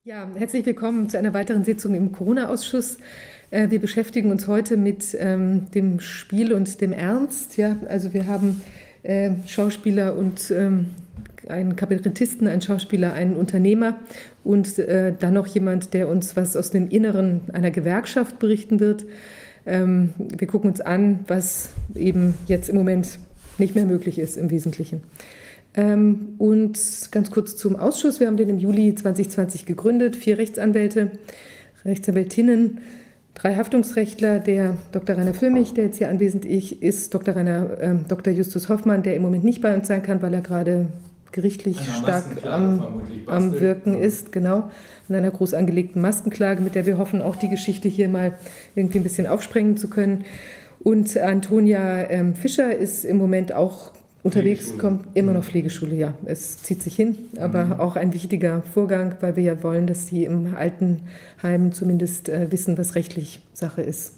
Ja, herzlich willkommen zu einer weiteren Sitzung im Corona-Ausschuss. Wir beschäftigen uns heute mit dem Spiel und dem Ernst. Ja, also wir haben Schauspieler und einen Kabarettisten, einen Schauspieler, einen Unternehmer und dann noch jemand, der uns was aus dem Inneren einer Gewerkschaft berichten wird. Wir gucken uns an, was eben jetzt im Moment nicht mehr möglich ist im Wesentlichen. Und ganz kurz zum Ausschuss. Wir haben den im Juli 2020 gegründet. 4 Rechtsanwälte, Rechtsanwältinnen, 3 Haftungsrechtler. Der Dr. Rainer Füllmich, der jetzt hier anwesend ist, Dr. Justus Hoffmann, der im Moment nicht bei uns sein kann, weil er gerade gerichtlich stark am Wirken ist, genau, an einer groß angelegten Maskenklage, mit der wir hoffen, auch die Geschichte hier mal irgendwie ein bisschen aufsprengen zu können. Und Antonia Fischer ist im Moment auch unterwegs, kommt immer noch Pflegeschule, ja. Es zieht sich hin, aber auch ein wichtiger Vorgang, weil wir ja wollen, dass die im Altenheim zumindest wissen, was rechtlich Sache ist.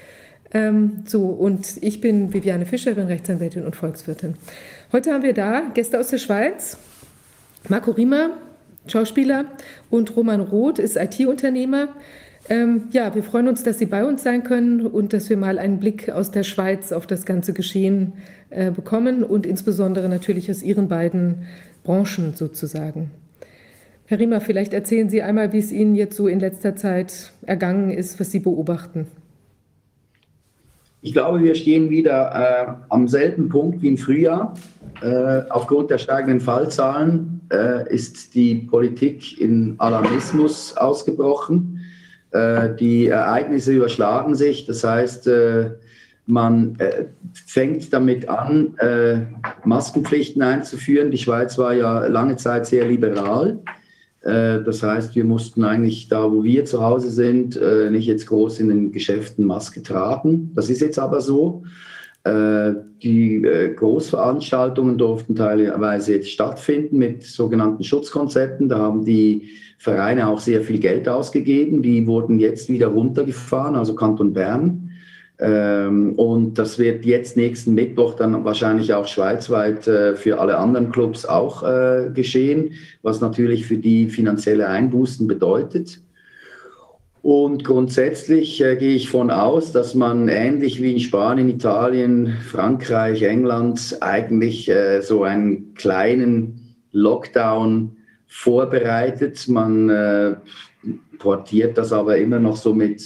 Und ich bin Viviane Fischer, bin Rechtsanwältin und Volkswirtin. Heute haben wir da Gäste aus der Schweiz. Marco Riemer, Schauspieler, und Roman Roth ist IT-Unternehmer. Ja, wir freuen uns, dass Sie bei uns sein können und dass wir mal einen Blick aus der Schweiz auf das ganze Geschehen bekommen und insbesondere natürlich aus Ihren beiden Branchen sozusagen. Herr Riemer, vielleicht erzählen Sie einmal, wie es Ihnen jetzt so in letzter Zeit ergangen ist, was Sie beobachten. Ich glaube, wir stehen wieder am selben Punkt wie im Frühjahr. Aufgrund der steigenden Fallzahlen ist die Politik in Alarmismus ausgebrochen. Die Ereignisse überschlagen sich, das heißt, man fängt damit an, Maskenpflichten einzuführen. Die Schweiz war ja lange Zeit sehr liberal. Das heißt, wir mussten eigentlich da, wo wir zu Hause sind, nicht jetzt groß in den Geschäften Maske tragen. Das ist jetzt aber so. Die Großveranstaltungen durften teilweise jetzt stattfinden mit sogenannten Schutzkonzepten. Da haben die Vereine auch sehr viel Geld ausgegeben. Die wurden jetzt wieder runtergefahren, also Kanton Bern. Und das wird jetzt nächsten Mittwoch dann wahrscheinlich auch schweizweit für alle anderen Clubs auch geschehen, was natürlich für die finanzielle Einbußen bedeutet. Und grundsätzlich gehe ich von aus, dass man ähnlich wie in Spanien, Italien, Frankreich, England eigentlich so einen kleinen Lockdown vorbereitet. Man portiert das aber immer noch so mit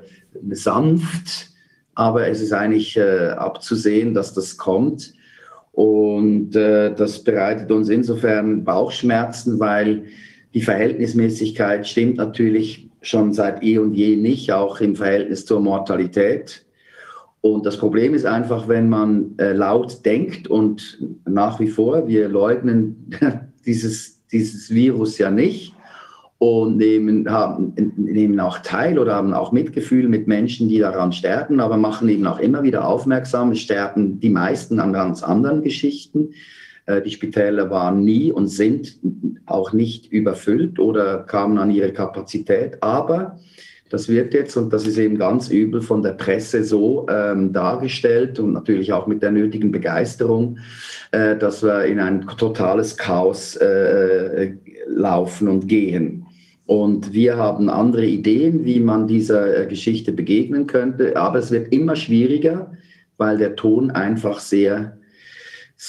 sanft, aber es ist eigentlich abzusehen, dass das kommt. Und das bereitet uns insofern Bauchschmerzen, weil die Verhältnismäßigkeit stimmt natürlich schon seit eh und je nicht, auch im Verhältnis zur Mortalität. Und das Problem ist einfach, wenn man laut denkt und nach wie vor, wir leugnen dieses Virus ja nicht und nehmen auch teil oder haben auch Mitgefühl mit Menschen, die daran sterben, aber machen eben auch immer wieder aufmerksam, es sterben die meisten an ganz anderen Geschichten. Die Spitäler waren nie und sind auch nicht überfüllt oder kamen an ihre Kapazität. Aber das wird jetzt, und das ist eben ganz übel, von der Presse so dargestellt und natürlich auch mit der nötigen Begeisterung, dass wir in ein totales Chaos laufen und gehen. Und wir haben andere Ideen, wie man dieser Geschichte begegnen könnte. Aber es wird immer schwieriger, weil der Ton einfach sehr es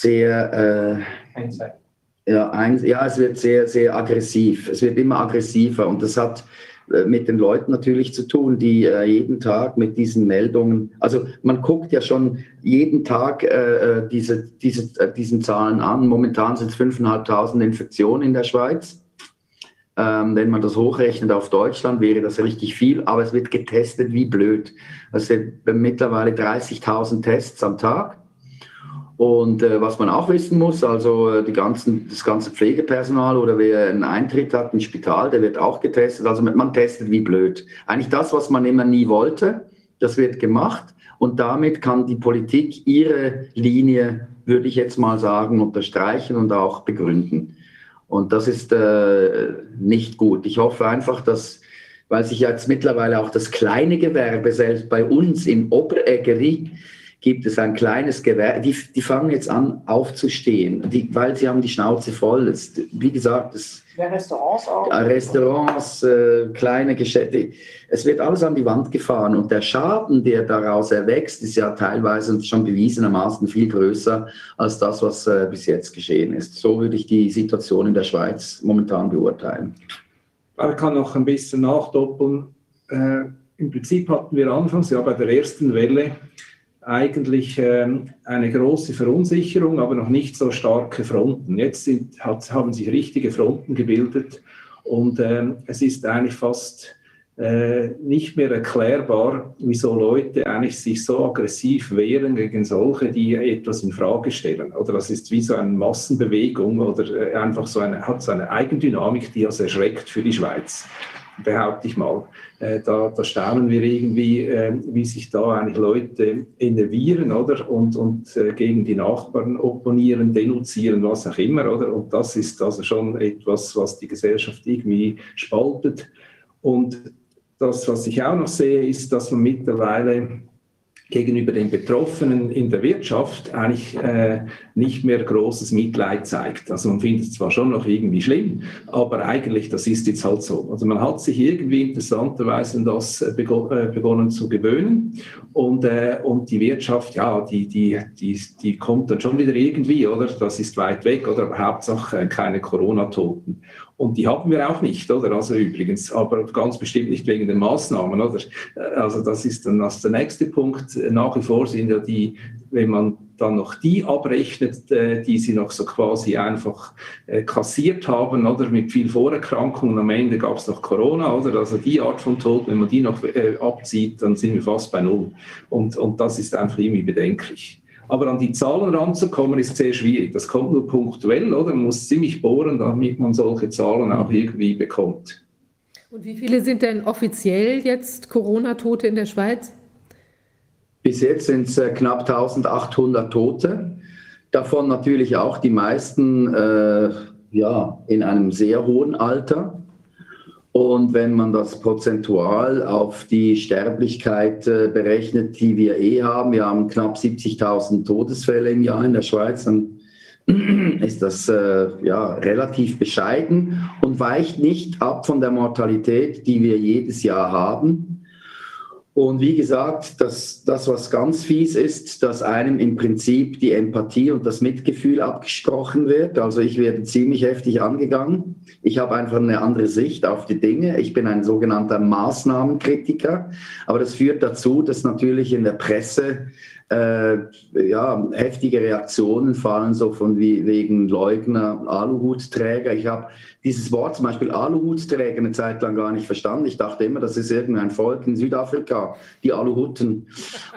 wird sehr, sehr aggressiv. Es wird immer aggressiver und das hat mit den Leuten natürlich zu tun, die jeden Tag mit diesen Meldungen, also man guckt ja schon jeden Tag diesen Zahlen an. Momentan sind es 5.500 Infektionen in der Schweiz. Wenn man das hochrechnet auf Deutschland, wäre das richtig viel, aber es wird getestet wie blöd. Es sind mittlerweile 30.000 Tests am Tag. Und was man auch wissen muss, also das ganze Pflegepersonal oder wer einen Eintritt hat ins Spital, der wird auch getestet. Also man testet wie blöd. Eigentlich das, was man immer nie wollte, das wird gemacht. Und damit kann die Politik ihre Linie, würde ich jetzt mal sagen, unterstreichen und auch begründen. Und das ist nicht gut. Ich hoffe einfach, dass, weil sich jetzt mittlerweile auch das kleine Gewerbe selbst bei uns im Oberägeri gibt es ein kleines Gewerbe, die fangen jetzt an aufzustehen, weil sie haben die Schnauze voll. Wie gesagt, Restaurants auch. Restaurants, kleine Geschäfte, es wird alles an die Wand gefahren und der Schaden, der daraus erwächst, ist ja teilweise schon bewiesenermaßen viel größer als das, was bis jetzt geschehen ist. So würde ich die Situation in der Schweiz momentan beurteilen. Ich kann noch ein bisschen nachdoppeln. Im Prinzip hatten wir anfangs ja bei der ersten Welle eigentlich eine große Verunsicherung, aber noch nicht so starke Fronten. Jetzt haben sich richtige Fronten gebildet und es ist eigentlich fast nicht mehr erklärbar, wieso Leute eigentlich sich so aggressiv wehren gegen solche, die etwas in Frage stellen. Oder das ist wie so eine Massenbewegung oder einfach hat so eine Eigendynamik, die also erschreckt für die Schweiz, behaupte ich mal. Da staunen wir irgendwie, wie sich da eigentlich Leute innervieren, oder? Und gegen die Nachbarn opponieren, denunzieren, was auch immer, oder? Und das ist also schon etwas, was die Gesellschaft irgendwie spaltet. Und das, was ich auch noch sehe, ist, dass man mittlerweile gegenüber den Betroffenen in der Wirtschaft eigentlich nicht mehr großes Mitleid zeigt. Also man findet es zwar schon noch irgendwie schlimm, aber eigentlich, das ist jetzt halt so. Also man hat sich irgendwie interessanterweise an das begonnen zu gewöhnen und die Wirtschaft, ja, die kommt dann schon wieder irgendwie, oder? Das ist weit weg, oder? Aber Hauptsache keine Corona-Toten. Und die haben wir auch nicht, oder? Also übrigens, aber ganz bestimmt nicht wegen den Maßnahmen, oder? Also das ist dann der nächste Punkt. Nach wie vor sind ja die, wenn man dann noch die abrechnet, die sie noch so quasi einfach kassiert haben, oder? Mit viel Vorerkrankungen. Am Ende gab es noch Corona, oder? Also die Art von Tod, wenn man die noch abzieht, dann sind wir fast bei Null. Und das ist einfach irgendwie bedenklich. Aber an die Zahlen ranzukommen, ist sehr schwierig. Das kommt nur punktuell, oder? Man muss ziemlich bohren, damit man solche Zahlen auch irgendwie bekommt. Und wie viele sind denn offiziell jetzt Corona-Tote in der Schweiz? Bis jetzt sind es knapp 1800 Tote. Davon natürlich auch die meisten in einem sehr hohen Alter. Und wenn man das prozentual auf die Sterblichkeit berechnet, die wir haben, wir haben knapp 70.000 Todesfälle im Jahr in der Schweiz, dann ist das relativ bescheiden und weicht nicht ab von der Mortalität, die wir jedes Jahr haben. Und wie gesagt, das, was ganz fies ist, dass einem im Prinzip die Empathie und das Mitgefühl abgesprochen wird. Also ich werde ziemlich heftig angegangen. Ich habe einfach eine andere Sicht auf die Dinge. Ich bin ein sogenannter Maßnahmenkritiker. Aber das führt dazu, dass natürlich in der Presse heftige Reaktionen fallen, so von wegen Leugner, Aluhutträger. Ich habe dieses Wort zum Beispiel Aluhutträger eine Zeit lang gar nicht verstanden. Ich dachte immer, das ist irgendein Volk in Südafrika, die Aluhutten.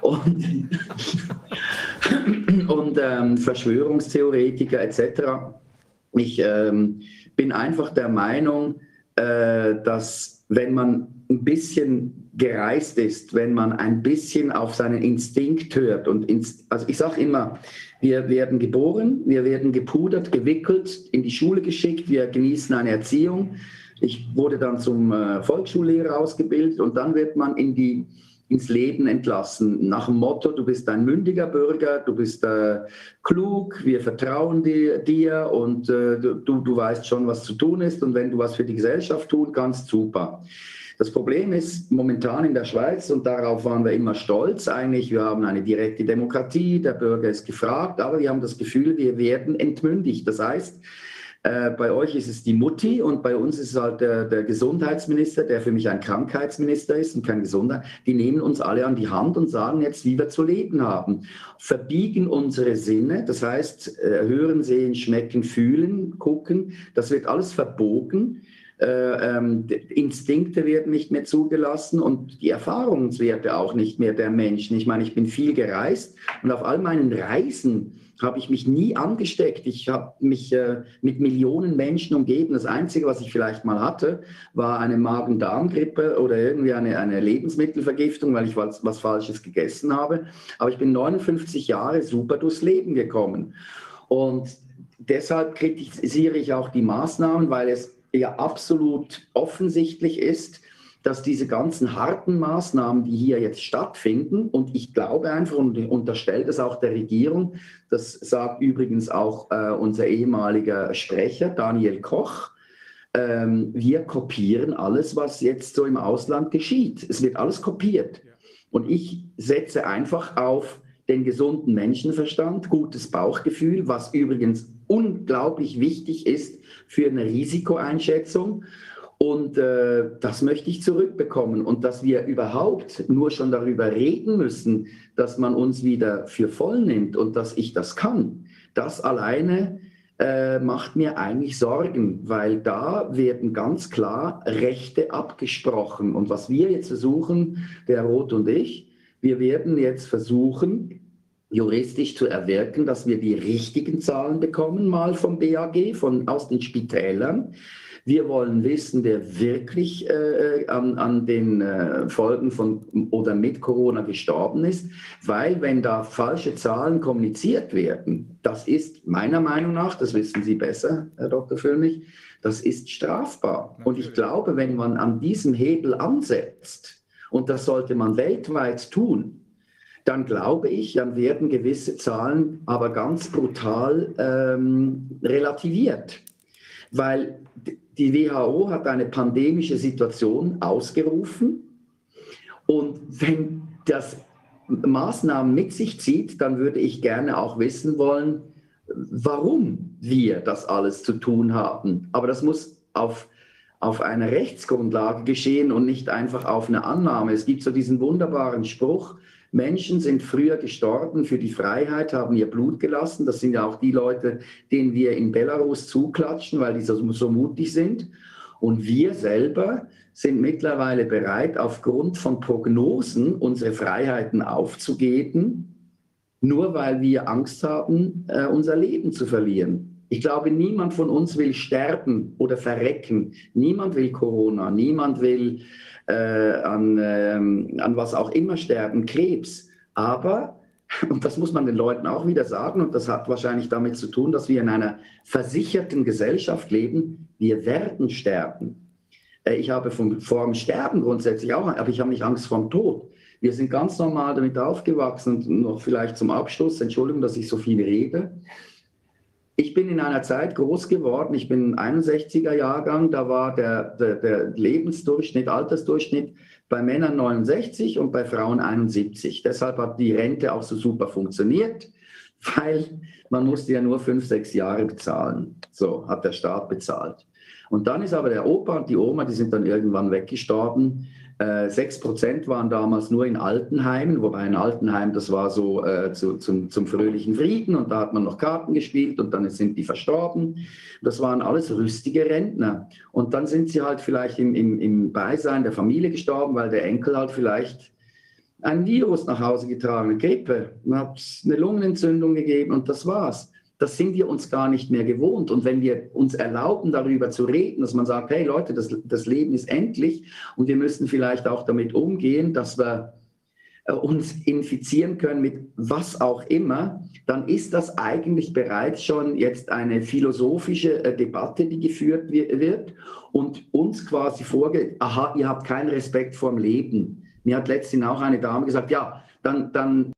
Und Verschwörungstheoretiker etc. Ich bin einfach der Meinung, dass wenn man ein bisschen gereist ist, wenn man ein bisschen auf seinen Instinkt hört. Also ich sage immer, wir werden geboren, wir werden gepudert, gewickelt, in die Schule geschickt, wir genießen eine Erziehung. Ich wurde dann zum Volksschullehrer ausgebildet und dann wird man ins Leben entlassen. Nach dem Motto, du bist ein mündiger Bürger, du bist klug, wir vertrauen dir und du weißt schon, was zu tun ist. Und wenn du was für die Gesellschaft tun kannst, super. Das Problem ist momentan in der Schweiz, und darauf waren wir immer stolz eigentlich, wir haben eine direkte Demokratie, der Bürger ist gefragt, aber wir haben das Gefühl, wir werden entmündigt. Das heißt, bei euch ist es die Mutti und bei uns ist es halt der Gesundheitsminister, der für mich ein Krankheitsminister ist und kein Gesunder. Die nehmen uns alle an die Hand und sagen jetzt, wie wir zu leben haben. Verbiegen unsere Sinne, das heißt hören, sehen, schmecken, fühlen, gucken, das wird alles verbogen. Instinkte werden nicht mehr zugelassen und die Erfahrungswerte auch nicht mehr der Menschen. Ich meine, ich bin viel gereist und auf all meinen Reisen habe ich mich nie angesteckt. Ich habe mich mit Millionen Menschen umgeben. Das Einzige, was ich vielleicht mal hatte, war eine Magen-Darm-Grippe oder irgendwie eine Lebensmittelvergiftung, weil ich was Falsches gegessen habe. Aber ich bin 59 Jahre super durchs Leben gekommen. Und deshalb kritisiere ich auch die Maßnahmen, weil es ja absolut offensichtlich ist, dass diese ganzen harten Maßnahmen, die hier jetzt stattfinden, und ich glaube einfach und unterstelle das auch der Regierung, das sagt übrigens auch unser ehemaliger Sprecher Daniel Koch, wir kopieren alles, was jetzt so im Ausland geschieht. Es wird alles kopiert. Und ich setze einfach auf den gesunden Menschenverstand, gutes Bauchgefühl, was übrigens unglaublich wichtig ist für eine Risikoeinschätzung. Und das möchte ich zurückbekommen. Und dass wir überhaupt nur schon darüber reden müssen, dass man uns wieder für voll nimmt und dass ich das kann, das alleine macht mir eigentlich Sorgen, weil da werden ganz klar Rechte abgesprochen. Und was wir jetzt versuchen, der Roth und ich, wir werden jetzt versuchen, juristisch zu erwirken, dass wir die richtigen Zahlen bekommen, mal vom BAG, aus den Spitälern. Wir wollen wissen, wer wirklich an den Folgen von oder mit Corona gestorben ist, weil wenn da falsche Zahlen kommuniziert werden, das ist meiner Meinung nach, das wissen Sie besser, Herr Dr. Füllmich, das ist strafbar. Natürlich. Und ich glaube, wenn man an diesem Hebel ansetzt, und das sollte man weltweit tun, dann glaube ich, dann werden gewisse Zahlen aber ganz brutal relativiert. Weil die WHO hat eine pandemische Situation ausgerufen und wenn das Maßnahmen mit sich zieht, dann würde ich gerne auch wissen wollen, warum wir das alles zu tun haben. Aber das muss auf einer Rechtsgrundlage geschehen und nicht einfach auf eine Annahme. Es gibt so diesen wunderbaren Spruch, Menschen sind früher gestorben für die Freiheit, haben ihr Blut gelassen. Das sind ja auch die Leute, denen wir in Belarus zuklatschen, weil die so mutig sind. Und wir selber sind mittlerweile bereit, aufgrund von Prognosen unsere Freiheiten aufzugeben, nur weil wir Angst haben, unser Leben zu verlieren. Ich glaube, niemand von uns will sterben oder verrecken. Niemand will Corona, niemand will an was auch immer sterben, Krebs. Aber, und das muss man den Leuten auch wieder sagen, und das hat wahrscheinlich damit zu tun, dass wir in einer versicherten Gesellschaft leben, wir werden sterben. Ich habe vor dem Sterben grundsätzlich auch, aber ich habe nicht Angst vor dem Tod. Wir sind ganz normal damit aufgewachsen und noch vielleicht zum Abschluss, Entschuldigung, dass ich so viel rede. Ich bin in einer Zeit groß geworden, ich bin 61er Jahrgang, da war der Lebensdurchschnitt, Altersdurchschnitt bei Männern 69 und bei Frauen 71. Deshalb hat die Rente auch so super funktioniert, weil man musste ja nur 5, 6 Jahre bezahlen. So hat der Staat bezahlt. Und dann ist aber der Opa und die Oma, die sind dann irgendwann weggestorben. 6% waren damals nur in Altenheimen, wobei ein Altenheim, das war so zum fröhlichen Frieden und da hat man noch Karten gespielt und dann sind die verstorben. Das waren alles rüstige Rentner. Und dann sind sie halt vielleicht im Beisein der Familie gestorben, weil der Enkel halt vielleicht ein Virus nach Hause getragen, eine Grippe. Man hat eine Lungenentzündung gegeben und das war's. Das sind wir uns gar nicht mehr gewohnt. Und wenn wir uns erlauben, darüber zu reden, dass man sagt, hey Leute, das Leben ist endlich und wir müssen vielleicht auch damit umgehen, dass wir uns infizieren können mit was auch immer, dann ist das eigentlich bereits schon jetzt eine philosophische Debatte, die geführt wird und uns quasi vorgeht, aha, ihr habt keinen Respekt vorm Leben. Mir hat letztens auch eine Dame gesagt, ja, dann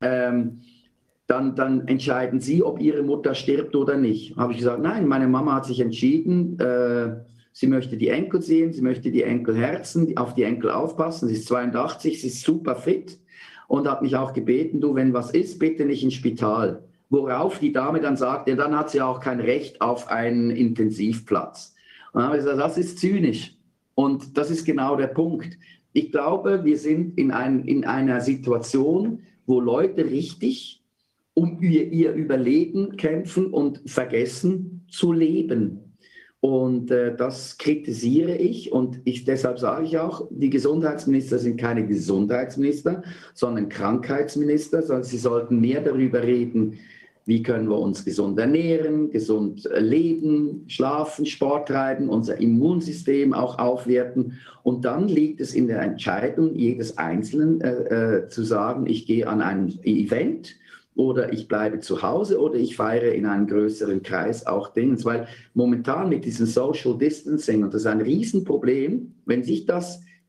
entscheiden Sie, ob Ihre Mutter stirbt oder nicht. Habe ich gesagt, nein, meine Mama hat sich entschieden, sie möchte die Enkel sehen, sie möchte die Enkel herzen, auf die Enkel aufpassen. Sie ist 82, sie ist super fit und hat mich auch gebeten, du, wenn was ist, bitte nicht ins Spital. Worauf die Dame dann sagt, ja, dann hat sie auch kein Recht auf einen Intensivplatz. Und dann habe ich gesagt, das ist zynisch. Und das ist genau der Punkt. Ich glaube, wir sind in einer Situation, wo Leute richtig um ihr Überleben kämpfen und vergessen zu leben. Und das kritisiere ich und deshalb sage ich auch, die Gesundheitsminister sind keine Gesundheitsminister, sondern Krankheitsminister, sondern sie sollten mehr darüber reden, wie können wir uns gesund ernähren, gesund leben, schlafen, Sport treiben, unser Immunsystem auch aufwerten. Und dann liegt es in der Entscheidung jedes Einzelnen zu sagen, ich gehe an ein Event, oder ich bleibe zu Hause oder ich feiere in einem größeren Kreis auch Dinge. Weil momentan mit diesem Social Distancing, und das ist ein Riesenproblem, wenn sich das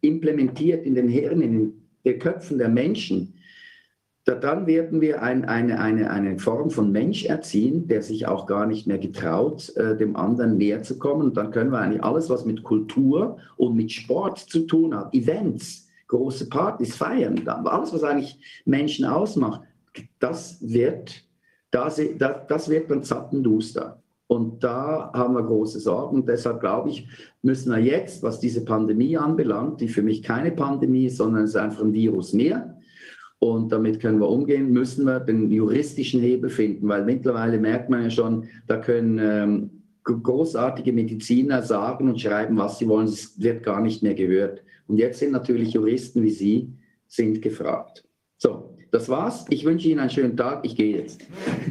implementiert in den Hirnen, in den Köpfen der Menschen, dann werden wir eine Form von Mensch erziehen, der sich auch gar nicht mehr getraut, dem anderen näher zu kommen. Und dann können wir eigentlich alles, was mit Kultur und mit Sport zu tun hat, Events, große Partys, Feiern, alles, was eigentlich Menschen ausmacht, das wird dann zappenduster. Und da haben wir große Sorgen. Und deshalb glaube ich, müssen wir jetzt, was diese Pandemie anbelangt, die für mich keine Pandemie ist, sondern es ist einfach ein Virus mehr. Und damit können wir umgehen, müssen wir den juristischen Hebel finden, weil mittlerweile merkt man ja schon, da können großartige Mediziner sagen und schreiben, was sie wollen, es wird gar nicht mehr gehört. Und jetzt sind natürlich Juristen wie Sie sind gefragt. So, das war's. Ich wünsche Ihnen einen schönen Tag. Ich gehe jetzt.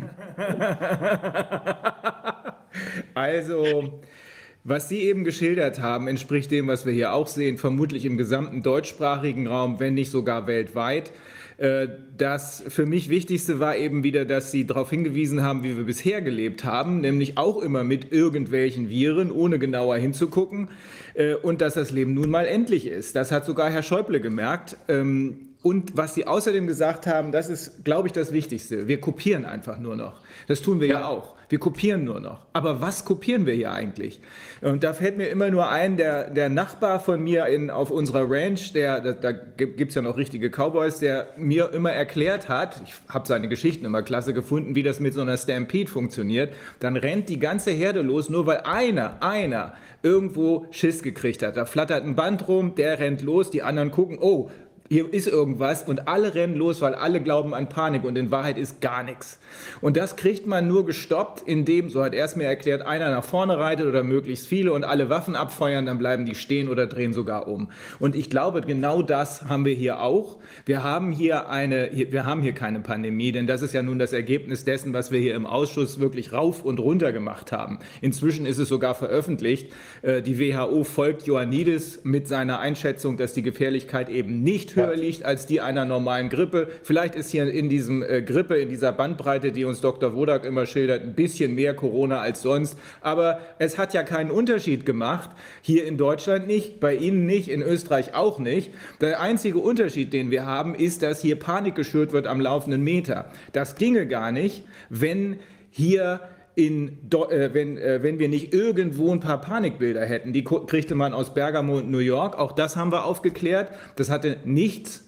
Also, was Sie eben geschildert haben, entspricht dem, was wir hier auch sehen, vermutlich im gesamten deutschsprachigen Raum, wenn nicht sogar weltweit. Das für mich Wichtigste war eben wieder, dass Sie darauf hingewiesen haben, wie wir bisher gelebt haben, nämlich auch immer mit irgendwelchen Viren, ohne genauer hinzugucken, und dass das Leben nun mal endlich ist. Das hat sogar Herr Schäuble gemerkt. Und was Sie außerdem gesagt haben, das ist, glaube ich, das Wichtigste. Wir kopieren einfach nur noch. Das tun wir ja auch. Wir kopieren nur noch. Aber was kopieren wir hier eigentlich? Und da fällt mir immer nur ein, der Nachbar von mir auf unserer Ranch, da gibt es ja noch richtige Cowboys, der mir immer erklärt hat, ich habe seine Geschichten immer klasse gefunden, wie das mit so einer Stampede funktioniert. Dann rennt die ganze Herde los, nur weil einer irgendwo Schiss gekriegt hat. Da flattert ein Band rum, der rennt los, die anderen gucken, oh, hier ist irgendwas, und alle rennen los, weil alle glauben an Panik, und in Wahrheit ist gar nichts. Und das kriegt man nur gestoppt, indem, so hat er es mir erklärt, einer nach vorne reitet oder möglichst viele und alle Waffen abfeuern, dann bleiben die stehen oder drehen sogar um. Und ich glaube, genau das haben wir hier auch. Wir haben hier keine Pandemie, denn das ist ja nun das Ergebnis dessen, was wir hier im Ausschuss wirklich rauf und runter gemacht haben. Inzwischen ist es sogar veröffentlicht. Die WHO folgt Ioannidis mit seiner Einschätzung, dass die Gefährlichkeit eben nicht höher liegt als die einer normalen Grippe. Vielleicht ist hier in diesem Grippe, in dieser Bandbreite, die uns Dr. Wodak immer schildert, ein bisschen mehr Corona als sonst. Aber es hat ja keinen Unterschied gemacht. Hier in Deutschland nicht, bei Ihnen nicht, in Österreich auch nicht. Der einzige Unterschied, den wir haben, ist, dass hier Panik geschürt wird am laufenden Meter. Das ginge gar nicht, wenn hier wenn wir nicht irgendwo ein paar Panikbilder hätten. Die kriegte man aus Bergamo und New York. Auch das haben wir aufgeklärt. Das hatte nichts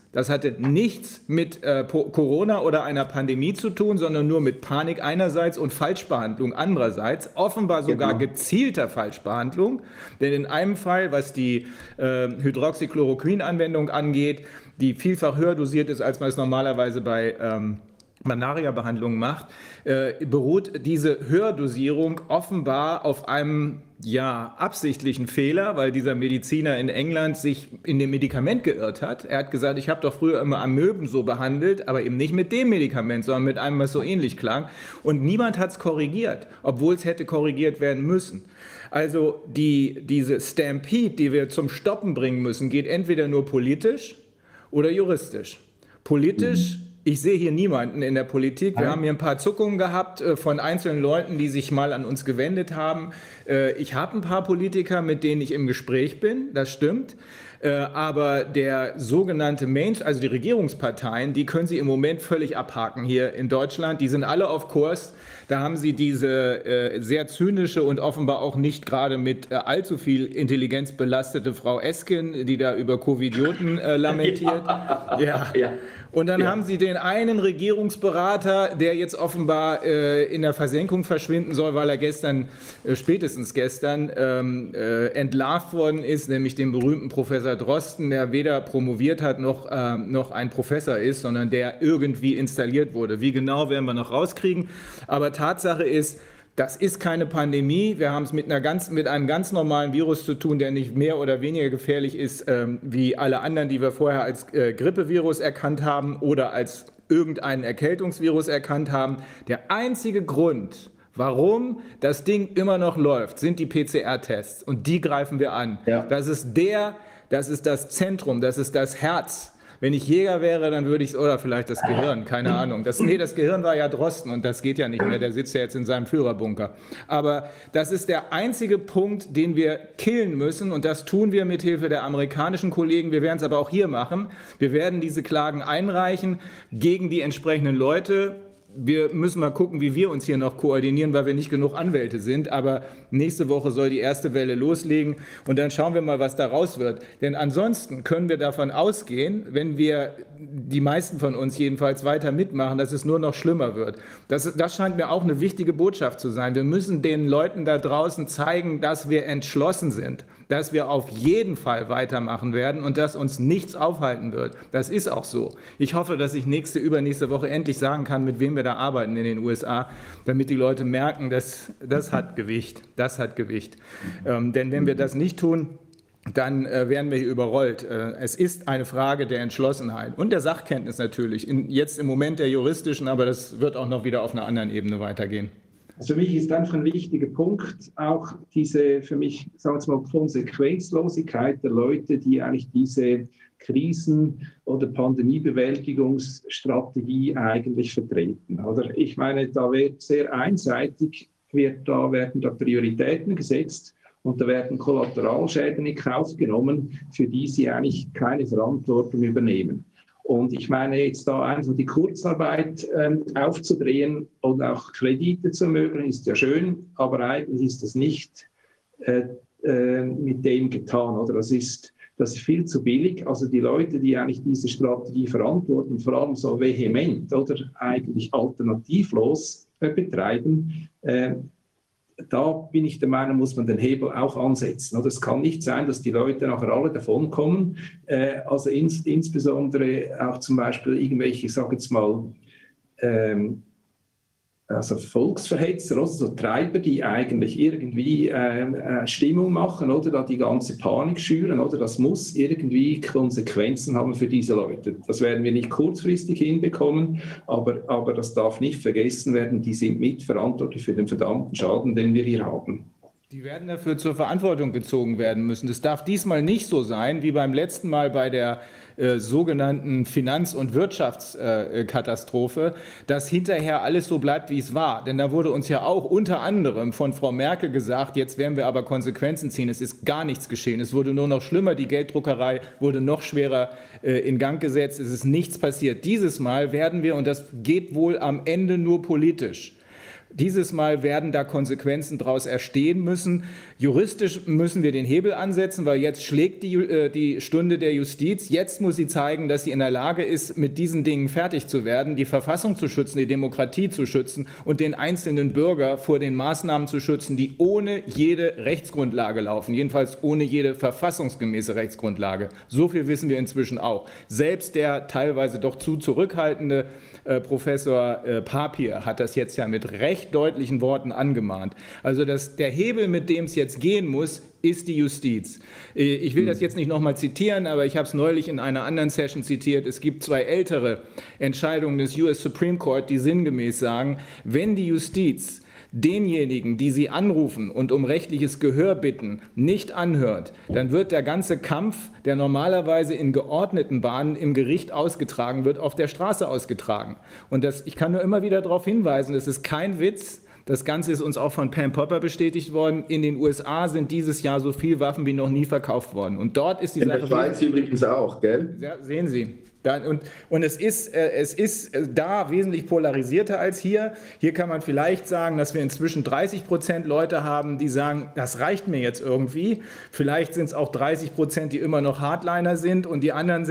mit Corona oder einer Pandemie zu tun, sondern nur mit Panik einerseits und Falschbehandlung andererseits. Offenbar sogar gezielter Falschbehandlung. Denn in einem Fall, was die Hydroxychloroquin-Anwendung angeht, die vielfach höher dosiert ist, als man es normalerweise bei Malaria-Behandlungen macht, beruht diese Höherdosierung offenbar auf einem absichtlichen Fehler, weil dieser Mediziner in England sich in dem Medikament geirrt hat. Er hat gesagt, ich habe doch früher immer Amöben so behandelt, aber eben nicht mit dem Medikament, sondern mit einem, was so ähnlich klang. Und niemand hat es korrigiert, obwohl es hätte korrigiert werden müssen. Also diese Stampede, die wir zum Stoppen bringen müssen, geht entweder nur politisch oder juristisch. Politisch, ich sehe hier niemanden in der Politik. Wir haben hier ein paar Zuckungen gehabt von einzelnen Leuten, die sich mal an uns gewendet haben. Ich habe ein paar Politiker, mit denen ich im Gespräch bin, das stimmt. Aber der sogenannte Mainstream, also die Regierungsparteien, die können Sie im Moment völlig abhaken hier in Deutschland. Die sind alle auf Kurs. Da haben Sie diese sehr zynische und offenbar auch nicht gerade mit allzu viel Intelligenz belastete Frau Esken, die da über Covidioten lamentiert. Ja. Und dann haben Sie den einen Regierungsberater, der jetzt offenbar in der Versenkung verschwinden soll, weil er spätestens gestern, entlarvt worden ist, nämlich den berühmten Professor Drosten, der weder promoviert hat noch ein Professor ist, sondern der irgendwie installiert wurde. Wie genau werden wir noch rauskriegen? Aber Tatsache ist, das ist keine Pandemie. Wir haben es mit einem ganz normalen Virus zu tun, der nicht mehr oder weniger gefährlich ist wie alle anderen, die wir vorher als Grippevirus erkannt haben oder als irgendeinen Erkältungsvirus erkannt haben. Der einzige Grund, warum das Ding immer noch läuft, sind die PCR-Tests. Und die greifen wir an. Ja. Das ist das Zentrum, das ist das Herz. Wenn ich Jäger wäre, dann würde ich es, oder vielleicht das Gehirn, keine Ahnung. Das Gehirn war ja Drosten und das geht ja nicht mehr, der sitzt ja jetzt in seinem Führerbunker. Aber das ist der einzige Punkt, den wir killen müssen und das tun wir mit Hilfe der amerikanischen Kollegen. Wir werden es aber auch hier machen. Wir werden diese Klagen einreichen gegen die entsprechenden Leute. Wir müssen mal gucken, wie wir uns hier noch koordinieren, weil wir nicht genug Anwälte sind. Aber nächste Woche soll die erste Welle loslegen und dann schauen wir mal, was daraus wird. Denn ansonsten können wir davon ausgehen, wenn wir, die meisten von uns jedenfalls, weiter mitmachen, dass es nur noch schlimmer wird. Das scheint mir auch eine wichtige Botschaft zu sein. Wir müssen den Leuten da draußen zeigen, dass wir entschlossen sind, dass wir auf jeden Fall weitermachen werden und dass uns nichts aufhalten wird. Das ist auch so. Ich hoffe, dass ich übernächste Woche endlich sagen kann, mit wem wir da arbeiten in den USA, damit die Leute merken, dass das hat Gewicht. Das hat Gewicht. Denn wenn wir das nicht tun, dann werden wir hier überrollt. Es ist eine Frage der Entschlossenheit und der Sachkenntnis natürlich. Jetzt im Moment der juristischen, aber das wird auch noch wieder auf einer anderen Ebene weitergehen. Also für mich ist einfach ein wichtiger Punkt auch diese, für mich, sagen wir mal, Konsequenzlosigkeit der Leute, die eigentlich diese Krisen- oder Pandemiebewältigungsstrategie eigentlich vertreten. Oder ich meine, da wird sehr einseitig, werden da Prioritäten gesetzt und da werden Kollateralschäden in Kauf genommen, für die sie eigentlich keine Verantwortung übernehmen. Und ich meine, jetzt da einfach die Kurzarbeit aufzudrehen und auch Kredite zu ermöglichen, ist ja schön, aber eigentlich ist das nicht mit dem getan. Oder das ist viel zu billig. Also die Leute, die eigentlich diese Strategie verantworten, vor allem so vehement oder eigentlich alternativlos betreiben, da bin ich der Meinung, muss man den Hebel auch ansetzen. Es kann nicht sein, dass die Leute nachher alle davonkommen. Also insbesondere auch zum Beispiel irgendwelche, ich sage jetzt mal, also Volksverhetzer, also so Treiber, die eigentlich irgendwie Stimmung machen oder da die ganze Panik schüren, oder das muss irgendwie Konsequenzen haben für diese Leute. Das werden wir nicht kurzfristig hinbekommen, aber das darf nicht vergessen werden, die sind mitverantwortlich für den verdammten Schaden, den wir hier haben. Die werden dafür zur Verantwortung gezogen werden müssen. Es darf diesmal nicht so sein, wie beim letzten Mal bei der sogenannten Finanz- und Wirtschaftskatastrophe, dass hinterher alles so bleibt, wie es war. Denn da wurde uns ja auch unter anderem von Frau Merkel gesagt, jetzt werden wir aber Konsequenzen ziehen. Es ist gar nichts geschehen. Es wurde nur noch schlimmer. Die Gelddruckerei wurde noch schwerer in Gang gesetzt. Es ist nichts passiert. Dieses Mal werden wir, und das geht wohl am Ende nur politisch, dieses Mal werden da Konsequenzen daraus erstehen müssen. Juristisch müssen wir den Hebel ansetzen, weil jetzt schlägt die Stunde der Justiz. Jetzt muss sie zeigen, dass sie in der Lage ist, mit diesen Dingen fertig zu werden, die Verfassung zu schützen, die Demokratie zu schützen und den einzelnen Bürger vor den Maßnahmen zu schützen, die ohne jede Rechtsgrundlage laufen, jedenfalls ohne jede verfassungsgemäße Rechtsgrundlage. So viel wissen wir inzwischen auch. Selbst der teilweise doch zu zurückhaltende Professor Papier hat das jetzt ja mit recht deutlichen Worten angemahnt. Also der Hebel, mit dem es jetzt gehen muss, ist die Justiz. Ich will das jetzt nicht nochmal zitieren, aber ich habe es neulich in einer anderen Session zitiert. Es gibt 2 ältere Entscheidungen des US Supreme Court, die sinngemäß sagen, wenn die Justiz denjenigen, die sie anrufen und um rechtliches Gehör bitten, nicht anhört, dann wird der ganze Kampf, der normalerweise in geordneten Bahnen im Gericht ausgetragen wird, auf der Straße ausgetragen. Und ich kann nur immer wieder darauf hinweisen, das ist kein Witz. Das Ganze ist uns auch von Pam Popper bestätigt worden. In den USA sind dieses Jahr so viele Waffen wie noch nie verkauft worden. Und dort ist die Sache... In der Schweiz übrigens auch, gell? Ja, sehen Sie. Und es ist da wesentlich polarisierter als hier. Hier kann man vielleicht sagen, dass wir inzwischen 30% Leute haben, die sagen, das reicht mir jetzt irgendwie. Vielleicht sind es auch 30%, die immer noch Hardliner sind und die anderen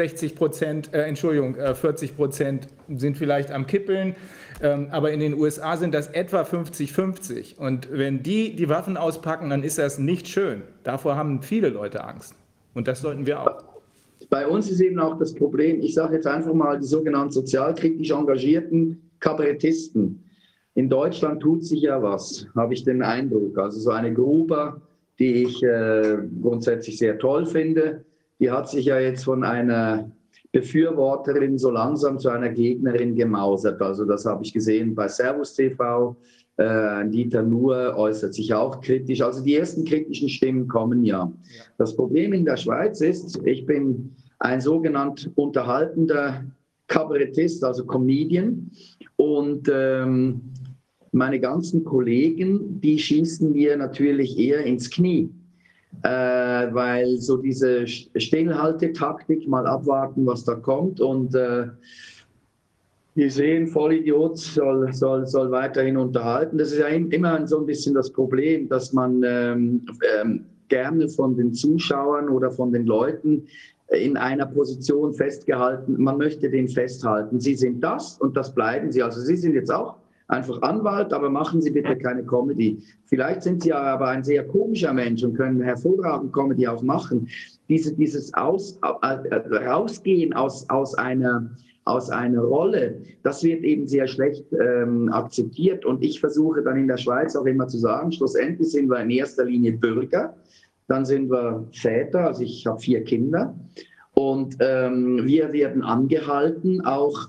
40% sind vielleicht am Kippeln. Aber in den USA sind das etwa 50-50. Und wenn die Waffen auspacken, dann ist das nicht schön. Davor haben viele Leute Angst. Und das sollten wir auch. Bei uns ist eben auch das Problem, ich sage jetzt einfach mal, die sogenannten sozialkritisch engagierten Kabarettisten. In Deutschland tut sich ja was, habe ich den Eindruck. Also so eine Gruber, die ich grundsätzlich sehr toll finde, die hat sich ja jetzt von einer Befürworterin so langsam zu einer Gegnerin gemausert. Also das habe ich gesehen bei Servus TV. Dieter Nuhr äußert sich auch kritisch. Also die ersten kritischen Stimmen kommen ja. Das Problem in der Schweiz ist, ich bin ein sogenannt unterhaltender Kabarettist, also Comedian. Und meine ganzen Kollegen, die schießen mir natürlich eher ins Knie. Weil so diese Stillhaltetaktik, mal abwarten, was da kommt, und wir sehen, Vollidiot soll weiterhin unterhalten. Das ist ja immer so ein bisschen das Problem, dass man gerne von den Zuschauern oder von den Leuten in einer Position festgehalten, man möchte den festhalten. Sie sind das und das bleiben Sie. Also Sie sind jetzt auch einfach Anwalt, aber machen Sie bitte keine Comedy. Vielleicht sind Sie aber ein sehr komischer Mensch und können hervorragend Comedy auch machen. Dieses Rausgehen aus einer Rolle, das wird eben sehr schlecht akzeptiert. Und ich versuche dann in der Schweiz auch immer zu sagen, schlussendlich sind wir in erster Linie Bürger, dann sind wir Väter, also ich habe 4 Kinder. Und wir werden angehalten, auch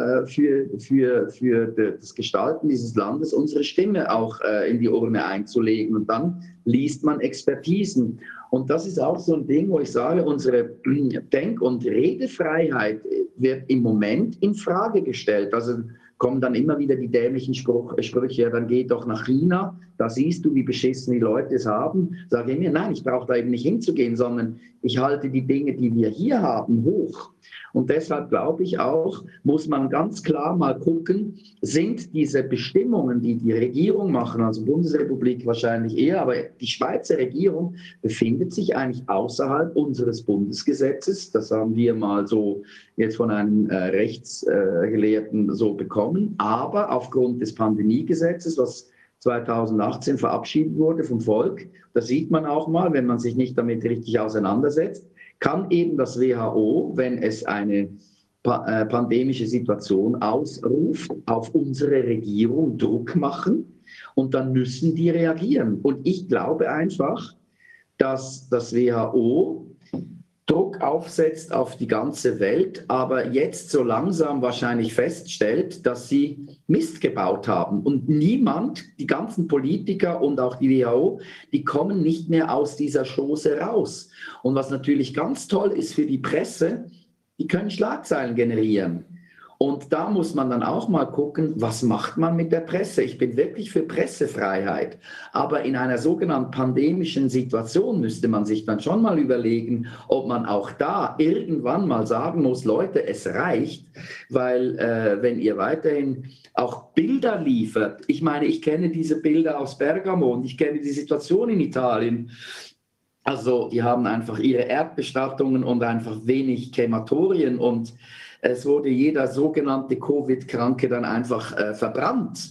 für das Gestalten dieses Landes unsere Stimme auch in die Urne einzulegen. Und dann liest man Expertisen. Und das ist auch so ein Ding, wo ich sage, unsere Denk- und Redefreiheit wird im Moment in Frage gestellt. Also kommen dann immer wieder die dämlichen Sprüche, ja, dann geh doch nach China, da siehst du, wie beschissen die Leute es haben. Sage ich mir, nein, ich brauche da eben nicht hinzugehen, sondern ich halte die Dinge, die wir hier haben, hoch. Und deshalb glaube ich auch, muss man ganz klar mal gucken, sind diese Bestimmungen, die die Regierung machen, also Bundesrepublik wahrscheinlich eher, aber die Schweizer Regierung befindet sich eigentlich außerhalb unseres Bundesgesetzes. Das haben wir mal so jetzt von einem Rechtsgelehrten so bekommen. Aber aufgrund des Pandemiegesetzes, was 2018 verabschiedet wurde vom Volk, das sieht man auch mal, wenn man sich nicht damit richtig auseinandersetzt, kann eben das WHO, wenn es eine pandemische Situation ausruft, auf unsere Regierung Druck machen und dann müssen die reagieren. Und ich glaube einfach, dass das WHO Druck aufsetzt auf die ganze Welt, aber jetzt so langsam wahrscheinlich feststellt, dass sie Mist gebaut haben. Und niemand, die ganzen Politiker und auch die WHO, die kommen nicht mehr aus dieser Chose raus. Und was natürlich ganz toll ist für die Presse, die können Schlagzeilen generieren. Und da muss man dann auch mal gucken, was macht man mit der Presse? Ich bin wirklich für Pressefreiheit. Aber in einer sogenannten pandemischen Situation müsste man sich dann schon mal überlegen, ob man auch da irgendwann mal sagen muss, Leute, es reicht, weil wenn ihr weiterhin auch Bilder liefert, ich meine, ich kenne diese Bilder aus Bergamo und ich kenne die Situation in Italien. Also die haben einfach ihre Erdbestattungen und einfach wenig Krematorien und es wurde jeder sogenannte Covid-Kranke dann einfach verbrannt.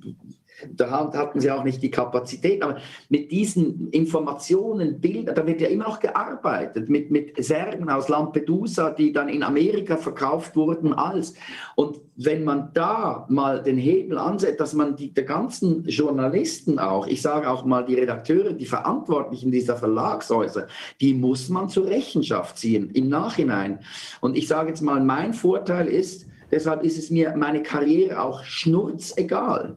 Da hatten sie auch nicht die Kapazität. Aber mit diesen Informationen, Bildern, da wird ja immer noch gearbeitet. Mit Särgen aus Lampedusa, die dann in Amerika verkauft wurden, alles. Und wenn man da mal den Hebel ansetzt, dass man die ganzen Journalisten auch, ich sage auch mal die Redakteure, die Verantwortlichen dieser Verlagshäuser, die muss man zur Rechenschaft ziehen im Nachhinein. Und ich sage jetzt mal, mein Vorteil ist, deshalb ist es mir meine Karriere auch schnurzegal.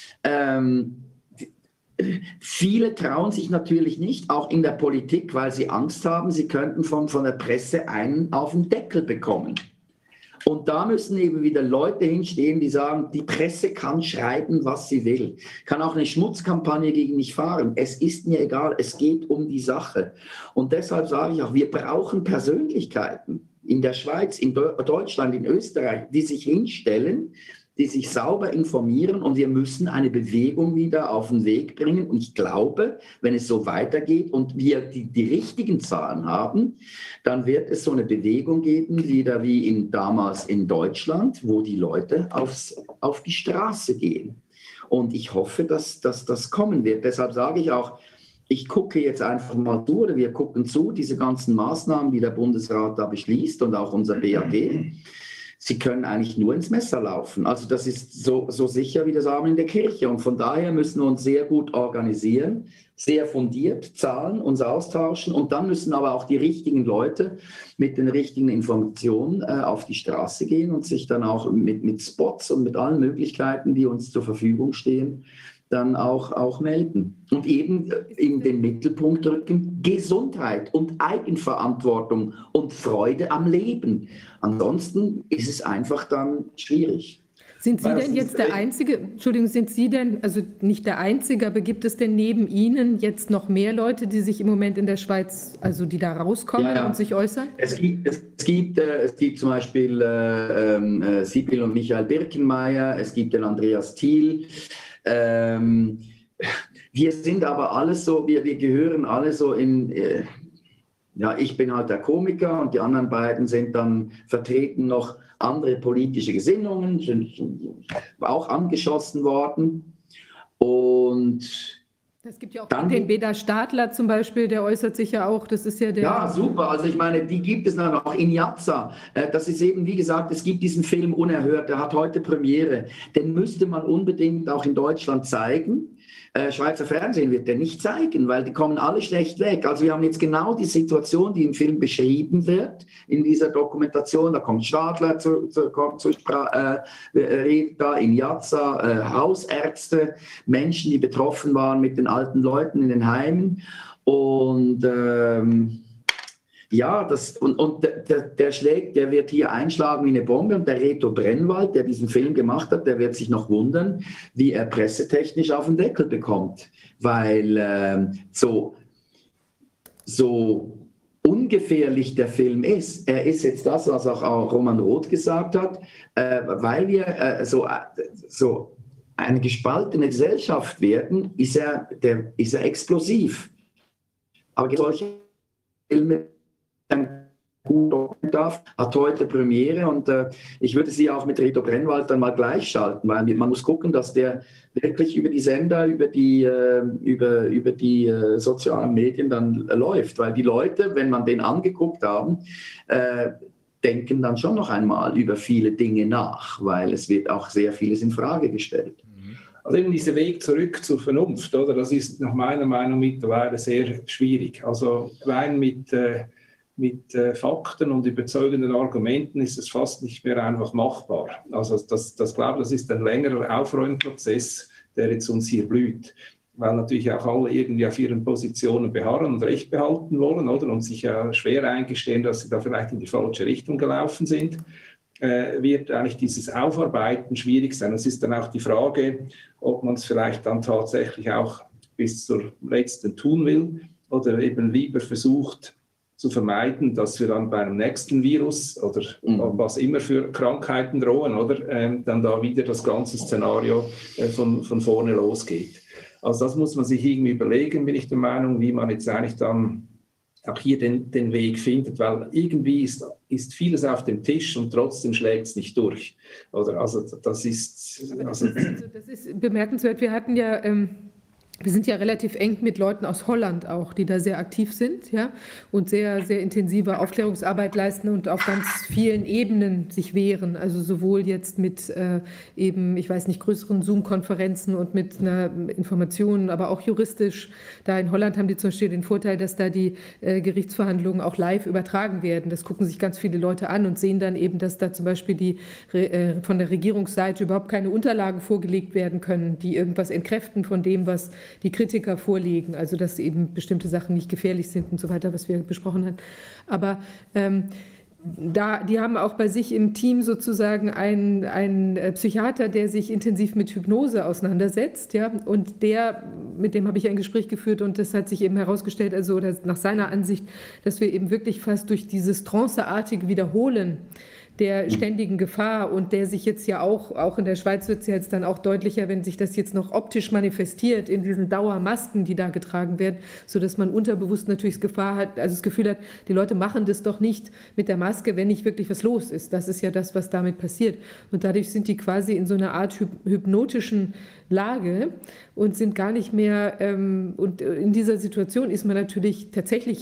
Viele trauen sich natürlich nicht, auch in der Politik, weil sie Angst haben, sie könnten von der Presse einen auf den Deckel bekommen. Und da müssen eben wieder Leute hinstehen, die sagen, die Presse kann schreiben, was sie will. Kann auch eine Schmutzkampagne gegen mich fahren. Es ist mir egal, es geht um die Sache. Und deshalb sage ich auch, wir brauchen Persönlichkeiten in der Schweiz, in Deutschland, in Österreich, die sich hinstellen, die sich sauber informieren und wir müssen eine Bewegung wieder auf den Weg bringen. Und ich glaube, wenn es so weitergeht und wir die richtigen Zahlen haben, dann wird es so eine Bewegung geben, wieder wie damals in Deutschland, wo die Leute auf die Straße gehen. Und ich hoffe, dass das kommen wird. Deshalb sage ich auch, ich gucke jetzt einfach mal zu, oder wir gucken zu, diese ganzen Maßnahmen, die der Bundesrat da beschließt und auch unser BAG. Sie können eigentlich nur ins Messer laufen. Also das ist so sicher wie das Amen in der Kirche. Und von daher müssen wir uns sehr gut organisieren, sehr fundiert zahlen, uns austauschen. Und dann müssen aber auch die richtigen Leute mit den richtigen Informationen auf die Straße gehen und sich dann auch mit Spots und mit allen Möglichkeiten, die uns zur Verfügung stehen, dann auch melden. Und eben in den Mittelpunkt rücken Gesundheit und Eigenverantwortung und Freude am Leben. Ansonsten ist es einfach dann schwierig. Sind Sie denn jetzt der Einzige, Entschuldigung, sind Sie denn, also nicht der Einzige, aber gibt es denn neben Ihnen jetzt noch mehr Leute, die sich im Moment in der Schweiz, also die da rauskommen und sich äußern? Es gibt zum Beispiel Sibyl und Michael Birkenmeier, es gibt den Andreas Thiel. Wir sind aber alles so, wir gehören alle so in... ich bin halt der Komiker und die anderen beiden sind dann vertreten noch andere politische Gesinnungen, sind auch angeschossen worden. Und es gibt ja auch den Beda Stadler zum Beispiel, der äußert sich ja auch, das ist ja der... Ja, super, also ich meine, die gibt es dann auch. Ignazza, das ist eben, wie gesagt, es gibt diesen Film Unerhört, der hat heute Premiere. Den müsste man unbedingt auch in Deutschland zeigen. Schweizer Fernsehen wird der nicht zeigen, weil die kommen alle schlecht weg. Also wir haben jetzt genau die Situation, die im Film beschrieben wird, in dieser Dokumentation. Da kommt Stadler redet da, Ignazza, Hausärzte, Menschen, die betroffen waren mit den alten Leuten in den Heimen. Und der schlägt, der wird hier einschlagen wie eine Bombe, und der Reto Brennwald, der diesen Film gemacht hat, der wird sich noch wundern, wie er pressetechnisch auf den Deckel bekommt, weil so ungefährlich der Film ist. Er ist jetzt das, was auch Roman Roth gesagt hat, weil wir so eine gespaltene Gesellschaft werden, ist er explosiv. Aber solche Filme gut darf, hat heute Premiere, und ich würde sie auch mit Reto Brennwald dann mal gleichschalten, weil man muss gucken, dass der wirklich über die Sender, über die sozialen Medien dann läuft, weil die Leute, wenn man den angeguckt haben, denken dann schon noch einmal über viele Dinge nach, weil es wird auch sehr vieles in Frage gestellt. Also eben dieser Weg zurück zur Vernunft, oder? Das ist nach meiner Meinung mittlerweile sehr schwierig. Also rein mit Fakten und überzeugenden Argumenten ist es fast nicht mehr einfach machbar. Also das ist ein längerer Aufräumprozess, der jetzt uns hier blüht, weil natürlich auch alle irgendwie auf ihren Positionen beharren und Recht behalten wollen, oder? Und sich ja schwer eingestehen, dass sie da vielleicht in die falsche Richtung gelaufen sind, wird eigentlich dieses Aufarbeiten schwierig sein. Es ist dann auch die Frage, ob man es vielleicht dann tatsächlich auch bis zur letzten tun will oder eben lieber versucht zu vermeiden, dass wir dann bei einem nächsten Virus oder was immer für Krankheiten drohen, oder dann da wieder das ganze Szenario von vorne losgeht. Also das muss man sich irgendwie überlegen, bin ich der Meinung, wie man jetzt eigentlich dann auch hier den Weg findet, weil irgendwie ist vieles auf dem Tisch und trotzdem schlägt es nicht durch. Oder? Also das ist bemerkenswert. Wir sind ja relativ eng mit Leuten aus Holland auch, die da sehr aktiv sind, ja, und sehr, sehr intensive Aufklärungsarbeit leisten und auf ganz vielen Ebenen sich wehren. Also sowohl jetzt mit eben, ich weiß nicht, größeren Zoom-Konferenzen und mit einer Information, aber auch juristisch. Da in Holland haben die zum Beispiel den Vorteil, dass da die Gerichtsverhandlungen auch live übertragen werden. Das gucken sich ganz viele Leute an und sehen dann eben, dass da zum Beispiel von der Regierungsseite überhaupt keine Unterlagen vorgelegt werden können, die irgendwas entkräften von dem, was die Kritiker vorlegen, also dass eben bestimmte Sachen nicht gefährlich sind und so weiter, was wir besprochen haben. Aber die haben auch bei sich im Team sozusagen einen Psychiater, der sich intensiv mit Hypnose auseinandersetzt, ja, und mit dem habe ich ein Gespräch geführt, und das hat sich eben herausgestellt, also nach seiner Ansicht, dass wir eben wirklich fast durch dieses tranceartige Wiederholen der ständigen Gefahr, und der sich jetzt ja auch in der Schweiz wird es jetzt dann auch deutlicher, wenn sich das jetzt noch optisch manifestiert in diesen Dauermasken, die da getragen werden, sodass man unterbewusst natürlich das Gefühl hat, die Leute machen das doch nicht mit der Maske, wenn nicht wirklich was los ist. Das ist ja das, was damit passiert. Und dadurch sind die quasi in so einer Art hypnotischen Lage und sind gar nicht mehr, und in dieser Situation ist man natürlich tatsächlich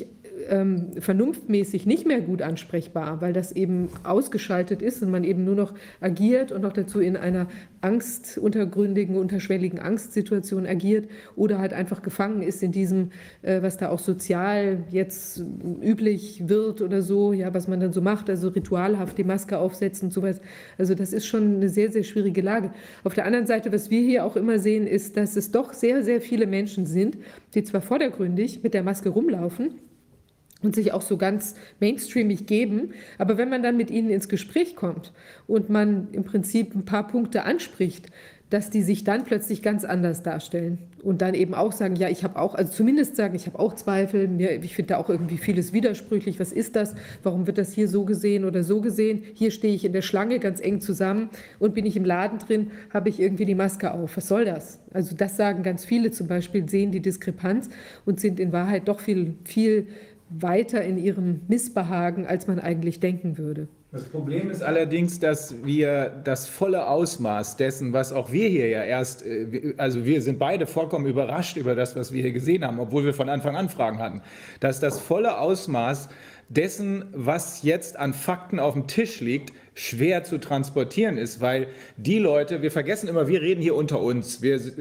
vernunftmäßig nicht mehr gut ansprechbar, weil das eben ausgeschaltet ist und man eben nur noch agiert und noch dazu in einer untergründigen, unterschwelligen Angstsituation agiert oder halt einfach gefangen ist in diesem, was da auch sozial jetzt üblich wird oder so, ja, was man dann so macht, also ritualhaft die Maske aufsetzen und sowas. Also das ist schon eine sehr, sehr schwierige Lage. Auf der anderen Seite, was wir hier auch immer sehen, ist, dass es doch sehr, sehr viele Menschen sind, die zwar vordergründig mit der Maske rumlaufen und sich auch so ganz mainstreamig geben, aber wenn man dann mit ihnen ins Gespräch kommt und man im Prinzip ein paar Punkte anspricht, dass die sich dann plötzlich ganz anders darstellen und dann eben auch sagen, ja, ich habe auch, also zumindest sagen, ich habe auch Zweifel, ich finde da auch irgendwie vieles widersprüchlich, was ist das, warum wird das hier so gesehen oder so gesehen, hier stehe ich in der Schlange ganz eng zusammen und bin ich im Laden drin, habe ich irgendwie die Maske auf, was soll das? Also das sagen ganz viele zum Beispiel, sehen die Diskrepanz und sind in Wahrheit doch viel weiter in ihrem Missbehagen, als man eigentlich denken würde. Das Problem ist allerdings, dass wir das volle Ausmaß dessen, was auch wir hier ja erst, also wir sind beide vollkommen überrascht über das, was wir hier gesehen haben, obwohl wir von Anfang an Fragen hatten, dass das volle Ausmaß dessen, was jetzt an Fakten auf dem Tisch liegt, schwer zu transportieren ist, weil die Leute, wir vergessen immer, wir reden hier unter uns,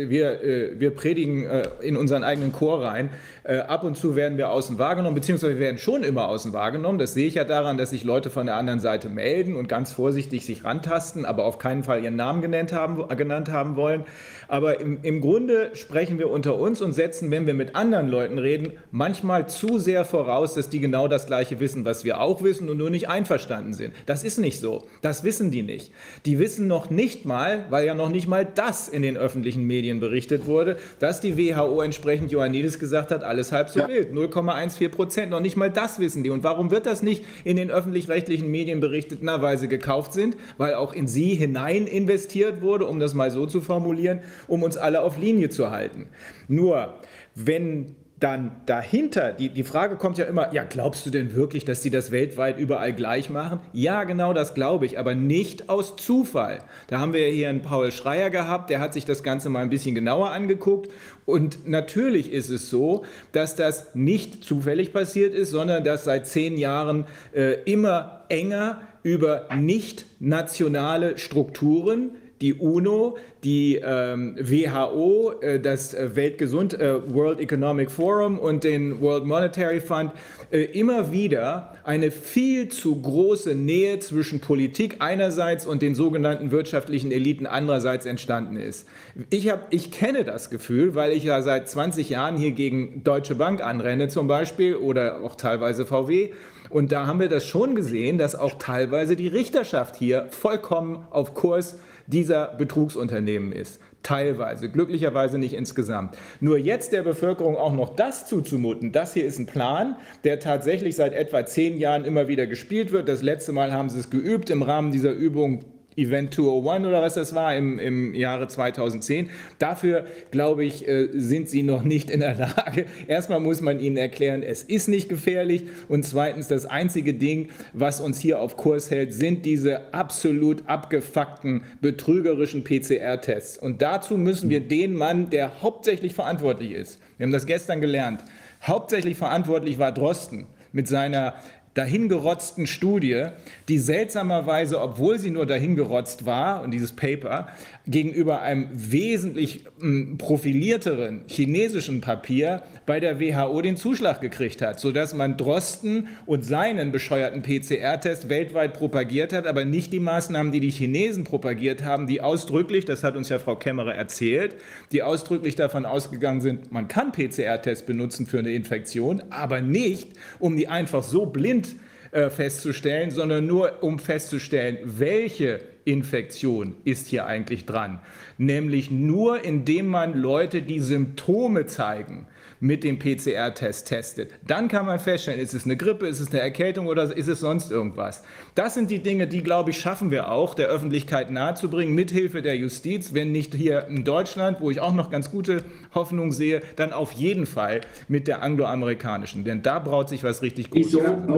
wir predigen in unseren eigenen Chor rein, ab und zu werden wir außen wahrgenommen, beziehungsweise wir werden schon immer außen wahrgenommen, das sehe ich ja daran, dass sich Leute von der anderen Seite melden und ganz vorsichtig sich rantasten, aber auf keinen Fall ihren Namen genannt haben wollen, aber im Grunde sprechen wir unter uns und setzen, wenn wir mit anderen Leuten reden, manchmal zu sehr voraus, dass die genau das Gleiche wissen, was wir auch wissen und nur nicht einverstanden sind. Das ist nicht so. Das wissen die nicht. Die wissen noch nicht mal, weil ja noch nicht mal das in den öffentlichen Medien berichtet wurde, dass die WHO entsprechend Ioannidis gesagt hat, alles halb so wild, 0,14%. Noch nicht mal das wissen die. Und warum wird das nicht in den öffentlich-rechtlichen Medien berichtet? Na, weil sie gekauft sind, weil auch in sie hinein investiert wurde, um das mal so zu formulieren, um uns alle auf Linie zu halten. Nur, wenn dann dahinter, die Frage kommt ja immer, ja, glaubst du denn wirklich, dass die das weltweit überall gleich machen? Ja, genau das glaube ich, aber nicht aus Zufall. Da haben wir hier einen Paul Schreier gehabt, der hat sich das Ganze mal ein bisschen genauer angeguckt. Und natürlich ist es so, dass das nicht zufällig passiert ist, sondern dass seit 10 Jahren immer enger über nicht nationale Strukturen, die UNO, die WHO, das World Economic Forum und den World Monetary Fund immer wieder eine viel zu große Nähe zwischen Politik einerseits und den sogenannten wirtschaftlichen Eliten andererseits entstanden ist. Ich kenne das Gefühl, weil ich ja seit 20 Jahren hier gegen Deutsche Bank anrenne zum Beispiel oder auch teilweise VW. Und da haben wir das schon gesehen, dass auch teilweise die Richterschaft hier vollkommen auf Kurs dieser Betrugsunternehmen ist. Teilweise, glücklicherweise nicht insgesamt. Nur jetzt der Bevölkerung auch noch das zuzumuten, das hier ist ein Plan, der tatsächlich seit etwa 10 Jahren immer wieder gespielt wird. Das letzte Mal haben sie es geübt im Rahmen dieser Übung Event 201 oder was das war im Jahre 2010. Dafür, glaube ich, sind sie noch nicht in der Lage. Erstmal muss man ihnen erklären, es ist nicht gefährlich. Und zweitens, das einzige Ding, was uns hier auf Kurs hält, sind diese absolut abgefuckten, betrügerischen PCR-Tests. Und dazu müssen wir den Mann, der hauptsächlich verantwortlich ist, wir haben das gestern gelernt, hauptsächlich verantwortlich war Drosten mit seiner dahingerotzten Studie, die seltsamerweise, obwohl sie nur dahingerotzt war, und dieses Paper, gegenüber einem wesentlich profilierteren chinesischen Papier bei der WHO den Zuschlag gekriegt hat, sodass man Drosten und seinen bescheuerten PCR-Test weltweit propagiert hat, aber nicht die Maßnahmen, die die Chinesen propagiert haben, die ausdrücklich, das hat uns ja Frau Kemmerer erzählt, die ausdrücklich davon ausgegangen sind, man kann PCR-Tests benutzen für eine Infektion, aber nicht, um die einfach so blind festzustellen, sondern nur um festzustellen, welche Infektion ist hier eigentlich dran. Nämlich nur, indem man Leute, die Symptome zeigen, mit dem PCR-Test testet. Dann kann man feststellen, ist es eine Grippe, ist es eine Erkältung oder ist es sonst irgendwas. Das sind die Dinge, die, glaube ich, schaffen wir auch, der Öffentlichkeit nahezubringen, mithilfe der Justiz, wenn nicht hier in Deutschland, wo ich auch noch ganz gute Hoffnung sehe, dann auf jeden Fall mit der angloamerikanischen. Denn da braut sich was richtig Gutes.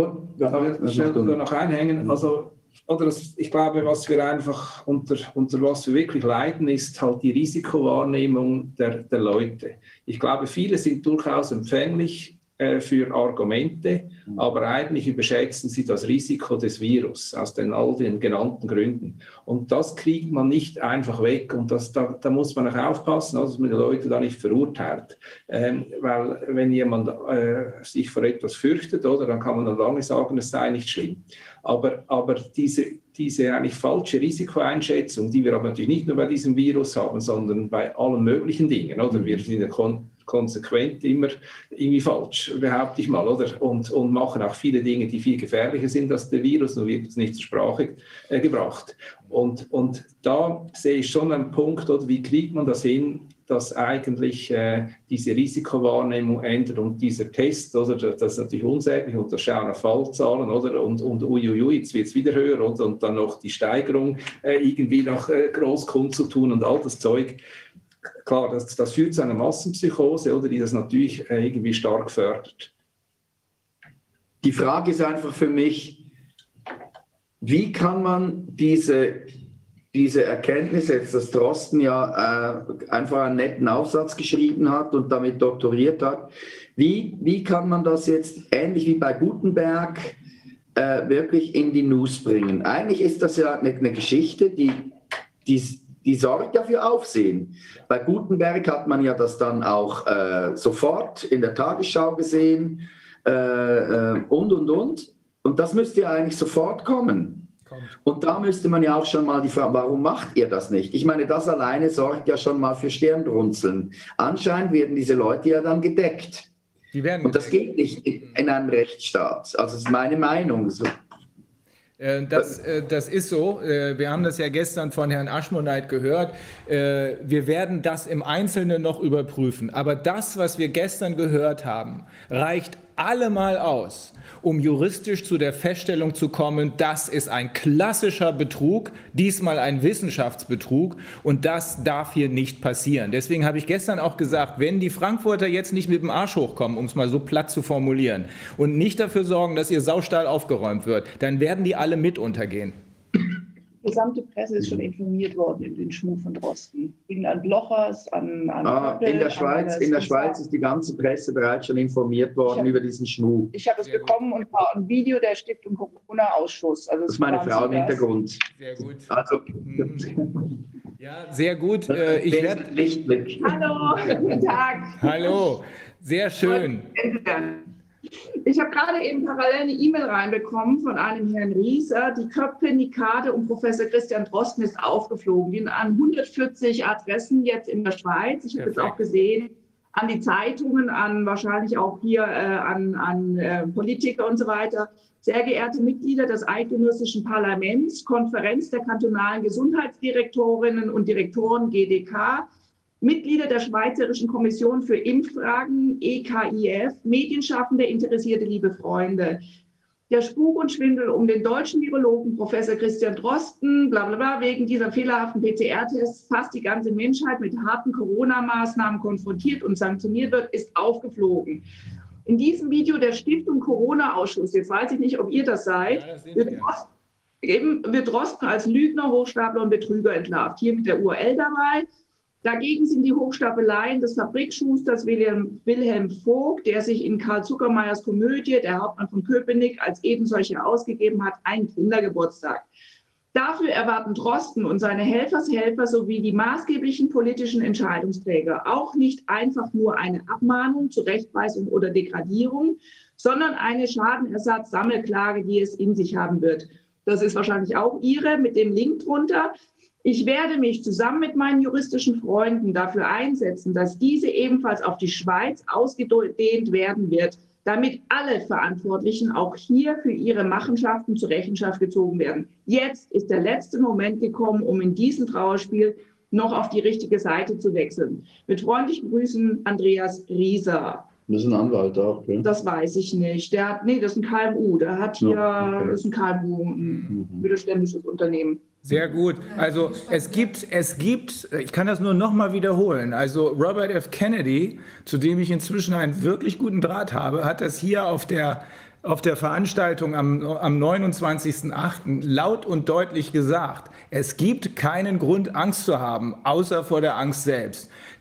Ich will noch einhängen, also oder ich glaube, was wir einfach unter was wir wirklich leiden, ist halt die Risikowahrnehmung der Leute. Ich glaube, viele sind durchaus empfänglich für Argumente aber eigentlich überschätzen sie das Risiko des Virus aus all den genannten Gründen. Und das kriegt man nicht einfach weg und da muss man auch aufpassen, dass man die Leute da nicht verurteilt. Weil wenn jemand sich vor etwas fürchtet, oder, dann kann man dann lange sagen, es sei nicht schlimm. Aber diese eigentlich falsche Risikoeinschätzung, die wir aber natürlich nicht nur bei diesem Virus haben, sondern bei allen möglichen Dingen, oder? Wir sind ja konsequent immer irgendwie falsch, behaupte ich mal, oder? Und machen auch viele Dinge, die viel gefährlicher sind als der Virus, nur wird es nicht zur Sprache gebracht. Und da sehe ich schon einen Punkt, oder? Wie kriegt man das hin, dass eigentlich diese Risikowahrnehmung ändert und dieser Test, oder, das ist natürlich unsäglich und das schauen auf Fallzahlen, oder, und uiuiui, jetzt wird es wieder höher, oder, und dann noch die Steigerung irgendwie noch groß kundzutun und all das Zeug. Klar, das führt zu einer Massenpsychose, oder, die das natürlich irgendwie stark fördert. Die Frage ist einfach für mich, wie kann man diese Erkenntnis, jetzt, dass Drosten ja einfach einen netten Aufsatz geschrieben hat und damit doktoriert hat, wie kann man das jetzt ähnlich wie bei Gutenberg wirklich in die News bringen? Eigentlich ist das ja eine Geschichte, die sorgt ja für Aufsehen. Bei Gutenberg hat man ja das dann auch sofort in der Tagesschau gesehen und. Und das müsste ja eigentlich sofort kommen. Und da müsste man ja auch schon mal die Frage, warum macht ihr das nicht? Ich meine, das alleine sorgt ja schon mal für Stirnrunzeln. Anscheinend werden diese Leute ja dann gedeckt. Und das geht nicht in einem Rechtsstaat. Also das ist meine Meinung. Das ist so. Wir haben das ja gestern von Herrn Aschmoneit gehört. Wir werden das im Einzelnen noch überprüfen. Aber das, was wir gestern gehört haben, reicht allemal aus, um juristisch zu der Feststellung zu kommen, das ist ein klassischer Betrug, diesmal ein Wissenschaftsbetrug und das darf hier nicht passieren. Deswegen habe ich gestern auch gesagt, wenn die Frankfurter jetzt nicht mit dem Arsch hochkommen, um es mal so platt zu formulieren, und nicht dafür sorgen, dass ihr Saustall aufgeräumt wird, dann werden die alle mit untergehen. Die gesamte Presse ist schon informiert worden in den Schmuh von Drosten. An Blochers, an Köppel, in der Schweiz ist die ganze Presse bereits schon informiert worden über diesen Schmuh. Ich habe es bekommen und war ein Video der Stiftung Corona-Ausschuss. Also das ist meine Frau im Hintergrund. Sehr gut. Also, ja, sehr gut. Ich werde Lichtblick. Hallo, guten Tag. Hallo, sehr schön. Ich habe gerade eben parallel eine E-Mail reinbekommen von einem Herrn Rieser. Die Köpfe-Nikade um Professor Christian Drosten ist aufgeflogen. Die sind an 140 Adressen jetzt in der Schweiz. Ich habe es auch gesehen, an die Zeitungen, an wahrscheinlich auch hier an Politiker und so weiter. Sehr geehrte Mitglieder des Eidgenössischen Parlaments, Konferenz der kantonalen Gesundheitsdirektorinnen und Direktoren GDK, Mitglieder der Schweizerischen Kommission für Impffragen, EKIF, Medienschaffende, Interessierte, liebe Freunde. Der Spuk und Schwindel um den deutschen Virologen Professor Christian Drosten, bla bla bla, wegen dieser fehlerhaften PCR-Tests fast die ganze Menschheit mit harten Corona-Maßnahmen konfrontiert und sanktioniert wird, ist aufgeflogen. In diesem Video der Stiftung Corona-Ausschuss, jetzt weiß ich nicht, ob ihr das seid, wird Drosten als Lügner, Hochstapler und Betrüger entlarvt. Hier mit der URL dabei. Dagegen sind die Hochstapeleien des Fabrikschusters Wilhelm Vogt, der sich in Karl Zuckermeyers Komödie, der Hauptmann von Köpenick, als ebensolcher ausgegeben hat, einen Kindergeburtstag. Dafür erwarten Drosten und seine Helfershelfer sowie die maßgeblichen politischen Entscheidungsträger auch nicht einfach nur eine Abmahnung, Zurechtweisung oder Degradierung, sondern eine Schadenersatz-Sammelklage, die es in sich haben wird. Das ist wahrscheinlich auch Ihre mit dem Link drunter. Ich werde mich zusammen mit meinen juristischen Freunden dafür einsetzen, dass diese ebenfalls auf die Schweiz ausgedehnt werden wird, damit alle Verantwortlichen auch hier für ihre Machenschaften zur Rechenschaft gezogen werden. Jetzt ist der letzte Moment gekommen, um in diesem Trauerspiel noch auf die richtige Seite zu wechseln. Mit freundlichen Grüßen, Andreas Rieser. Das ist ein Anwalt auch, okay? Das weiß ich nicht. Das ist ein KMU. Der hat hier, das ist ein KMU, ein mittelständisches Unternehmen. Sehr gut. Also es gibt, ich kann das nur noch mal wiederholen, also Robert F. Kennedy, zu dem ich inzwischen einen wirklich guten Draht habe, hat das hier auf der Veranstaltung am 29.08. laut und deutlich gesagt. Es gibt keinen Grund, Angst zu haben, außer vor der Angst selbst.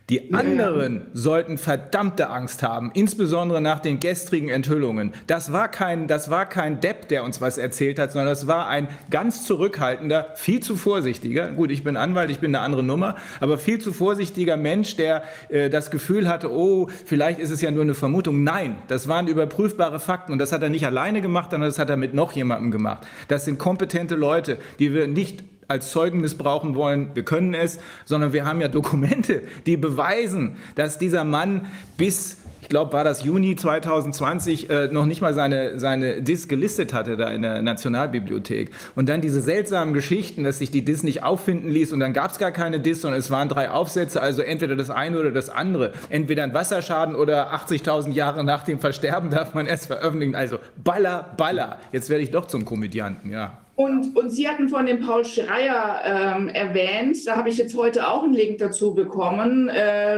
Die anderen sollten verdammte Angst haben, insbesondere nach den gestrigen Enthüllungen. Das war kein Depp, der uns was erzählt hat, sondern das war ein ganz zurückhaltender, viel zu vorsichtiger, gut, ich bin Anwalt, ich bin eine andere Nummer, aber viel zu vorsichtiger Mensch, der das Gefühl hatte, oh, vielleicht ist es ja nur eine Vermutung. Nein, das waren überprüfbare Fakten und das hat er nicht alleine gemacht, sondern das hat er mit noch jemandem gemacht. Das sind kompetente Leute, die wir nicht als Zeugen missbrauchen wollen, wir können es, sondern wir haben ja Dokumente, die beweisen, dass dieser Mann bis, ich glaube, war das Juni 2020, noch nicht mal seine DIS gelistet hatte da in der Nationalbibliothek. Und dann diese seltsamen Geschichten, dass sich die DIS nicht auffinden ließ und dann gab es gar keine DIS, sondern es waren 3 Aufsätze, also entweder das eine oder das andere. Entweder ein Wasserschaden oder 80.000 Jahre nach dem Versterben darf man erst veröffentlichen. Also Baller, Baller. Jetzt werde ich doch zum Komödianten, ja. Und Sie hatten von dem Paul Schreier erwähnt, da habe ich jetzt heute auch einen Link dazu bekommen,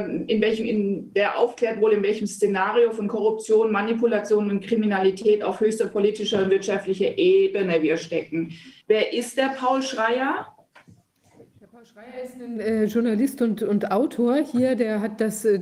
der aufklärt wohl, in welchem Szenario von Korruption, Manipulation und Kriminalität auf höchster politischer und wirtschaftlicher Ebene wir stecken. Wer ist der Paul Schreier? Paul Schreier ist ein Journalist und Autor hier, der hat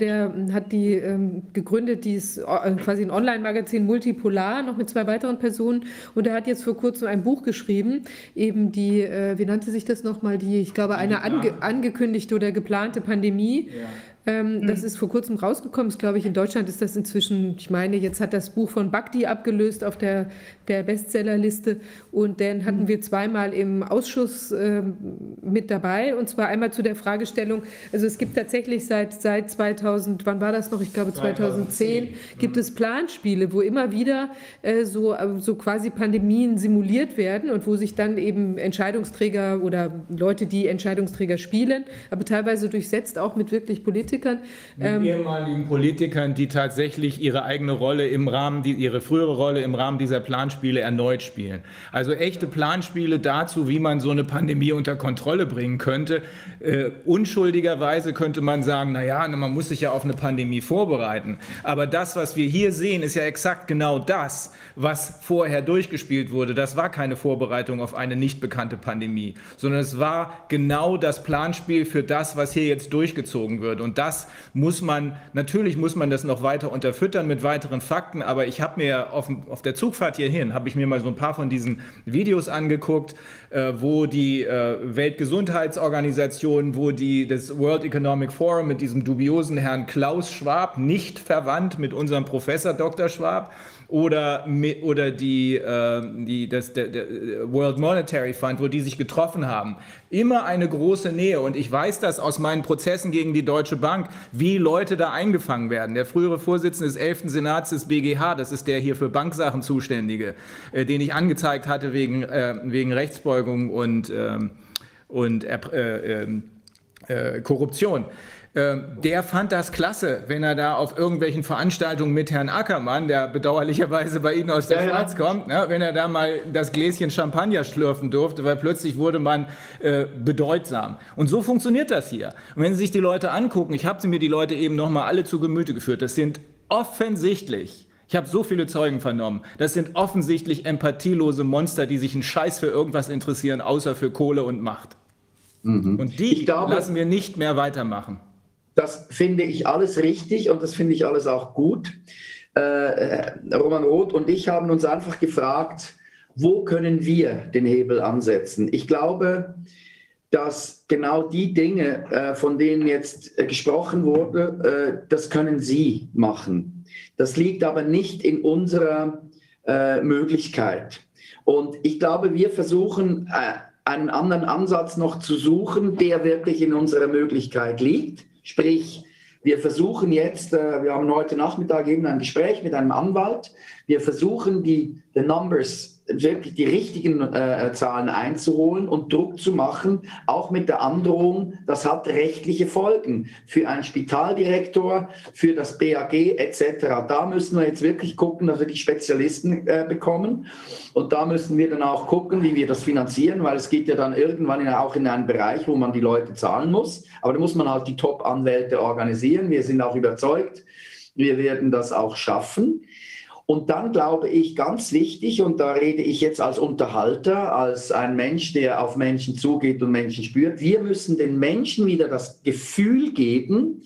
gegründet, quasi ein Online-Magazin Multipolar, noch mit 2 weiteren Personen, und er hat jetzt vor kurzem ein Buch geschrieben, eben die, wie nannte sich das nochmal, ich glaube, eine angekündigte oder geplante Pandemie. Ja. Das ist vor kurzem rausgekommen, glaube ich, in Deutschland ist das inzwischen, ich meine, jetzt hat das Buch von Bakti abgelöst auf der Bestsellerliste, und dann hatten wir 2-mal im Ausschuss mit dabei, und zwar einmal zu der Fragestellung, also es gibt tatsächlich seit 2000, wann war das noch, ich glaube 2010, gibt es Planspiele, wo immer wieder so quasi Pandemien simuliert werden und wo sich dann eben Entscheidungsträger oder Leute, die Entscheidungsträger spielen, aber teilweise durchsetzt auch mit wirklich Politikern. Mit ehemaligen Politikern, die tatsächlich ihre eigene Rolle ihre frühere Rolle im Rahmen dieser Planspiele erneut spielen. Also echte Planspiele dazu, wie man so eine Pandemie unter Kontrolle bringen könnte. Unschuldigerweise könnte man sagen, naja, man muss sich ja auf eine Pandemie vorbereiten. Aber das, was wir hier sehen, ist ja exakt genau das, was vorher durchgespielt wurde. Das war keine Vorbereitung auf eine nicht bekannte Pandemie, sondern es war genau das Planspiel für das, was hier jetzt durchgezogen wird. Und natürlich muss man das noch weiter unterfüttern mit weiteren Fakten, aber ich habe mir auf der Zugfahrt hierhin, habe ich mir mal so ein paar von diesen Videos angeguckt, wo die Weltgesundheitsorganisation, wo das World Economic Forum mit diesem dubiosen Herrn Klaus Schwab, nicht verwandt mit unserem Professor Dr. Schwab, oder der World Monetary Fund, wo die sich getroffen haben. Immer eine große Nähe, und ich weiß das aus meinen Prozessen gegen die Deutsche Bank, wie Leute da eingefangen werden. Der frühere Vorsitzende des 11. Senats des BGH, das ist der hier für Banksachen Zuständige, den ich angezeigt hatte wegen Rechtsbeugung und Korruption. Der fand das klasse, wenn er da auf irgendwelchen Veranstaltungen mit Herrn Ackermann, der bedauerlicherweise bei Ihnen aus der Schweiz kommt, wenn er da mal das Gläschen Champagner schlürfen durfte, weil plötzlich wurde man bedeutsam. Und so funktioniert das hier. Und wenn Sie sich die Leute angucken, ich habe mir die Leute eben nochmal alle zu Gemüte geführt, das sind offensichtlich, ich habe so viele Zeugen vernommen, das sind offensichtlich empathielose Monster, die sich einen Scheiß für irgendwas interessieren, außer für Kohle und Macht. Mhm. Und die lassen wir nicht mehr weitermachen. Das finde ich alles richtig und das finde ich alles auch gut. Roman Roth und ich haben uns einfach gefragt, wo können wir den Hebel ansetzen? Ich glaube, dass genau die Dinge, von denen jetzt gesprochen wurde, das können Sie machen. Das liegt aber nicht in unserer Möglichkeit. Und ich glaube, wir versuchen, einen anderen Ansatz noch zu suchen, der wirklich in unserer Möglichkeit liegt. Sprich, wir versuchen jetzt, wir haben heute Nachmittag eben ein Gespräch mit einem Anwalt, wir versuchen die Numbers, wirklich die richtigen Zahlen einzuholen und Druck zu machen, auch mit der Androhung, das hat rechtliche Folgen für einen Spitaldirektor, für das BAG etc. Da müssen wir jetzt wirklich gucken, dass wir die Spezialisten bekommen, und da müssen wir dann auch gucken, wie wir das finanzieren, weil es geht ja dann irgendwann auch in einen Bereich, wo man die Leute zahlen muss, aber da muss man halt die Top-Anwälte organisieren. Wir sind auch überzeugt, wir werden das auch schaffen. Und dann glaube ich, ganz wichtig, und da rede ich jetzt als Unterhalter, als ein Mensch, der auf Menschen zugeht und Menschen spürt, wir müssen den Menschen wieder das Gefühl geben,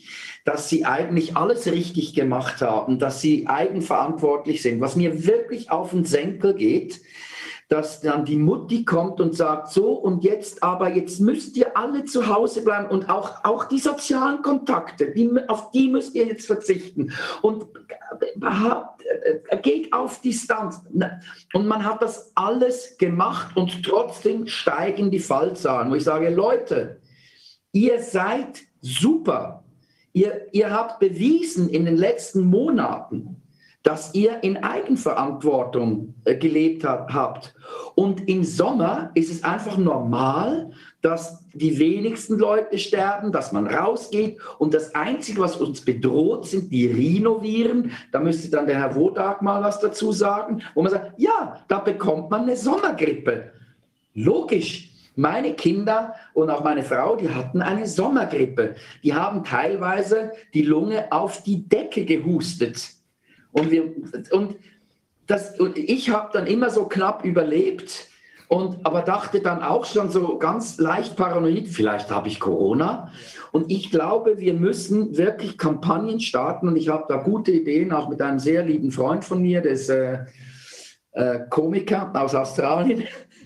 dass sie eigentlich alles richtig gemacht haben, dass sie eigenverantwortlich sind. Was mir wirklich auf den Senkel geht, dass dann die Mutti kommt und sagt, so und jetzt, aber jetzt müsst ihr alle zu Hause bleiben und auch die sozialen Kontakte, auf die müsst ihr jetzt verzichten und geht auf Distanz. Und man hat das alles gemacht und trotzdem steigen die Fallzahlen, wo ich sage, Leute, ihr seid super. Ihr habt bewiesen in den letzten Monaten, dass ihr in Eigenverantwortung gelebt habt. Und im Sommer ist es einfach normal, dass die wenigsten Leute sterben, dass man rausgeht. Und das Einzige, was uns bedroht, sind die Rhinoviren. Da müsste dann der Herr Wodak mal was dazu sagen, wo man sagt, ja, da bekommt man eine Sommergrippe. Logisch. Meine Kinder und auch meine Frau, die hatten eine Sommergrippe. Die haben teilweise die Lunge auf die Decke gehustet. Und ich habe dann immer so knapp überlebt, aber dachte dann auch schon so ganz leicht paranoid, vielleicht habe ich Corona. Und ich glaube, wir müssen wirklich Kampagnen starten. Und ich habe da gute Ideen, auch mit einem sehr lieben Freund von mir, der ist Komiker aus Australien,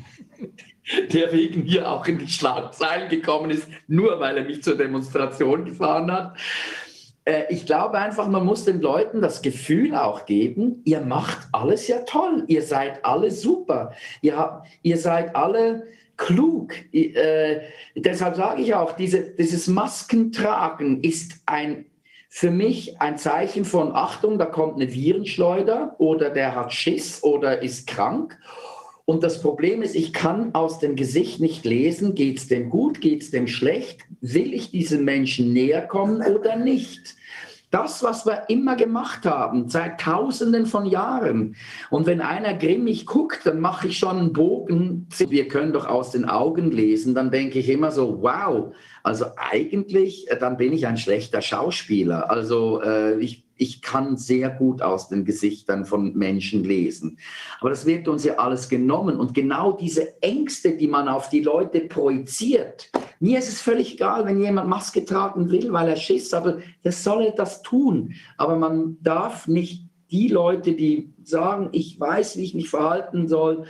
der wegen mir auch in die Schlagzeilen gekommen ist, nur weil er mich zur Demonstration gefahren hat. Ich glaube einfach, man muss den Leuten das Gefühl auch geben, ihr macht alles ja toll, ihr seid alle super, ihr seid alle klug. Deshalb sage ich auch, dieses Maskentragen ist für mich ein Zeichen von Achtung, da kommt eine Virenschleuder oder der hat Schiss oder ist krank. Und das Problem ist, ich kann aus dem Gesicht nicht lesen, geht es dem gut, geht es dem schlecht, will ich diesen Menschen näher kommen oder nicht. Das, was wir immer gemacht haben, seit Tausenden von Jahren. Und wenn einer grimmig guckt, dann mache ich schon einen Bogen. Wir können doch aus den Augen lesen. Dann denke ich immer so, wow, also eigentlich, dann bin ich ein schlechter Schauspieler. Also ich kann sehr gut aus den Gesichtern von Menschen lesen. Aber das wird uns ja alles genommen. Und genau diese Ängste, die man auf die Leute projiziert. Mir ist es völlig egal, wenn jemand Maske tragen will, weil er Schiss hat. Das soll er das tun. Aber man darf nicht die Leute, die sagen, ich weiß, wie ich mich verhalten soll,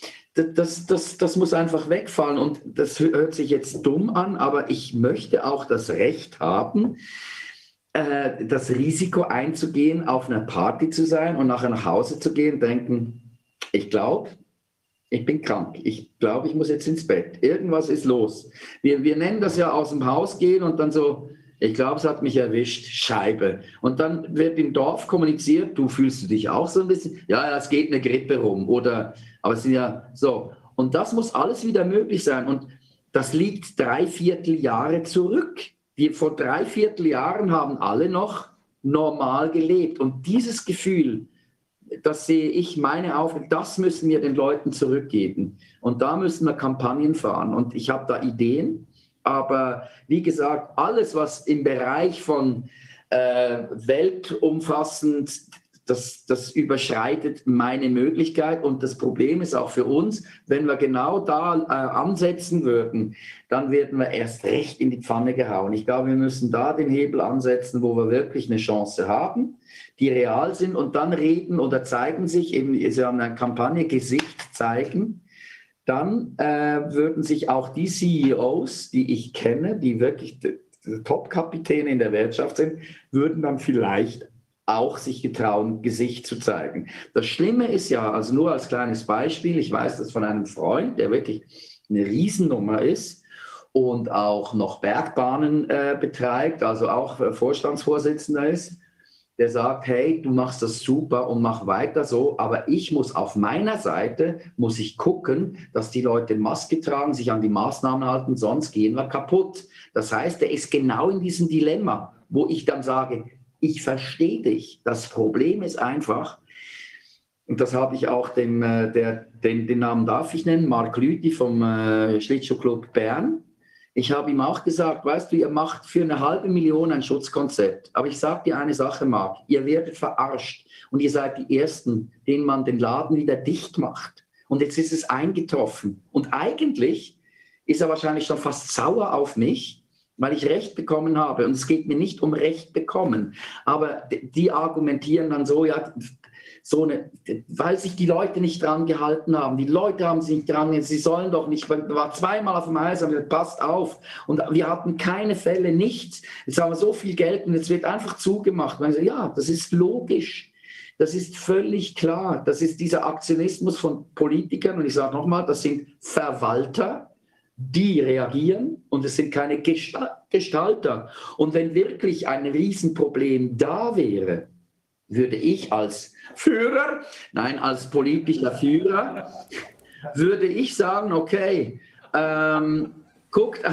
das muss einfach wegfallen. Und das hört sich jetzt dumm an, aber ich möchte auch das Recht haben, das Risiko einzugehen, auf einer Party zu sein und nachher nach Hause zu gehen und denken, ich glaube, ich bin krank. Ich glaube, ich muss jetzt ins Bett. Irgendwas ist los. Wir nennen das ja aus dem Haus gehen und dann so, ich glaube, es hat mich erwischt, Scheibe. Und dann wird im Dorf kommuniziert, fühlst du dich auch so ein bisschen? Ja, es geht eine Grippe rum. Aber es sind ja so. Und das muss alles wieder möglich sein. Und das liegt 3/4 Jahre zurück. Vor 3/4 Jahren haben alle noch normal gelebt. Und dieses Gefühl, das sehe ich, meine Aufgabe, das müssen wir den Leuten zurückgeben. Und da müssen wir Kampagnen fahren. Und ich habe da Ideen. Aber wie gesagt, alles, was im Bereich von weltumfassend, das überschreitet meine Möglichkeit. Und das Problem ist auch für uns, wenn wir genau da ansetzen würden, dann werden wir erst recht in die Pfanne gehauen. Ich glaube, wir müssen da den Hebel ansetzen, wo wir wirklich eine Chance haben, die real sind und dann reden oder zeigen sich, eben, Sie haben eine Kampagne Gesicht zeigen, dann würden sich auch die CEOs, die ich kenne, die wirklich Top-Kapitäne in der Wirtschaft sind, würden dann vielleicht auch sich getrauen, Gesicht zu zeigen. Das Schlimme ist ja, also nur als kleines Beispiel, ich weiß das von einem Freund, der wirklich eine Riesennummer ist und auch noch Bergbahnen betreibt, also auch Vorstandsvorsitzender ist, der sagt, hey, du machst das super und mach weiter so, aber ich muss auf meiner Seite, muss ich gucken, dass die Leute Maske tragen, sich an die Maßnahmen halten, sonst gehen wir kaputt. Das heißt, er ist genau in diesem Dilemma, wo ich dann sage, ich verstehe dich. Das Problem ist einfach, und das habe ich auch den Namen darf ich nennen, Marc Lüthi vom Schlittschuhclub Bern. Ich habe ihm auch gesagt, weißt du, ihr macht für 500.000 ein Schutzkonzept. Aber ich sage dir eine Sache, Marc, ihr werdet verarscht. Und ihr seid die Ersten, denen man den Laden wieder dicht macht. Und jetzt ist es eingetroffen. Und eigentlich ist er wahrscheinlich schon fast sauer auf mich, weil ich Recht bekommen habe. Und es geht mir nicht um Recht bekommen. Aber die argumentieren dann so, ja, weil sich die Leute nicht dran gehalten haben. Die Leute haben sich nicht dran gehalten, sie sollen doch nicht. Ich war zweimal auf dem Eis, haben gesagt, passt auf. Und wir hatten keine Fälle, nichts. Jetzt haben wir so viel Geld und jetzt wird einfach zugemacht. Und ich sage, ja, das ist logisch. Das ist völlig klar. Das ist dieser Aktionismus von Politikern. Und ich sage nochmal, das sind Verwalter, die reagieren, und es sind keine Gestalter. Und wenn wirklich ein Riesenproblem da wäre, würde ich als Führer, nein, als politischer Führer, würde ich sagen, okay, guckt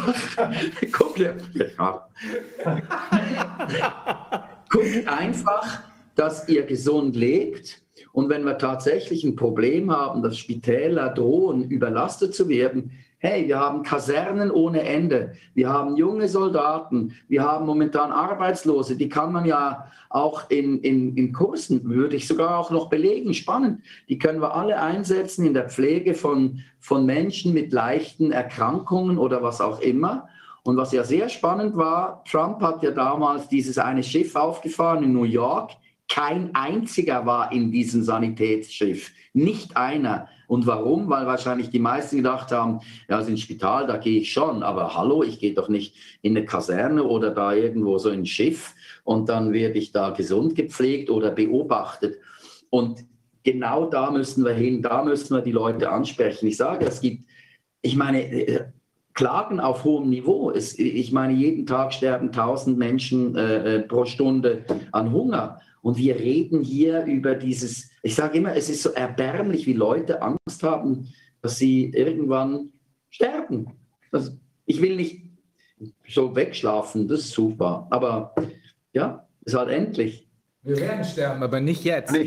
einfach, dass ihr gesund lebt. Und wenn wir tatsächlich ein Problem haben, dass Spitäler drohen, überlastet zu werden, hey, wir haben Kasernen ohne Ende, wir haben junge Soldaten, wir haben momentan Arbeitslose, die kann man ja auch in Kursen, würde ich sogar auch noch belegen, spannend, die können wir alle einsetzen in der Pflege von Menschen mit leichten Erkrankungen oder was auch immer. Und was ja sehr spannend war, Trump hat ja damals dieses eine Schiff aufgefahren in New York, kein einziger war in diesem Sanitätsschiff, nicht einer. Und warum? Weil wahrscheinlich die meisten gedacht haben, ja, also ins Spital, da gehe ich schon, aber hallo, ich gehe doch nicht in eine Kaserne oder da irgendwo so ein Schiff und dann werde ich da gesund gepflegt oder beobachtet. Und genau da müssen wir hin, da müssen wir die Leute ansprechen. Ich sage, ich meine, Klagen auf hohem Niveau. Ich meine, jeden Tag sterben 1000 Menschen pro Stunde an Hunger. Und wir reden hier über dieses, ich sage immer, es ist so erbärmlich, wie Leute Angst haben, dass sie irgendwann sterben. Also, ich will nicht so wegschlafen, das ist super. Aber ja, es ist halt endlich. Wir werden sterben, aber nicht jetzt.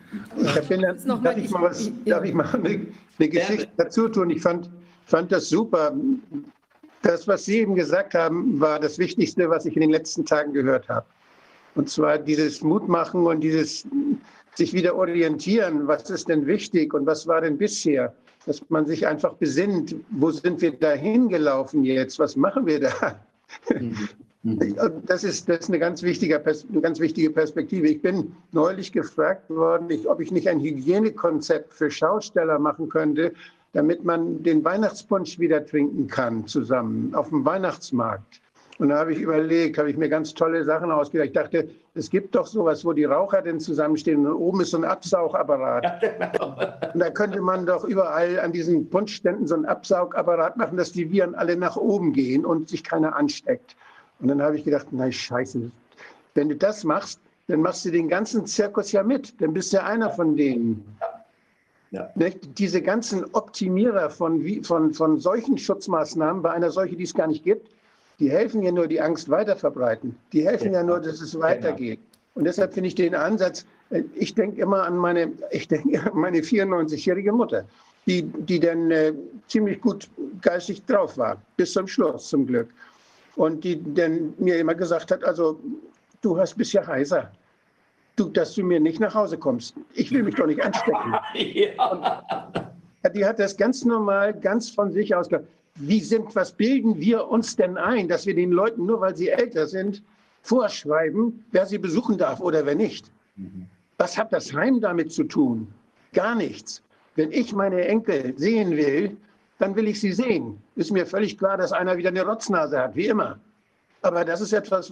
Darf ich mal eine Geschichte dazu tun? Ich fand das super. Das, was Sie eben gesagt haben, war das Wichtigste, was ich in den letzten Tagen gehört habe. Und zwar dieses Mutmachen und dieses sich wieder orientieren, was ist denn wichtig und was war denn bisher? Dass man sich einfach besinnt, wo sind wir da hingelaufen jetzt, was machen wir da? Das ist eine ganz wichtige Perspektive. Ich bin neulich gefragt worden, ob ich nicht ein Hygienekonzept für Schausteller machen könnte, damit man den Weihnachtspunsch wieder trinken kann zusammen auf dem Weihnachtsmarkt. Und da habe ich mir ganz tolle Sachen ausgedacht. Ich dachte, es gibt doch sowas, wo die Raucher denn zusammenstehen und oben ist so ein Absaugapparat. Und da könnte man doch überall an diesen Punschständen so einen Absaugapparat machen, dass die Viren alle nach oben gehen und sich keiner ansteckt. Und dann habe ich gedacht, na scheiße, wenn du das machst, dann machst du den ganzen Zirkus ja mit. Dann bist du ja einer von denen. Ja. Diese ganzen Optimierer von solchen Schutzmaßnahmen bei einer Seuche, die es gar nicht gibt, die helfen ja nur, die Angst weiter verbreiten. Die helfen ja nur, dass es weitergeht. Und deshalb finde ich den Ansatz, ich denke immer an meine 94-jährige Mutter, die dann ziemlich gut geistig drauf war, bis zum Schluss zum Glück. Und die dann mir immer gesagt hat, also du bist ja heiser. Dass du mir nicht nach Hause kommst. Ich will mich doch nicht anstecken. Ja. Die hat das ganz normal, ganz von sich aus gesagt. Was bilden wir uns denn ein, dass wir den Leuten, nur weil sie älter sind, vorschreiben, wer sie besuchen darf oder wer nicht? Was hat das Heim damit zu tun? Gar nichts. Wenn ich meine Enkel sehen will, dann will ich sie sehen. Ist mir völlig klar, dass einer wieder eine Rotznase hat, wie immer. Aber das ist etwas,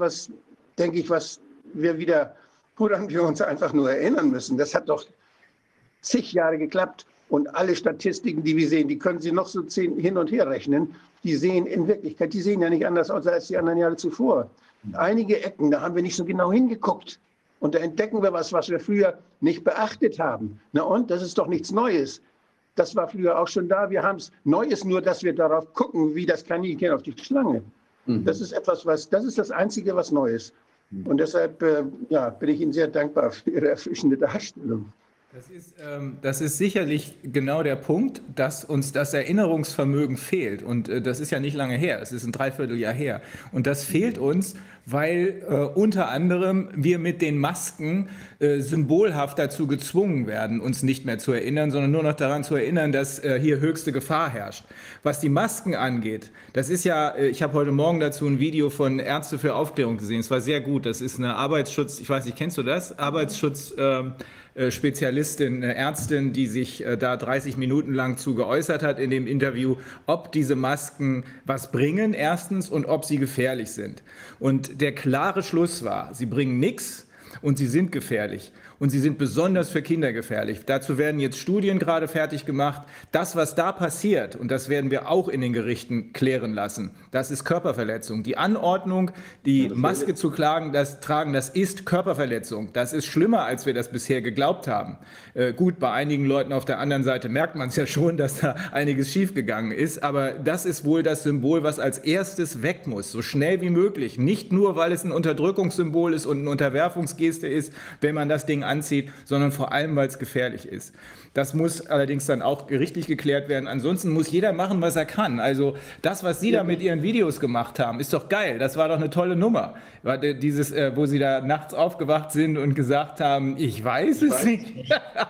woran wir uns einfach nur erinnern müssen. Das hat doch zig Jahre geklappt. Und alle Statistiken, die wir sehen, die können Sie noch so hin und her rechnen. Die sehen in Wirklichkeit, die sehen ja nicht anders aus als die anderen Jahre zuvor. Einige Ecken, da haben wir nicht so genau hingeguckt. Und da entdecken wir was wir früher nicht beachtet haben. Na und, das ist doch nichts Neues. Das war früher auch schon da. Wir haben es. Neu ist nur, dass wir darauf gucken, wie das Kaninchen auf die Schlange. Das ist das ist das Einzige, was neu ist. Und deshalb bin ich Ihnen sehr dankbar für Ihre erfrischende Darstellung. Das ist sicherlich genau der Punkt, dass uns das Erinnerungsvermögen fehlt. Und das ist ja nicht lange her, es ist ein Dreivierteljahr her. Und das fehlt uns, weil unter anderem wir mit den Masken symbolhaft dazu gezwungen werden, uns nicht mehr zu erinnern, sondern nur noch daran zu erinnern, dass hier höchste Gefahr herrscht. Was die Masken angeht, das ist ja, ich habe heute Morgen dazu ein Video von Ärzte für Aufklärung gesehen, es war sehr gut, das ist eine Arbeitsschutz, ich weiß nicht, kennst du das? Arbeitsschutz Spezialistin, eine Ärztin, die sich da 30 Minuten lang zu geäußert hat in dem Interview, ob diese Masken was bringen, erstens, und ob sie gefährlich sind. Und der klare Schluss war, sie bringen nichts und sie sind gefährlich. Und sie sind besonders für Kinder gefährlich. Dazu werden jetzt Studien gerade fertig gemacht. Das, was da passiert, und das werden wir auch in den Gerichten klären lassen, das ist Körperverletzung. Die Anordnung, die Maske zu tragen, das ist Körperverletzung. Das ist schlimmer, als wir das bisher geglaubt haben. Gut, bei einigen Leuten auf der anderen Seite merkt man es ja schon, dass da einiges schiefgegangen ist. Aber das ist wohl das Symbol, was als erstes weg muss, so schnell wie möglich. Nicht nur, weil es ein Unterdrückungssymbol ist und eine Unterwerfungsgeste ist, wenn man das Ding anzieht, sondern vor allem, weil es gefährlich ist. Das muss allerdings dann auch gerichtlich geklärt werden. Ansonsten muss jeder machen, was er kann. Also das, was Sie da mit Ihren Videos gemacht haben, ist doch geil. Das war doch eine tolle Nummer. Dieses, wo Sie da nachts aufgewacht sind und gesagt haben, ich weiß es nicht.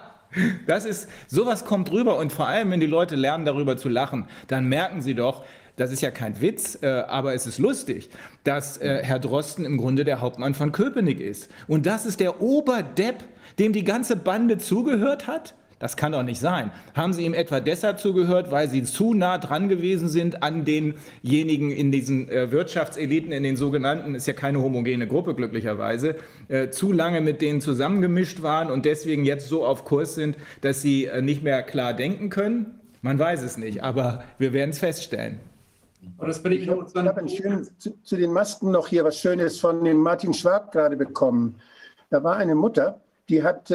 Das ist, sowas kommt rüber, und vor allem, wenn die Leute lernen, darüber zu lachen, dann merken sie doch, das ist ja kein Witz, aber es ist lustig, dass Herr Drosten im Grunde der Hauptmann von Köpenick ist. Und das ist der Oberdepp, dem die ganze Bande zugehört hat? Das kann doch nicht sein. Haben Sie ihm etwa deshalb zugehört, weil Sie zu nah dran gewesen sind an denjenigen in diesen Wirtschaftseliten, in den sogenannten, ist ja keine homogene Gruppe glücklicherweise, zu lange mit denen zusammengemischt waren und deswegen jetzt so auf Kurs sind, dass Sie nicht mehr klar denken können? Man weiß es nicht, aber wir werden es feststellen. Ich habe zu den Masken noch hier was Schönes von dem Martin Schwab gerade bekommen. Da war eine Mutter, die hat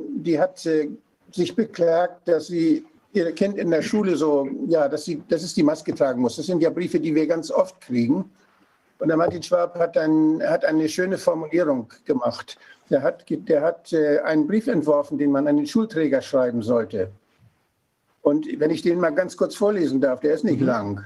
sich beklagt, dass sie ihr Kind in der Schule dass es die Maske tragen muss. Das sind ja Briefe, die wir ganz oft kriegen. Und der Martin Schwab hat eine schöne Formulierung gemacht. Der hat einen Brief entworfen, den man an den Schulträger schreiben sollte. Und wenn ich den mal ganz kurz vorlesen darf, der ist nicht lang.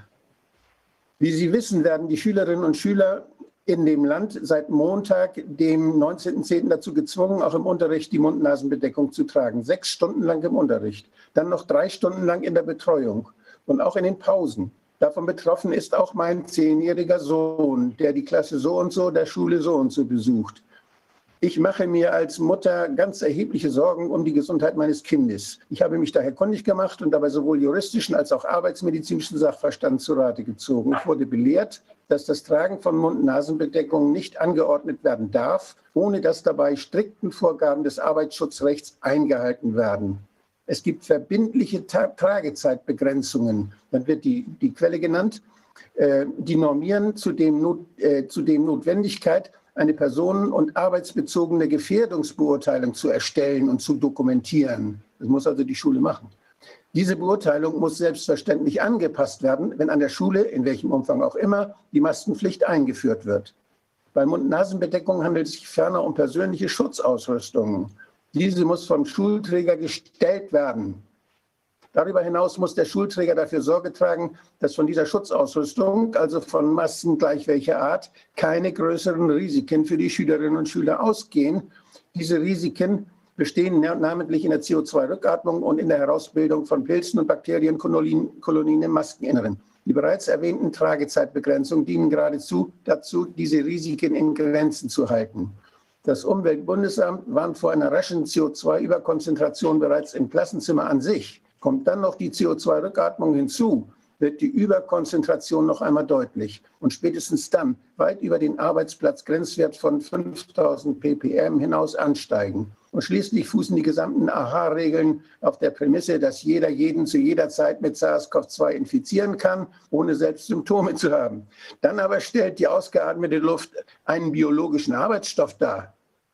Wie Sie wissen, werden die Schülerinnen und Schüler in dem Land seit Montag, dem 19.10. dazu gezwungen, auch im Unterricht die Mund-Nasen-Bedeckung zu tragen. 6 Stunden lang im Unterricht, dann noch 3 Stunden lang in der Betreuung und auch in den Pausen. Davon betroffen ist auch mein 10-jähriger Sohn, der die Klasse so und so der Schule so und so besucht. Ich mache mir als Mutter ganz erhebliche Sorgen um die Gesundheit meines Kindes. Ich habe mich daher kundig gemacht und dabei sowohl juristischen als auch arbeitsmedizinischen Sachverstand zu Rate gezogen. Ich wurde belehrt, dass das Tragen von Mund-Nasen-Bedeckungen nicht angeordnet werden darf, ohne dass dabei strikten Vorgaben des Arbeitsschutzrechts eingehalten werden. Es gibt verbindliche Tragezeitbegrenzungen. Dann wird die Quelle genannt. Die normieren zudem Notwendigkeit, eine personen- und arbeitsbezogene Gefährdungsbeurteilung zu erstellen und zu dokumentieren. Das muss also die Schule machen. Diese Beurteilung muss selbstverständlich angepasst werden, wenn an der Schule, in welchem Umfang auch immer, die Maskenpflicht eingeführt wird. Bei Mund-Nasen-Bedeckung handelt es sich ferner um persönliche Schutzausrüstung. Diese muss vom Schulträger gestellt werden. Darüber hinaus muss der Schulträger dafür Sorge tragen, dass von dieser Schutzausrüstung, also von Masken gleich welcher Art, keine größeren Risiken für die Schülerinnen und Schüler ausgehen. Diese Risiken bestehen namentlich in der CO2-Rückatmung und in der Herausbildung von Pilzen und Bakterienkolonien im Maskeninneren. Die bereits erwähnten Tragezeitbegrenzungen dienen geradezu dazu, diese Risiken in Grenzen zu halten. Das Umweltbundesamt warnt vor einer raschen CO2-Überkonzentration bereits im Klassenzimmer an sich. Kommt dann noch die CO2-Rückatmung hinzu, wird die Überkonzentration noch einmal deutlich und spätestens dann weit über den Arbeitsplatzgrenzwert von 5000 ppm hinaus ansteigen. Und schließlich fußen die gesamten AHA-Regeln auf der Prämisse, dass jeder jeden zu jeder Zeit mit SARS-CoV-2 infizieren kann, ohne selbst Symptome zu haben. Dann aber stellt die ausgeatmete Luft einen biologischen Arbeitsstoff dar.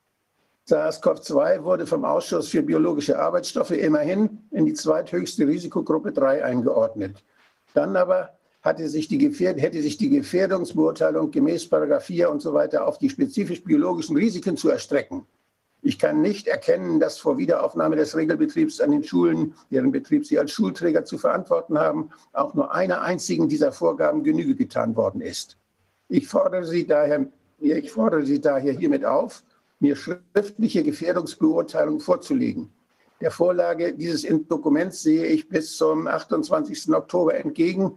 SARS-CoV-2 wurde vom Ausschuss für biologische Arbeitsstoffe immerhin in die zweithöchste Risikogruppe 3 eingeordnet. Dann aber hätte sich die Gefährdungsbeurteilung gemäß § 4 und so weiter auf die spezifisch biologischen Risiken zu erstrecken. Ich kann nicht erkennen, dass vor Wiederaufnahme des Regelbetriebs an den Schulen, deren Betrieb Sie als Schulträger zu verantworten haben, auch nur einer einzigen dieser Vorgaben Genüge getan worden ist. Ich fordere Sie daher Ich fordere Sie daher hiermit auf, mir schriftliche Gefährdungsbeurteilung vorzulegen. Der Vorlage dieses Dokuments sehe ich bis zum 28. Oktober entgegen.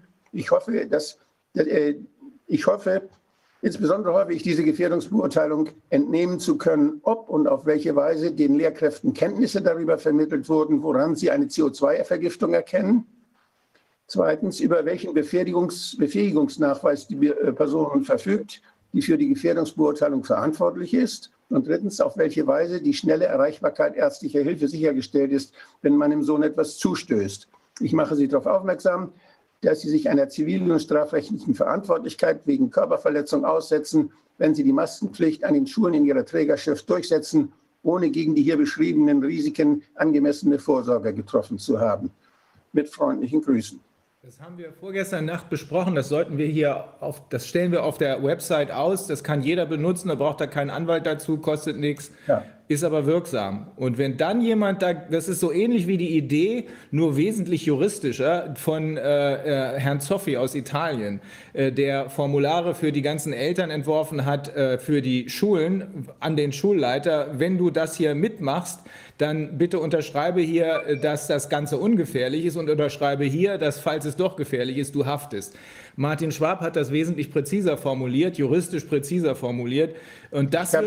Insbesondere hoffe ich, diese Gefährdungsbeurteilung entnehmen zu können, ob und auf welche Weise den Lehrkräften Kenntnisse darüber vermittelt wurden, woran sie eine CO2-Vergiftung erkennen. Zweitens, über welchen Befähigungsnachweis die Person verfügt, die für die Gefährdungsbeurteilung verantwortlich ist. Und drittens, auf welche Weise die schnelle Erreichbarkeit ärztlicher Hilfe sichergestellt ist, wenn man so etwas zustößt. Ich mache Sie darauf aufmerksam, dass Sie sich einer zivilen und strafrechtlichen Verantwortlichkeit wegen Körperverletzung aussetzen, wenn Sie die Maskenpflicht an den Schulen in ihrer Trägerschaft durchsetzen, ohne gegen die hier beschriebenen Risiken angemessene Vorsorge getroffen zu haben. Mit freundlichen Grüßen. Das haben wir vorgestern Nacht besprochen. Das sollten wir hier das stellen wir auf der Website aus. Das kann jeder benutzen. Da braucht er keinen Anwalt dazu, kostet nichts. Ja. Ist aber wirksam. Und wenn dann jemand das ist so ähnlich wie die Idee, nur wesentlich juristischer von Herrn Zoffi aus Italien, der Formulare für die ganzen Eltern entworfen hat, für die Schulen, an den Schulleiter. Wenn du das hier mitmachst, dann bitte unterschreibe hier, dass das Ganze ungefährlich ist und unterschreibe hier, dass, falls es doch gefährlich ist, du haftest. Martin Schwab hat das wesentlich präziser formuliert, juristisch präziser formuliert. Und das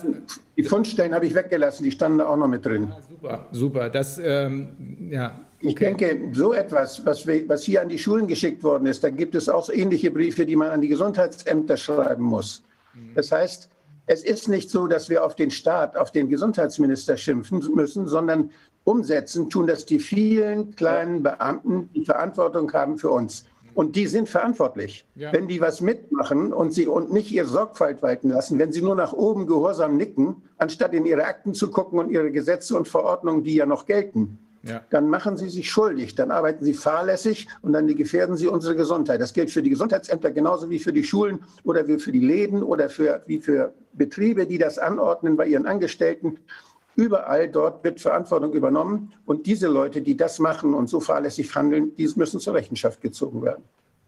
die Fundstellen habe ich weggelassen, die standen da auch noch mit drin. Ja, super. Das, ja, okay. Ich denke, so etwas, was hier an die Schulen geschickt worden ist, da gibt es auch so ähnliche Briefe, die man an die Gesundheitsämter schreiben muss. Das heißt, es ist nicht so, dass wir auf den Staat, auf den Gesundheitsminister schimpfen müssen, sondern umsetzen tun das die vielen kleinen Beamten, die Verantwortung haben für uns. Und die sind verantwortlich. Ja. Wenn die was mitmachen und nicht ihre Sorgfalt walten lassen, wenn sie nur nach oben gehorsam nicken, anstatt in ihre Akten zu gucken und ihre Gesetze und Verordnungen, die ja noch gelten, dann machen sie sich schuldig, dann arbeiten sie fahrlässig und dann gefährden sie unsere Gesundheit. Das gilt für die Gesundheitsämter genauso wie für die Schulen oder wie für die Läden oder wie für Betriebe, die das anordnen bei ihren Angestellten. Überall dort wird Verantwortung übernommen und diese Leute, die das machen und so fahrlässig handeln, die müssen zur Rechenschaft gezogen werden.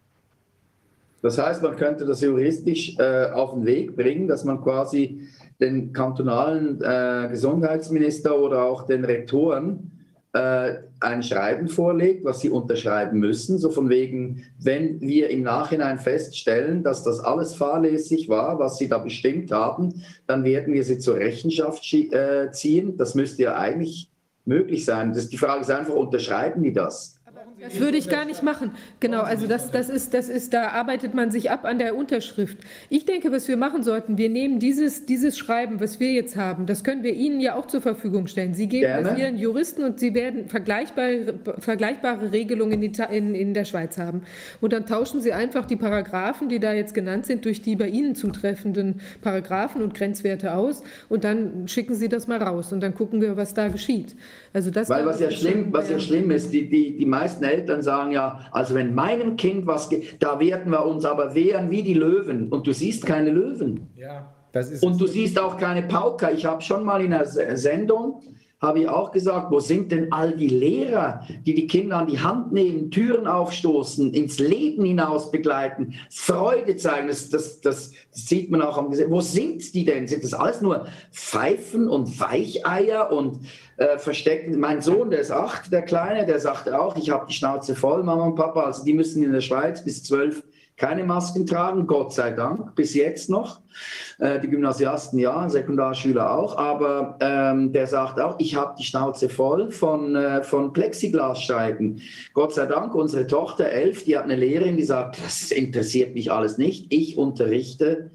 Das heißt, man könnte das juristisch auf den Weg bringen, dass man quasi den kantonalen Gesundheitsminister oder auch den Rektoren ein Schreiben vorlegt, was sie unterschreiben müssen, so von wegen, wenn wir im Nachhinein feststellen, dass das alles fahrlässig war, was sie da bestimmt haben, dann werden wir sie zur Rechenschaft ziehen. Das müsste ja eigentlich möglich sein. Die Frage ist einfach, unterschreiben die das? Das würde ich gar nicht machen. Genau, also da arbeitet man sich ab an der Unterschrift. Ich denke, was wir machen sollten, wir nehmen dieses Schreiben, was wir jetzt haben, das können wir Ihnen ja auch zur Verfügung stellen. Sie geben es Ihren Juristen und Sie werden vergleichbare Regelungen in der Schweiz haben. Und dann tauschen Sie einfach die Paragraphen, die da jetzt genannt sind, durch die bei Ihnen zutreffenden Paragraphen und Grenzwerte aus und dann schicken Sie das mal raus und dann gucken wir, was da geschieht. Also das Weil was ja schlimm ist, die meisten Eltern sagen ja, also wenn meinem Kind was geht, da werden wir uns aber wehren wie die Löwen. Und du siehst keine Löwen. Ja, das ist und du siehst auch keine Pauker. Ich habe schon mal in einer Sendung, habe ich auch gesagt, wo sind denn all die Lehrer, die die Kinder an die Hand nehmen, Türen aufstoßen, ins Leben hinaus begleiten, Freude zeigen, das sieht man auch am Gesicht. Wo sind die denn? Sind das alles nur Pfeifen und Weicheier und verstecken? Mein Sohn, der ist 8, der Kleine, der sagt auch, ich habe die Schnauze voll, Mama und Papa, also die müssen in der Schweiz bis 12 keine Masken tragen, Gott sei Dank, bis jetzt noch. Die Gymnasiasten ja, Sekundarschüler auch, aber der sagt auch, ich habe die Schnauze voll von Plexiglasscheiben. Gott sei Dank, unsere Tochter 11, die hat eine Lehrerin, die sagt, das interessiert mich alles nicht, ich unterrichte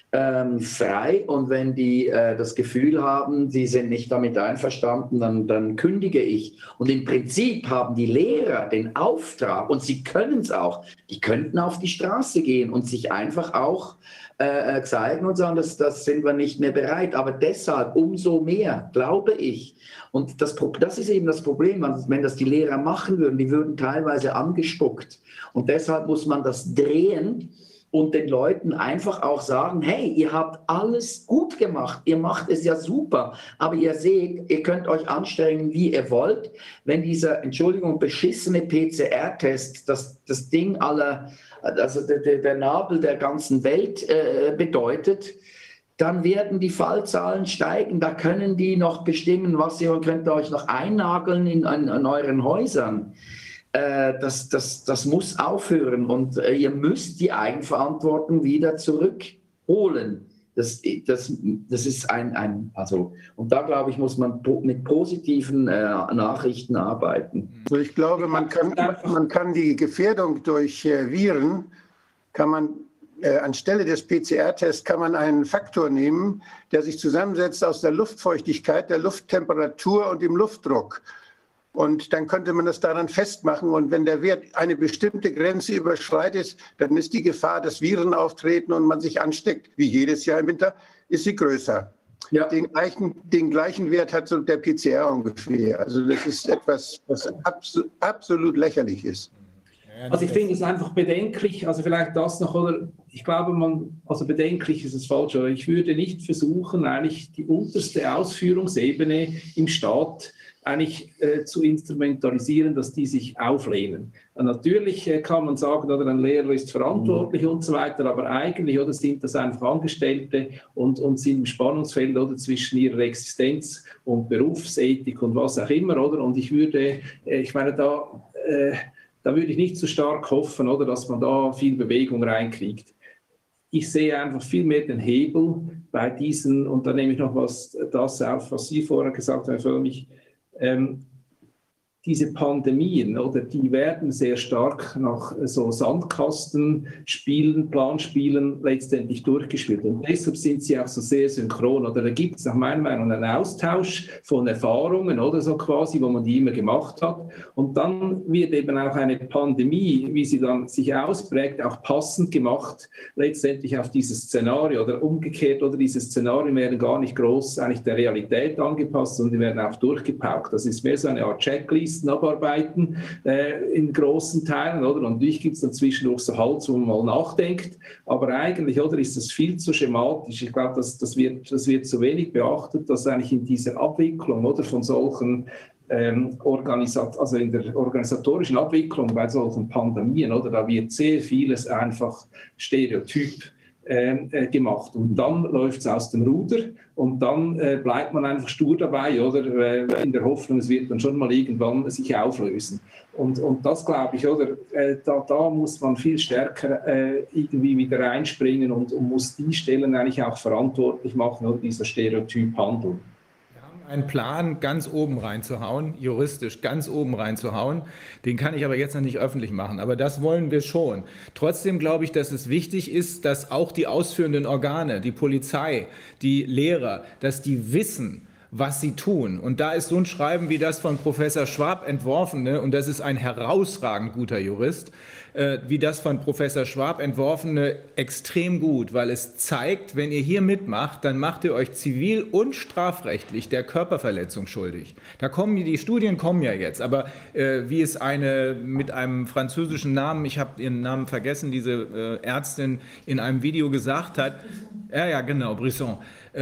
frei und wenn die das Gefühl haben, sie sind nicht damit einverstanden, dann kündige ich. Und im Prinzip haben die Lehrer den Auftrag und sie können es auch, die könnten auf die Straße gehen und sich einfach auch zeigen und sagen, das sind wir nicht mehr bereit. Aber deshalb umso mehr, glaube ich. Und das ist eben das Problem, wenn das die Lehrer machen würden, die würden teilweise angespuckt. Und deshalb muss man das drehen und den Leuten einfach auch sagen, hey, ihr habt alles gut gemacht, ihr macht es ja super, aber ihr seht, ihr könnt euch anstrengen, wie ihr wollt. Wenn dieser, Entschuldigung, beschissene PCR-Test, das Ding aller, also der Nabel der ganzen Welt bedeutet, dann werden die Fallzahlen steigen. Da können die noch bestimmen, was ihr könnt euch noch einnageln in euren Häusern. Das muss aufhören und ihr müsst die Eigenverantwortung wieder zurückholen. Das ist also, und da glaube ich, muss man mit positiven Nachrichten arbeiten. Also ich glaube, man kann die Gefährdung durch Viren, anstelle des PCR-Tests kann man einen Faktor nehmen, der sich zusammensetzt aus der Luftfeuchtigkeit, der Lufttemperatur und dem Luftdruck. Und dann könnte man das daran festmachen. Und wenn der Wert eine bestimmte Grenze überschreitet, dann ist die Gefahr, dass Viren auftreten und man sich ansteckt, wie jedes Jahr im Winter, ist sie größer. Ja. Den gleichen Wert hat so der PCR ungefähr. Also das ist etwas, was absolut lächerlich ist. Also ich finde es einfach bedenklich, also vielleicht das noch, oder ich glaube, also bedenklich ist es falsch, aber ich würde nicht versuchen, eigentlich die unterste Ausführungsebene im Staat eigentlich zu instrumentalisieren, dass die sich auflehnen. Und natürlich kann man sagen, oder ein Lehrer ist verantwortlich und so weiter, aber eigentlich oder sind das einfach Angestellte und sind im Spannungsfeld oder zwischen ihrer Existenz und Berufsethik und was auch immer, oder? Und ich meine, da würde ich nicht so stark hoffen, oder, dass man da viel Bewegung reinkriegt. Ich sehe einfach viel mehr den Hebel bei diesen, und da nehme ich noch das auf, was Sie vorher gesagt haben, für mich, diese Pandemien, oder, die werden sehr stark nach so Sandkastenspielen, Planspielen letztendlich durchgespielt. Und deshalb sind sie auch so sehr synchron. Oder da gibt es nach meiner Meinung einen Austausch von Erfahrungen, oder so quasi, wo man die immer gemacht hat. Und dann wird eben auch eine Pandemie, wie sie dann sich ausprägt, auch passend gemacht, letztendlich auf dieses Szenario oder umgekehrt, oder diese Szenarien werden gar nicht groß eigentlich der Realität angepasst, sondern die werden auch durchgepaukt. Das ist mehr so eine Art Checklist, abarbeiten in großen Teilen, oder? Und natürlich gibt es dann zwischendurch so Halt, wo man mal nachdenkt, aber eigentlich, oder, ist das viel zu schematisch. Ich glaube, das wird zu wenig beachtet, dass eigentlich in dieser Abwicklung, oder, von solchen also in der organisatorischen Abwicklung bei solchen Pandemien, oder, da wird sehr vieles einfach stereotyp gemacht. Und dann läuft es aus dem Ruder und dann bleibt man einfach stur dabei, oder, in der Hoffnung, es wird dann schon mal irgendwann sich auflösen. Und das glaube ich, oder, da muss man viel stärker irgendwie wieder reinspringen und muss die Stellen eigentlich auch verantwortlich machen, oder, dieser Stereotyp Handel. Einen Plan ganz oben reinzuhauen, juristisch ganz oben reinzuhauen. Den kann ich aber jetzt noch nicht öffentlich machen, aber das wollen wir schon. Trotzdem glaube ich, dass es wichtig ist, dass auch die ausführenden Organe, die Polizei, die Lehrer, dass die wissen, was sie tun. Und da ist so ein Schreiben wie das von Professor Schwab entworfene, und das ist ein herausragend guter Jurist, wie das von Professor Schwab entworfene extrem gut, weil es zeigt, wenn ihr hier mitmacht, dann macht ihr euch zivil- und strafrechtlich der Körperverletzung schuldig. Die Studien kommen ja jetzt, aber wie es eine mit einem französischen Namen, ich habe ihren Namen vergessen, diese Ärztin in einem Video gesagt hat, ja genau, Brisson,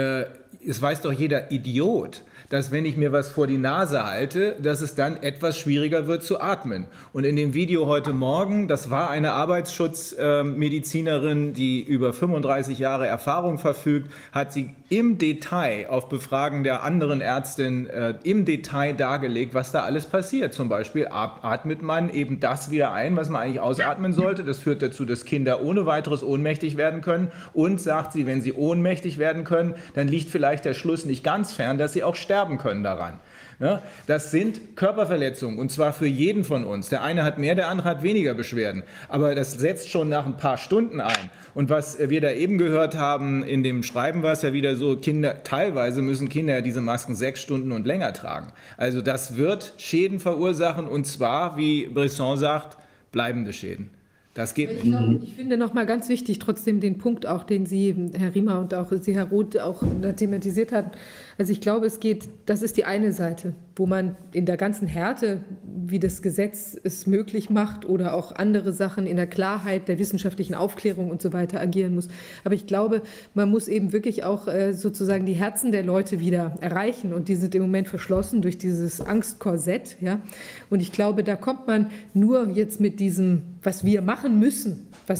es weiß doch jeder Idiot, dass wenn ich mir was vor die Nase halte, dass es dann etwas schwieriger wird zu atmen. Und in dem Video heute Morgen, das war eine Arbeitsschutzmedizinerin, die über 35 Jahre Erfahrung verfügt, hat sie im Detail auf Befragen der anderen Ärztin im Detail dargelegt, was da alles passiert. Zum Beispiel atmet man eben das wieder ein, was man eigentlich ausatmen sollte. Das führt dazu, dass Kinder ohne weiteres ohnmächtig werden können. Und sagt sie, wenn sie ohnmächtig werden können, dann liegt vielleicht der Schluss nicht ganz fern, dass sie auch sterben können daran. Ja, das sind Körperverletzungen, und zwar für jeden von uns. Der eine hat mehr, der andere hat weniger Beschwerden. Aber das setzt schon nach ein paar Stunden ein. Und was wir da eben gehört haben, in dem Schreiben war es ja wieder so, teilweise müssen Kinder ja diese Masken 6 Stunden und länger tragen. Also das wird Schäden verursachen, und zwar, wie Brisson sagt, bleibende Schäden. Das geht nicht. Ich finde nochmal ganz wichtig, trotzdem den Punkt auch, den Sie, Herr Riemer, und auch Sie, Herr Roth, auch thematisiert haben. Also ich glaube, das ist die eine Seite, wo man in der ganzen Härte, wie das Gesetz es möglich macht, oder auch andere Sachen in der Klarheit der wissenschaftlichen Aufklärung und so weiter agieren muss. Aber ich glaube, man muss eben wirklich auch sozusagen die Herzen der Leute wieder erreichen, und die sind im Moment verschlossen durch dieses Angstkorsett. Ja? Und ich glaube, da kommt man nur jetzt mit diesem, was wir machen müssen, was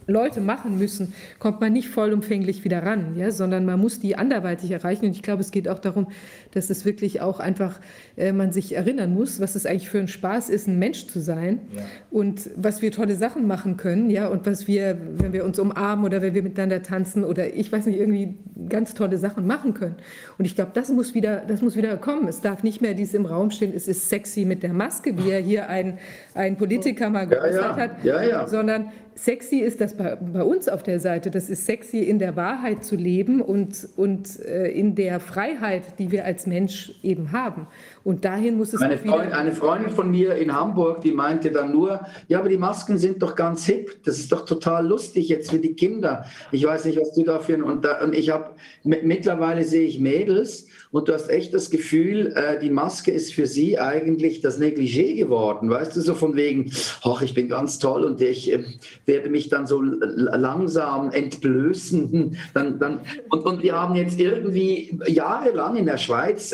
Leute machen müssen, kommt man nicht vollumfänglich wieder ran, ja, sondern man muss die anderweitig erreichen. Und ich glaube, es geht auch darum, dass es wirklich auch einfach man sich erinnern muss, was es eigentlich für ein Spaß ist, ein Mensch zu sein und was wir tolle Sachen machen können, ja, und was wir, wenn wir uns umarmen oder wenn wir miteinander tanzen oder ich weiß nicht, irgendwie ganz tolle Sachen machen können. Und ich glaube, das muss wieder kommen. Es darf nicht mehr dieses im Raum stehen, es ist sexy mit der Maske, wie ja hier ein Politiker mal geäußert hat, sondern sexy ist das bei uns auf der Seite. Das ist sexy, in der Wahrheit zu leben und in der Freiheit, die wir als Mensch eben haben. Und dahin muss es eine Freundin von mir in Hamburg, die meinte dann nur, ja, aber die Masken sind doch ganz hip. Das ist doch total lustig jetzt für die Kinder. Ich weiß nicht, was du dafür... Und ich habe... Mittlerweile sehe ich Mädels und du hast echt das Gefühl, die Maske ist für sie eigentlich das Negligé geworden. Weißt du, so von wegen, ach, ich bin ganz toll und ich werde mich dann so langsam entblößen. Und wir haben jetzt irgendwie jahrelang in der Schweiz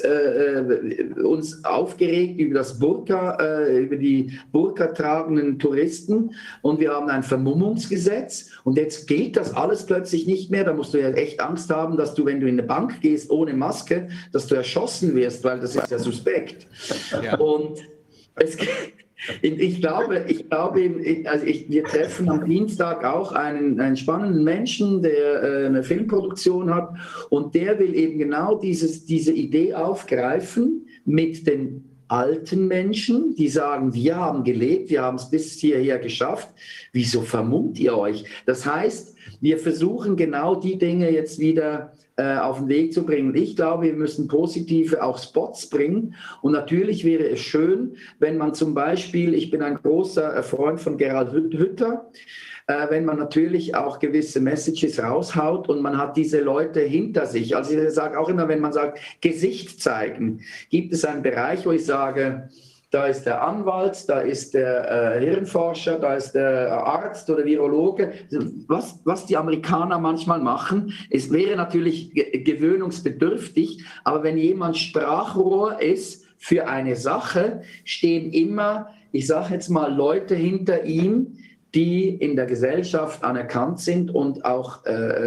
uns aufgeregt über das Burka, über die Burka tragenden Touristen und wir haben ein Vermummungsgesetz und jetzt gilt das alles plötzlich nicht mehr. Da musst du ja echt Angst haben, dass du, wenn du in eine Bank gehst ohne Maske, dass du erschossen wirst, weil das ist ja suspekt. Ja. Und ich glaube, wir treffen am Dienstag auch einen spannenden Menschen, der eine Filmproduktion hat und der will eben genau diese Idee aufgreifen mit den alten Menschen, die sagen, wir haben gelebt, wir haben es bis hierher geschafft, wieso vermummt ihr euch? Das heißt, wir versuchen genau die Dinge jetzt wieder auf den Weg zu bringen. Ich glaube, wir müssen positive auch Spots bringen und natürlich wäre es schön, wenn man zum Beispiel, ich bin ein großer Freund von Gerald Hütter, wenn man natürlich auch gewisse Messages raushaut und man hat diese Leute hinter sich. Also ich sage auch immer, wenn man sagt, Gesicht zeigen, gibt es einen Bereich, wo ich sage, da ist der Anwalt, da ist der Hirnforscher, da ist der Arzt oder Virologe. Was die Amerikaner manchmal machen, es wäre natürlich gewöhnungsbedürftig, aber wenn jemand Sprachrohr ist für eine Sache, stehen immer, ich sage jetzt mal, Leute hinter ihm, die in der Gesellschaft anerkannt sind und auch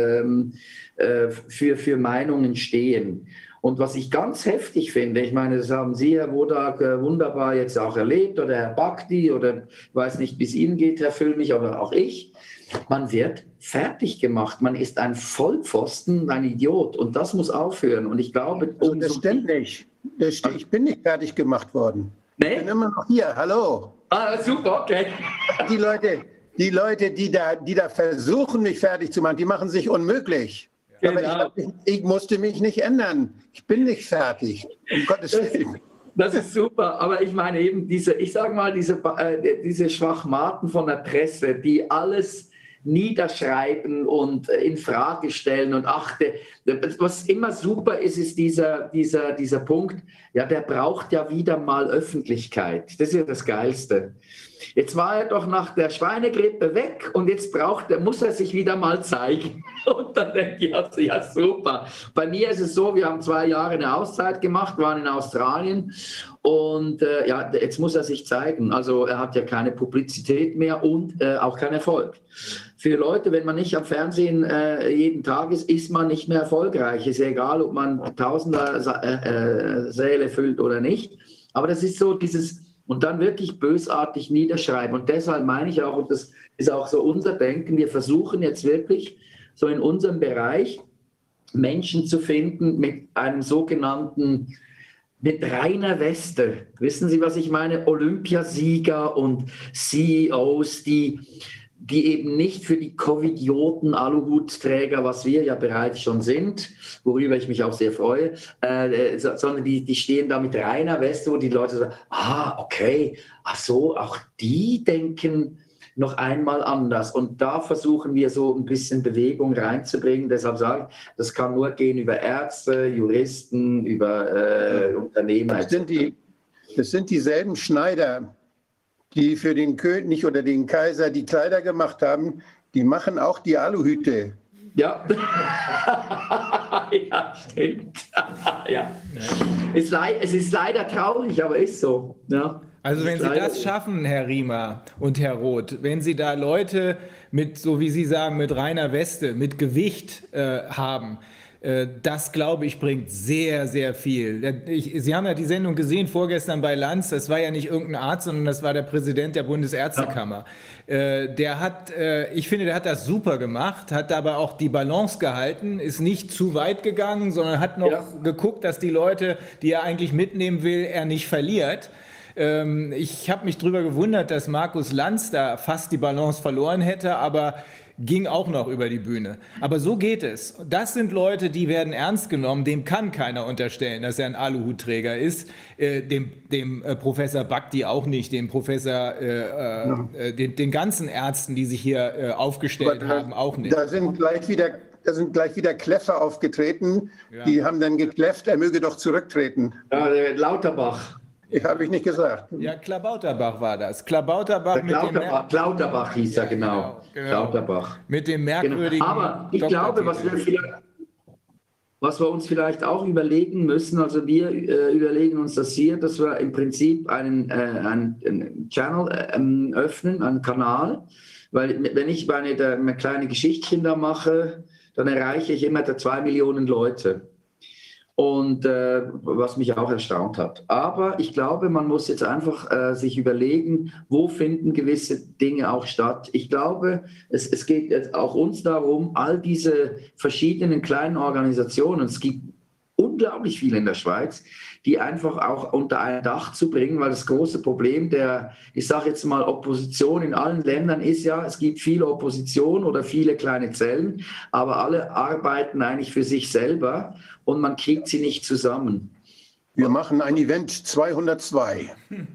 für Meinungen stehen. Und was ich ganz heftig finde, ich meine, das haben Sie, Herr Wodak, wunderbar jetzt auch erlebt, oder Herr Bhakdi, oder ich weiß nicht, wie es Ihnen geht, Herr Füllmich, oder auch ich, man wird fertig gemacht. Man ist ein Vollpfosten, ein Idiot. Und das muss aufhören. Und ich glaube... Also das stimmt nicht. Ich bin nicht fertig gemacht worden. Nee? Ich bin immer noch hier. Hallo. Ah, super, okay. Die Leute, die da versuchen, mich fertig zu machen, die machen sich unmöglich. Genau. Aber ich musste mich nicht ändern. Ich bin nicht fertig. Um Gottes Willen. Das ist super, aber ich meine eben diese Schwachmaten von der Presse, die alles niederschreiben und in Frage stellen und was immer super ist, ist dieser Punkt, ja, der braucht ja wieder mal Öffentlichkeit. Das ist ja das Geilste. Jetzt war er doch nach der Schweinegrippe weg und jetzt muss er sich wieder mal zeigen. Und dann denke ich, ja super. Bei mir ist es so, wir haben 2 Jahre eine Auszeit gemacht, waren in Australien und jetzt muss er sich zeigen. Also er hat ja keine Publizität mehr und auch keinen Erfolg. Für Leute, wenn man nicht am Fernsehen jeden Tag ist man nicht mehr erfolgreich. Ist ja egal, ob man Tausender Säle füllt oder nicht. Aber das ist so dieses... Und dann wirklich bösartig niederschreiben. Und deshalb meine ich auch, und das ist auch so unser Denken, wir versuchen jetzt wirklich so in unserem Bereich Menschen zu finden mit einem sogenannten, mit reiner Weste. Wissen Sie, was ich meine? Olympiasieger und CEOs, die eben nicht für die Covidioten, Aluhutträger, was wir ja bereits schon sind, worüber ich mich auch sehr freue, sondern die stehen da mit reiner Weste, wo die Leute sagen, okay, ach so, auch die denken noch einmal anders. Und da versuchen wir so ein bisschen Bewegung reinzubringen. Deshalb sage ich, das kann nur gehen über Ärzte, Juristen, über Unternehmer. Das sind dieselben Schneider, die für den König oder den Kaiser die Kleider gemacht haben, die machen auch die Aluhüte. Ja, ja, stimmt. Ja. Es ist leider traurig, aber ist so. Ja. Also wenn Sie das schaffen, Herr Riemer und Herr Roth, wenn Sie da Leute mit, so wie Sie sagen, mit reiner Weste, mit Gewicht haben, das, glaube ich, bringt sehr, sehr viel. Sie haben ja die Sendung gesehen, vorgestern bei Lanz, das war ja nicht irgendein Arzt, sondern das war der Präsident der Bundesärztekammer. Ich finde, der hat das super gemacht, hat aber auch die Balance gehalten, ist nicht zu weit gegangen, sondern hat noch geguckt, dass die Leute, die er eigentlich mitnehmen will, er nicht verliert. Ich habe mich darüber gewundert, dass Markus Lanz da fast die Balance verloren hätte, aber ging auch noch über die Bühne. Aber so geht es. Das sind Leute, die werden ernst genommen. Dem kann keiner unterstellen, dass er ein Aluhutträger ist. Dem Professor Bhakdi auch nicht, dem Professor, den ganzen Ärzten, die sich hier aufgestellt haben, auch nicht. Da sind gleich wieder Kläffer aufgetreten. Ja. Die haben dann gekläfft, er möge doch zurücktreten. Ja, der Lauterbach. Habe ich nicht gesagt. Ja, Klabauterbach war das. Klauterbach hieß er, genau. Klauterbach. Mit dem merkwürdigen... Genau. Aber ich glaube, was wir uns vielleicht auch überlegen müssen, also wir überlegen uns das hier, dass wir im Prinzip einen Channel öffnen, einen Kanal, weil wenn ich meine kleine Geschichtchen da mache, dann erreiche ich immer 2 Millionen Leute. Und was mich auch erstaunt hat. Aber ich glaube, man muss jetzt einfach sich überlegen, wo finden gewisse Dinge auch statt. Ich glaube, es geht jetzt auch uns darum, all diese verschiedenen kleinen Organisationen, es gibt unglaublich viele in der Schweiz, die einfach auch unter ein Dach zu bringen, weil das große Problem ich sage jetzt mal, Opposition in allen Ländern ist ja, es gibt viele Opposition oder viele kleine Zellen, aber alle arbeiten eigentlich für sich selber und man kriegt sie nicht zusammen. Wir machen ein Event 202.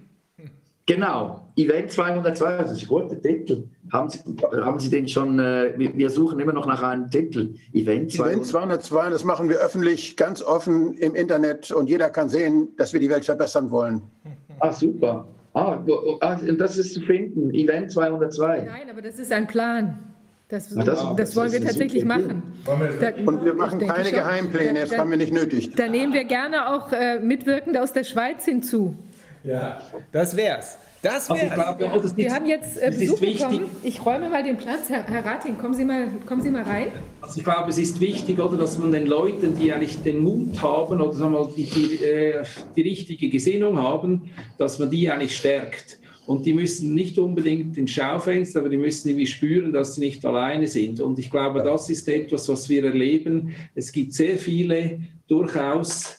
Genau, Event 202, das ist ein guter Titel. Haben Sie den schon, wir suchen immer noch nach einem Titel. Event 202, das machen wir öffentlich, ganz offen im Internet und jeder kann sehen, dass wir die Welt verbessern wollen. Ah, super. Das ist zu finden, Event 202. Nein, aber das ist ein Plan. Das wollen wir tatsächlich machen. Und wir machen keine Geheimpläne, das haben wir nicht nötig. Da nehmen wir gerne auch Mitwirkende aus der Schweiz hinzu. Ja, das wär's. Also ich glaube, wir haben jetzt Besuch bekommen. Ich räume mal den Platz. Herr Rating, kommen Sie mal rein. Also ich glaube, es ist wichtig, oder, dass man den Leuten, die eigentlich den Mut haben oder sagen wir mal, die richtige Gesinnung haben, dass man die eigentlich stärkt. Und die müssen nicht unbedingt ins Schaufenster, aber die müssen irgendwie spüren, dass sie nicht alleine sind. Und ich glaube, das ist etwas, was wir erleben. Es gibt sehr viele durchaus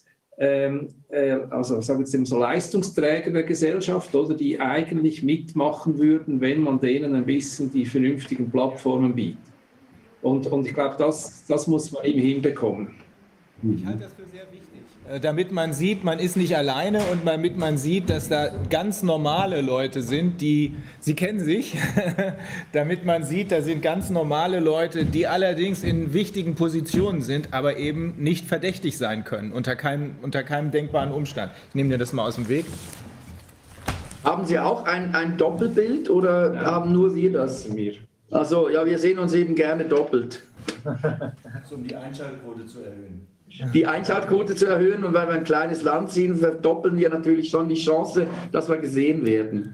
also sagen wir jetzt so Leistungsträger der Gesellschaft, oder, die eigentlich mitmachen würden, wenn man denen ein bisschen die vernünftigen Plattformen bietet. Und ich glaube, das muss man eben hinbekommen. Ich halte das für sehr wichtig. Damit man sieht, man ist nicht alleine und damit man sieht, dass da ganz normale Leute sind, Sie kennen sich, damit man sieht, da sind ganz normale Leute, die allerdings in wichtigen Positionen sind, aber eben nicht verdächtig sein können, unter keinem denkbaren Umstand. Ich nehme dir das mal aus dem Weg. Haben Sie auch ein Doppelbild oder haben nur Sie das? Also ja, wir sehen uns eben gerne doppelt. Um die Einschaltquote zu erhöhen. Die Einschaltquote zu erhöhen und weil wir ein kleines Land sind, verdoppeln wir natürlich schon die Chance, dass wir gesehen werden.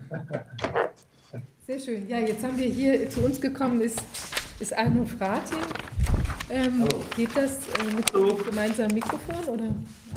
Sehr schön. Ja, jetzt haben wir hier zu uns gekommen, ist Arnulf Rating. Geht das mit dem gemeinsamen Mikrofon oder?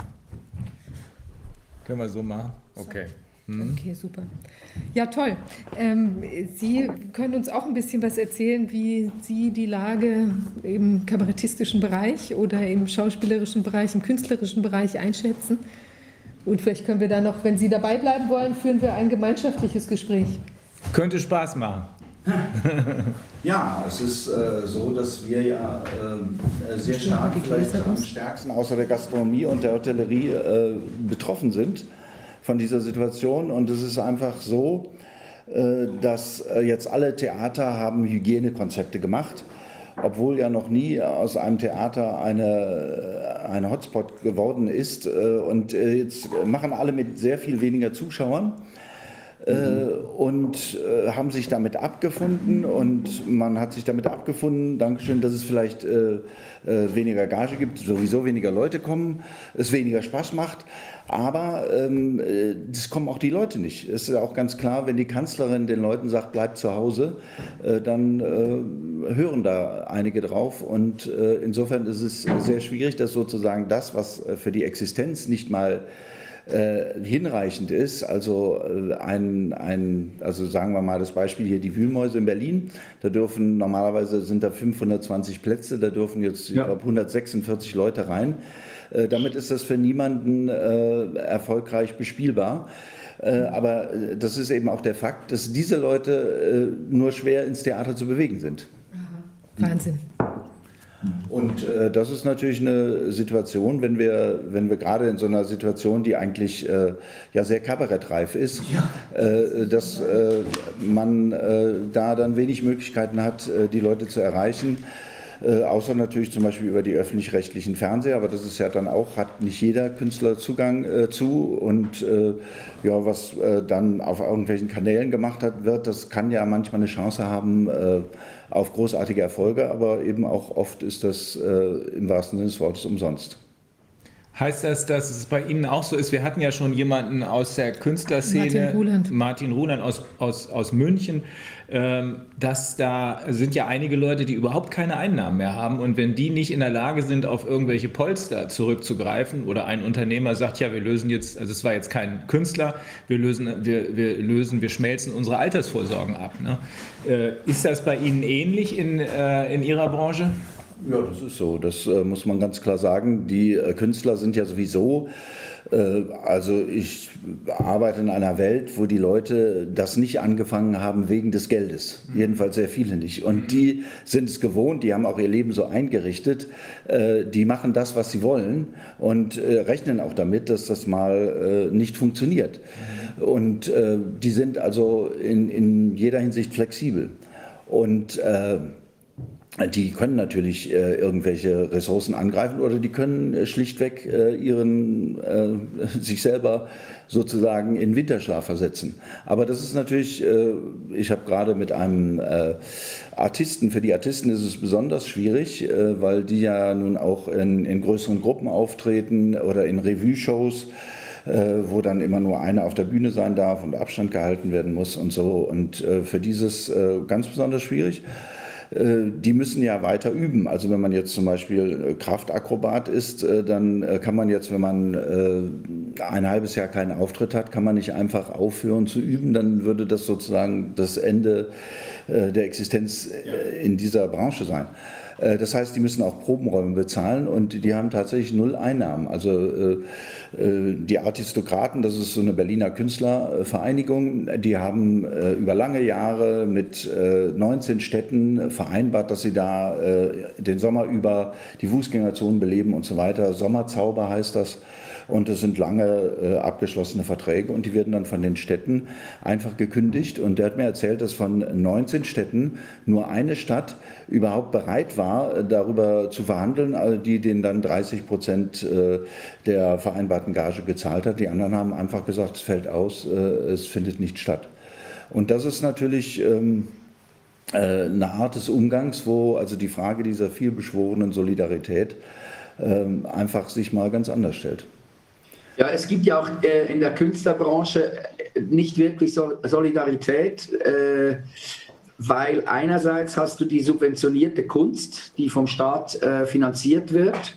Können wir so machen? Okay. Okay, super. Ja, toll. Sie können uns auch ein bisschen was erzählen, wie Sie die Lage im kabarettistischen Bereich oder im schauspielerischen Bereich, im künstlerischen Bereich einschätzen. Und vielleicht können wir da noch, wenn Sie dabei bleiben wollen, führen wir ein gemeinschaftliches Gespräch. Könnte Spaß machen. Ja, es ist so, dass wir ja sehr stark, vielleicht am stärksten außer der Gastronomie und der Hotellerie betroffen sind von dieser Situation. Und es ist einfach so, dass jetzt alle Theater haben Hygienekonzepte gemacht, obwohl ja noch nie aus einem Theater eine Hotspot geworden ist. Und jetzt machen alle mit sehr viel weniger Zuschauern. und haben sich damit abgefunden und man hat sich damit abgefunden, Dankeschön, dass es vielleicht weniger Gage gibt, sowieso weniger Leute kommen, es weniger Spaß macht, aber es kommen auch die Leute nicht. Es ist ja auch ganz klar, wenn die Kanzlerin den Leuten sagt, bleibt zu Hause, dann hören da einige drauf und insofern ist es sehr schwierig, dass sozusagen das, was für die Existenz nicht mal hinreichend ist, also also sagen wir mal das Beispiel hier, die Wühlmäuse in Berlin, da dürfen normalerweise sind da 520 Plätze, da dürfen jetzt ich glaube 146 Leute rein. Damit ist das für niemanden erfolgreich bespielbar. Aber das ist eben auch der Fakt, dass diese Leute nur schwer ins Theater zu bewegen sind. Wahnsinn. Und das ist natürlich eine Situation, wenn wir gerade in so einer Situation, die eigentlich ja sehr kabarettreif ist, dass man da dann wenig Möglichkeiten hat, die Leute zu erreichen. Außer natürlich zum Beispiel über die öffentlich-rechtlichen Fernseher, aber das ist ja dann auch, hat nicht jeder Künstler Zugang zu und ja, was dann auf irgendwelchen Kanälen gemacht wird, das kann ja manchmal eine Chance haben auf großartige Erfolge, aber eben auch oft ist das im wahrsten Sinne des Wortes umsonst. Heißt das, dass es bei Ihnen auch so ist? Wir hatten ja schon jemanden aus der Künstlerszene, Martin Ruland aus München, dass da sind ja einige Leute, die überhaupt keine Einnahmen mehr haben und wenn die nicht in der Lage sind, auf irgendwelche Polster zurückzugreifen oder ein Unternehmer sagt, ja, wir lösen jetzt, also es war jetzt kein Künstler, wir schmelzen unsere Altersvorsorgen ab. Ne? Ist das bei Ihnen ähnlich in Ihrer Branche? Ja, das ist so. Das muss man ganz klar sagen. Die Künstler sind ja sowieso, also ich arbeite in einer Welt, wo die Leute das nicht angefangen haben wegen des Geldes. Jedenfalls sehr viele nicht. Und die sind es gewohnt, die haben auch ihr Leben so eingerichtet, die machen das, was sie wollen und rechnen auch damit, dass das mal nicht funktioniert. Und die sind also in jeder Hinsicht flexibel. Und die können natürlich irgendwelche Ressourcen angreifen oder die können schlichtweg sich selber sozusagen in Winterschlaf versetzen. Aber das ist natürlich, ich habe gerade mit einem Artisten, für die Artisten ist es besonders schwierig, weil die ja nun auch in größeren Gruppen auftreten oder in Revue-Shows, wo dann immer nur einer auf der Bühne sein darf und Abstand gehalten werden muss und so. Und für dieses ganz besonders schwierig. Die müssen ja weiter üben. Also wenn man jetzt zum Beispiel Kraftakrobat ist, dann kann man jetzt, wenn man ein halbes Jahr keinen Auftritt hat, kann man nicht einfach aufhören zu üben. Dann würde das sozusagen das Ende der Existenz in dieser Branche sein. Das heißt, die müssen auch Probenräume bezahlen und die haben tatsächlich null Einnahmen. Also die Artistokraten, das ist so eine Berliner Künstlervereinigung, die haben über lange Jahre mit 19 Städten vereinbart, dass sie da den Sommer über die Fußgängerzonen beleben und so weiter. Sommerzauber heißt das. Und das sind lange abgeschlossene Verträge und die werden dann von den Städten einfach gekündigt. Und der hat mir erzählt, dass von 19 Städten nur eine Stadt überhaupt bereit war, darüber zu verhandeln, also die denen dann 30% der vereinbarten Gage gezahlt hat. Die anderen haben einfach gesagt, es fällt aus, es findet nicht statt. Und das ist natürlich eine Art des Umgangs, wo also die Frage dieser vielbeschworenen Solidarität einfach sich mal ganz anders stellt. Ja, es gibt ja auch in der Künstlerbranche nicht wirklich Solidarität, weil einerseits hast du die subventionierte Kunst, die vom Staat finanziert wird,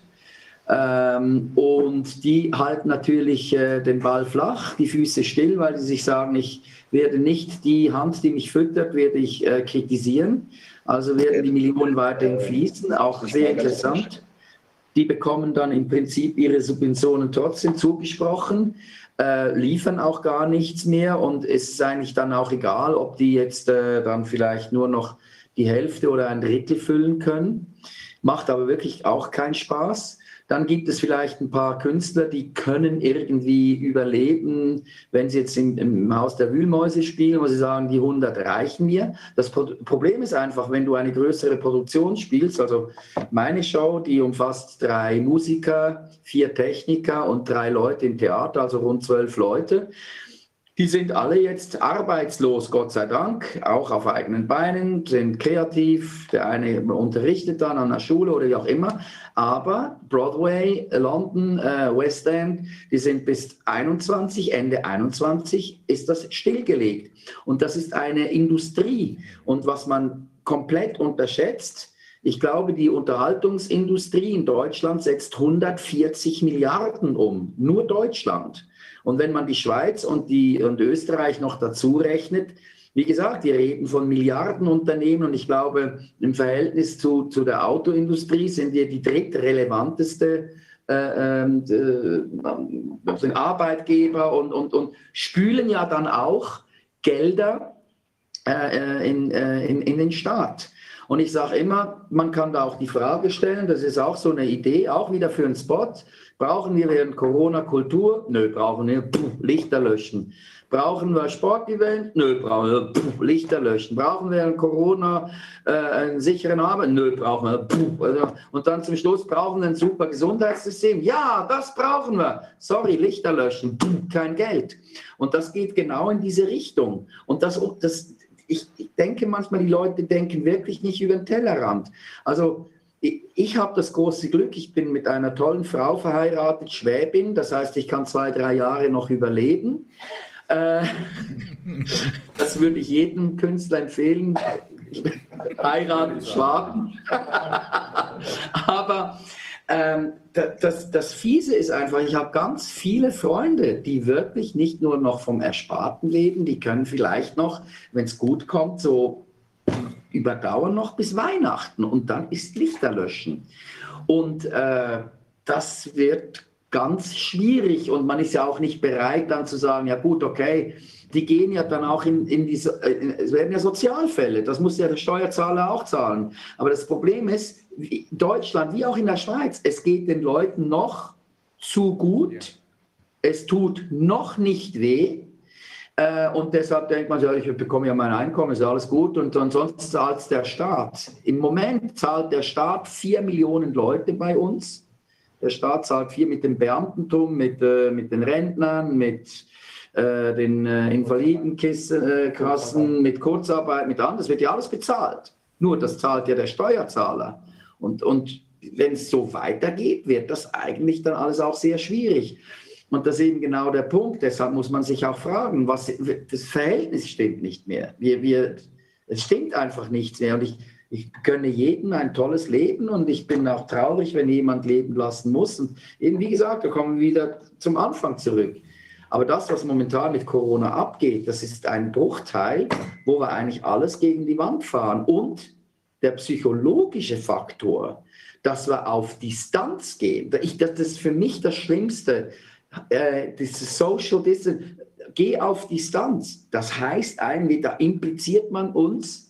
und die halten natürlich den Ball flach, die Füße still, weil sie sich sagen, ich werde nicht die Hand, die mich füttert, werde ich kritisieren. Also werden die Millionen weiterhin fließen, auch sehr interessant. Die bekommen dann im Prinzip ihre Subventionen trotzdem zugesprochen, liefern auch gar nichts mehr und es ist eigentlich dann auch egal, ob die jetzt dann vielleicht nur noch die Hälfte oder ein Drittel füllen können. Macht aber wirklich auch keinen Spaß. Dann gibt es vielleicht ein paar Künstler, die können irgendwie überleben, wenn sie jetzt im Haus der Wühlmäuse spielen, wo sie sagen, die 100 reichen mir. Das Problem ist einfach, wenn du eine größere Produktion spielst, also meine Show, die umfasst 3 Musiker, 4 Techniker und 3 Leute im Theater, also rund 12 Leute. Die sind alle jetzt arbeitslos, Gott sei Dank, auch auf eigenen Beinen, sind kreativ. Der eine unterrichtet dann an der Schule oder wie auch immer. Aber Broadway, London, West End, die sind bis 21, Ende 21 ist das stillgelegt. Und das ist eine Industrie. Und was man komplett unterschätzt, ich glaube, die Unterhaltungsindustrie in Deutschland setzt 140 Milliarden um. Nur Deutschland. Und wenn man die Schweiz und Österreich noch dazu rechnet, wie gesagt, wir reden von Milliardenunternehmen und ich glaube, im Verhältnis zu der Autoindustrie sind wir die drittrelevanteste Arbeitgeber und spülen ja dann auch Gelder in den Staat. Und ich sage immer, man kann da auch die Frage stellen, das ist auch so eine Idee, auch wieder für einen Spot. Brauchen wir während Corona Kultur? Nö, brauchen wir Lichter löschen. Brauchen wir Sportevent? Nö, brauchen wir Lichter löschen. Brauchen wir während Corona einen sicheren Arbeit? Nö, brauchen wir. Und dann zum Schluss brauchen wir ein super Gesundheitssystem. Ja, das brauchen wir. Sorry, Lichter löschen, kein Geld. Und das geht genau in diese Richtung. Und ich denke manchmal, die Leute denken wirklich nicht über den Tellerrand. Also ich habe das große Glück, ich bin mit einer tollen Frau verheiratet, Schwäbin, das heißt, ich kann 2-3 Jahre noch überleben. Das würde ich jedem Künstler empfehlen. Ich bin verheiratet, Schwaben. Aber das Fiese ist einfach, ich habe ganz viele Freunde, die wirklich nicht nur noch vom Ersparten leben, die können vielleicht noch, wenn es gut kommt, so überdauern noch bis Weihnachten und dann ist Lichter löschen. Und das wird ganz schwierig und man ist ja auch nicht bereit dann zu sagen, ja gut, okay, die gehen ja dann auch es werden ja Sozialfälle, das muss ja der Steuerzahler auch zahlen. Aber das Problem ist, in Deutschland wie auch in der Schweiz, es geht den Leuten noch zu gut, es tut noch nicht weh. Und deshalb denkt man, ja, ich bekomme ja mein Einkommen, ist alles gut und ansonsten zahlt der Staat. Im Moment zahlt der Staat 4 Millionen Leute bei uns. Der Staat zahlt 4 mit dem Beamtentum, mit den Rentnern, mit den Invalidenkassen, mit Kurzarbeit, mit allem. Das wird ja alles bezahlt. Nur das zahlt ja der Steuerzahler. Und wenn es so weitergeht, wird das eigentlich dann alles auch sehr schwierig. Und das ist eben genau der Punkt. Deshalb muss man sich auch fragen, das Verhältnis stimmt nicht mehr. Es stimmt einfach nichts mehr. Und ich gönne jedem ein tolles Leben und ich bin auch traurig, wenn jemand leben lassen muss. Und eben wie gesagt, da kommen wir wieder zum Anfang zurück. Aber das, was momentan mit Corona abgeht, das ist ein Bruchteil, wo wir eigentlich alles gegen die Wand fahren. Und der psychologische Faktor, dass wir auf Distanz gehen, das ist für mich das Schlimmste. Dieses Social Distance, geh auf Distanz. Das heißt eigentlich, da impliziert man uns,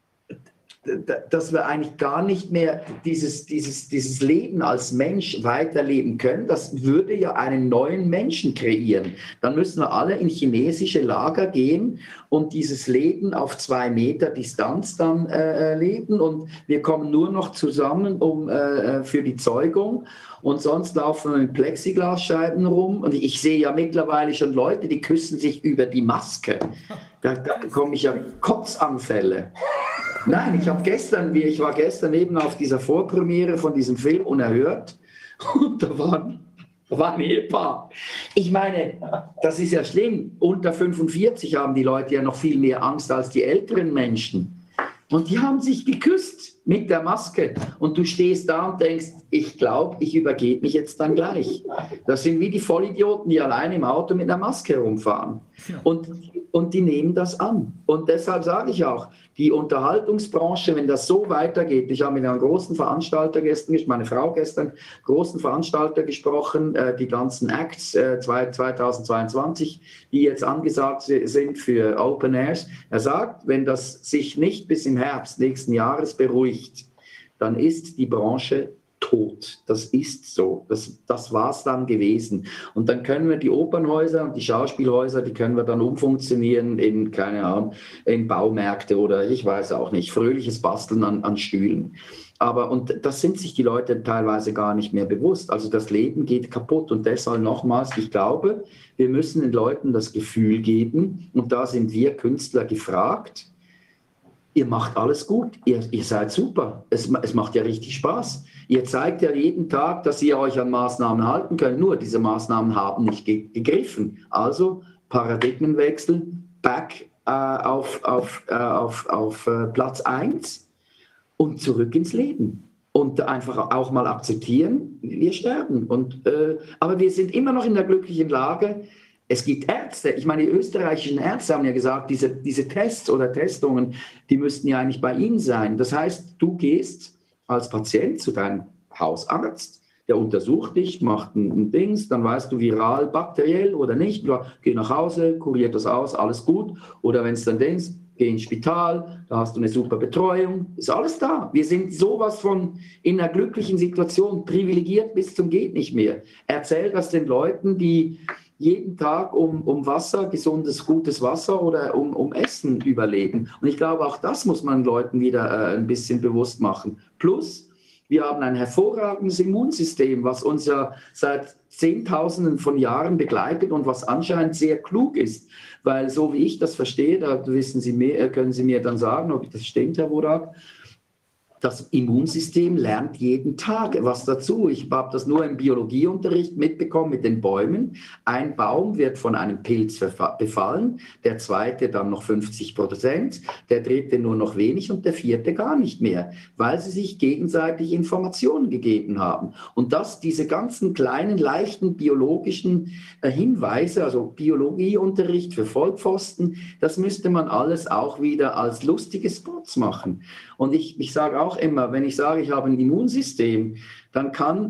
dass wir eigentlich gar nicht mehr dieses Leben als Mensch weiterleben können. Das würde ja einen neuen Menschen kreieren. Dann müssen wir alle in chinesische Lager gehen und dieses Leben auf 2 Meter Distanz dann leben. Und wir kommen nur noch zusammen für die Zeugung. Und sonst laufen wir mit Plexiglasscheiben rum. Und ich sehe ja mittlerweile schon Leute, die küssen sich über die Maske. Da bekomme ich ja Kotzanfälle. Nein, ich war gestern eben auf dieser Vorpremiere von diesem Film Unerhört und da war ein Ehepaar. Ich meine, das ist ja schlimm. Unter 45 haben die Leute ja noch viel mehr Angst als die älteren Menschen. Und die haben sich geküsst mit der Maske. Und du stehst da und denkst, ich glaube, ich übergebe mich jetzt dann gleich. Das sind wie die Vollidioten, die alleine im Auto mit einer Maske rumfahren. Und die nehmen das an. Und deshalb sage ich auch, die Unterhaltungsbranche, wenn das so weitergeht, ich habe mit einem großen Veranstalter meine Frau gestern, großen Veranstalter gesprochen, die ganzen Acts 2022, die jetzt angesagt sind für Open Airs. Er sagt, wenn das sich nicht bis im Herbst nächsten Jahres beruhigt, dann ist die Branche tot. Das ist so. Das war es dann gewesen. Und dann können wir die Opernhäuser und die Schauspielhäuser, die können wir dann umfunktionieren in, keine Ahnung, in Baumärkte oder ich weiß auch nicht, fröhliches Basteln an Stühlen. Und das sind sich die Leute teilweise gar nicht mehr bewusst. Also das Leben geht kaputt und deshalb nochmals, ich glaube, wir müssen den Leuten das Gefühl geben und da sind wir Künstler gefragt, ihr macht alles gut, ihr seid super, es macht ja richtig Spaß. Ihr zeigt ja jeden Tag, dass ihr euch an Maßnahmen halten könnt, nur diese Maßnahmen haben nicht gegriffen. Also Paradigmenwechsel, back auf Platz 1 und zurück ins Leben. Und einfach auch mal akzeptieren, wir sterben. Aber wir sind immer noch in der glücklichen Lage, es gibt Ärzte, ich meine, die österreichischen Ärzte haben ja gesagt, diese Tests oder Testungen, die müssten ja eigentlich bei ihnen sein. Das heißt, du gehst als Patient zu deinem Hausarzt, der untersucht dich, macht ein Dings, dann weißt du, viral, bakteriell oder nicht, geh nach Hause, kuriert das aus, alles gut. Oder wenn es dann denkst, geh ins Spital, da hast du eine super Betreuung, ist alles da. Wir sind sowas von in einer glücklichen Situation, privilegiert bis zum geht nicht mehr. Erzähl das den Leuten, die jeden Tag um Wasser, gesundes, gutes Wasser oder um Essen überleben. Und ich glaube, auch das muss man Leuten wieder ein bisschen bewusst machen. Plus, wir haben ein hervorragendes Immunsystem, was uns ja seit Zehntausenden von Jahren begleitet und was anscheinend sehr klug ist. Weil so wie ich das verstehe, da wissen Sie mehr, können Sie mir dann sagen, ob das stimmt, Herr Wodak, das Immunsystem lernt jeden Tag was dazu. Ich habe das nur im Biologieunterricht mitbekommen mit den Bäumen. Ein Baum wird von einem Pilz befallen, der zweite dann noch 50%, der dritte nur noch wenig und der vierte gar nicht mehr, weil sie sich gegenseitig Informationen gegeben haben. Und diese ganzen kleinen, leichten biologischen Hinweise, also Biologieunterricht für Vollpfosten, das müsste man alles auch wieder als lustige Spots machen. Und ich sage auch immer, wenn ich sage, ich habe ein Immunsystem, dann kann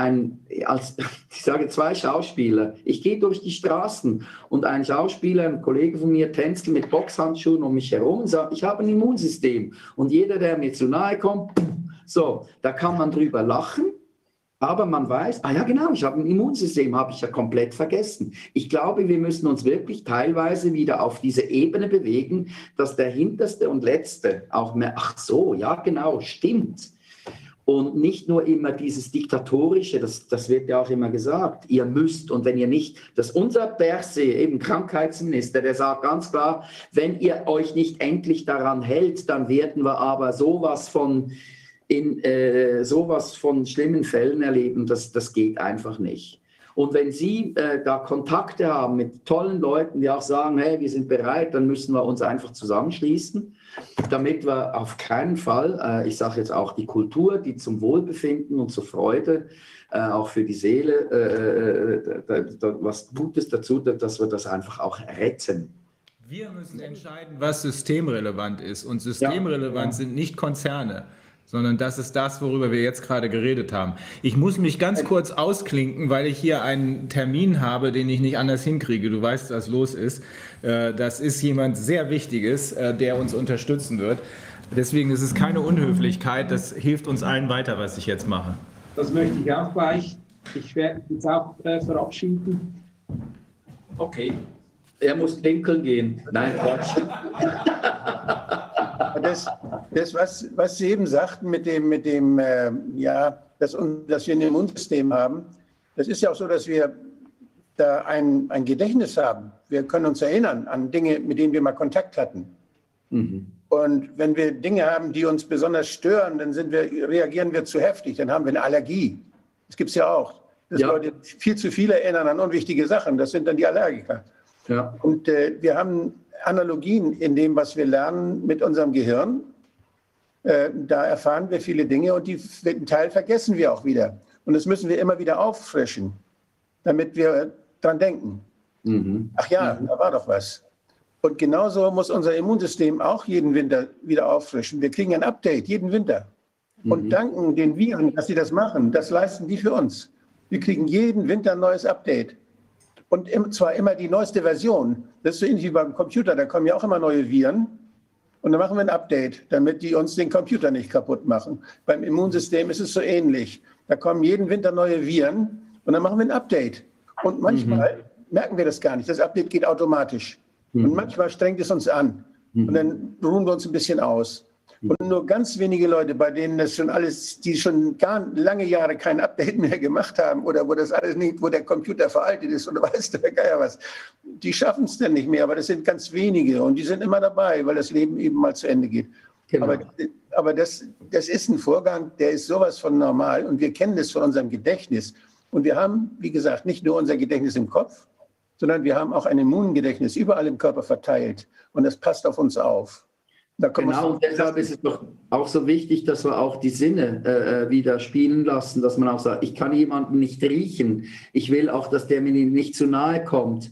ich sage 2 Schauspieler, ich gehe durch die Straßen und ein Schauspieler, ein Kollege von mir, tänzelt mit Boxhandschuhen um mich herum und sagt, ich habe ein Immunsystem. Und jeder, der mir zu nahe kommt, so, da kann man drüber lachen. Aber man weiß, ja genau, ich habe ein Immunsystem, habe ich ja komplett vergessen. Ich glaube, wir müssen uns wirklich teilweise wieder auf diese Ebene bewegen, dass der Hinterste und Letzte auch mehr, ach so, ja genau, stimmt. Und nicht nur immer dieses Diktatorische, das wird ja auch immer gesagt, ihr müsst und wenn ihr nicht, dass unser Berse, eben Krankheitsminister, der sagt ganz klar, wenn ihr euch nicht endlich daran hält, dann werden wir aber sowas von schlimmen Fällen erleben, das geht einfach nicht. Und wenn Sie da Kontakte haben mit tollen Leuten, die auch sagen, hey, wir sind bereit, dann müssen wir uns einfach zusammenschließen, damit wir auf keinen Fall, ich sage jetzt auch die Kultur, die zum Wohlbefinden und zur Freude, auch für die Seele, was Gutes dazu, dass wir das einfach auch retten. Wir müssen entscheiden, was systemrelevant ist. Und systemrelevant sind nicht Konzerne, sondern das ist das, worüber wir jetzt gerade geredet haben. Ich muss mich ganz kurz ausklinken, weil ich hier einen Termin habe, den ich nicht anders hinkriege. Du weißt, was los ist. Das ist jemand sehr Wichtiges, der uns unterstützen wird. Deswegen ist es keine Unhöflichkeit. Das hilft uns allen weiter, was ich jetzt mache. Das möchte ich auch gleich. Ich werde uns auch verabschieden. Okay. Er muss pinkeln gehen. Nein, Quatsch. Das, was Sie eben sagten dass wir ein Immunsystem haben, das ist ja auch so, dass wir da ein Gedächtnis haben. Wir können uns erinnern an Dinge, mit denen wir mal Kontakt hatten. Mhm. Und wenn wir Dinge haben, die uns besonders stören, dann reagieren wir zu heftig, dann haben wir eine Allergie. Das gibt es ja auch. Dass Leute viel zu viel erinnern an unwichtige Sachen, das sind dann die Allergiker. Ja. Und wir haben Analogien in dem, was wir lernen mit unserem Gehirn. Da erfahren wir viele Dinge und den Teil vergessen wir auch wieder. Und das müssen wir immer wieder auffrischen, damit wir dran denken. Mhm. Ach ja, da war doch was. Und genauso muss unser Immunsystem auch jeden Winter wieder auffrischen. Wir kriegen ein Update jeden Winter und danken den Viren, dass sie das machen. Das leisten die für uns. Wir kriegen jeden Winter ein neues Update. Und zwar immer die neueste Version. Das ist so ähnlich wie beim Computer, da kommen ja auch immer neue Viren. Und dann machen wir ein Update, damit die uns den Computer nicht kaputt machen. Beim Immunsystem ist es so ähnlich. Da kommen jeden Winter neue Viren und dann machen wir ein Update. Und manchmal merken wir das gar nicht. Das Update geht automatisch. Und manchmal strengt es uns an. Und dann ruhen wir uns ein bisschen aus. Und nur ganz wenige Leute, bei denen das schon alles, die schon lange Jahre kein Update mehr gemacht haben oder wo das alles nicht, wo der Computer veraltet ist oder weißt du, Geier was, die schaffen es dann nicht mehr. Aber das sind ganz wenige und die sind immer dabei, weil das Leben eben mal zu Ende geht. Genau. Aber das ist ein Vorgang, der ist sowas von normal und wir kennen das von unserem Gedächtnis. Und wir haben, wie gesagt, nicht nur unser Gedächtnis im Kopf, sondern wir haben auch ein Immungedächtnis überall im Körper verteilt und das passt auf uns auf. Genau, und deshalb ist es doch auch so wichtig, dass wir auch die Sinne wieder spielen lassen, dass man auch sagt, ich kann jemanden nicht riechen, ich will auch, dass der mir nicht zu nahe kommt.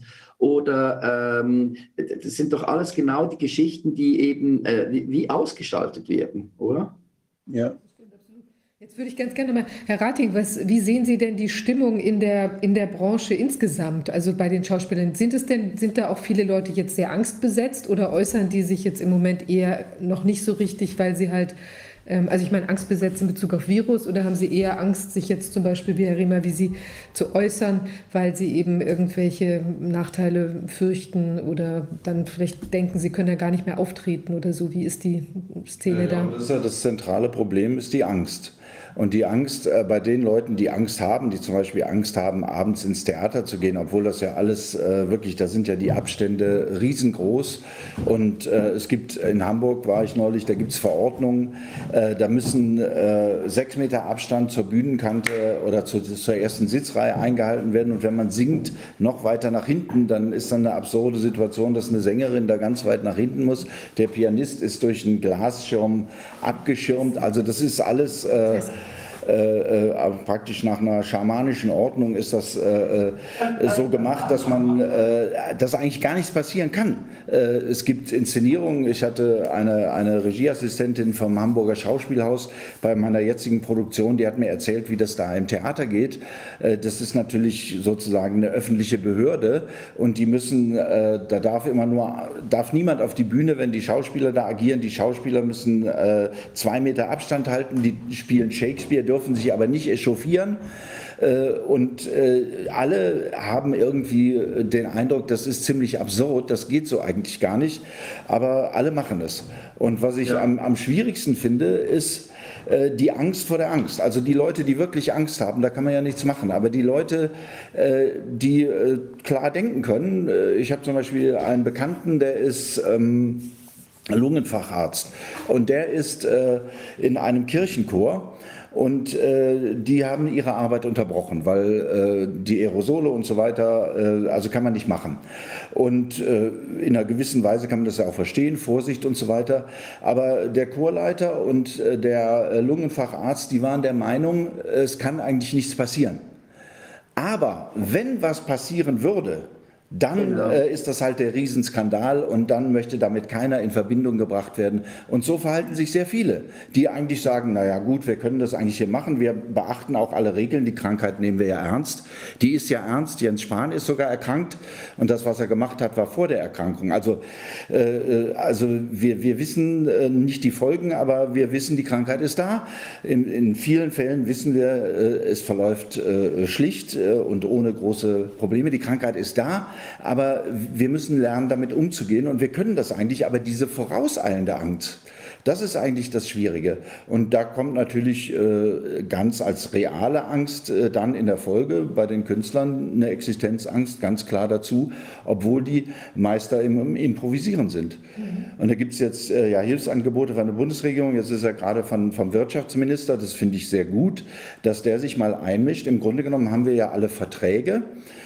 Oder das sind doch alles genau die Geschichten, die eben wie ausgeschaltet werden, oder? Ja. Jetzt würde ich ganz gerne mal, Herr Rating, wie sehen Sie denn die Stimmung in der Branche insgesamt, also bei den Schauspielern? Sind da auch viele Leute jetzt sehr angstbesetzt oder äußern die sich jetzt im Moment eher noch nicht so richtig, weil sie halt, also ich meine angstbesetzt in Bezug auf Virus, oder haben sie eher Angst, sich jetzt zum Beispiel, wie Herr Riemer, wie Sie, zu äußern, weil sie eben irgendwelche Nachteile fürchten oder dann vielleicht denken, sie können ja gar nicht mehr auftreten oder so? Wie ist die Szene da? Das ist ja das zentrale Problem, ist die Angst. Und die Angst bei den Leuten, die Angst haben, die zum Beispiel Angst haben, abends ins Theater zu gehen, obwohl das ja alles wirklich, da sind ja die Abstände riesengroß. Und es gibt, in Hamburg war ich neulich, da gibt es Verordnungen, da müssen 6 Meter Abstand zur Bühnenkante oder zur ersten Sitzreihe eingehalten werden. Und wenn man singt, noch weiter nach hinten, dann ist dann eine absurde Situation, dass eine Sängerin da ganz weit nach hinten muss. Der Pianist ist durch einen Glasschirm abgeschirmt. Also das ist alles... praktisch nach einer schamanischen Ordnung ist das so gemacht, dass dass eigentlich gar nichts passieren kann. Es gibt Inszenierungen. Ich hatte eine Regieassistentin vom Hamburger Schauspielhaus bei meiner jetzigen Produktion, die hat mir erzählt, wie das da im Theater geht. Das ist natürlich sozusagen eine öffentliche Behörde und die müssen, da darf niemand auf die Bühne, wenn die Schauspieler da agieren. Die Schauspieler müssen 2 Meter Abstand halten, die spielen Shakespeare, dürfen sich aber nicht echauffieren. Und alle haben irgendwie den Eindruck, das ist ziemlich absurd, das geht so eigentlich gar nicht, aber alle machen es. Und was ich am schwierigsten finde, ist die Angst vor der Angst. Also die Leute, die wirklich Angst haben, da kann man ja nichts machen, aber die Leute, die klar denken können, ich habe zum Beispiel einen Bekannten, der ist... Lungenfacharzt und der ist in einem Kirchenchor und die haben ihre Arbeit unterbrochen, weil die Aerosole und so weiter, also kann man nicht machen. Und in einer gewissen Weise kann man das ja auch verstehen, Vorsicht und so weiter. Aber der Chorleiter und der Lungenfacharzt, die waren der Meinung, es kann eigentlich nichts passieren. Aber wenn was passieren würde, dann ist das halt der Riesenskandal und dann möchte damit keiner in Verbindung gebracht werden. Und so verhalten sich sehr viele, die eigentlich sagen, naja gut, wir können das eigentlich hier machen, wir beachten auch alle Regeln, die Krankheit nehmen wir ja ernst. Die ist ja ernst, Jens Spahn ist sogar erkrankt und das, was er gemacht hat, war vor der Erkrankung. Also wir wissen nicht die Folgen, aber wir wissen, die Krankheit ist da. In vielen Fällen wissen wir, es verläuft schlicht und ohne große Probleme. Die Krankheit ist da. Aber wir müssen lernen, damit umzugehen und wir können das eigentlich, aber diese vorauseilende Angst, das ist eigentlich das Schwierige. Und da kommt natürlich ganz als reale Angst dann in der Folge bei den Künstlern eine Existenzangst ganz klar dazu, obwohl die Meister im Improvisieren sind. Und da gibt es jetzt Hilfsangebote von der Bundesregierung, jetzt ist er gerade vom Wirtschaftsminister, das finde ich sehr gut, dass der sich mal einmischt. Im Grunde genommen haben wir ja alle Verträge,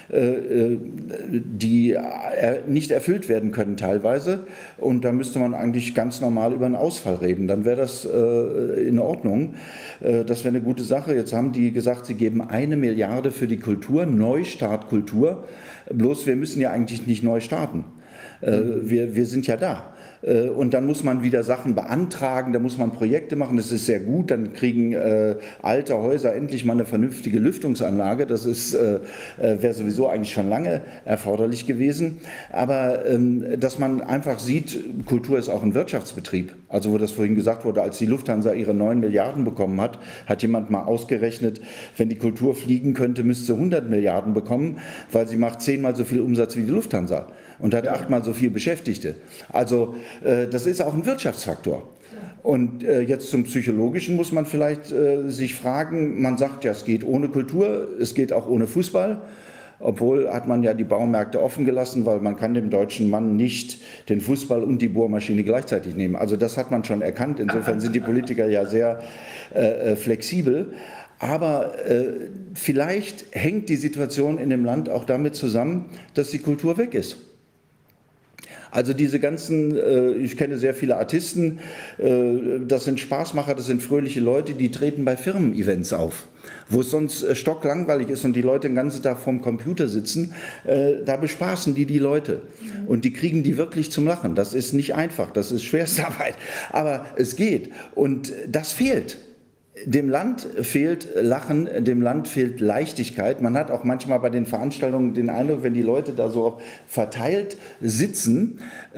die nicht erfüllt werden können teilweise. Und da müsste man eigentlich ganz normal über einen Ausfall reden. Dann wäre das in Ordnung. Das wäre eine gute Sache. Jetzt haben die gesagt, sie geben 1 Milliarde für die Kultur, Neustart Kultur. Bloß wir müssen ja eigentlich nicht neu starten. Wir sind ja da. Und dann muss man wieder Sachen beantragen, da muss man Projekte machen, das ist sehr gut, dann kriegen alte Häuser endlich mal eine vernünftige Lüftungsanlage, das wäre sowieso eigentlich schon lange erforderlich gewesen, aber dass man einfach sieht, Kultur ist auch ein Wirtschaftsbetrieb, also wo das vorhin gesagt wurde, als die Lufthansa ihre 9 Milliarden bekommen hat, hat jemand mal ausgerechnet, wenn die Kultur fliegen könnte, müsste sie 100 Milliarden bekommen, weil sie macht 10-mal so viel Umsatz wie die Lufthansa und hat 8-mal so viel Beschäftigte. Also das ist auch ein Wirtschaftsfaktor. Und jetzt zum Psychologischen muss man vielleicht sich fragen, man sagt ja, es geht ohne Kultur, es geht auch ohne Fußball. Obwohl hat man ja die Baumärkte offen gelassen, weil man kann dem deutschen Mann nicht den Fußball und die Bohrmaschine gleichzeitig nehmen. Also das hat man schon erkannt. Insofern sind die Politiker ja sehr flexibel. Aber vielleicht hängt die Situation in dem Land auch damit zusammen, dass die Kultur weg ist. Also diese ganzen, ich kenne sehr viele Artisten, das sind Spaßmacher, das sind fröhliche Leute, die treten bei Firmen-Events auf, wo es sonst stocklangweilig ist und die Leute den ganzen Tag vorm Computer sitzen, da bespaßen die Leute und die kriegen die wirklich zum Lachen. Das ist nicht einfach, das ist Schwerstarbeit, aber es geht und das fehlt. Dem Land fehlt Lachen, dem Land fehlt Leichtigkeit. Man hat auch manchmal bei den Veranstaltungen den Eindruck, wenn die Leute da so verteilt sitzen,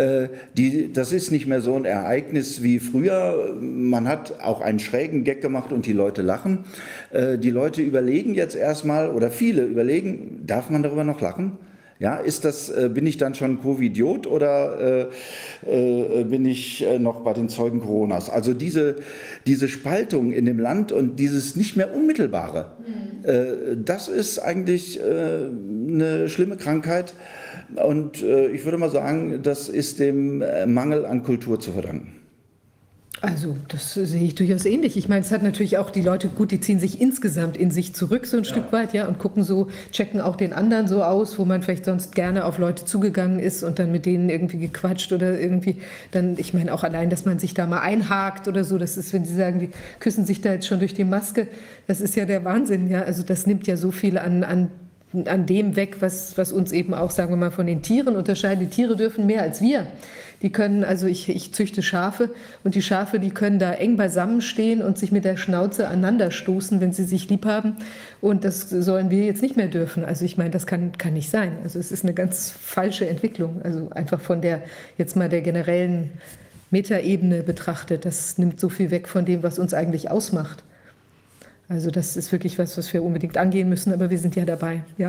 das ist nicht mehr so ein Ereignis wie früher. Man hat auch einen schrägen Gag gemacht und die Leute lachen. Die Leute überlegen jetzt erstmal, oder viele überlegen, darf man darüber noch lachen? Ja, bin ich dann schon Covidiot oder bin ich noch bei den Zeugen Coronas? Also diese Spaltung in dem Land und dieses nicht mehr Unmittelbare, das ist eigentlich eine schlimme Krankheit. Und ich würde mal sagen, das ist dem Mangel an Kultur zu verdanken. Also das sehe ich durchaus ähnlich. Ich meine, es hat natürlich auch die Leute, gut, die ziehen sich insgesamt in sich zurück so ein Stück weit, ja, und gucken so, checken auch den anderen so aus, wo man vielleicht sonst gerne auf Leute zugegangen ist und dann mit denen irgendwie gequatscht oder irgendwie dann, ich meine auch allein, dass man sich da mal einhakt oder so, das ist, wenn Sie sagen, die küssen sich da jetzt schon durch die Maske, das ist ja der Wahnsinn, ja, also das nimmt ja so viel an dem weg, was uns eben auch, sagen wir mal, von den Tieren unterscheidet. Die Tiere dürfen mehr als wir. Die können, also ich züchte Schafe und die Schafe, die können da eng beisammen stehen und sich mit der Schnauze aneinander stoßen, wenn sie sich lieb haben. Und das sollen wir jetzt nicht mehr dürfen. Also ich meine, das kann nicht sein. Also es ist eine ganz falsche Entwicklung. Also einfach von der, jetzt mal der generellen Metaebene betrachtet. Das nimmt so viel weg von dem, was uns eigentlich ausmacht. Also das ist wirklich was wir unbedingt angehen müssen, aber wir sind ja dabei. Ja,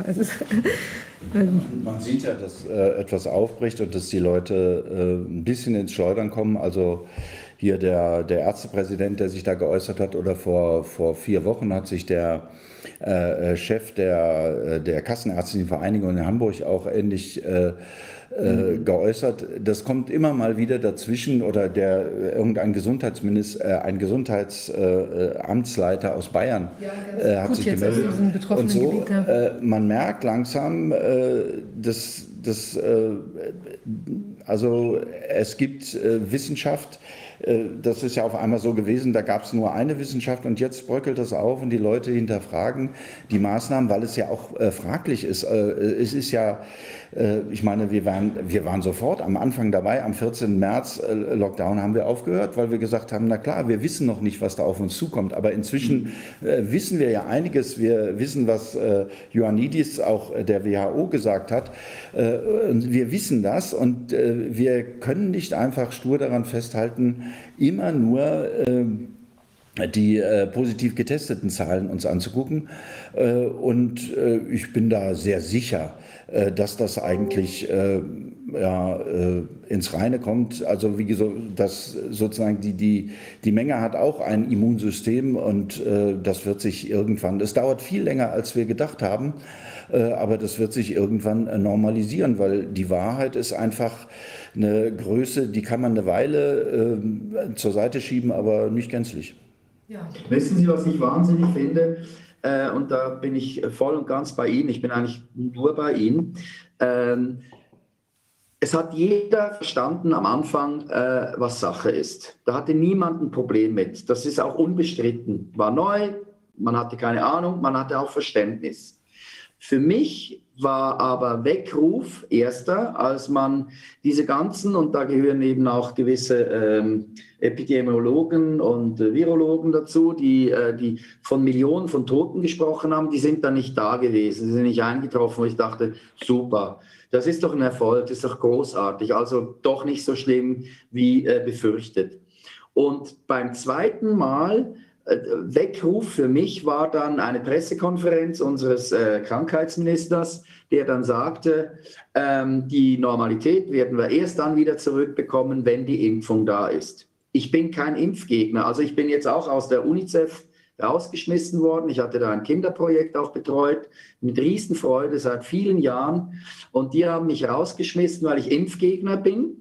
man sieht ja, dass etwas aufbricht und dass die Leute ein bisschen ins Schleudern kommen. Also hier der Ärztepräsident, der sich da geäußert hat, oder vor 4 Wochen hat sich der Chef der Kassenärztlichen Vereinigung in Hamburg auch ähnlich geäußert. Das kommt immer mal wieder dazwischen, oder irgendein ein Gesundheitsamtsleiter aus Bayern hat sich gemeldet. Und so, man merkt langsam, also es gibt Wissenschaft. Das ist ja auf einmal so gewesen, da gab es nur eine Wissenschaft und jetzt bröckelt das auf und die Leute hinterfragen die Maßnahmen, weil es ja auch fraglich ist. Es ist ja, ich meine, wir waren sofort am Anfang dabei, am 14. März Lockdown haben wir aufgehört, weil wir gesagt haben, na klar, wir wissen noch nicht, was da auf uns zukommt, aber inzwischen wissen wir ja einiges. Wir wissen, was Ioannidis, auch der WHO, gesagt hat. Wir wissen das und wir können nicht einfach stur daran festhalten, immer nur die positiv getesteten Zahlen uns anzugucken. Und ich bin da sehr sicher, dass das eigentlich ins Reine kommt. Also wie gesagt, dass sozusagen die Menge hat auch ein Immunsystem und das wird sich irgendwann, es dauert viel länger, als wir gedacht haben, aber das wird sich irgendwann normalisieren, weil die Wahrheit ist einfach eine Größe, die kann man eine Weile zur Seite schieben, aber nicht gänzlich. Ja. Wissen Sie, was ich wahnsinnig finde? Und da bin ich voll und ganz bei Ihnen. Ich bin eigentlich nur bei Ihnen. Es hat jeder verstanden am Anfang, was Sache ist. Da hatte niemand ein Problem mit. Das ist auch unbestritten. War neu, man hatte keine Ahnung, man hatte auch Verständnis. Für mich war aber Weckruf erster, als man diese ganzen, und da gehören eben auch gewisse Epidemiologen und Virologen dazu, die von Millionen von Toten gesprochen haben, die sind da nicht da gewesen, die sind nicht eingetroffen, wo ich dachte, super, das ist doch ein Erfolg, das ist doch großartig, also doch nicht so schlimm wie befürchtet. Und beim zweiten Mal, Weckruf für mich war dann eine Pressekonferenz unseres Krankheitsministers, der dann sagte, die Normalität werden wir erst dann wieder zurückbekommen, wenn die Impfung da ist. Ich bin kein Impfgegner, also ich bin jetzt auch aus der UNICEF rausgeschmissen worden. Ich hatte da ein Kinderprojekt auch betreut, mit Riesenfreude seit vielen Jahren. Und die haben mich rausgeschmissen, weil ich Impfgegner bin.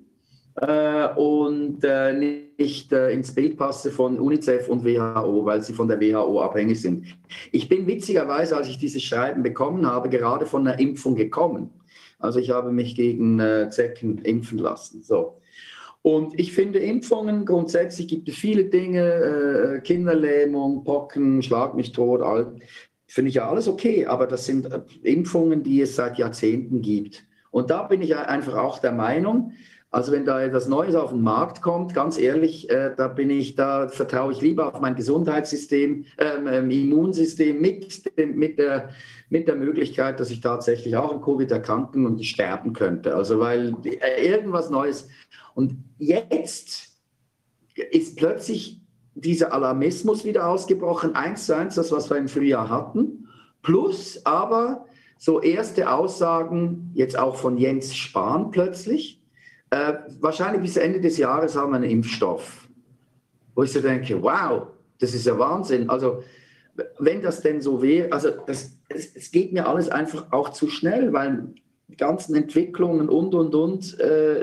Und nicht ins Bild passe von UNICEF und WHO, weil sie von der WHO abhängig sind. Ich bin witzigerweise, als ich dieses Schreiben bekommen habe, gerade von einer Impfung gekommen. Also ich habe mich gegen Zecken impfen lassen. So. Und ich finde Impfungen, grundsätzlich gibt es viele Dinge, Kinderlähmung, Pocken, Schlag mich tot, finde ich ja alles okay, aber das sind Impfungen, die es seit Jahrzehnten gibt. Und da bin ich einfach auch der Meinung, also wenn da etwas Neues auf den Markt kommt, ganz ehrlich, da vertraue ich lieber auf mein Gesundheitssystem, Immunsystem mit der Möglichkeit, dass ich tatsächlich auch an Covid erkranken und sterben könnte. Also weil irgendwas Neues. Und jetzt ist plötzlich dieser Alarmismus wieder ausgebrochen, 1:1, das, was wir im Frühjahr hatten, plus aber so erste Aussagen, jetzt auch von Jens Spahn plötzlich, wahrscheinlich bis Ende des Jahres haben wir einen Impfstoff. Wo ich so denke, wow, das ist ja Wahnsinn. Also wenn das denn so wäre, also es geht mir alles einfach auch zu schnell, weil die ganzen Entwicklungen und,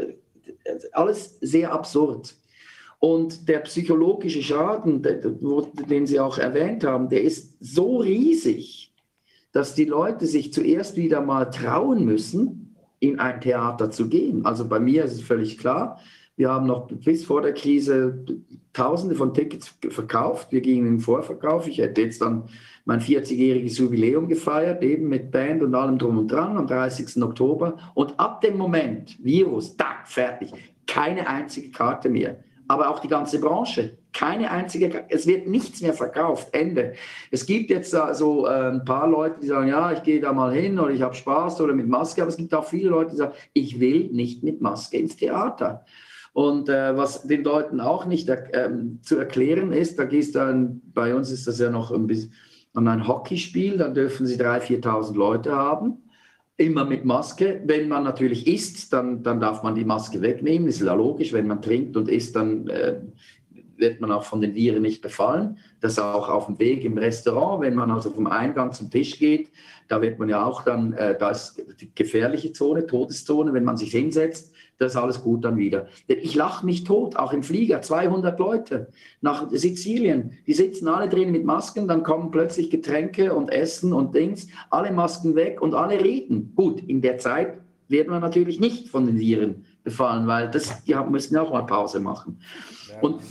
alles sehr absurd. Und der psychologische Schaden, den Sie auch erwähnt haben, der ist so riesig, dass die Leute sich zuerst wieder mal trauen müssen, in ein Theater zu gehen. Also bei mir ist es völlig klar, wir haben noch bis vor der Krise Tausende von Tickets verkauft. Wir gingen in den Vorverkauf. Ich hätte jetzt dann mein 40-jähriges Jubiläum gefeiert, eben mit Band und allem drum und dran am 30. Oktober. Und ab dem Moment, Virus, tack, fertig, keine einzige Karte mehr. Aber auch die ganze Branche, keine einzige, es wird nichts mehr verkauft, Ende. Es gibt jetzt so ein paar Leute, die sagen, ja, ich gehe da mal hin oder ich habe Spaß oder mit Maske, aber es gibt auch viele Leute, die sagen, ich will nicht mit Maske ins Theater. Und was den Leuten auch nicht zu erklären ist, da gehst dann, bei uns ist das ja noch ein bisschen an ein Hockeyspiel, dann dürfen sie 3.000, 4.000 Leute haben. Immer mit Maske. Wenn man natürlich isst, dann darf man die Maske wegnehmen. Das ist ja logisch. Wenn man trinkt und isst, dann wird man auch von den Viren nicht befallen. Das auch auf dem Weg im Restaurant. Wenn man also vom Eingang zum Tisch geht, da wird man ja auch dann, da ist die gefährliche Zone, Todeszone. Wenn man sich hinsetzt, das ist alles gut dann wieder. Ich lache mich tot, auch im Flieger, 200 Leute nach Sizilien. Die sitzen alle drin mit Masken, dann kommen plötzlich Getränke und Essen und Dings, alle Masken weg und alle reden. Gut, in der Zeit werden wir natürlich nicht von den Viren befallen, weil die müssen ja auch mal Pause machen. Ja, und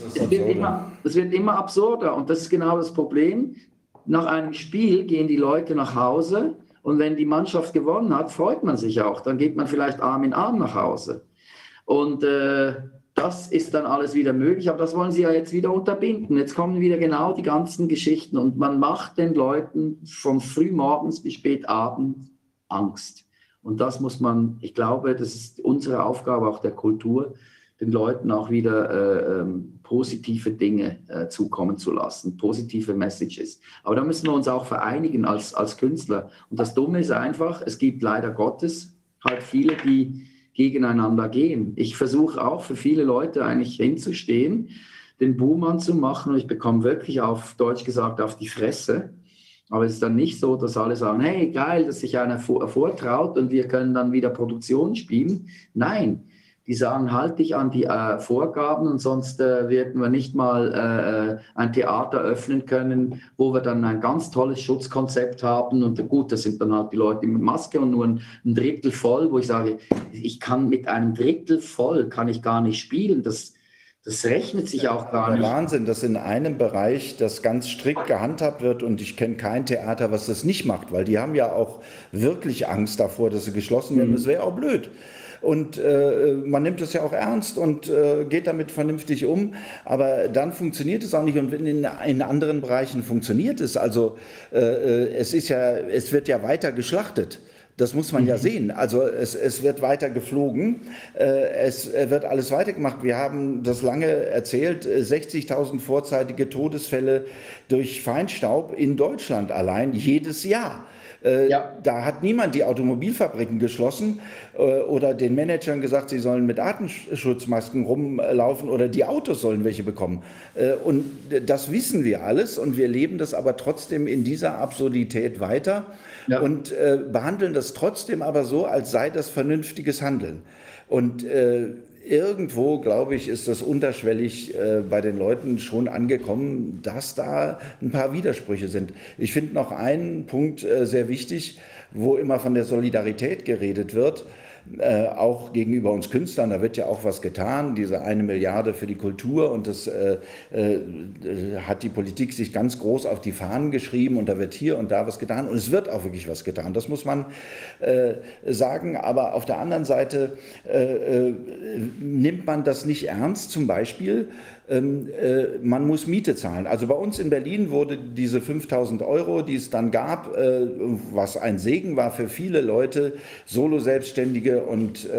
es wird immer absurder und das ist genau das Problem. Nach einem Spiel gehen die Leute nach Hause und wenn die Mannschaft gewonnen hat, freut man sich auch. Dann geht man vielleicht Arm in Arm nach Hause. Und das ist dann alles wieder möglich, aber das wollen sie ja jetzt wieder unterbinden. Jetzt kommen wieder genau die ganzen Geschichten und man macht den Leuten von frühmorgens bis spät abend Angst. Und das muss man, ich glaube, das ist unsere Aufgabe auch der Kultur, den Leuten auch wieder positive Dinge zukommen zu lassen, positive Messages. Aber da müssen wir uns auch vereinigen als Künstler. Und das Dumme ist einfach, es gibt leider Gottes halt viele, die gegeneinander gehen. Ich versuche auch für viele Leute eigentlich hinzustehen, den Boom zu machen und ich bekomme wirklich auf Deutsch gesagt auf die Fresse. Aber es ist dann nicht so, dass alle sagen, hey, geil, dass sich einer vortraut und wir können dann wieder Produktion spielen. Nein, die sagen, halt dich an die Vorgaben und sonst werden wir nicht mal ein Theater öffnen können, wo wir dann ein ganz tolles Schutzkonzept haben. Und gut, das sind dann halt die Leute mit Maske und nur ein Drittel voll, wo ich sage, ich kann mit einem Drittel voll, kann ich gar nicht spielen. Das Das rechnet sich auch gar nicht. Wahnsinn, dass in einem Bereich das ganz strikt gehandhabt wird und ich kenne kein Theater, was das nicht macht, weil die haben ja auch wirklich Angst davor, dass sie geschlossen werden. Das wäre auch blöd. Und man nimmt es ja auch ernst und geht damit vernünftig um, aber dann funktioniert es auch nicht und in anderen Bereichen funktioniert es. Also es wird ja weiter geschlachtet. Das muss man ja sehen. Also es wird weiter geflogen, es wird alles weitergemacht. Wir haben das lange erzählt, 60.000 vorzeitige Todesfälle durch Feinstaub in Deutschland allein jedes Jahr. Da hat niemand die Automobilfabriken geschlossen oder den Managern gesagt, sie sollen mit Atemschutzmasken rumlaufen oder die Autos sollen welche bekommen. Und das wissen wir alles und wir leben das aber trotzdem in dieser Absurdität weiter und behandeln das trotzdem aber so, als sei das vernünftiges Handeln. Und irgendwo, glaube ich, ist das unterschwellig bei den Leuten schon angekommen, dass da ein paar Widersprüche sind. Ich finde noch einen Punkt sehr wichtig, wo immer von der Solidarität geredet wird, auch gegenüber uns Künstlern. Da wird ja auch was getan, diese 1 Milliarde für die Kultur und das hat die Politik sich ganz groß auf die Fahnen geschrieben und da wird hier und da was getan und es wird auch wirklich was getan. Das muss man sagen, aber auf der anderen Seite nimmt man das nicht ernst, zum Beispiel man muss Miete zahlen. Also bei uns in Berlin wurde diese 5.000 €, die es dann gab, was ein Segen war für viele Leute, Solo-Selbstständige und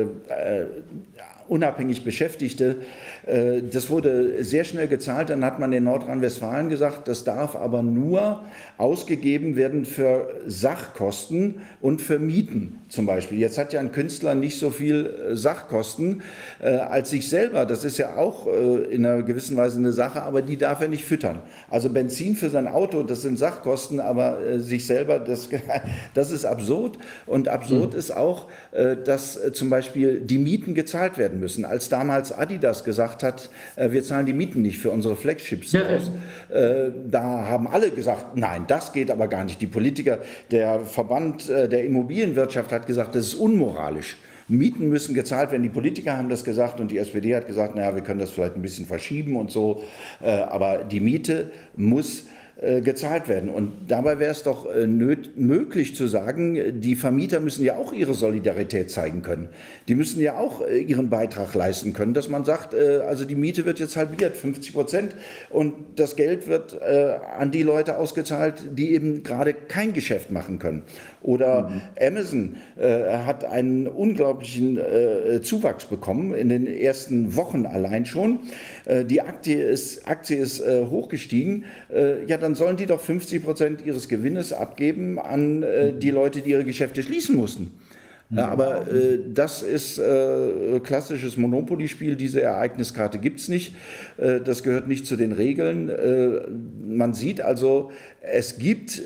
unabhängig Beschäftigte, das wurde sehr schnell gezahlt. Dann hat man in Nordrhein-Westfalen gesagt, das darf aber nur ausgegeben werden für Sachkosten und für Mieten zum Beispiel. Jetzt hat ja ein Künstler nicht so viel Sachkosten als sich selber. Das ist ja auch in einer gewissen Weise eine Sache, aber die darf er nicht füttern. Also Benzin für sein Auto, das sind Sachkosten, aber sich selber, das ist absurd. Und absurd ist auch, dass zum Beispiel die Mieten gezahlt werden müssen. Als damals Adidas gesagt hat, wir zahlen die Mieten nicht für unsere Flagships aus, da haben alle gesagt, nein, das geht aber gar nicht. Die Politiker, der Verband der Immobilienwirtschaft hat gesagt, das ist unmoralisch. Mieten müssen gezahlt werden. Die Politiker haben das gesagt und die SPD hat gesagt, naja, wir können das vielleicht ein bisschen verschieben und so, aber die Miete muss gezahlt werden. Und dabei wäre es doch möglich zu sagen, die Vermieter müssen ja auch ihre Solidarität zeigen können. Die müssen ja auch ihren Beitrag leisten können, dass man sagt, also die Miete wird jetzt halbiert, 50%, und das Geld wird an die Leute ausgezahlt, die eben gerade kein Geschäft machen können. Oder Amazon hat einen unglaublichen Zuwachs bekommen in den ersten Wochen allein schon. Die Aktie ist hochgestiegen. Ja, dann sollen die doch 50% ihres Gewinnes abgeben an die Leute, die ihre Geschäfte schließen mussten. Aber das ist klassisches Monopoly-Spiel. Diese Ereigniskarte gibt es nicht. Das gehört nicht zu den Regeln. Man sieht also, es gibt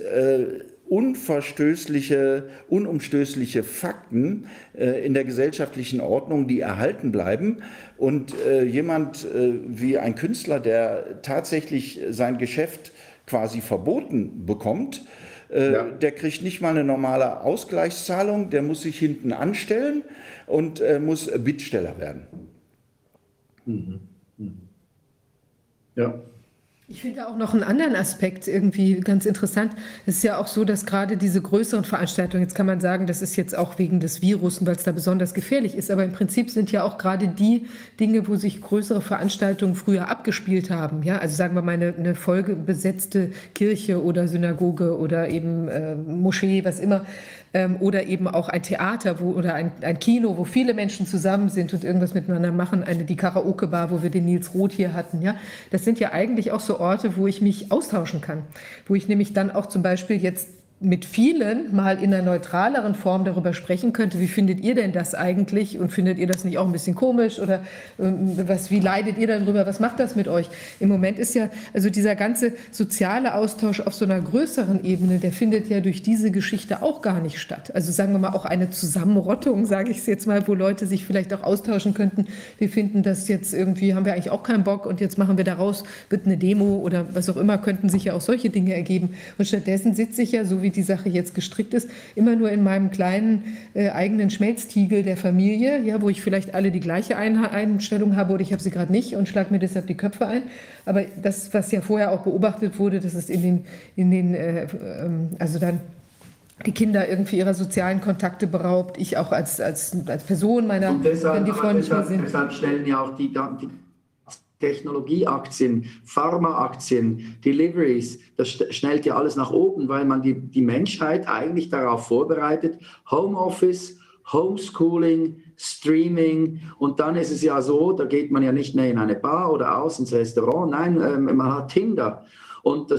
unumstößliche Fakten in der gesellschaftlichen Ordnung, die erhalten bleiben. Und jemand wie ein Künstler, der tatsächlich sein Geschäft quasi verboten bekommt, der kriegt nicht mal eine normale Ausgleichszahlung, der muss sich hinten anstellen und muss Bittsteller werden. Ja. Ich finde auch noch einen anderen Aspekt irgendwie ganz interessant. Es ist ja auch so, dass gerade diese größeren Veranstaltungen, jetzt kann man sagen, das ist jetzt auch wegen des Virus, weil es da besonders gefährlich ist, aber im Prinzip sind ja auch gerade die Dinge, wo sich größere Veranstaltungen früher abgespielt haben. Ja, also sagen wir mal eine vollbesetzte Kirche oder Synagoge oder eben Moschee, was immer. Oder eben auch ein Theater oder ein Kino, wo viele Menschen zusammen sind und irgendwas miteinander machen, die Karaoke-Bar, wo wir den Nils Roth hier hatten. Ja? Das sind ja eigentlich auch so Orte, wo ich mich austauschen kann, wo ich nämlich dann auch zum Beispiel jetzt mit vielen mal in einer neutraleren Form darüber sprechen könnte, wie findet ihr denn das eigentlich und findet ihr das nicht auch ein bisschen komisch oder wie leidet ihr darüber, was macht das mit euch? Im Moment ist ja, also dieser ganze soziale Austausch auf so einer größeren Ebene, der findet ja durch diese Geschichte auch gar nicht statt. Also sagen wir mal auch eine Zusammenrottung, sage ich es jetzt mal, wo Leute sich vielleicht auch austauschen könnten, wir finden das jetzt irgendwie, haben wir eigentlich auch keinen Bock und jetzt machen wir daraus, wird eine Demo oder was auch immer, könnten sich ja auch solche Dinge ergeben. Und stattdessen sitze ich ja, so wie wie die Sache jetzt gestrickt ist, immer nur in meinem kleinen eigenen Schmelztiegel der Familie, ja, wo ich vielleicht alle die gleiche Einstellung habe oder ich habe sie gerade nicht und schlage mir deshalb die Köpfe ein. Aber das, was ja vorher auch beobachtet wurde, dass es also dann die Kinder irgendwie ihrer sozialen Kontakte beraubt, ich auch als Person meiner, und deshalb, wenn die Freunde nicht mehr sind. Deshalb stellen ja auch die Technologieaktien, Pharmaaktien, Deliveries, das schnellt ja alles nach oben, weil man die Menschheit eigentlich darauf vorbereitet, Homeoffice, Homeschooling, Streaming, und dann ist es ja so, da geht man ja nicht mehr in eine Bar oder aus ins Restaurant, nein, man hat Tinder. Und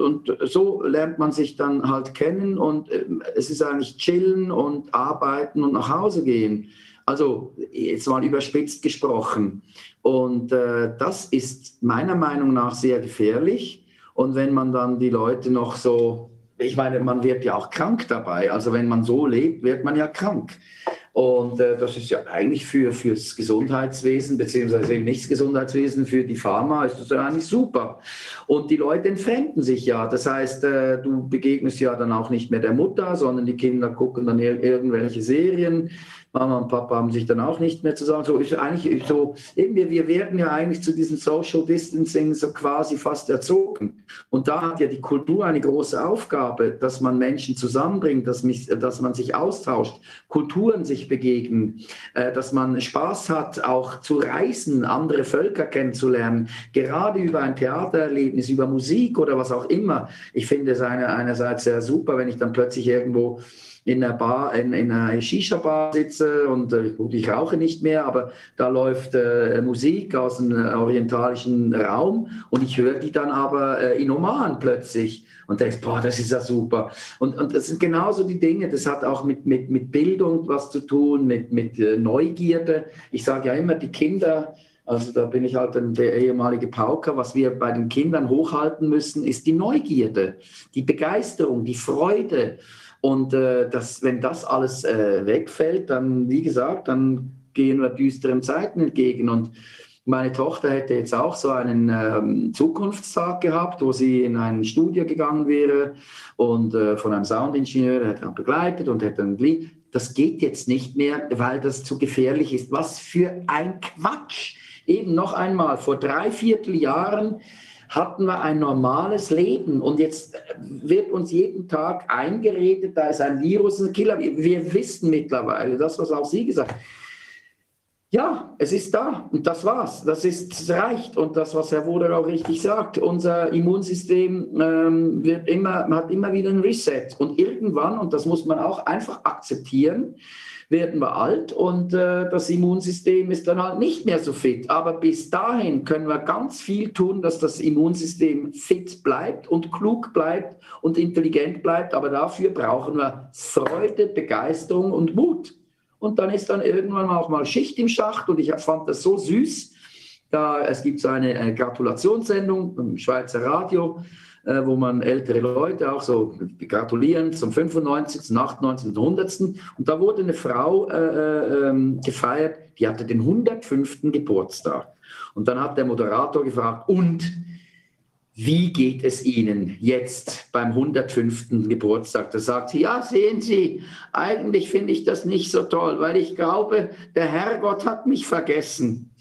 so lernt man sich dann halt kennen und es ist eigentlich chillen und arbeiten und nach Hause gehen. Also jetzt mal überspitzt gesprochen. Und das ist meiner Meinung nach sehr gefährlich. Und wenn man dann die Leute noch so, ich meine, man wird ja auch krank dabei. Also wenn man so lebt, wird man ja krank. Und das ist ja eigentlich fürs Gesundheitswesen, beziehungsweise eben nicht das Gesundheitswesen, für die Pharma ist das ja eigentlich super. Und die Leute entfremden sich ja. Das heißt, du begegnest ja dann auch nicht mehr der Mutter, sondern die Kinder gucken dann irgendwelche Serien. Mama und Papa haben sich dann auch nicht mehr zusammen. So ist eigentlich so, irgendwie, wir werden ja eigentlich zu diesem Social Distancing so quasi fast erzogen. Und da hat ja die Kultur eine große Aufgabe, dass man Menschen zusammenbringt, dass man sich austauscht, Kulturen sich begegnen, dass man Spaß hat, auch zu reisen, andere Völker kennenzulernen, gerade über ein Theatererlebnis, über Musik oder was auch immer. Ich finde es einerseits sehr super, wenn ich dann plötzlich irgendwo in einer Bar, in einer Shisha-Bar sitze und gut, ich rauche nicht mehr, aber da läuft Musik aus dem orientalischen Raum und ich höre die dann aber in Oman plötzlich und denke, boah, das ist ja super. Und das sind genauso die Dinge, das hat auch mit Bildung was zu tun, mit Neugierde. Ich sage ja immer, die Kinder, also da bin ich halt der ehemalige Pauker, was wir bei den Kindern hochhalten müssen, ist die Neugierde, die Begeisterung, die Freude. Und wenn das alles wegfällt, dann, wie gesagt, dann gehen wir düsteren Zeiten entgegen. Und meine Tochter hätte jetzt auch so einen Zukunftstag gehabt, wo sie in ein Studio gegangen wäre und von einem Soundingenieur, der hat dann begleitet und hätte dann Lied. Das geht jetzt nicht mehr, weil das zu gefährlich ist. Was für ein Quatsch! Eben noch einmal, vor 3/4 Jahren hatten wir ein normales Leben und jetzt wird uns jeden Tag eingeredet, da ist ein Virus, ein Killer. Wir wissen mittlerweile, das, was auch Sie gesagt haben, ja, es ist da und das war's, das reicht. Und das, was Herr Woder auch richtig sagt, unser Immunsystem hat immer wieder ein Reset und irgendwann, und das muss man auch einfach akzeptieren, werden wir alt und das Immunsystem ist dann halt nicht mehr so fit. Aber bis dahin können wir ganz viel tun, dass das Immunsystem fit bleibt und klug bleibt und intelligent bleibt. Aber dafür brauchen wir Freude, Begeisterung und Mut. Und dann ist dann irgendwann auch mal Schicht im Schacht. Und ich fand das so süß. Es gibt so eine Gratulationssendung im Schweizer Radio, wo man ältere Leute auch so gratulieren zum 95., zum 98., zum 100. Und da wurde eine Frau gefeiert, die hatte den 105. Geburtstag. Und dann hat der Moderator gefragt, und wie geht es Ihnen jetzt beim 105. Geburtstag? Da sagt sie, ja, sehen Sie, eigentlich finde ich das nicht so toll, weil ich glaube, der Herrgott hat mich vergessen.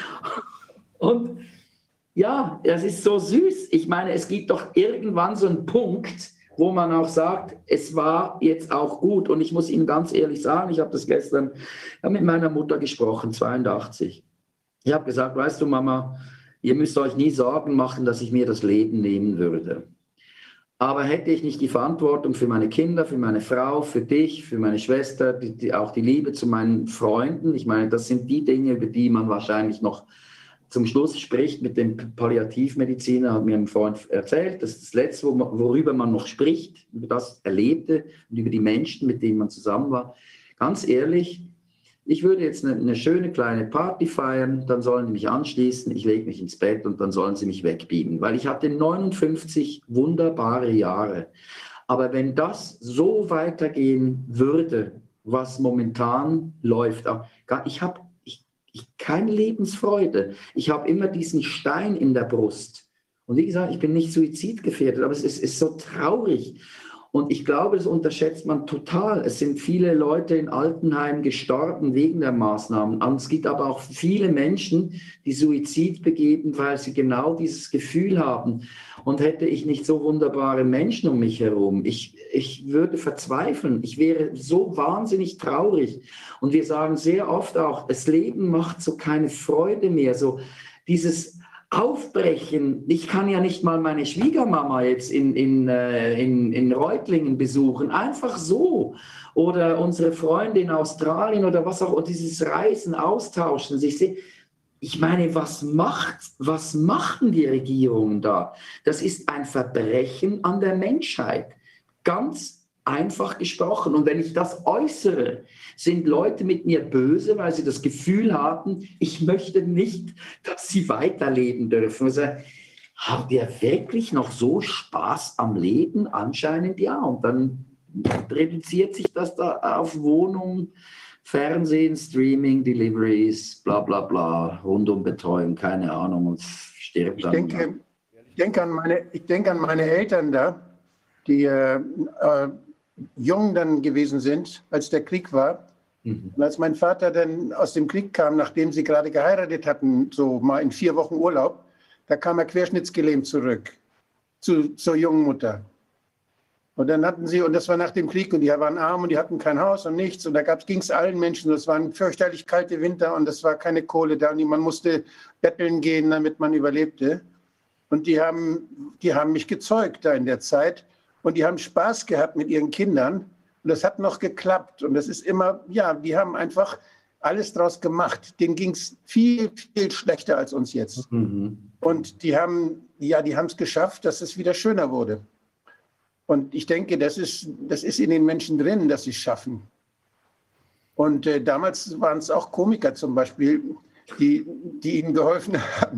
Und ja, das ist so süß. Ich meine, es gibt doch irgendwann so einen Punkt, wo man auch sagt, es war jetzt auch gut. Und ich muss Ihnen ganz ehrlich sagen, ich habe das gestern mit meiner Mutter gesprochen, 82. Ich habe gesagt, weißt du, Mama, ihr müsst euch nie Sorgen machen, dass ich mir das Leben nehmen würde. Aber hätte ich nicht die Verantwortung für meine Kinder, für meine Frau, für dich, für meine Schwester, auch die Liebe zu meinen Freunden, ich meine, das sind die Dinge, über die man wahrscheinlich noch zum Schluss spricht mit dem Palliativmediziner, hat mir ein Freund erzählt, das ist das Letzte, worüber man noch spricht, über das Erlebte und über die Menschen, mit denen man zusammen war. Ganz ehrlich, ich würde jetzt eine schöne kleine Party feiern, dann sollen die mich anschließen, ich lege mich ins Bett und dann sollen sie mich wegbeamen, weil ich hatte 59 wunderbare Jahre. Aber wenn das so weitergehen würde, was momentan läuft, ich habe keine Lebensfreude. Ich habe immer diesen Stein in der Brust. Und wie gesagt, ich bin nicht suizidgefährdet, aber es ist so traurig. Und ich glaube, das unterschätzt man total. Es sind viele Leute in Altenheimen gestorben wegen der Maßnahmen. Und es gibt aber auch viele Menschen, die Suizid begeben, weil sie genau dieses Gefühl haben. Und hätte ich nicht so wunderbare Menschen um mich herum, ich würde verzweifeln. Ich wäre so wahnsinnig traurig. Und wir sagen sehr oft auch, das Leben macht so keine Freude mehr. So dieses Aufbrechen. Ich kann ja nicht mal meine Schwiegermama jetzt in Reutlingen besuchen, einfach so. Oder unsere Freunde in Australien oder was auch, und dieses Reisen, Austauschen. Ich meine, was machen die Regierungen da? Das ist ein Verbrechen an der Menschheit. Ganz einfach gesprochen. Und wenn ich das äußere, sind Leute mit mir böse, weil sie das Gefühl haben, ich möchte nicht, dass sie weiterleben dürfen. Also, habt ihr wirklich noch so Spaß am Leben? Anscheinend ja. Und dann reduziert sich das da auf Wohnung, Fernsehen, Streaming, Deliveries, bla bla bla, Rundumbetreuung, keine Ahnung, und stirbt dann. Ich denke an meine Eltern da, die jung dann gewesen sind, als der Krieg war. Und als mein Vater dann aus dem Krieg kam, nachdem sie gerade geheiratet hatten, so mal in 4 Wochen Urlaub, da kam er querschnittsgelähmt zurück zur jungen Mutter. Und dann hatten sie, und das war nach dem Krieg, und die waren arm und die hatten kein Haus und nichts. Und da ging es allen Menschen, das waren fürchterlich kalte Winter und es war keine Kohle da. Und man musste betteln gehen, damit man überlebte. Und die haben mich gezeugt da in der Zeit. Und die haben Spaß gehabt mit ihren Kindern. Und das hat noch geklappt. Und das ist immer, ja, die haben einfach alles draus gemacht. Denen ging es viel, viel schlechter als uns jetzt. Und die haben es geschafft, dass es wieder schöner wurde. Und ich denke, das ist in den Menschen drin, dass sie es schaffen. Und damals waren es auch Komiker zum Beispiel, die ihnen geholfen haben.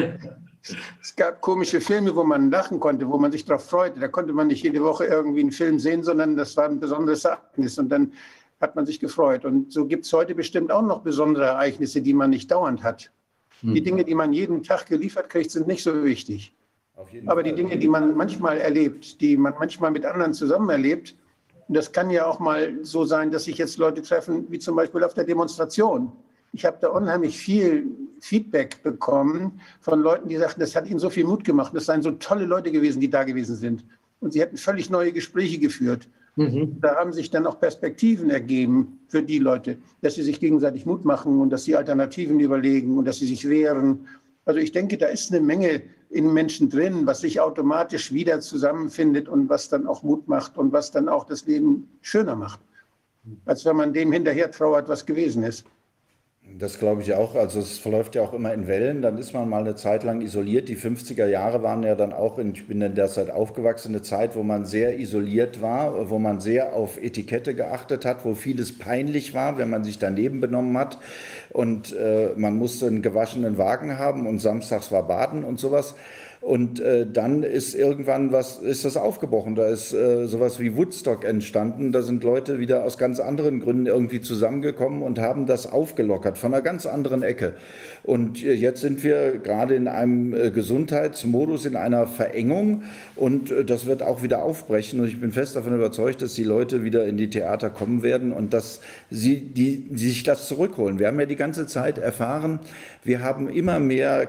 Es gab komische Filme, wo man lachen konnte, wo man sich darauf freute. Da konnte man nicht jede Woche irgendwie einen Film sehen, sondern das war ein besonderes Ereignis. Und dann hat man sich gefreut. Und so gibt es heute bestimmt auch noch besondere Ereignisse, die man nicht dauernd hat. Die Dinge, die man jeden Tag geliefert kriegt, sind nicht so wichtig. Aber die Dinge, die man manchmal erlebt, die man manchmal mit anderen zusammen erlebt, und das kann ja auch mal so sein, dass sich jetzt Leute treffen, wie zum Beispiel auf der Demonstration. Ich habe da unheimlich viel Feedback bekommen von Leuten, die sagten, das hat ihnen so viel Mut gemacht. Das seien so tolle Leute gewesen, die da gewesen sind. Und sie hätten völlig neue Gespräche geführt. Da haben sich dann auch Perspektiven ergeben für die Leute, dass sie sich gegenseitig Mut machen und dass sie Alternativen überlegen und dass sie sich wehren. Also ich denke, da ist eine Menge in Menschen drin, was sich automatisch wieder zusammenfindet und was dann auch Mut macht und was dann auch das Leben schöner macht, als wenn man dem hinterher trauert, was gewesen ist. Das glaube ich auch. Also es verläuft ja auch immer in Wellen. Dann ist man mal eine Zeit lang isoliert. Die 50er Jahre waren ja dann auch, ich bin in der Zeit aufgewachsen, eine Zeit, wo man sehr isoliert war, wo man sehr auf Etikette geachtet hat, wo vieles peinlich war, wenn man sich daneben benommen hat. Und man musste einen gewaschenen Wagen haben und samstags war Baden und sowas. Und dann ist irgendwann ist das aufgebrochen. Da ist sowas wie Woodstock entstanden. Da sind Leute wieder aus ganz anderen Gründen irgendwie zusammengekommen und haben das aufgelockert von einer ganz anderen Ecke. Und jetzt sind wir gerade in einem Gesundheitsmodus, in einer Verengung. Und das wird auch wieder aufbrechen. Und ich bin fest davon überzeugt, dass die Leute wieder in die Theater kommen werden und dass sie sich das zurückholen. Wir haben ja die ganze Zeit erfahren, wir haben immer mehr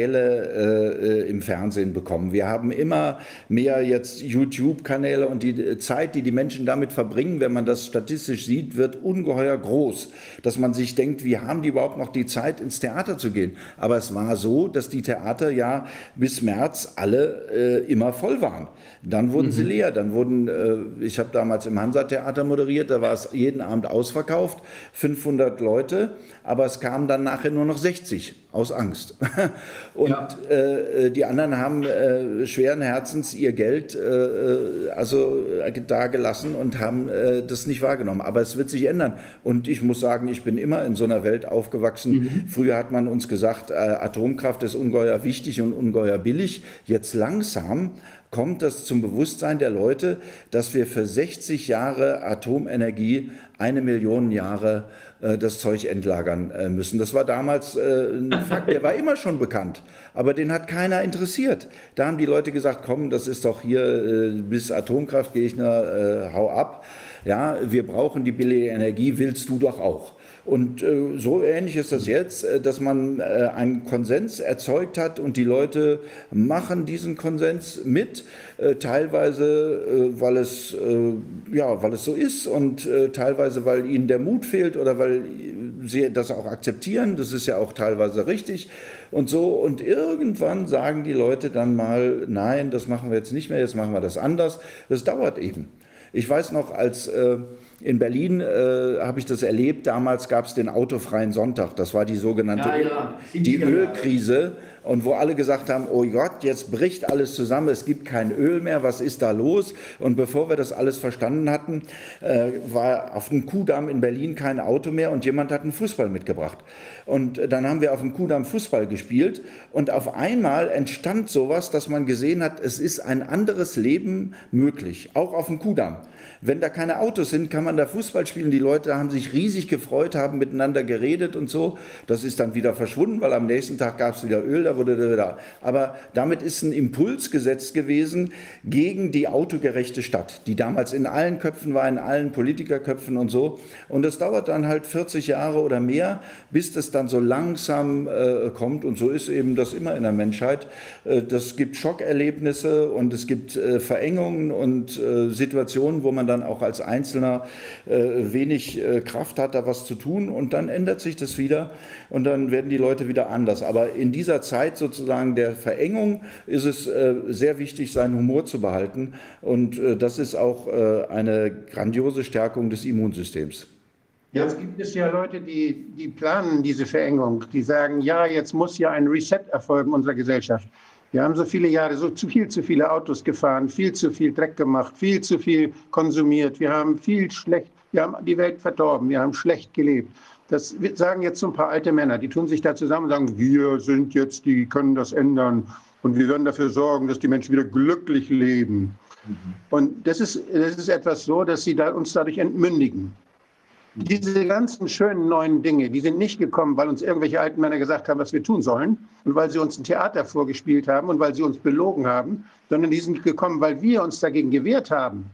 Kanäle im Fernsehen bekommen. Wir haben immer mehr jetzt YouTube-Kanäle und die Zeit, die Menschen damit verbringen, wenn man das statistisch sieht, wird ungeheuer groß. Dass man sich denkt, wie haben die überhaupt noch die Zeit, ins Theater zu gehen? Aber es war so, dass die Theater ja bis März alle immer voll waren. Dann wurden sie leer. Dann ich habe damals im Hansa-Theater moderiert, da war es jeden Abend ausverkauft, 500 Leute, aber es kamen dann nachher nur noch 60 aus Angst. Und die anderen haben schweren Herzens ihr Geld da gelassen und haben das nicht wahrgenommen. Aber es wird sich ändern. Und ich muss sagen, ich bin immer in so einer Welt aufgewachsen. Früher hat man uns gesagt, Atomkraft ist ungeheuer wichtig und ungeheuer billig. Jetzt langsam kommt das zum Bewusstsein der Leute, dass wir für 60 Jahre Atomenergie 1 Million Jahre das Zeug entlagern müssen. Das war damals ein Fakt, der war immer schon bekannt, aber den hat keiner interessiert. Da haben die Leute gesagt, komm, das ist doch hier bis Atomkraftgegner, hau ab. Ja, wir brauchen die billige Energie, willst du doch auch. Und so ähnlich ist das jetzt, dass man einen Konsens erzeugt hat und die Leute machen diesen Konsens mit, teilweise weil es so ist und teilweise weil ihnen der Mut fehlt oder weil sie das auch akzeptieren, das ist ja auch teilweise richtig und so. Und irgendwann sagen die Leute dann mal, nein, das machen wir jetzt nicht mehr, jetzt machen wir das anders. Das dauert eben. Ich weiß noch, als in Berlin habe ich das erlebt, damals gab es den autofreien Sonntag, das war die sogenannte die Ölkrise und wo alle gesagt haben, oh Gott, jetzt bricht alles zusammen, es gibt kein Öl mehr, was ist da los? Und bevor wir das alles verstanden hatten, war auf dem Kuhdamm in Berlin kein Auto mehr und jemand hat einen Fußball mitgebracht. Und dann haben wir auf dem Kuhdamm Fußball gespielt und auf einmal entstand sowas, dass man gesehen hat, es ist ein anderes Leben möglich, auch auf dem Kuhdamm. Wenn da keine Autos sind, kann man da Fußball spielen. Die Leute haben sich riesig gefreut, haben miteinander geredet und so. Das ist dann wieder verschwunden, weil am nächsten Tag gab es wieder Öl, da wurde wieder. Aber damit ist ein Impuls gesetzt gewesen gegen die autogerechte Stadt, die damals in allen Köpfen war, in allen Politikerköpfen und so. Und es dauert dann halt 40 Jahre oder mehr, bis das dann so langsam kommt. Und so ist eben das immer in der Menschheit. Das gibt Schockerlebnisse und es gibt Verengungen und Situationen, wo man dann auch als Einzelner wenig Kraft hat, da was zu tun und dann ändert sich das wieder und dann werden die Leute wieder anders. Aber in dieser Zeit sozusagen der Verengung ist es sehr wichtig, seinen Humor zu behalten und das ist auch eine grandiose Stärkung des Immunsystems. Jetzt gibt es ja Leute, die planen diese Verengung, die sagen, ja, jetzt muss ja ein Reset erfolgen unserer Gesellschaft. Wir haben so viele Jahre viel zu viele Autos gefahren, viel zu viel Dreck gemacht, viel zu viel konsumiert. Wir haben wir haben die Welt verdorben, wir haben schlecht gelebt. Das sagen jetzt so ein paar alte Männer, die tun sich da zusammen und sagen, wir sind jetzt, die können das ändern und wir werden dafür sorgen, dass die Menschen wieder glücklich leben. Und das ist etwas so, dass sie uns dadurch entmündigen. Diese ganzen schönen neuen Dinge, die sind nicht gekommen, weil uns irgendwelche alten Männer gesagt haben, was wir tun sollen und weil sie uns ein Theater vorgespielt haben und weil sie uns belogen haben, sondern die sind gekommen, weil wir uns dagegen gewehrt haben.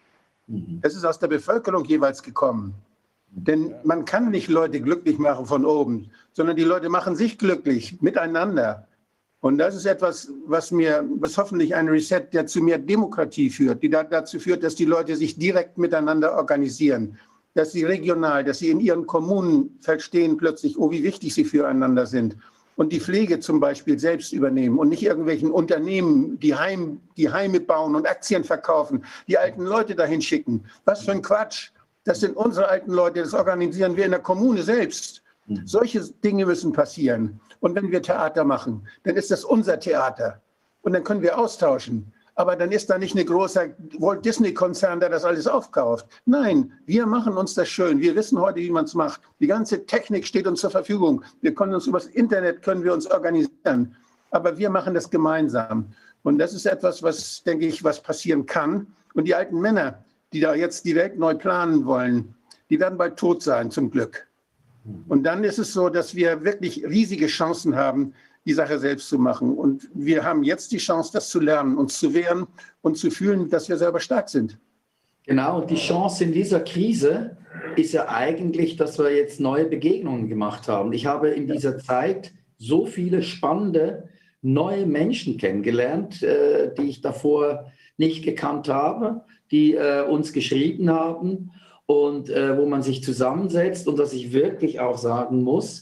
Es ist aus der Bevölkerung jeweils gekommen. Denn man kann nicht Leute glücklich machen von oben, sondern die Leute machen sich glücklich miteinander. Und das ist etwas, was hoffentlich ein Reset, der zu mehr Demokratie führt, die dazu führt, dass die Leute sich direkt miteinander organisieren. Dass sie regional, dass sie in ihren Kommunen verstehen plötzlich, oh, wie wichtig sie füreinander sind. Und die Pflege zum Beispiel selbst übernehmen und nicht irgendwelchen Unternehmen, die Heime bauen und Aktien verkaufen, die alten Leute dahin schicken. Was für ein Quatsch. Das sind unsere alten Leute, das organisieren wir in der Kommune selbst. Solche Dinge müssen passieren. Und wenn wir Theater machen, dann ist das unser Theater. Und dann können wir austauschen. Aber dann ist da nicht ein großer Walt-Disney-Konzern, der das alles aufkauft. Nein, wir machen uns das schön. Wir wissen heute, wie man es macht. Die ganze Technik steht uns zur Verfügung. Wir können uns übers Internet organisieren. Aber wir machen das gemeinsam. Und das ist etwas, was, denke ich, was passieren kann. Und die alten Männer, die da jetzt die Welt neu planen wollen, die werden bald tot sein, zum Glück. Und dann ist es so, dass wir wirklich riesige Chancen haben, die Sache selbst zu machen. Und wir haben jetzt die Chance, das zu lernen, uns zu wehren und zu fühlen, dass wir selber stark sind. Genau, und die Chance in dieser Krise ist ja eigentlich, dass wir jetzt neue Begegnungen gemacht haben. Ich habe in dieser Zeit so viele spannende neue Menschen kennengelernt, die ich davor nicht gekannt habe, die uns geschrieben haben und wo man sich zusammensetzt und dass ich wirklich auch sagen muss,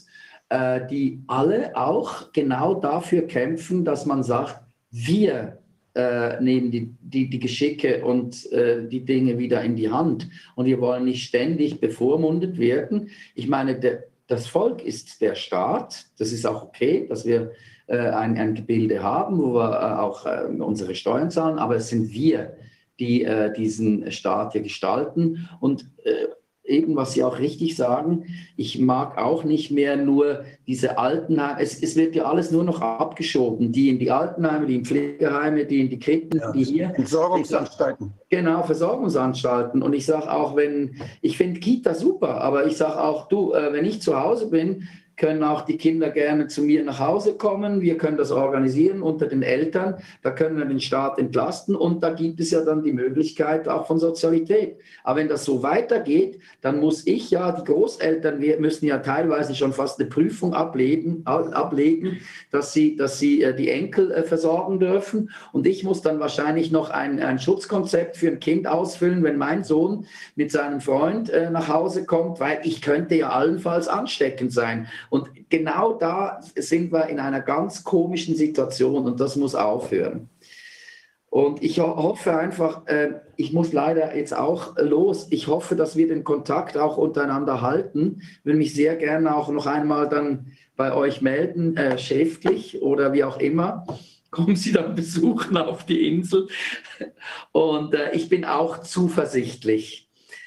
die alle auch genau dafür kämpfen, dass man sagt, wir nehmen die Geschicke und die Dinge wieder in die Hand. Und wir wollen nicht ständig bevormundet werden. Ich meine, das Volk ist der Staat. Das ist auch okay, dass wir ein Gebilde haben, wo wir auch unsere Steuern zahlen. Aber es sind wir, die diesen Staat hier gestalten. Und eben, was Sie auch richtig sagen, ich mag auch nicht mehr nur diese Altenheime, es wird ja alles nur noch abgeschoben, die in die Altenheime, die in Pflegeheime, die in die Krippen, die hier. Entsorgungsanstalten. Genau, Versorgungsanstalten. Und ich sage auch, ich finde Kita super, aber ich sage auch, wenn ich zu Hause bin, können auch die Kinder gerne zu mir nach Hause kommen. Wir können das organisieren unter den Eltern. Da können wir den Staat entlasten und da gibt es ja dann die Möglichkeit auch von Sozialität. Aber wenn das so weitergeht, dann muss die Großeltern, wir müssen ja teilweise schon fast eine Prüfung ablegen, dass sie die Enkel versorgen dürfen. Und ich muss dann wahrscheinlich noch ein Schutzkonzept für ein Kind ausfüllen, wenn mein Sohn mit seinem Freund nach Hause kommt, weil ich könnte ja allenfalls ansteckend sein. Und genau da sind wir in einer ganz komischen Situation und das muss aufhören. Und ich hoffe einfach, ich muss leider jetzt auch los, ich hoffe, dass wir den Kontakt auch untereinander halten. Ich will mich sehr gerne auch noch einmal dann bei euch melden, schriftlich oder wie auch immer. Kommen Sie dann besuchen auf die Insel. Und ich bin auch zuversichtlich.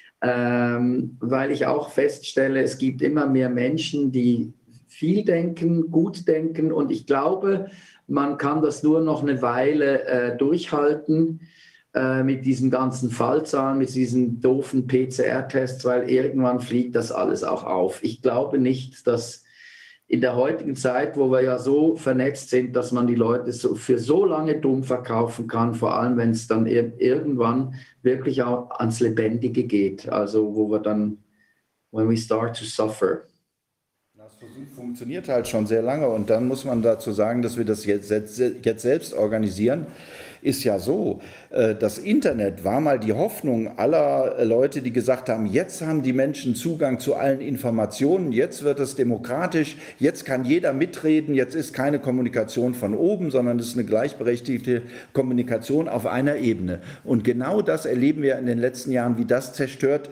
Weil ich auch feststelle, es gibt immer mehr Menschen, die viel denken, gut denken und ich glaube, man kann das nur noch eine Weile durchhalten mit diesen ganzen Fallzahlen, mit diesen doofen PCR-Tests, weil irgendwann fliegt das alles auch auf. Ich glaube nicht, dass in der heutigen Zeit, wo wir ja so vernetzt sind, dass man die Leute für so lange dumm verkaufen kann, vor allem wenn es dann irgendwann wirklich auch ans Lebendige geht, also wo wir dann, when we start to suffer. Das funktioniert halt schon sehr lange und dann muss man dazu sagen, dass wir das jetzt selbst organisieren. Ist ja so, das Internet war mal die Hoffnung aller Leute, die gesagt haben, jetzt haben die Menschen Zugang zu allen Informationen, jetzt wird es demokratisch, jetzt kann jeder mitreden, jetzt ist keine Kommunikation von oben, sondern es ist eine gleichberechtigte Kommunikation auf einer Ebene. Und genau das erleben wir in den letzten Jahren, wie das zerstört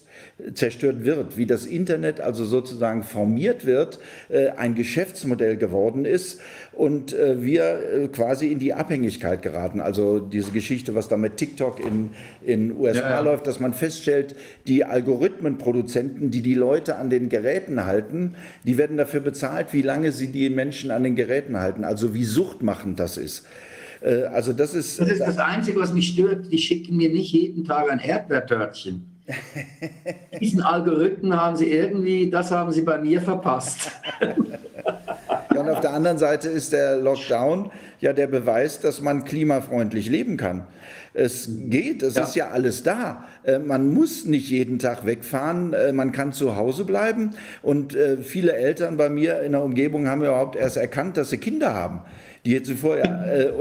wird, wie das Internet also sozusagen formiert wird, ein Geschäftsmodell geworden ist und wir quasi in die Abhängigkeit geraten. Also diese Geschichte, was da mit TikTok in USA läuft, dass man feststellt, die Algorithmenproduzenten, die Leute an den Geräten halten, die werden dafür bezahlt, wie lange sie die Menschen an den Geräten halten, also wie suchtmachend das ist. Also das ist das Einzige, was mich stört, die schicken mir nicht jeden Tag ein Erdbeertörtchen. Diesen Algorithmen haben sie bei mir verpasst. Ja, und auf der anderen Seite ist der Lockdown ja der Beweis, dass man klimafreundlich leben kann. Es geht, es ist ja alles da. Man muss nicht jeden Tag wegfahren, man kann zu Hause bleiben. Und viele Eltern bei mir in der Umgebung haben überhaupt erst erkannt, dass sie Kinder haben. Die jetzt vorher,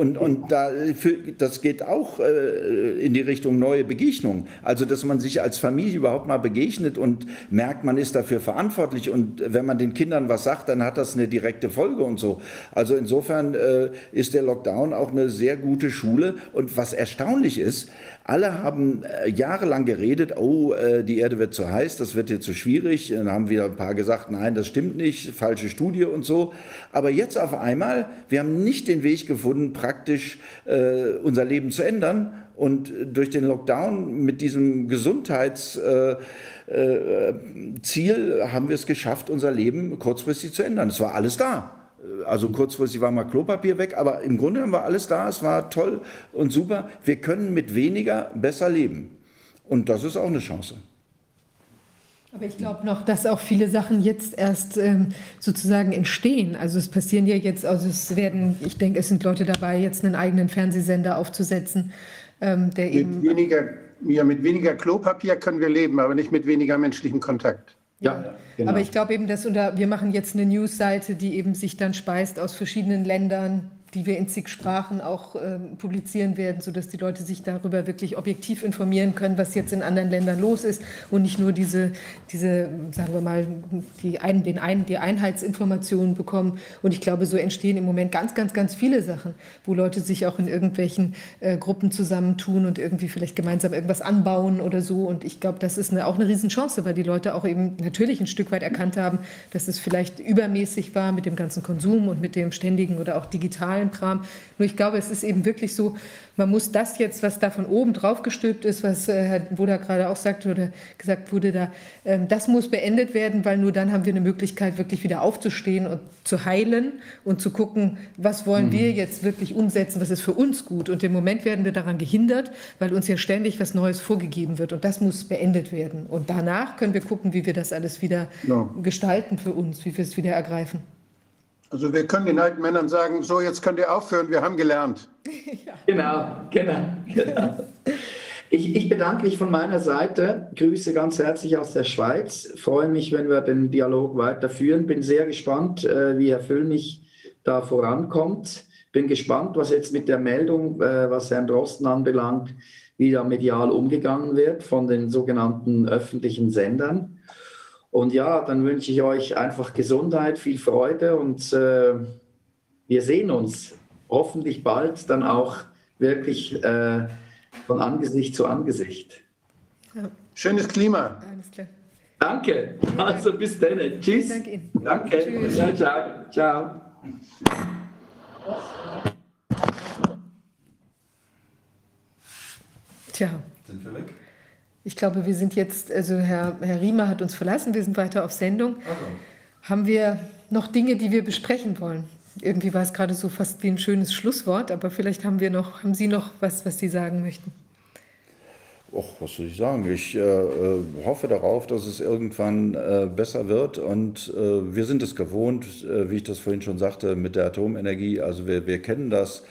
das geht auch in die Richtung neue Begegnungen. Also, dass man sich als Familie überhaupt mal begegnet und merkt, man ist dafür verantwortlich. Und wenn man den Kindern was sagt, dann hat das eine direkte Folge und so. Also insofern ist der Lockdown auch eine sehr gute Schule. Und was erstaunlich ist, alle haben jahrelang geredet, die Erde wird zu heiß, das wird jetzt zu schwierig. Dann haben wieder ein paar gesagt, nein, das stimmt nicht, falsche Studie und so. Aber jetzt auf einmal, wir haben nicht den Weg gefunden, praktisch unser Leben zu ändern. Und durch den Lockdown mit diesem Gesundheitsziel haben wir es geschafft, unser Leben kurzfristig zu ändern. Es war alles da. Also kurzfristig war mal Klopapier weg, aber im Grunde haben wir alles da. Es war toll und super. Wir können mit weniger besser leben. Und das ist auch eine Chance. Aber ich glaube noch, dass auch viele Sachen jetzt erst sozusagen entstehen. Also es passieren ja jetzt, ich denke, es sind Leute dabei, jetzt einen eigenen Fernsehsender aufzusetzen, der eben... Mit weniger Klopapier können wir leben, aber nicht mit weniger menschlichem Kontakt. Ja, genau. Aber ich glaube eben, wir machen jetzt eine Newsseite, die eben sich dann speist aus verschiedenen Ländern, die wir in zig Sprachen auch publizieren werden, sodass die Leute sich darüber wirklich objektiv informieren können, was jetzt in anderen Ländern los ist und nicht nur diese sagen wir mal, die Einheitsinformationen bekommen. Und ich glaube, so entstehen im Moment ganz, ganz, ganz viele Sachen, wo Leute sich auch in irgendwelchen Gruppen zusammentun und irgendwie vielleicht gemeinsam irgendwas anbauen oder so. Und ich glaube, das ist auch eine Riesenchance, weil die Leute auch eben natürlich ein Stück weit erkannt haben, dass es vielleicht übermäßig war mit dem ganzen Konsum und mit dem ständigen oder auch digitalen normalen Kram. Nur ich glaube, es ist eben wirklich so, man muss das jetzt, was da von oben drauf gestülpt ist, was Herr Wodak gerade auch sagte oder gesagt wurde, das muss beendet werden, weil nur dann haben wir eine Möglichkeit, wirklich wieder aufzustehen und zu heilen und zu gucken, was wollen wir jetzt wirklich umsetzen, was ist für uns gut. Und im Moment werden wir daran gehindert, weil uns ja ständig was Neues vorgegeben wird. Und das muss beendet werden. Und danach können wir gucken, wie wir das alles wieder gestalten für uns, wie wir es wieder ergreifen. Also wir können den alten Männern sagen, so jetzt könnt ihr aufhören, wir haben gelernt. Genau. Ich bedanke mich von meiner Seite, grüße ganz herzlich aus der Schweiz, freue mich, wenn wir den Dialog weiterführen, bin sehr gespannt, wie Herr Füllmich da vorankommt, bin gespannt, was jetzt mit der Meldung, was Herrn Drosten anbelangt, wie da medial umgegangen wird von den sogenannten öffentlichen Sendern. Und ja, dann wünsche ich euch einfach Gesundheit, viel Freude und wir sehen uns hoffentlich bald dann auch wirklich von Angesicht zu Angesicht. Ja. Schönes Klima. Alles klar. Danke. Also bis dann. Tschüss. Danke Ihnen. Danke. Tschüss. Ciao, ciao. Ciao. Tja. Sind wir weg? Ich glaube, wir sind jetzt, also Herr Riemer hat uns verlassen, wir sind weiter auf Sendung. Haben wir noch Dinge, die wir besprechen wollen? Irgendwie war es gerade so fast wie ein schönes Schlusswort, aber vielleicht haben Sie noch was Sie sagen möchten? Och, was soll ich sagen? Ich hoffe darauf, dass es irgendwann besser wird und wir sind es gewohnt, wie ich das vorhin schon sagte, mit der Atomenergie. Also wir kennen das.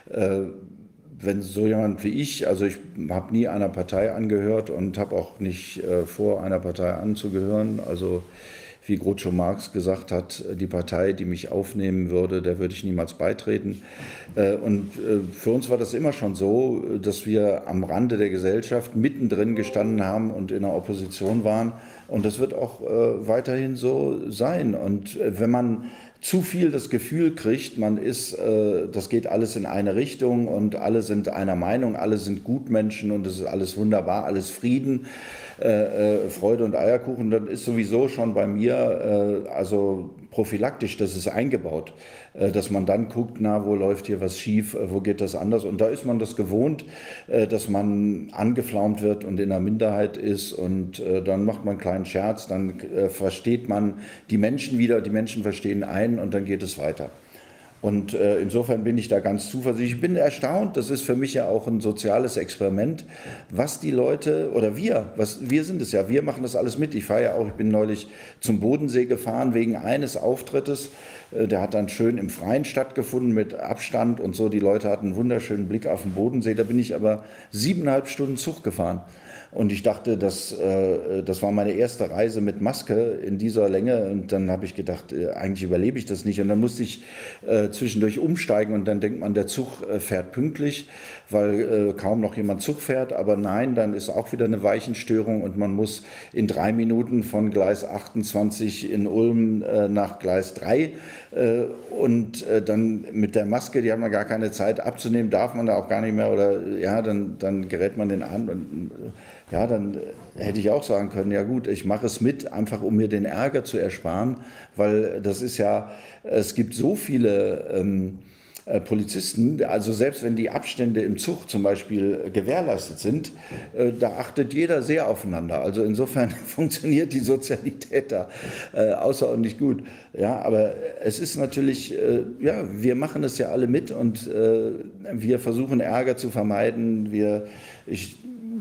Wenn so jemand wie ich, also ich habe nie einer Partei angehört und habe auch nicht vor, einer Partei anzugehören. Also wie Groucho Marx gesagt hat, die Partei, die mich aufnehmen würde, der würde ich niemals beitreten. Und für uns war das immer schon so, dass wir am Rande der Gesellschaft mittendrin gestanden haben und in der Opposition waren. Und das wird auch weiterhin so sein. Und wenn man zu viel das Gefühl kriegt, das geht alles in eine Richtung und alle sind einer Meinung, alle sind Gutmenschen und es ist alles wunderbar, alles Frieden, Freude und Eierkuchen, dann ist sowieso schon bei mir, also prophylaktisch, das ist eingebaut, dass man dann guckt, wo läuft hier was schief, wo geht das anders und da ist man das gewohnt, dass man angeflaumt wird und in der Minderheit ist und dann macht man einen kleinen Scherz, dann versteht man die Menschen wieder, die Menschen verstehen einen und dann geht es weiter. Und insofern bin ich da ganz zuversichtlich. Ich bin erstaunt, das ist für mich ja auch ein soziales Experiment, was die Leute, oder wir sind es ja, wir machen das alles mit. Ich bin neulich zum Bodensee gefahren wegen eines Auftrittes. Der hat dann schön im Freien stattgefunden mit Abstand und so. Die Leute hatten einen wunderschönen Blick auf den Bodensee. Da bin ich aber 7,5 Stunden Zug gefahren. Und ich dachte, das war meine erste Reise mit Maske in dieser Länge. Und dann habe ich gedacht, eigentlich überlebe ich das nicht. Und dann musste ich zwischendurch umsteigen. Und dann denkt man, der Zug fährt pünktlich, weil kaum noch jemand Zug fährt. Aber nein, dann ist auch wieder eine Weichenstörung. Und man muss in 3 Minuten von Gleis 28 in Ulm nach Gleis 3. Und dann mit der Maske, die haben wir gar keine Zeit abzunehmen, darf man da auch gar nicht mehr. Oder ja, dann gerät man den an. Und, ja, dann hätte ich auch sagen können, ja gut, ich mache es mit, einfach um mir den Ärger zu ersparen, weil das ist ja, es gibt so viele Polizisten, also selbst wenn die Abstände im Zug zum Beispiel gewährleistet sind, da achtet jeder sehr aufeinander. Also insofern funktioniert die Sozialität da außerordentlich gut. Ja, aber es ist natürlich, ja, wir machen es ja alle mit und wir versuchen Ärger zu vermeiden. Ich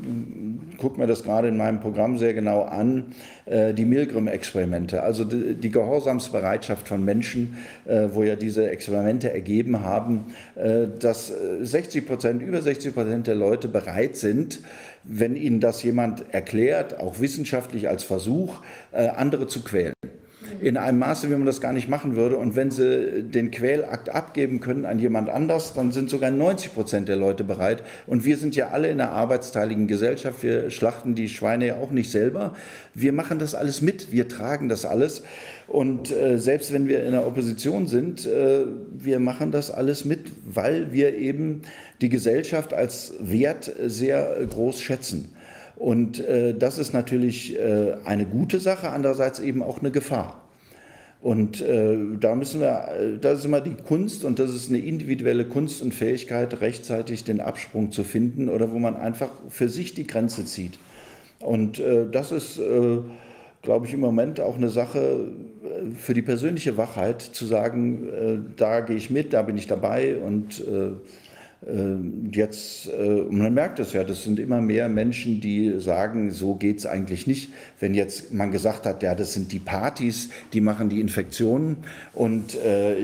gucke mir das gerade in meinem Programm sehr genau an, die Milgram-Experimente, also die Gehorsamsbereitschaft von Menschen, wo ja diese Experimente ergeben haben, dass über 60% der Leute bereit sind, wenn ihnen das jemand erklärt, auch wissenschaftlich als Versuch, andere zu quälen. In einem Maße, wie man das gar nicht machen würde. Und wenn sie den Quälakt abgeben können an jemand anders, dann sind sogar 90% der Leute bereit. Und wir sind ja alle in einer arbeitsteiligen Gesellschaft. Wir schlachten die Schweine ja auch nicht selber. Wir machen das alles mit. Wir tragen das alles. Und selbst wenn wir in der Opposition sind, wir machen das alles mit, weil wir eben die Gesellschaft als Wert sehr groß schätzen. Und das ist natürlich eine gute Sache, andererseits eben auch eine Gefahr. Und da das ist immer die Kunst und das ist eine individuelle Kunst und Fähigkeit, rechtzeitig den Absprung zu finden oder wo man einfach für sich die Grenze zieht. Und das ist, glaube ich, im Moment auch eine Sache für die persönliche Wachheit, zu sagen, da gehe ich mit, da bin ich dabei und jetzt, man merkt es ja, das sind immer mehr Menschen, die sagen, so geht es eigentlich nicht. Wenn jetzt man gesagt hat, ja, das sind die Partys, die machen die Infektionen und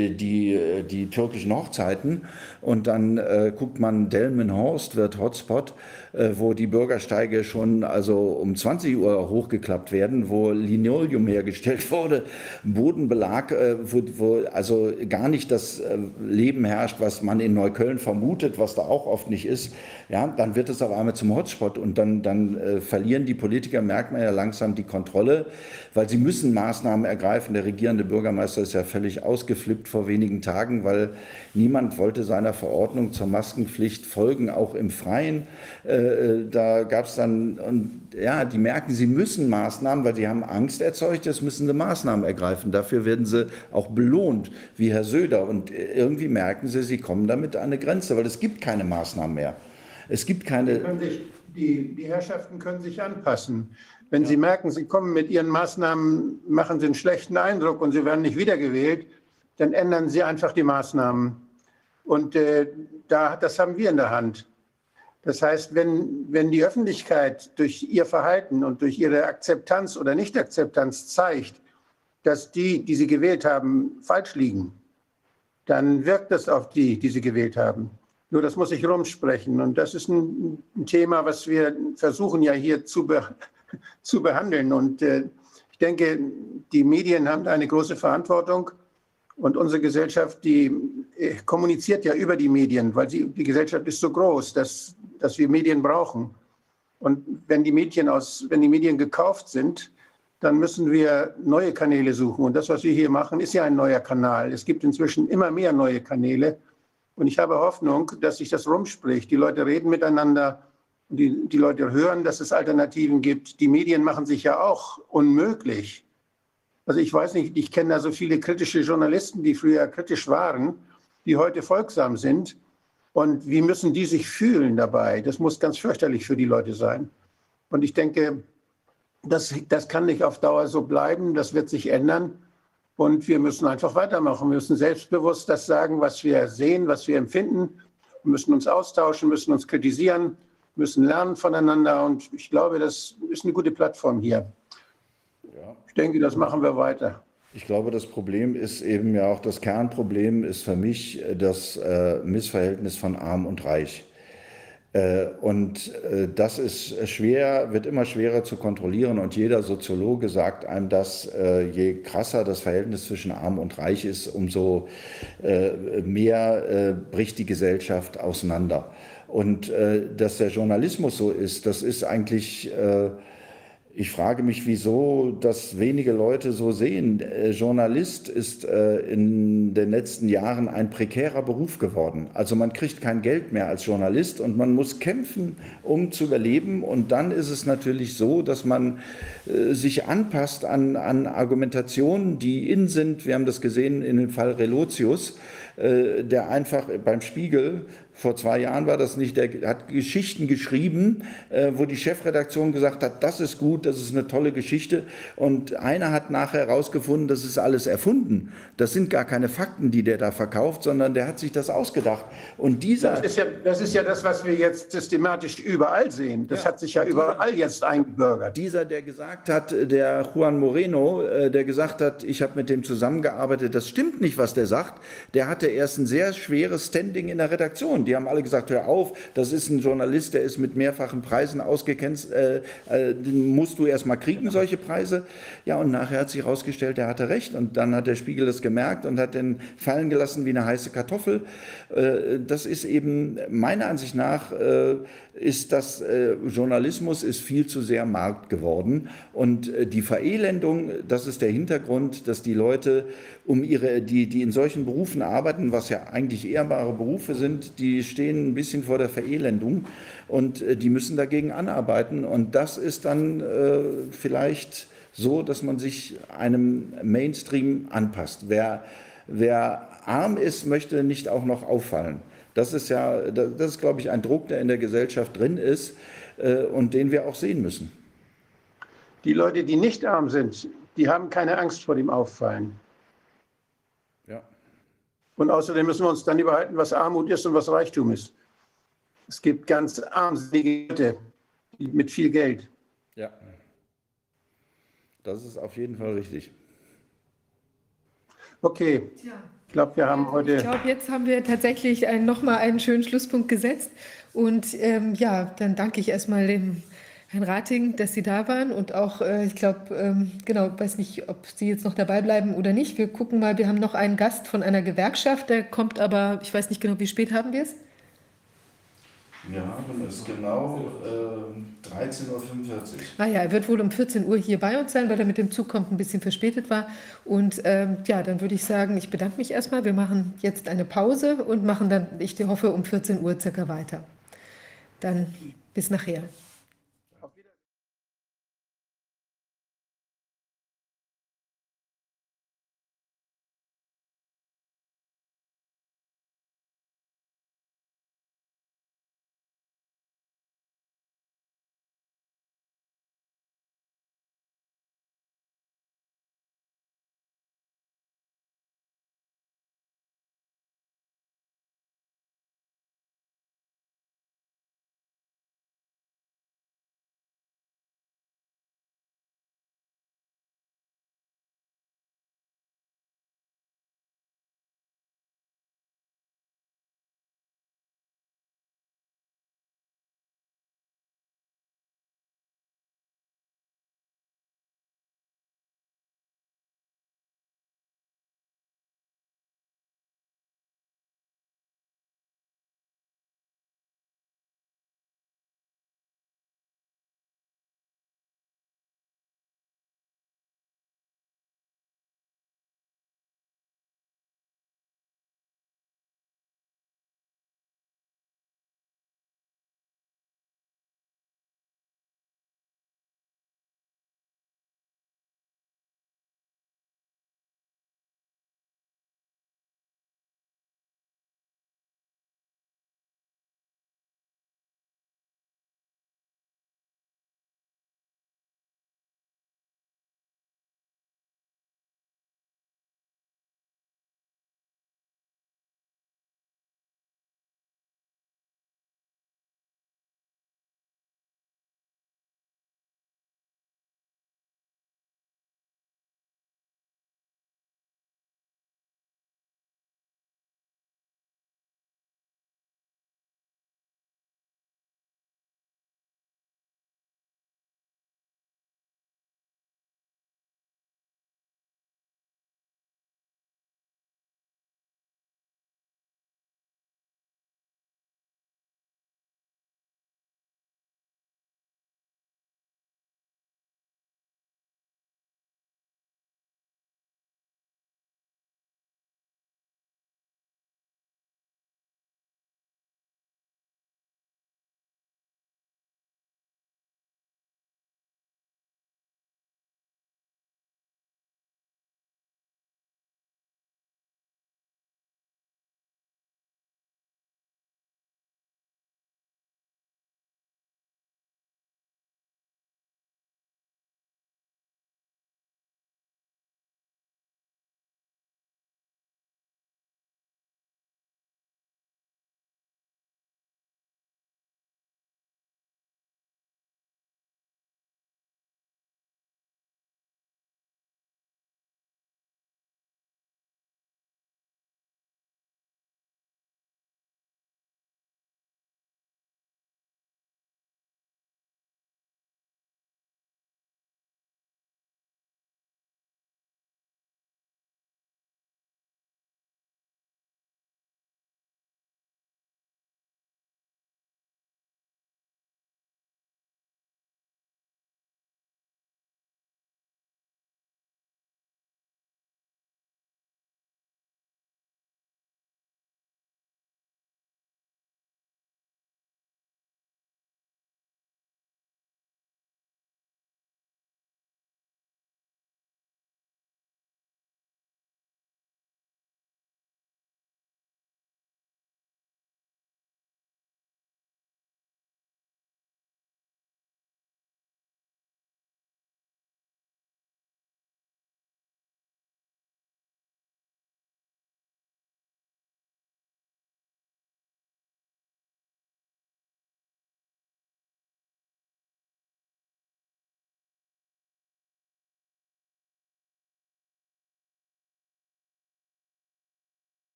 die türkischen Hochzeiten und dann guckt man, Delmenhorst wird Hotspot, wo die Bürgersteige schon also um 20 Uhr hochgeklappt werden, wo Linoleum hergestellt wurde, Bodenbelag, wo also gar nicht das Leben herrscht, was man in Neukölln vermutet, was da auch oft nicht ist, ja, dann wird es auf einmal zum Hotspot und dann verlieren die Politiker, merkt man ja langsam, die Kontrolle, weil sie müssen Maßnahmen ergreifen. Der regierende Bürgermeister ist ja völlig ausgeflippt vor wenigen Tagen, weil niemand wollte seiner Verordnung zur Maskenpflicht folgen, auch im Freien. Da gab es dann, und ja, die merken, sie müssen Maßnahmen, weil sie haben Angst erzeugt, jetzt müssen sie Maßnahmen ergreifen. Dafür werden sie auch belohnt, wie Herr Söder. Und irgendwie merken sie kommen damit an eine Grenze, weil es gibt keine Maßnahmen mehr. Es gibt keine... Die Herrschaften können sich anpassen. Wenn sie merken, sie kommen mit ihren Maßnahmen, machen sie einen schlechten Eindruck und sie werden nicht wiedergewählt, dann ändern sie einfach die Maßnahmen. Und das haben wir in der Hand. Das heißt, wenn die Öffentlichkeit durch ihr Verhalten und durch ihre Akzeptanz oder Nicht-Akzeptanz zeigt, dass die sie gewählt haben, falsch liegen, dann wirkt das auf die sie gewählt haben. Nur das muss ich rumsprechen. Und das ist ein Thema, was wir versuchen ja hier zu behandeln. Und ich denke, die Medien haben eine große Verantwortung. Und unsere Gesellschaft, die kommuniziert ja über die Medien, weil die Gesellschaft ist so groß, dass wir Medien brauchen. Und wenn die Medien gekauft sind, dann müssen wir neue Kanäle suchen. Und das, was wir hier machen, ist ja ein neuer Kanal. Es gibt inzwischen immer mehr neue Kanäle. Und ich habe Hoffnung, dass sich das rumspricht. Die Leute reden miteinander, die Leute hören, dass es Alternativen gibt. Die Medien machen sich ja auch unmöglich. Also ich weiß nicht, ich kenne da so viele kritische Journalisten, die früher kritisch waren, die heute folgsam sind. Und wie müssen die sich fühlen dabei? Das muss ganz fürchterlich für die Leute sein. Und ich denke, das kann nicht auf Dauer so bleiben, das wird sich ändern. Und wir müssen einfach weitermachen. Wir müssen selbstbewusst das sagen, was wir sehen, was wir empfinden. Wir müssen uns austauschen, müssen uns kritisieren, müssen lernen voneinander. Und ich glaube, das ist eine gute Plattform hier. Ja. Ich denke, das machen wir weiter. Ich glaube, das Problem ist eben ja auch, das Kernproblem ist für mich das Missverhältnis von Arm und Reich. Und das ist schwer, wird immer schwerer zu kontrollieren und jeder Soziologe sagt einem, dass je krasser das Verhältnis zwischen Arm und Reich ist, umso mehr bricht die Gesellschaft auseinander. Und dass der Journalismus so ist, das ist eigentlich... Ich frage mich, wieso das wenige Leute so sehen. Journalist ist in den letzten Jahren ein prekärer Beruf geworden. Also man kriegt kein Geld mehr als Journalist und man muss kämpfen, um zu überleben. Und dann ist es natürlich so, dass man sich anpasst an Argumentationen, die in sind. Wir haben das gesehen in dem Fall Relotius, der einfach beim Spiegel, vor 2 Jahren war das nicht, der hat Geschichten geschrieben, wo die Chefredaktion gesagt hat, das ist gut, das ist eine tolle Geschichte. Und einer hat nachher herausgefunden, das ist alles erfunden. Das sind gar keine Fakten, die der da verkauft, sondern der hat sich das ausgedacht. Und dieser... Das ist ja das, was wir jetzt systematisch überall sehen. Das hat sich ja überall jetzt eingebürgert. Dieser, der gesagt hat, der Juan Moreno, der gesagt hat, ich habe mit dem zusammengearbeitet, das stimmt nicht, was der sagt. Der hatte erst ein sehr schweres Standing in der Redaktion. Die haben alle gesagt, hör auf, das ist ein Journalist, der ist mit mehrfachen Preisen ausgekennzeichnet, musst du erst mal kriegen, solche Preise. Ja, und nachher hat sich herausgestellt, er hatte recht. Und dann hat der Spiegel das gemerkt und hat den fallen gelassen wie eine heiße Kartoffel. Das ist eben, meiner Ansicht nach, ist das Journalismus ist viel zu sehr Markt geworden. Und die Verelendung, das ist der Hintergrund, dass die Leute, die in solchen Berufen arbeiten, was ja eigentlich ehrbare Berufe sind, die stehen ein bisschen vor der Verelendung und die müssen dagegen anarbeiten. Und das ist dann vielleicht so, dass man sich einem Mainstream anpasst. Wer arm ist, möchte nicht auch noch auffallen. Das ist ja, das ist, glaube ich, ein Druck, der in der Gesellschaft drin ist und den wir auch sehen müssen. Die Leute, die nicht arm sind, die haben keine Angst vor dem Auffallen. Ja. Und außerdem müssen wir uns dann überhalten, was Armut ist und was Reichtum ist. Es gibt ganz armselige Leute mit viel Geld. Ja. Das ist auf jeden Fall richtig. Okay, ich glaube, wir haben heute... Ich glaube, jetzt haben wir tatsächlich nochmal einen schönen Schlusspunkt gesetzt. Und ja, dann danke ich erstmal dem Herrn Rating, dass Sie da waren. Und auch, ich glaube, genau, weiß nicht, ob Sie jetzt noch dabei bleiben oder nicht. Wir gucken mal, wir haben noch einen Gast von einer Gewerkschaft, der kommt aber, ich weiß nicht genau, wie spät haben wir es? Wir haben es genau 13:45 Uhr. Ah ja, er wird wohl um 14 Uhr hier bei uns sein, weil er mit dem Zug kommt, ein bisschen verspätet war. Und ja, dann würde ich sagen, ich bedanke mich erstmal. Wir machen jetzt eine Pause und machen dann, ich hoffe, um 14 Uhr circa weiter. Dann bis nachher.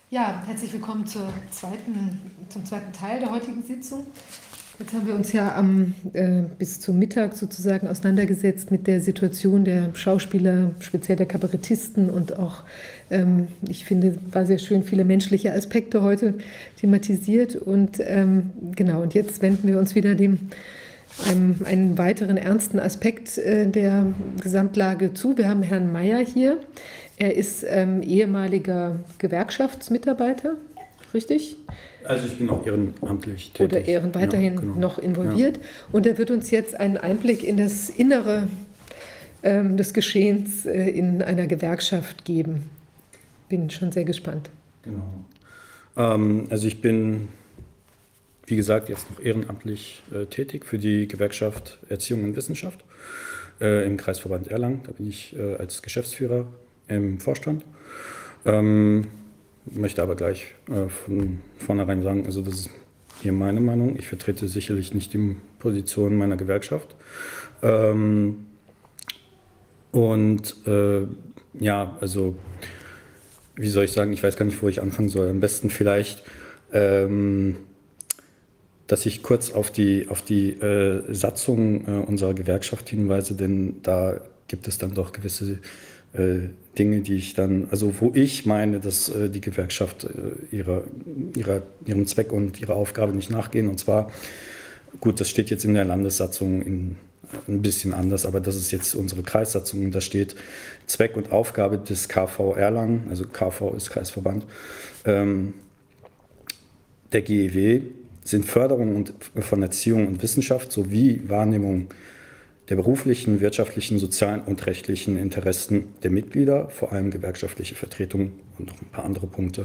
Ja, herzlich willkommen zum zweiten Teil der heutigen Sitzung. Jetzt haben wir uns ja bis zum Mittag sozusagen auseinandergesetzt mit der Situation der Schauspieler, speziell der Kabarettisten und auch, ich finde, war sehr schön, viele menschliche Aspekte heute thematisiert. Und genau, und jetzt wenden wir uns wieder einen weiteren ernsten Aspekt der Gesamtlage zu. Wir haben Herrn Meyer hier. Er ist ehemaliger Gewerkschaftsmitarbeiter, richtig? Also ich bin auch ehrenamtlich tätig. Oder weiterhin noch involviert. Ja. Und er wird uns jetzt einen Einblick in das Innere des Geschehens in einer Gewerkschaft geben. Bin schon sehr gespannt. Genau. Also ich bin, wie gesagt, jetzt noch ehrenamtlich tätig für die Gewerkschaft Erziehung und Wissenschaft im Kreisverband Erlangen. Da bin ich als Geschäftsführer im Vorstand. Möchte aber gleich von vornherein sagen, also das ist hier meine Meinung. Ich vertrete sicherlich nicht die Position meiner Gewerkschaft. Ja, also wie soll ich sagen, ich weiß gar nicht, wo ich anfangen soll. Am besten vielleicht, dass ich kurz auf die Satzung unserer Gewerkschaft hinweise, denn da gibt es dann doch gewisse Dinge, die ich dann, also wo ich meine, dass die Gewerkschaft ihrem Zweck und ihrer Aufgabe nicht nachgehen. Und zwar, gut, das steht jetzt in der Landessatzung ein bisschen anders, aber das ist jetzt unsere Kreissatzung. Da steht Zweck und Aufgabe des KV Erlangen, also KV ist Kreisverband, der GEW sind Förderung von Erziehung und Wissenschaft sowie Wahrnehmung der beruflichen, wirtschaftlichen, sozialen und rechtlichen Interessen der Mitglieder, vor allem gewerkschaftliche Vertretung und noch ein paar andere Punkte.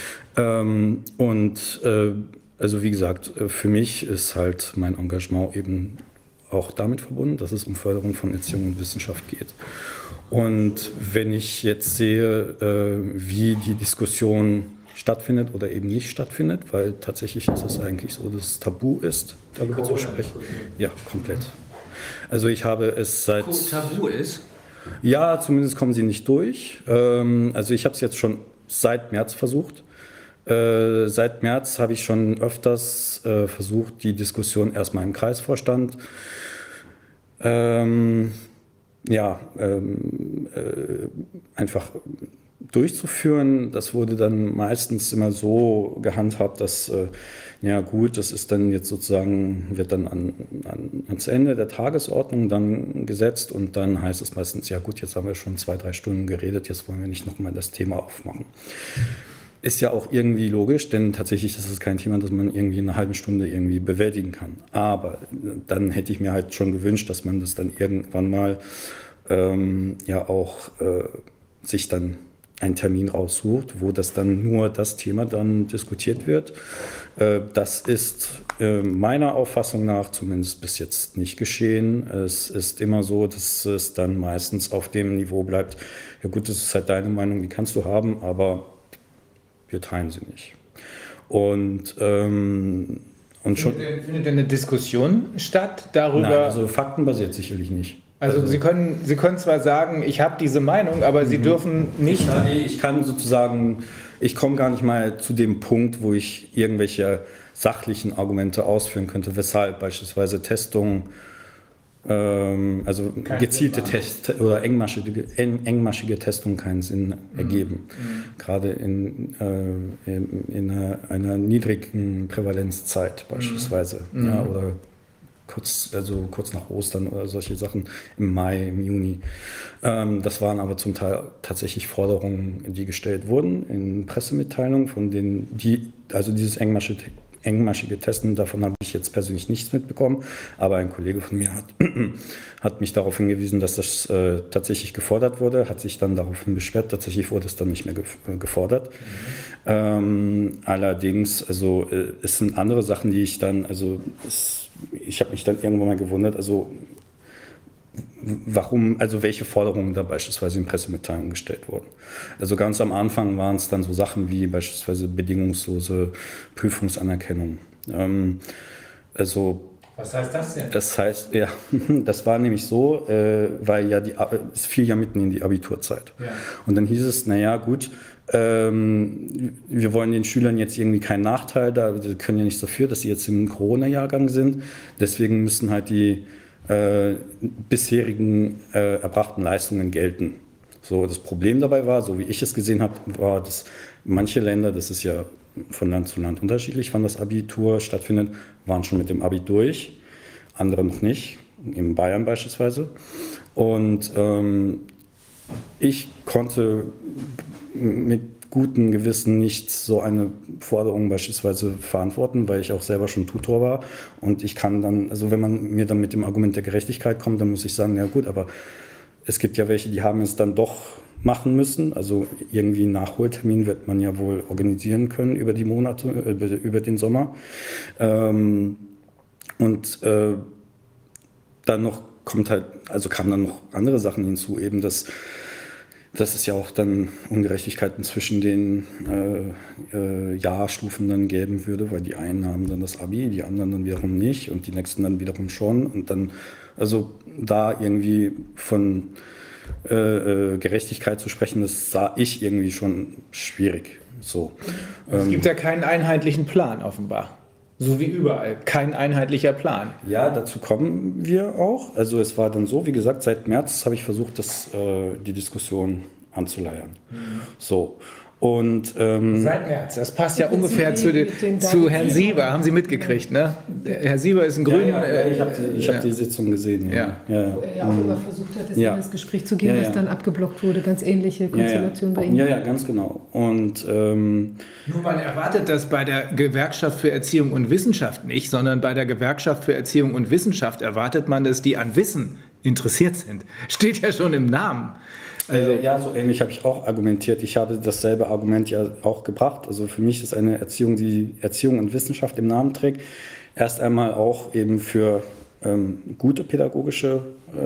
Also wie gesagt, für mich ist halt mein Engagement eben auch damit verbunden, dass es um Förderung von Erziehung und Wissenschaft geht. Und wenn ich jetzt sehe, wie die Diskussion stattfindet oder eben nicht stattfindet, weil tatsächlich ist es eigentlich so, dass es tabu ist, darüber zu sprechen. Ja, komplett. Also ich habe es seit... Tabu ist? Ja, zumindest kommen sie nicht durch. Also ich habe es jetzt schon seit März versucht. Seit März habe ich schon öfters versucht, die Diskussion erstmal im Kreisvorstand einfach durchzuführen. Das wurde dann meistens immer so gehandhabt, dass, ja gut, das ist dann jetzt sozusagen, wird dann ans Ende der Tagesordnung dann gesetzt und dann heißt es meistens, ja gut, jetzt haben wir schon 2-3 Stunden geredet, jetzt wollen wir nicht nochmal das Thema aufmachen. Ist ja auch irgendwie logisch, denn tatsächlich ist es kein Thema, das man irgendwie in einer halben Stunde irgendwie bewältigen kann. Aber dann hätte ich mir halt schon gewünscht, dass man das dann irgendwann mal sich dann einen Termin raussucht, wo das dann nur das Thema dann diskutiert wird. Das ist meiner Auffassung nach zumindest bis jetzt nicht geschehen. Es ist immer so, dass es dann meistens auf dem Niveau bleibt, ja gut, das ist halt deine Meinung, die kannst du haben, aber wir teilen sie nicht. Und schon findet denn eine Diskussion statt darüber? Nein, also faktenbasiert sicherlich nicht. Also Sie können zwar sagen, ich habe diese Meinung, aber Sie dürfen nicht... Ich kann sozusagen, ich komme gar nicht mal zu dem Punkt, wo ich irgendwelche sachlichen Argumente ausführen könnte, weshalb beispielsweise Testungen, also gezielte Tests oder engmaschige Testungen keinen Sinn ergeben. Gerade in einer niedrigen Prävalenzzeit beispielsweise. Ja, oder kurz nach Ostern oder solche Sachen im Mai, im Juni. Das waren aber zum Teil tatsächlich Forderungen, die gestellt wurden in Pressemitteilungen, von denen dieses engmaschige Testen, davon habe ich jetzt persönlich nichts mitbekommen, aber ein Kollege von mir hat mich darauf hingewiesen, dass das tatsächlich gefordert wurde, hat sich dann daraufhin beschwert, tatsächlich wurde es dann nicht mehr gefordert. Allerdings, also es sind andere Sachen, die ich dann, ich habe mich dann irgendwann mal gewundert, also welche Forderungen da beispielsweise in Pressemitteilungen gestellt wurden. Also ganz am Anfang waren es dann so Sachen wie beispielsweise bedingungslose Prüfungsanerkennung. Was heißt das denn? Das heißt, ja, das war nämlich so, weil ja es fiel ja mitten in die Abiturzeit. Ja. Und dann hieß es, naja gut, wir wollen den Schülern jetzt irgendwie keinen Nachteil, wir können ja nichts dafür, dass sie jetzt im Corona-Jahrgang sind. Deswegen müssen halt die bisherigen erbrachten Leistungen gelten. So, das Problem dabei war, so wie ich es gesehen habe, war, dass manche Länder, das ist ja von Land zu Land unterschiedlich, wann das Abitur stattfindet, waren schon mit dem Abi durch, andere noch nicht, in Bayern beispielsweise. Und ich konnte mit gutem Gewissen nicht so eine Forderung beispielsweise verantworten, weil ich auch selber schon Tutor war. Und ich kann dann, also wenn man mir dann mit dem Argument der Gerechtigkeit kommt, dann muss ich sagen, ja gut, aber es gibt ja welche, die haben es dann doch machen müssen. Also irgendwie einen Nachholtermin wird man ja wohl organisieren können über die Monate, über den Sommer. Und dann noch kamen dann noch andere Sachen hinzu, eben dass es ja auch dann Ungerechtigkeiten zwischen den Jahrstufen dann geben würde, weil die einen haben dann das Abi, die anderen dann wiederum nicht und die nächsten dann wiederum schon. Und dann, also da irgendwie von Gerechtigkeit zu sprechen, das sah ich irgendwie schon schwierig. So. Es gibt ja keinen einheitlichen Plan offenbar. So wie überall. Kein einheitlicher Plan. Ja, dazu kommen wir auch. Also es war dann so, wie gesagt, seit März habe ich versucht, die Diskussion anzuleiern. So. Und, seit März, das passt ja ungefähr zu Herrn Sieber, haben Sie mitgekriegt, ne? Herr Sieber ist ein Grüner. Ja, ich habe die Sitzung gesehen. Wo er ja auch immer versucht hat, in das Gespräch zu gehen, was dann abgeblockt wurde. Ganz ähnliche Konstellation bei Ihnen. Ja, ganz genau. Und, nur man erwartet das bei der Gewerkschaft für Erziehung und Wissenschaft nicht, sondern bei der Gewerkschaft für Erziehung und Wissenschaft erwartet man, dass die an Wissen interessiert sind. Steht ja schon im Namen. Also, ja, so ähnlich habe ich auch argumentiert. Ich habe dasselbe Argument ja auch gebracht. Also für mich ist eine Erziehung, die Erziehung und Wissenschaft im Namen trägt, erst einmal auch eben für gute pädagogische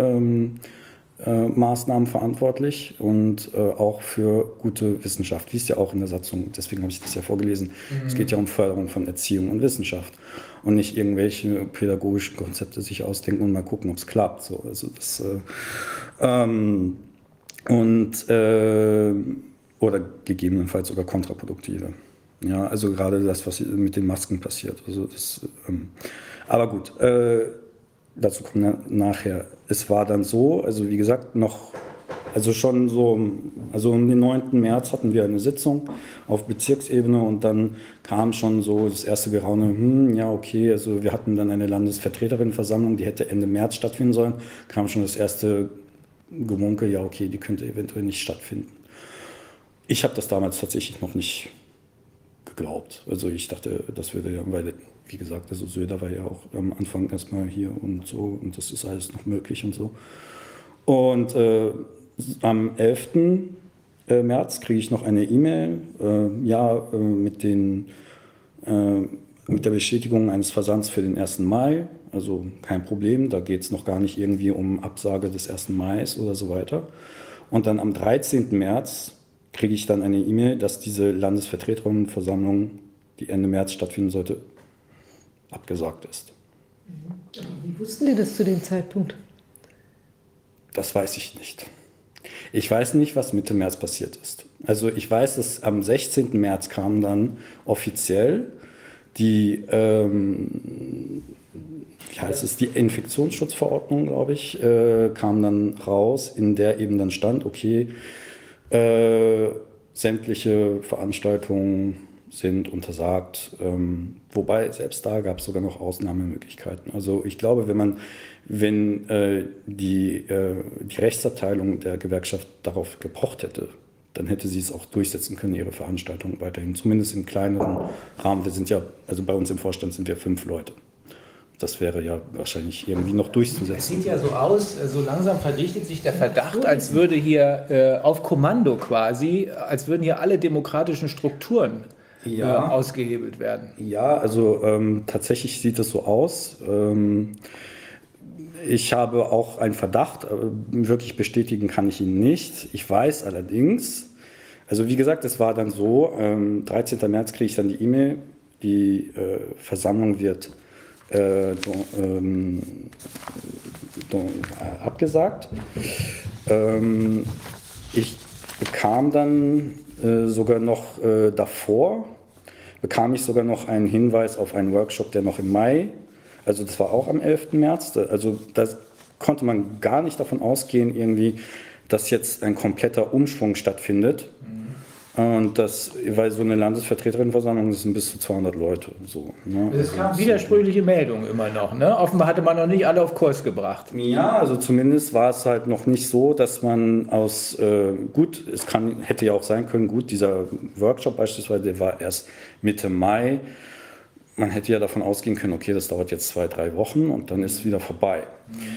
Maßnahmen verantwortlich und auch für gute Wissenschaft, wie es ja auch in der Satzung, deswegen habe ich das ja vorgelesen. Es geht ja um Förderung von Erziehung und Wissenschaft und nicht irgendwelche pädagogischen Konzepte sich ausdenken und mal gucken, ob es klappt. So, also das oder gegebenenfalls sogar kontraproduktive. Ja, also gerade das, was mit den Masken passiert. Also das, aber gut, dazu kommen wir nachher. Es war dann so, also wie gesagt, schon so, also um den 9. März hatten wir eine Sitzung auf Bezirksebene und dann kam schon so das erste Geraune, ja okay, also wir hatten dann eine Landesvertreterinnenversammlung, die hätte Ende März stattfinden sollen, kam schon das erste Gemunkel, ja okay, die könnte eventuell nicht stattfinden. Ich habe das damals tatsächlich noch nicht geglaubt. Also ich dachte, das würde ja, weil, wie gesagt, also Söder war ja auch am Anfang erstmal hier und so und das ist alles noch möglich und so. Und am 11. März kriege ich noch eine E-Mail, mit der Bestätigung eines Versands für den 1. Mai. Also kein Problem, da geht es noch gar nicht irgendwie um Absage des 1. Mai oder so weiter. Und dann am 13. März kriege ich dann eine E-Mail, dass diese Landesvertreterinnenversammlung, die Ende März stattfinden sollte, abgesagt ist. Wie wussten die das zu dem Zeitpunkt? Das weiß ich nicht. Ich weiß nicht, was Mitte März passiert ist. Also ich weiß, dass am 16. März kam dann offiziell die die Infektionsschutzverordnung, glaube ich, kam dann raus, in der eben dann stand, okay, sämtliche Veranstaltungen sind untersagt, wobei selbst da gab es sogar noch Ausnahmemöglichkeiten. Also ich glaube, wenn die Rechtsabteilung der Gewerkschaft darauf gepocht hätte, dann hätte sie es auch durchsetzen können, ihre Veranstaltung weiterhin, zumindest im kleineren Rahmen. Wir sind ja, also bei uns im Vorstand sind wir 5 Leute. Das wäre ja wahrscheinlich irgendwie noch durchzusetzen. Es sieht ja so aus, so langsam verdichtet sich der Verdacht, als würde hier auf Kommando quasi, als würden hier alle demokratischen Strukturen ausgehebelt werden. Ja, also tatsächlich sieht es so aus. Ich habe auch einen Verdacht, wirklich bestätigen kann ich ihn nicht. Ich weiß allerdings, also wie gesagt, es war dann so, 13. März kriege ich dann die E-Mail, die Versammlung wird abgesagt. Ich bekam dann sogar noch davor bekam ich sogar noch einen Hinweis auf einen Workshop, der noch im Mai, also das war auch am 11. März, also da konnte man gar nicht davon ausgehen, irgendwie, dass jetzt ein kompletter Umschwung stattfindet. Und das, weil so eine Landesvertreterinnenversammlung, das sind bis zu 200 Leute. So, ne? Es kamen widersprüchliche Meldungen immer noch. Ne? Offenbar hatte man noch nicht alle auf Kurs gebracht. Ja, also zumindest war es halt noch nicht so, dass man aus, gut, hätte ja auch sein können, gut, dieser Workshop beispielsweise, der war erst Mitte Mai. Man hätte ja davon ausgehen können, okay, das dauert jetzt 2-3 Wochen und dann ist es wieder vorbei.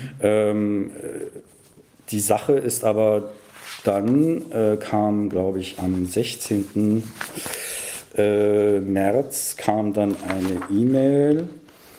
Die Sache ist aber, dann kam, glaube ich, am 16. März kam dann eine E-Mail,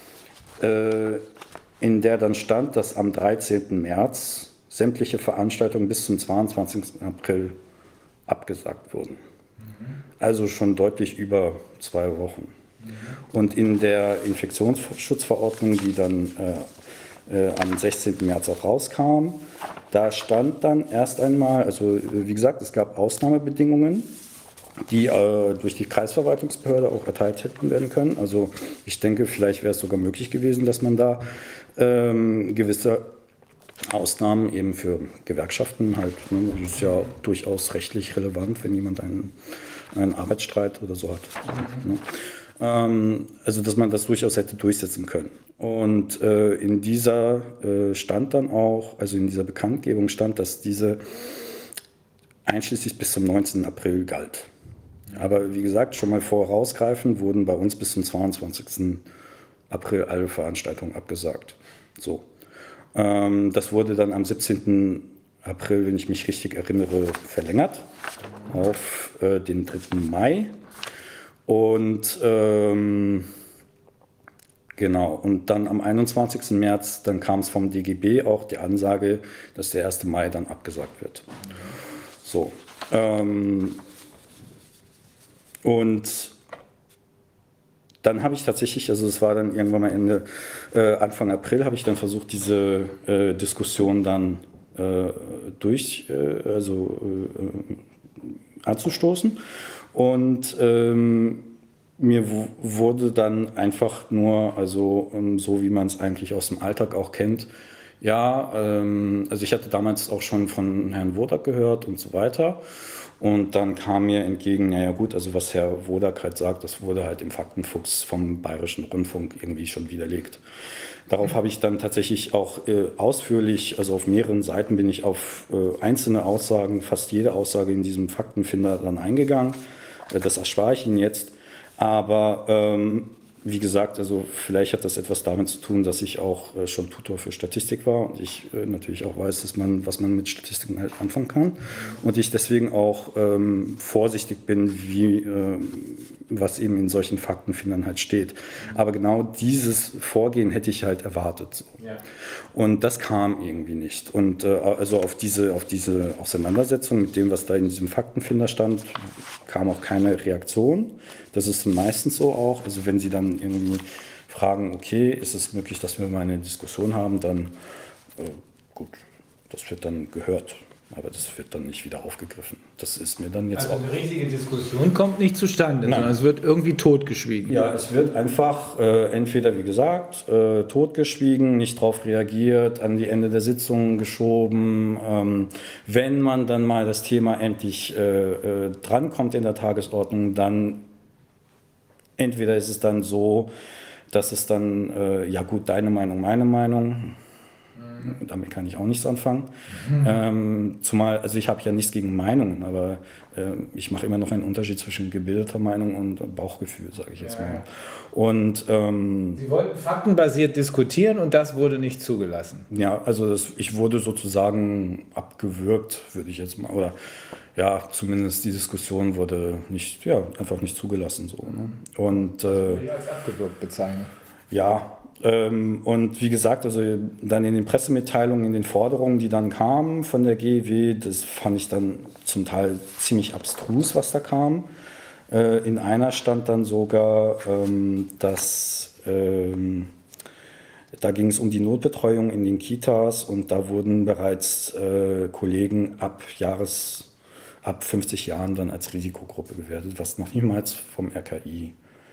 in der dann stand, dass am 13. März sämtliche Veranstaltungen bis zum 22. April abgesagt wurden. Also schon deutlich über 2 Wochen. Und in der Infektionsschutzverordnung, die dann am 16. März auch rauskam, da stand dann erst einmal, also wie gesagt, es gab Ausnahmebedingungen, die durch die Kreisverwaltungsbehörde auch erteilt hätten werden können. Also ich denke, vielleicht wäre es sogar möglich gewesen, dass man da gewisse Ausnahmen eben für Gewerkschaften halt, ne, das ist ja durchaus rechtlich relevant, wenn jemand einen Arbeitsstreit oder so hat. Ne? Also dass man das durchaus hätte durchsetzen können. Und in dieser stand dann auch, also in dieser Bekanntgebung stand, dass diese einschließlich bis zum 19. April galt. Aber wie gesagt, schon mal vorausgreifend wurden bei uns bis zum 22. April alle Veranstaltungen abgesagt. So. Das wurde dann am 17. April, wenn ich mich richtig erinnere, verlängert auf den 3. Mai. Und genau, und dann am 21. März, dann kam es vom DGB auch die Ansage, dass der 1. Mai dann abgesagt wird. So. Und dann habe ich tatsächlich, also es war dann irgendwann mal Anfang April, habe ich dann versucht, diese Diskussion dann anzustoßen. Und mir wurde dann einfach nur, also so wie man es eigentlich aus dem Alltag auch kennt, ja, also ich hatte damals auch schon von Herrn Wodak gehört und so weiter. Und dann kam mir entgegen, naja gut, also was Herr Wodak halt sagt, das wurde halt im Faktenfuchs vom Bayerischen Rundfunk irgendwie schon widerlegt. Darauf habe ich dann tatsächlich auch ausführlich, also auf mehreren Seiten bin ich auf einzelne Aussagen, fast jede Aussage in diesem Faktenfinder dann eingegangen. Das erspare ich Ihnen jetzt. Aber wie gesagt, also vielleicht hat das etwas damit zu tun, dass ich auch schon Tutor für Statistik war und ich natürlich auch weiß, was man mit Statistiken halt anfangen kann. Und ich deswegen auch vorsichtig bin, was eben in solchen Faktenfindern halt steht. Aber genau dieses Vorgehen hätte ich halt erwartet. So. Ja. Und das kam irgendwie nicht. Und also auf diese Auseinandersetzung mit dem, was da in diesem Faktenfinder stand, kam auch keine Reaktion. Das ist meistens so auch. Also wenn Sie dann irgendwie fragen, okay, ist es möglich, dass wir mal eine Diskussion haben, dann gut, das wird dann gehört. Aber das wird dann nicht wieder aufgegriffen. Das ist mir dann jetzt also eine riesige Diskussion kommt nicht zustande, sondern es wird irgendwie totgeschwiegen. Ja, es wird einfach entweder, wie gesagt, totgeschwiegen, nicht darauf reagiert, an die Ende der Sitzung geschoben. Wenn man dann mal das Thema endlich drankommt in der Tagesordnung, dann entweder ist es dann so, dass es dann, ja gut, deine Meinung, meine Meinung. Damit kann ich auch nichts anfangen. Zumal, also ich habe ja nichts gegen Meinungen, aber ich mache immer noch einen Unterschied zwischen gebildeter Meinung und Bauchgefühl, sage ich jetzt mal. Und, Sie wollten faktenbasiert diskutieren und das wurde nicht zugelassen. Ja, also ich wurde sozusagen abgewürgt, würde ich jetzt mal, oder ja, zumindest die Diskussion wurde nicht, ja, einfach nicht zugelassen. So, ne? Und, als abgewürgt bezeichnen. Ja. Und wie gesagt, also dann in den Pressemitteilungen, in den Forderungen, die dann kamen von der GEW, das fand ich dann zum Teil ziemlich abstrus, was da kam. In einer stand dann sogar, dass da ging es um die Notbetreuung in den Kitas und da wurden bereits Kollegen ab ab 50 Jahren dann als Risikogruppe gewertet, was noch niemals vom RKI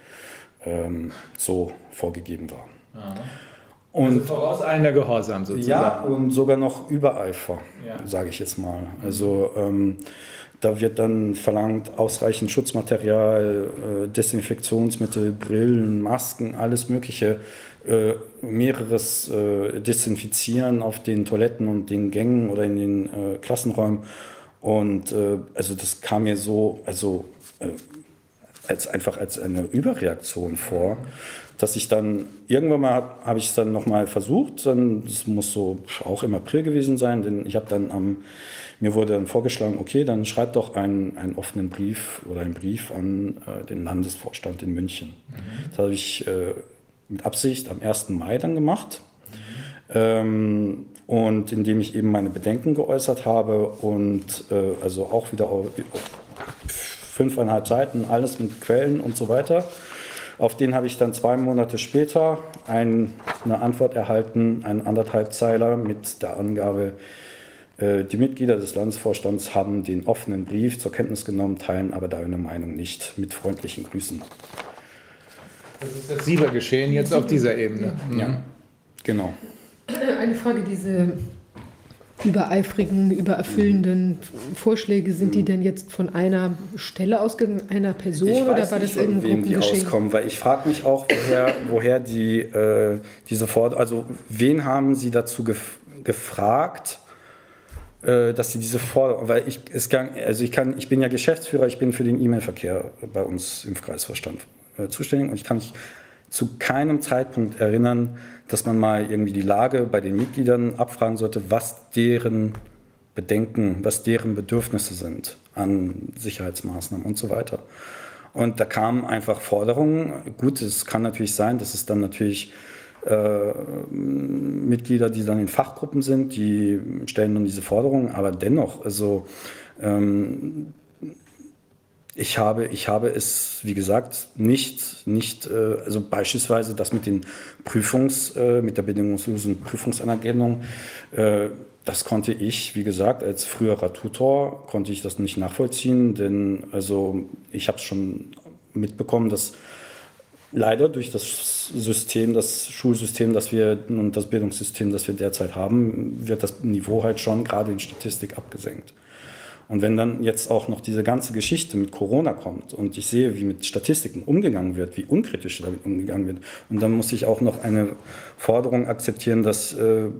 so vorgegeben war. Ja. Und also vorauseilender Gehorsam sozusagen. ja, und sogar noch Übereifer, Ja. sage ich jetzt mal. Also da wird dann verlangt, ausreichend Schutzmaterial, Desinfektionsmittel, Brillen, Masken, alles Mögliche, mehreres Desinfizieren auf den Toiletten und den Gängen oder in den Klassenräumen. Und also das kam mir so, also einfach als eine Überreaktion vor, dass ich dann irgendwann mal habe ich es dann nochmal versucht, das muss so auch im April gewesen sein, denn ich habe dann mir wurde dann vorgeschlagen, okay, dann schreib doch einen offenen Brief oder einen Brief an den Landesvorstand in München. Das habe ich mit Absicht am 1. Mai dann gemacht. Und indem ich eben meine Bedenken geäußert habe und also auch wieder auf 5,5 Seiten, alles mit Quellen und so weiter. Auf den habe ich dann 2 Monate später eine Antwort erhalten, einen 1,5 Zeiler mit der Angabe, die Mitglieder des Landesvorstands haben den offenen Brief zur Kenntnis genommen, teilen aber deine Meinung nicht. Mit freundlichen Grüßen. Das ist das Siebergeschehen jetzt auf dieser Ebene. Ja, genau. Eine Frage, diese übereifrigen, übererfüllenden Vorschläge, sind die denn jetzt von einer Stelle ausgegangen, einer Person, Ich oder weiß war nicht, das von irgendein wem die Gruppengeschehen? auskommen, weil ich frage mich auch, woher diese Forderung, also wen haben Sie dazu gefragt, dass Sie diese Forderung, weil ich bin ja Geschäftsführer, ich bin für den E-Mail-Verkehr bei uns im Kreisvorstand zuständig und ich kann mich zu keinem Zeitpunkt erinnern, dass man mal irgendwie die Lage bei den Mitgliedern abfragen sollte, was deren Bedenken, was deren Bedürfnisse sind an Sicherheitsmaßnahmen und so weiter. Und da kamen einfach Forderungen. Gut, es kann natürlich sein, dass es dann natürlich Mitglieder, die dann in Fachgruppen sind, die stellen dann diese Forderungen, aber dennoch, also ich habe es, wie gesagt, also beispielsweise das mit den mit der bedingungslosen Prüfungsanerkennung, das konnte ich, wie gesagt, als früherer Tutor, konnte ich das nicht nachvollziehen, denn also ich habe es schon mitbekommen, dass leider durch das System, das Schulsystem, das wir und das Bildungssystem, das wir derzeit haben, wird das Niveau halt schon gerade in Statistik abgesenkt. Und wenn dann jetzt auch noch diese ganze Geschichte mit Corona kommt und ich sehe, wie mit Statistiken umgegangen wird, wie unkritisch damit umgegangen wird, und dann muss ich auch noch eine Forderung akzeptieren, dass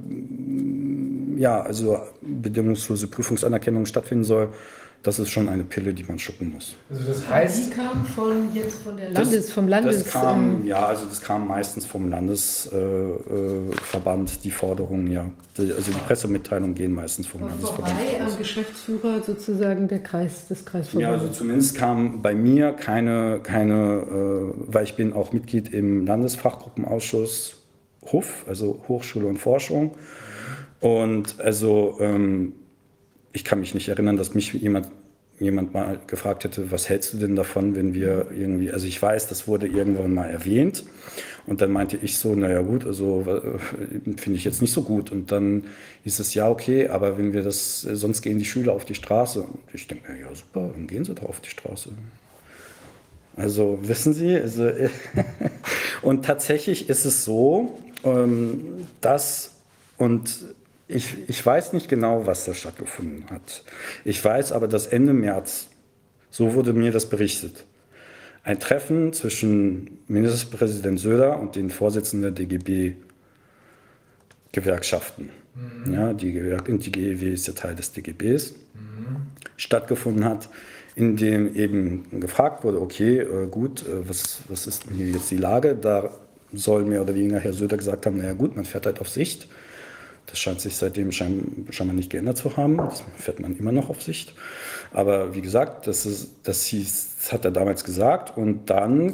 also bedingungslose Prüfungsanerkennung stattfinden soll, das ist schon eine Pille, die man schlucken muss. Also das heißt, Die kam vom Landes... Das kam meistens vom Landesverband, die Forderungen, ja. Also die Pressemitteilungen gehen meistens vom Landesverband. Vorbei am Geschäftsführer sozusagen des Kreisverbandes. Ja, also zumindest kam bei mir keine, weil ich bin auch Mitglied im Landesfachgruppenausschuss HUF, also Hochschule und Forschung. Und also ich kann mich nicht erinnern, dass mich jemand mal gefragt hätte, was hältst du denn davon, wenn wir irgendwie, also ich weiß, das wurde irgendwann mal erwähnt und dann meinte ich so, naja gut, also finde ich jetzt nicht so gut und dann hieß es, ja okay, aber wenn wir das, sonst gehen die Schüler auf die Straße und ich denke, ja super, dann gehen sie doch auf die Straße. Also wissen Sie, und tatsächlich ist es so, dass ich weiß nicht genau, was da stattgefunden hat. Ich weiß aber, dass Ende März, so wurde mir das berichtet, ein Treffen zwischen Ministerpräsident Söder und den Vorsitzenden der DGB-Gewerkschaften, ja, die GEW ist ja Teil des DGBs, stattgefunden hat, in dem eben gefragt wurde, okay, gut, was ist hier jetzt die Lage? Da soll mehr oder weniger Herr Söder gesagt haben, naja gut, man fährt halt auf Sicht. Das scheint sich seitdem scheinbar nicht geändert zu haben. Das fährt man immer noch auf Sicht. Aber wie gesagt, das hat er damals gesagt. Und dann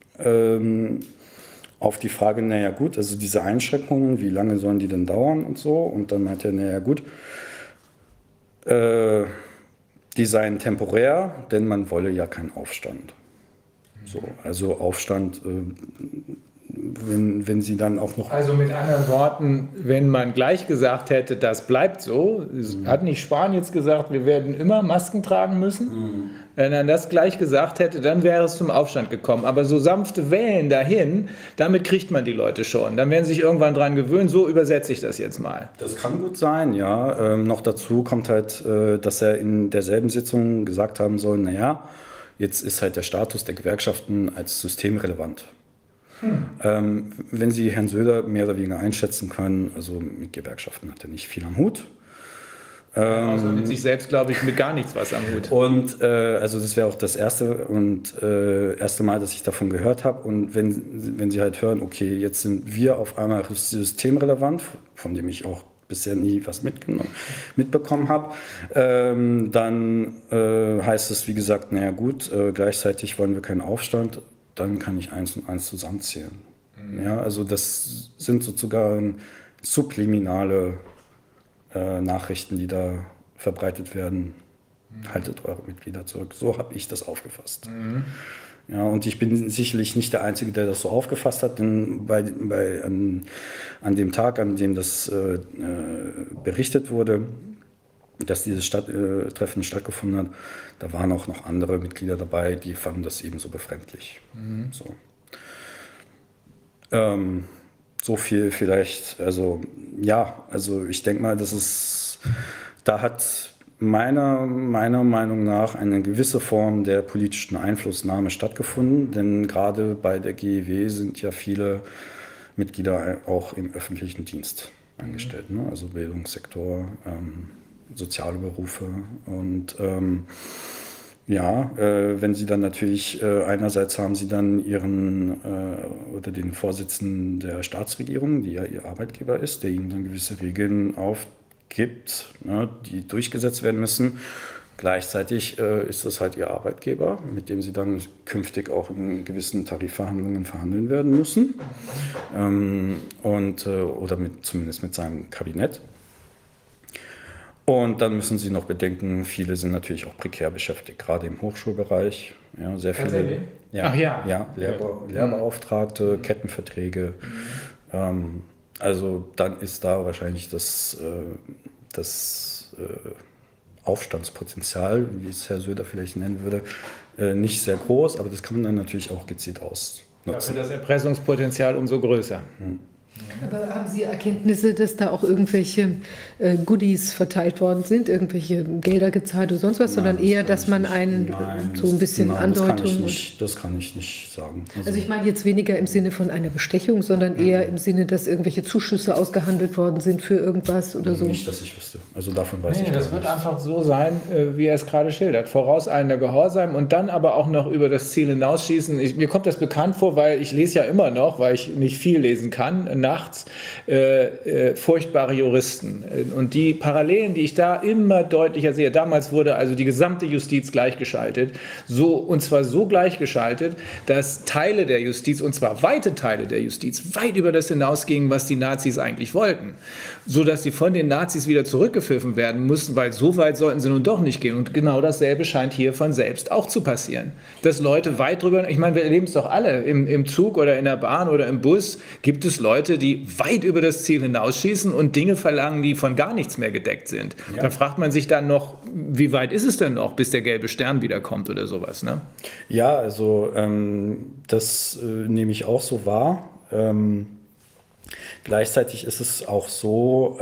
auf die Frage, naja gut, also diese Einschränkungen, wie lange sollen die denn dauern und so? Und dann meinte er, naja gut, die seien temporär, denn man wolle ja keinen Aufstand. So, also Aufstand wenn sie dann auch noch... Also mit anderen Worten, wenn man gleich gesagt hätte, das bleibt so, hat nicht Spahn jetzt gesagt, wir werden immer Masken tragen müssen? Wenn er das gleich gesagt hätte, dann wäre es zum Aufstand gekommen. Aber so sanfte Wellen dahin, damit kriegt man die Leute schon. Dann werden sie sich irgendwann dran gewöhnen, so übersetze ich das jetzt mal. Das kann gut sein, ja. Noch dazu kommt halt, dass er in derselben Sitzung gesagt haben soll, naja, jetzt ist halt der Status der Gewerkschaften als systemrelevant. Wenn Sie Herrn Söder mehr oder weniger einschätzen können, also mit Gewerkschaften hat er nicht viel am Hut. Also mit sich selbst, glaube ich, mit gar nichts was am Hut. Und also das wäre auch das erste Mal, dass ich davon gehört habe. Und wenn Sie halt hören, okay, jetzt sind wir auf einmal systemrelevant, von dem ich auch bisher nie was mitbekommen habe, dann heißt es, wie gesagt, naja gut, gleichzeitig wollen wir keinen Aufstand, dann kann ich 1 und 1 zusammenzählen. Ja, also das sind sozusagen subliminale Nachrichten, die da verbreitet werden. Haltet eure Mitglieder zurück. So habe ich das aufgefasst. Ja, und ich bin sicherlich nicht der Einzige, der das so aufgefasst hat, denn an dem Tag, an dem das berichtet wurde, dass dieses Treffen stattgefunden hat, da waren auch noch andere Mitglieder dabei, die fanden das ebenso befremdlich. So viel vielleicht, also ja, also ich denke mal, da hat meiner Meinung nach eine gewisse Form der politischen Einflussnahme stattgefunden, denn gerade bei der GEW sind ja viele Mitglieder auch im öffentlichen Dienst angestellt, ne? Also Bildungssektor, soziale Berufe und wenn Sie dann natürlich, einerseits haben Sie dann oder den Vorsitzenden der Staatsregierung, die ja Ihr Arbeitgeber ist, der Ihnen dann gewisse Regeln aufgibt, ne, die durchgesetzt werden müssen. Gleichzeitig ist das halt Ihr Arbeitgeber, mit dem Sie dann künftig auch in gewissen Tarifverhandlungen verhandeln werden müssen oder zumindest mit seinem Kabinett. Und dann müssen Sie noch bedenken, viele sind natürlich auch prekär beschäftigt, gerade im Hochschulbereich. Ja, sehr viele. Lehrbeauftragte, Kettenverträge. Also dann ist da wahrscheinlich das Aufstandspotenzial, wie es Herr Söder vielleicht nennen würde, nicht sehr groß, aber das kann man dann natürlich auch gezielt ausnutzen. Dafür das Erpressungspotenzial umso größer. Aber haben Sie Erkenntnisse, dass da auch irgendwelche Goodies verteilt worden sind, irgendwelche Gelder gezahlt oder sonst was, sondern eher, dass man so ein bisschen Andeutung... Das kann ich nicht sagen. Also ich meine jetzt weniger im Sinne von einer Bestechung, sondern eher im Sinne, dass irgendwelche Zuschüsse ausgehandelt worden sind für irgendwas oder so. Nicht, dass ich wüsste. Also davon weiß ich das wird einfach so sein, wie er es gerade schildert. Vorauseilender Gehorsam und dann aber auch noch über das Ziel hinausschießen. Mir kommt das bekannt vor, weil ich lese ja immer noch, weil ich nicht viel lesen kann, nachts furchtbare Juristen. Und die Parallelen, die ich da immer deutlicher sehe, damals wurde also die gesamte Justiz gleichgeschaltet, und zwar so gleichgeschaltet, dass Teile der Justiz, und zwar weite Teile der Justiz, weit über das hinausgingen, was die Nazis eigentlich wollten, sodass sie von den Nazis wieder zurückgepfiffen werden mussten, weil so weit sollten sie nun doch nicht gehen. Und genau dasselbe scheint hier von selbst auch zu passieren. Dass Leute weit drüber, ich meine, wir erleben es doch alle, im Zug oder in der Bahn oder im Bus gibt es Leute, die weit über das Ziel hinausschießen und Dinge verlangen, die von gar nichts mehr gedeckt sind. Ja. Da fragt man sich dann noch, wie weit ist es denn noch, bis der gelbe Stern wiederkommt oder sowas, ne? Ja, also das nehme ich auch so wahr. Gleichzeitig ist es auch so,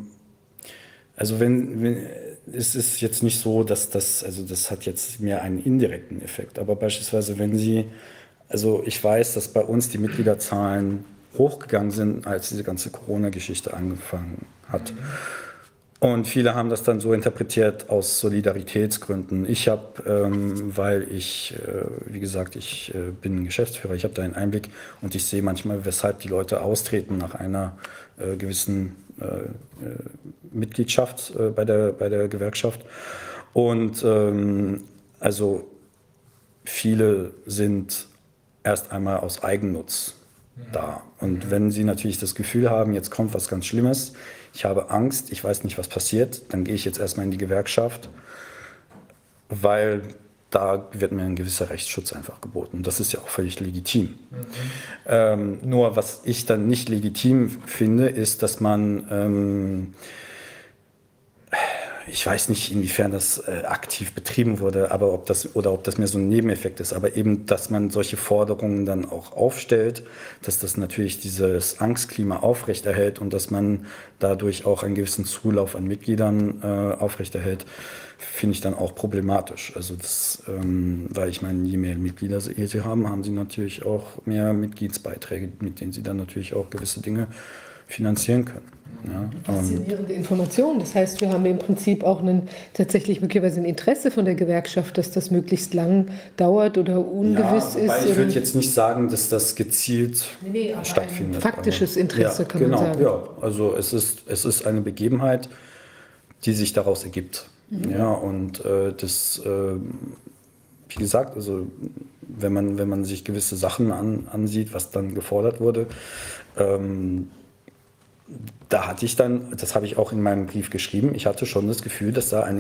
also es ist jetzt nicht so, dass das hat jetzt mehr einen indirekten Effekt, aber beispielsweise ich weiß, dass bei uns die Mitgliederzahlen hochgegangen sind, als diese ganze Corona-Geschichte angefangen hat. Und viele haben das dann so interpretiert aus Solidaritätsgründen. Ich habe, weil ich, wie gesagt, ich bin Geschäftsführer, ich habe da einen Einblick und ich sehe manchmal, weshalb die Leute austreten nach einer gewissen Mitgliedschaft bei der Gewerkschaft. Und also viele sind erst einmal aus Eigennutz da. Und wenn Sie natürlich das Gefühl haben, jetzt kommt was ganz Schlimmes, ich habe Angst, ich weiß nicht, was passiert, dann gehe ich jetzt erstmal in die Gewerkschaft, weil da wird mir ein gewisser Rechtsschutz einfach geboten. Das ist ja auch völlig legitim. Nur was ich dann nicht legitim finde, ist, dass man, ich weiß nicht, inwiefern das aktiv betrieben wurde, aber ob das mehr so ein Nebeneffekt ist, aber eben, dass man solche Forderungen dann auch aufstellt, dass das natürlich dieses Angstklima aufrechterhält und dass man dadurch auch einen gewissen Zulauf an Mitgliedern aufrechterhält, finde ich dann auch problematisch. Also das, weil ich meine, je mehr Mitglieder sie haben, haben sie natürlich auch mehr Mitgliedsbeiträge, mit denen sie dann natürlich auch gewisse Dinge finanzieren können. Ja, faszinierende Information. Das heißt, wir haben im Prinzip auch tatsächlich möglicherweise ein Interesse von der Gewerkschaft, dass das möglichst lang dauert oder ungewiss ist. Ich würde jetzt nicht sagen, dass das gezielt stattfindet. Ein faktisches Interesse, kann man sagen. Ja, also es ist eine Begebenheit, die sich daraus ergibt. Ja, und das, wie gesagt, also wenn man sich gewisse Sachen ansieht, was dann gefordert wurde, da hatte ich dann, das habe ich auch in meinem Brief geschrieben, ich hatte schon das Gefühl, dass da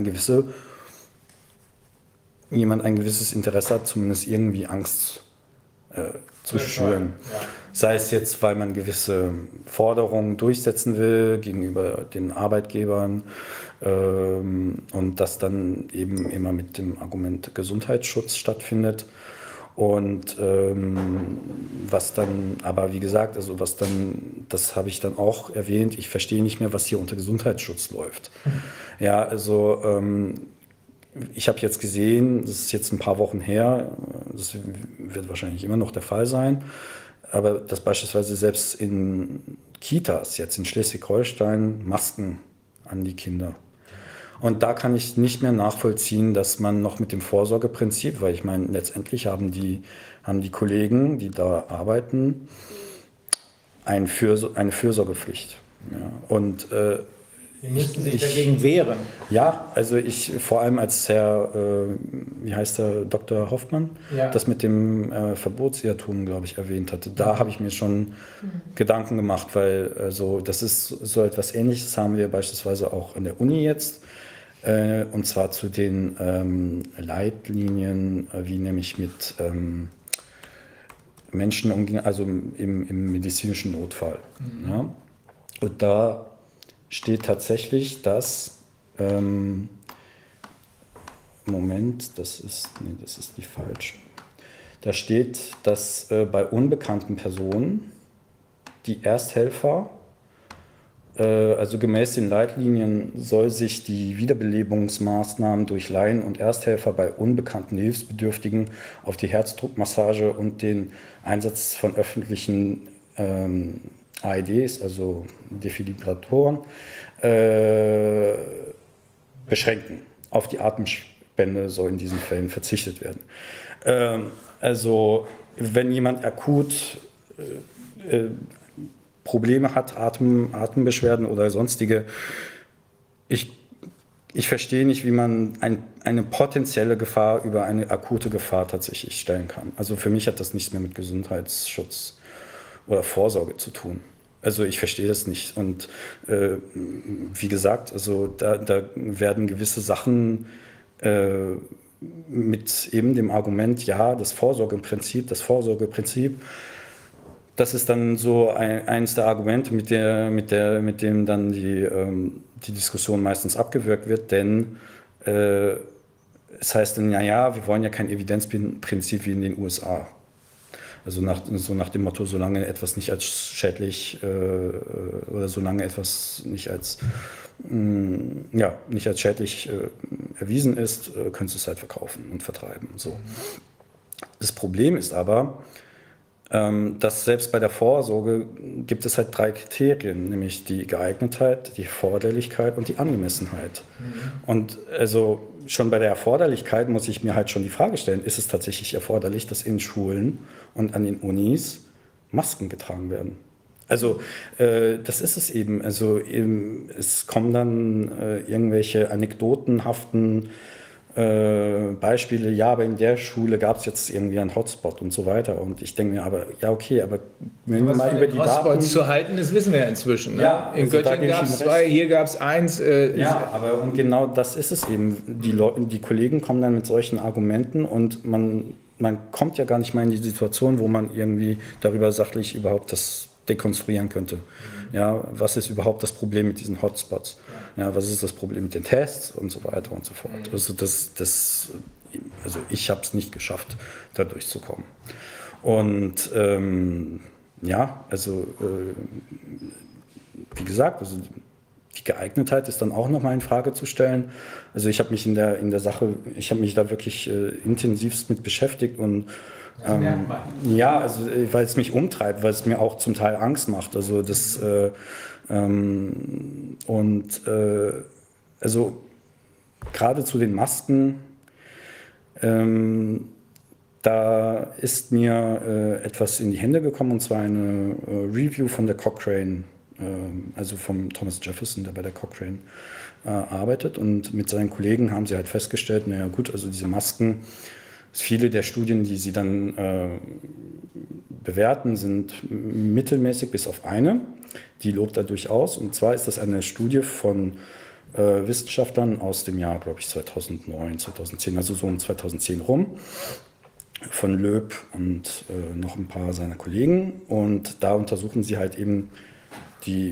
jemand ein gewisses Interesse hat, zumindest irgendwie Angst zu schüren. Ja. Sei es jetzt, weil man gewisse Forderungen durchsetzen will gegenüber den Arbeitgebern und das dann eben immer mit dem Argument Gesundheitsschutz stattfindet. Und was dann, aber wie gesagt, also das habe ich dann auch erwähnt, ich verstehe nicht mehr, was hier unter Gesundheitsschutz läuft. Ja, also ich habe jetzt gesehen, das ist jetzt ein paar Wochen her, das wird wahrscheinlich immer noch der Fall sein, aber dass beispielsweise selbst in Kitas, jetzt in Schleswig-Holstein, Masken an die Kinder. Und da kann ich nicht mehr nachvollziehen, dass man noch mit dem Vorsorgeprinzip, weil ich meine, letztendlich haben die Kollegen, die da arbeiten, eine Fürsorgepflicht. Ja. Und die müssten sich dagegen wehren. Ja, also ich vor allem als Herr, wie heißt der, Dr. Hoffmann, das mit dem Verbotsirrtum, glaube ich, erwähnt hatte. Da habe ich mir schon Gedanken gemacht, weil also das ist so etwas Ähnliches haben wir beispielsweise auch an der Uni jetzt. Und zwar zu den Leitlinien, wie nämlich mit Menschen umgehen, also im medizinischen Notfall. Ja. Und da steht tatsächlich, dass, Moment, das ist die falsche. Da steht, dass bei unbekannten Personen die Ersthelfer, also gemäß den Leitlinien soll sich die Wiederbelebungsmaßnahmen durch Laien und Ersthelfer bei unbekannten Hilfsbedürftigen auf die Herzdruckmassage und den Einsatz von öffentlichen AEDs, also Defibrillatoren, beschränken. Auf die Atemspende soll in diesen Fällen verzichtet werden. Also wenn jemand akut Probleme hat, Atembeschwerden oder sonstige, ich verstehe nicht, wie man eine potenzielle Gefahr über eine akute Gefahr tatsächlich stellen kann. Also für mich hat das nichts mehr mit Gesundheitsschutz oder Vorsorge zu tun. Also ich verstehe das nicht. Und wie gesagt, also da werden gewisse Sachen mit eben dem Argument, ja, das Vorsorgeprinzip, das ist dann so eines der Argumente, mit dem dann die Diskussion meistens abgewürgt wird, denn es heißt dann, ja, wir wollen ja kein Evidenzprinzip wie in den USA. Also nach dem Motto, solange etwas nicht als schädlich oder solange etwas nicht als schädlich erwiesen ist, können Sie es halt verkaufen und vertreiben. So. Das Problem ist aber, dass selbst bei der Vorsorge gibt es halt 3 Kriterien, nämlich die Geeignetheit, die Erforderlichkeit und die Angemessenheit. Und also schon bei der Erforderlichkeit muss ich mir halt schon die Frage stellen, ist es tatsächlich erforderlich, dass in Schulen und an den Unis Masken getragen werden? Also das ist es eben. Also es kommen dann irgendwelche anekdotenhaften Beispiele, ja, aber in der Schule gab es jetzt irgendwie einen Hotspot und so weiter. Und ich denke mir, aber ja, okay, aber wenn wir mal über die Daten... Hotspots zu halten, das wissen wir ja inzwischen. Ne? Ja, in also Göttingen gab es 2, hier gab es 1. Ja, aber und genau das ist es eben. Die Kollegen kommen dann mit solchen Argumenten und man kommt ja gar nicht mal in die Situation, wo man irgendwie darüber sachlich überhaupt das dekonstruieren könnte. Ja, was ist überhaupt das Problem mit diesen Hotspots? Ja, was ist das Problem mit den Tests und so weiter und so fort. Also also ich habe es nicht geschafft, da durchzukommen. Und ja, also wie gesagt, also die Geeignetheit ist dann auch nochmal in Frage zu stellen. Also ich habe mich in der Sache, ich habe mich da wirklich intensivst mit beschäftigt und ja, also weil es mich umtreibt, weil es mir auch zum Teil Angst macht. Also das also gerade zu den Masken, da ist mir etwas in die Hände gekommen, und zwar eine Review von der Cochrane, also vom Thomas Jefferson, der bei der Cochrane arbeitet, und mit seinen Kollegen haben sie halt festgestellt, naja gut, also diese Masken, viele der Studien, die sie dann bewerten, sind mittelmäßig bis auf eine, die lobt er durchaus, und zwar ist das eine Studie von Wissenschaftlern aus dem Jahr, glaube ich, 2009, 2010, also so um 2010 rum, von Loeb und noch ein paar seiner Kollegen, und da untersuchen sie halt eben die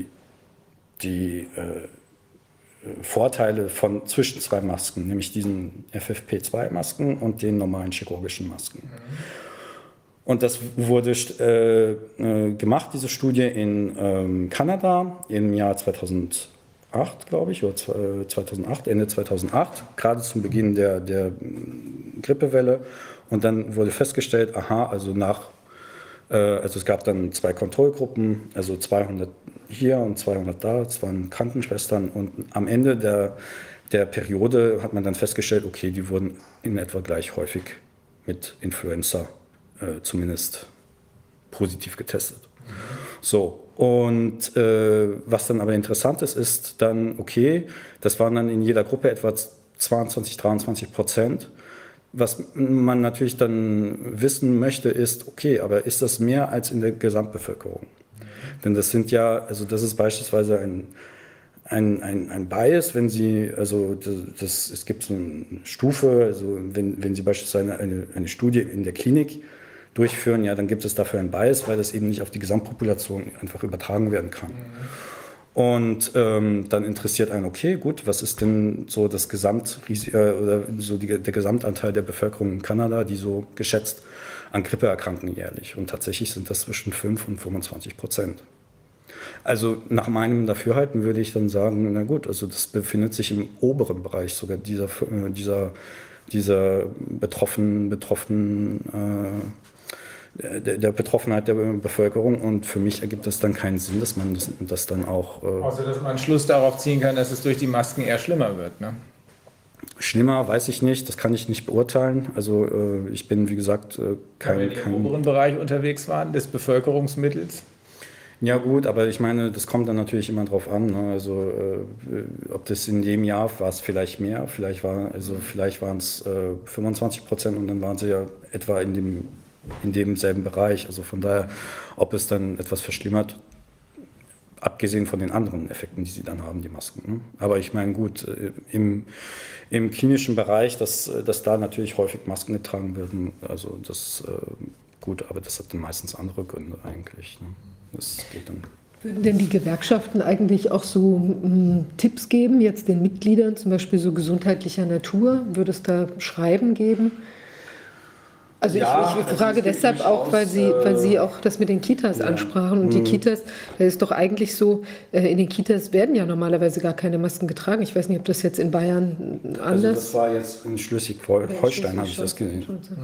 Vorteile zwischen zwei Masken, nämlich diesen FFP2-Masken und den normalen chirurgischen Masken. Und das wurde gemacht, diese Studie in Kanada im Jahr 2008, glaube ich, oder 2008, Ende 2008, gerade zum Beginn der Grippewelle. Und dann wurde festgestellt, aha, also es gab dann 2 Kontrollgruppen, also 200 hier und 200 da, 2 Krankenschwestern, und am Ende der Periode hat man dann festgestellt, okay, die wurden in etwa gleich häufig mit Influenza zumindest positiv getestet. So, und was dann aber interessant ist dann, okay, das waren dann in jeder Gruppe etwa 22-23%. Was man natürlich dann wissen möchte, ist, okay, aber ist das mehr als in der Gesamtbevölkerung? Denn das sind ja, also das ist beispielsweise ein Bias, wenn Sie, also es gibt so eine Stufe, also wenn Sie beispielsweise eine Studie in der Klinik durchführen, ja, dann gibt es dafür ein Bias, weil das eben nicht auf die Gesamtpopulation einfach übertragen werden kann. Und dann interessiert einen, okay, gut, was ist denn so das oder so der Gesamtanteil der Bevölkerung in Kanada, die so geschätzt an Grippe erkranken jährlich? Und tatsächlich sind das zwischen 5 und 25%. Also nach meinem Dafürhalten würde ich dann sagen, na gut, also das befindet sich im oberen Bereich sogar dieser der Betroffenheit der Bevölkerung, und für mich ergibt das dann keinen Sinn, dass man das dann auch... Außer dass man Schluss darauf ziehen kann, dass es durch die Masken eher schlimmer wird, ne? Schlimmer weiß ich nicht, das kann ich nicht beurteilen. Also ich bin, wie gesagt, kein... im oberen Bereich unterwegs waren, des Bevölkerungsmittels? Ja gut, aber ich meine, das kommt dann natürlich immer drauf an, ne? Also ob das in dem Jahr war es vielleicht mehr, vielleicht waren es 25%, und dann waren sie ja etwa in demselben Bereich. Also von daher, ob es dann etwas verschlimmert, abgesehen von den anderen Effekten, die sie dann haben, die Masken. Ne? Aber ich meine, gut, im klinischen Bereich, dass da natürlich häufig Masken getragen werden, also das gut, aber das hat dann meistens andere Gründe eigentlich. Ne? Das geht dann. Würden denn die Gewerkschaften eigentlich auch so Tipps geben, jetzt den Mitgliedern, zum Beispiel so gesundheitlicher Natur? Würde es da Schreiben geben? Also ja, ich frage deshalb auch, weil Sie auch das mit den Kitas ansprachen. Und die Kitas, das ist doch eigentlich so, in den Kitas werden ja normalerweise gar keine Masken getragen. Ich weiß nicht, ob das jetzt in Bayern anders... Also das war jetzt in Schleswig-Holstein, habe ich das gesehen.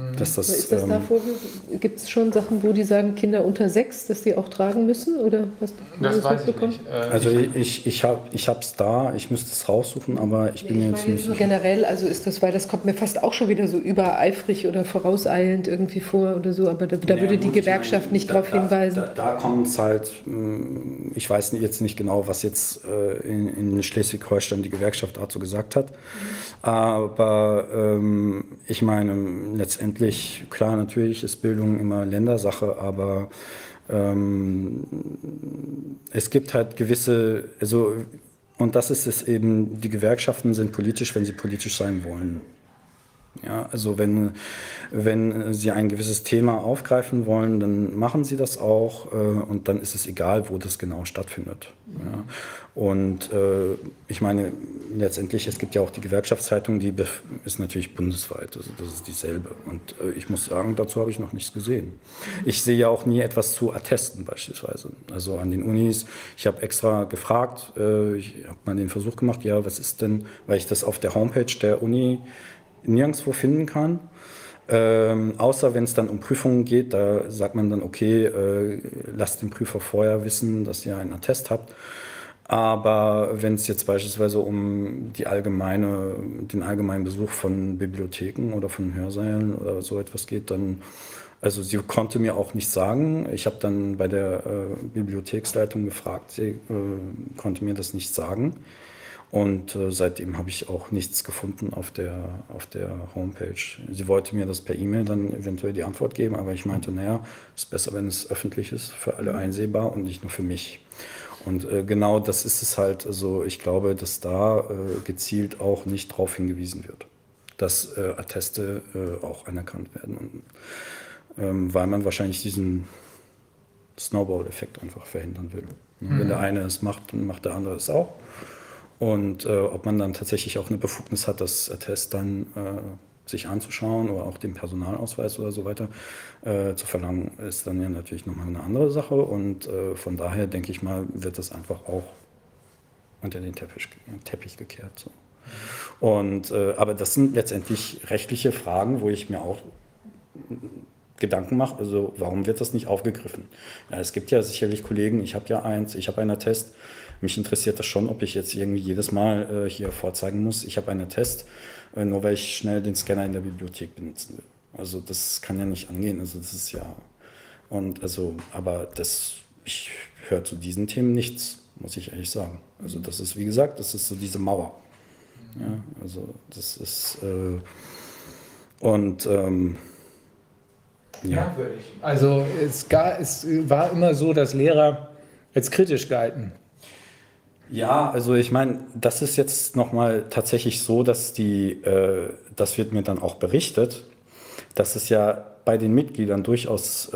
Gibt es schon Sachen, wo die sagen, Kinder unter 6, dass die auch tragen müssen? Oder was? Das weiß ich nicht. Also ich habe es da, ich müsste es raussuchen, aber ich bin jetzt nicht... So generell, also ist das, weil das kommt mir fast auch schon wieder so übereifrig oder vorauseilend eilend irgendwie vor oder so, aber da würde die Gewerkschaft nicht darauf hinweisen. Da kommt es halt, ich weiß jetzt nicht genau, was jetzt in Schleswig-Holstein die Gewerkschaft dazu gesagt hat, aber ich meine, letztendlich, klar, natürlich ist Bildung immer Ländersache, aber es gibt halt gewisse, also, und das ist es eben, die Gewerkschaften sind politisch, wenn sie politisch sein wollen. Ja, also wenn Sie ein gewisses Thema aufgreifen wollen, dann machen Sie das auch und dann ist es egal, wo das genau stattfindet. Ja. Und ich meine, letztendlich, es gibt ja auch die Gewerkschaftszeitung, die ist natürlich bundesweit, also das ist dieselbe. Und ich muss sagen, dazu habe ich noch nichts gesehen. Ich sehe ja auch nie etwas zu Attesten beispielsweise. Also an den Unis, ich habe extra gefragt, ich habe mal den Versuch gemacht, ja, was ist denn, weil ich das auf der Homepage der Uni nirgendwo finden kann, außer wenn es dann um Prüfungen geht, da sagt man dann, okay, lasst den Prüfer vorher wissen, dass ihr einen Attest habt. Aber wenn es jetzt beispielsweise um den allgemeinen Besuch von Bibliotheken oder von Hörsälen oder so etwas geht, dann, also sie konnte mir auch nichts sagen. Ich habe dann bei der Bibliotheksleitung gefragt, sie konnte mir das nicht sagen. Und seitdem habe ich auch nichts gefunden auf der Homepage. Sie wollte mir das per E-Mail dann eventuell die Antwort geben, aber ich meinte, naja, ist besser, wenn es öffentlich ist, für alle einsehbar und nicht nur für mich. Und genau das ist es halt, also ich glaube, dass da gezielt auch nicht darauf hingewiesen wird, dass Atteste auch anerkannt werden. Und, weil man wahrscheinlich diesen Snowball-Effekt einfach verhindern will. Wenn der eine es macht, dann macht der andere es auch. Und ob man dann tatsächlich auch eine Befugnis hat, das Attest dann sich anzuschauen oder auch den Personalausweis oder so weiter zu verlangen, ist dann ja natürlich nochmal eine andere Sache. Und von daher denke ich mal, wird das einfach auch unter den Teppich gekehrt. So. Und, aber das sind letztendlich rechtliche Fragen, wo ich mir auch Gedanken mache, also warum wird das nicht aufgegriffen? Ja, es gibt ja sicherlich Kollegen, ich habe einen Attest. Mich interessiert das schon, ob ich jetzt irgendwie jedes Mal hier vorzeigen muss, ich habe einen Attest, nur weil ich schnell den Scanner in der Bibliothek benutzen will. Also das kann ja nicht angehen. Also das ist ja, und also, aber ich höre zu diesen Themen nichts, muss ich ehrlich sagen. Also das ist, wie gesagt, das ist so diese Mauer. Ja, also das ist ja. Also es war immer so, dass Lehrer als kritisch galten. Ja, also ich meine, das ist jetzt nochmal tatsächlich so, dass das wird mir dann auch berichtet, dass es ja bei den Mitgliedern durchaus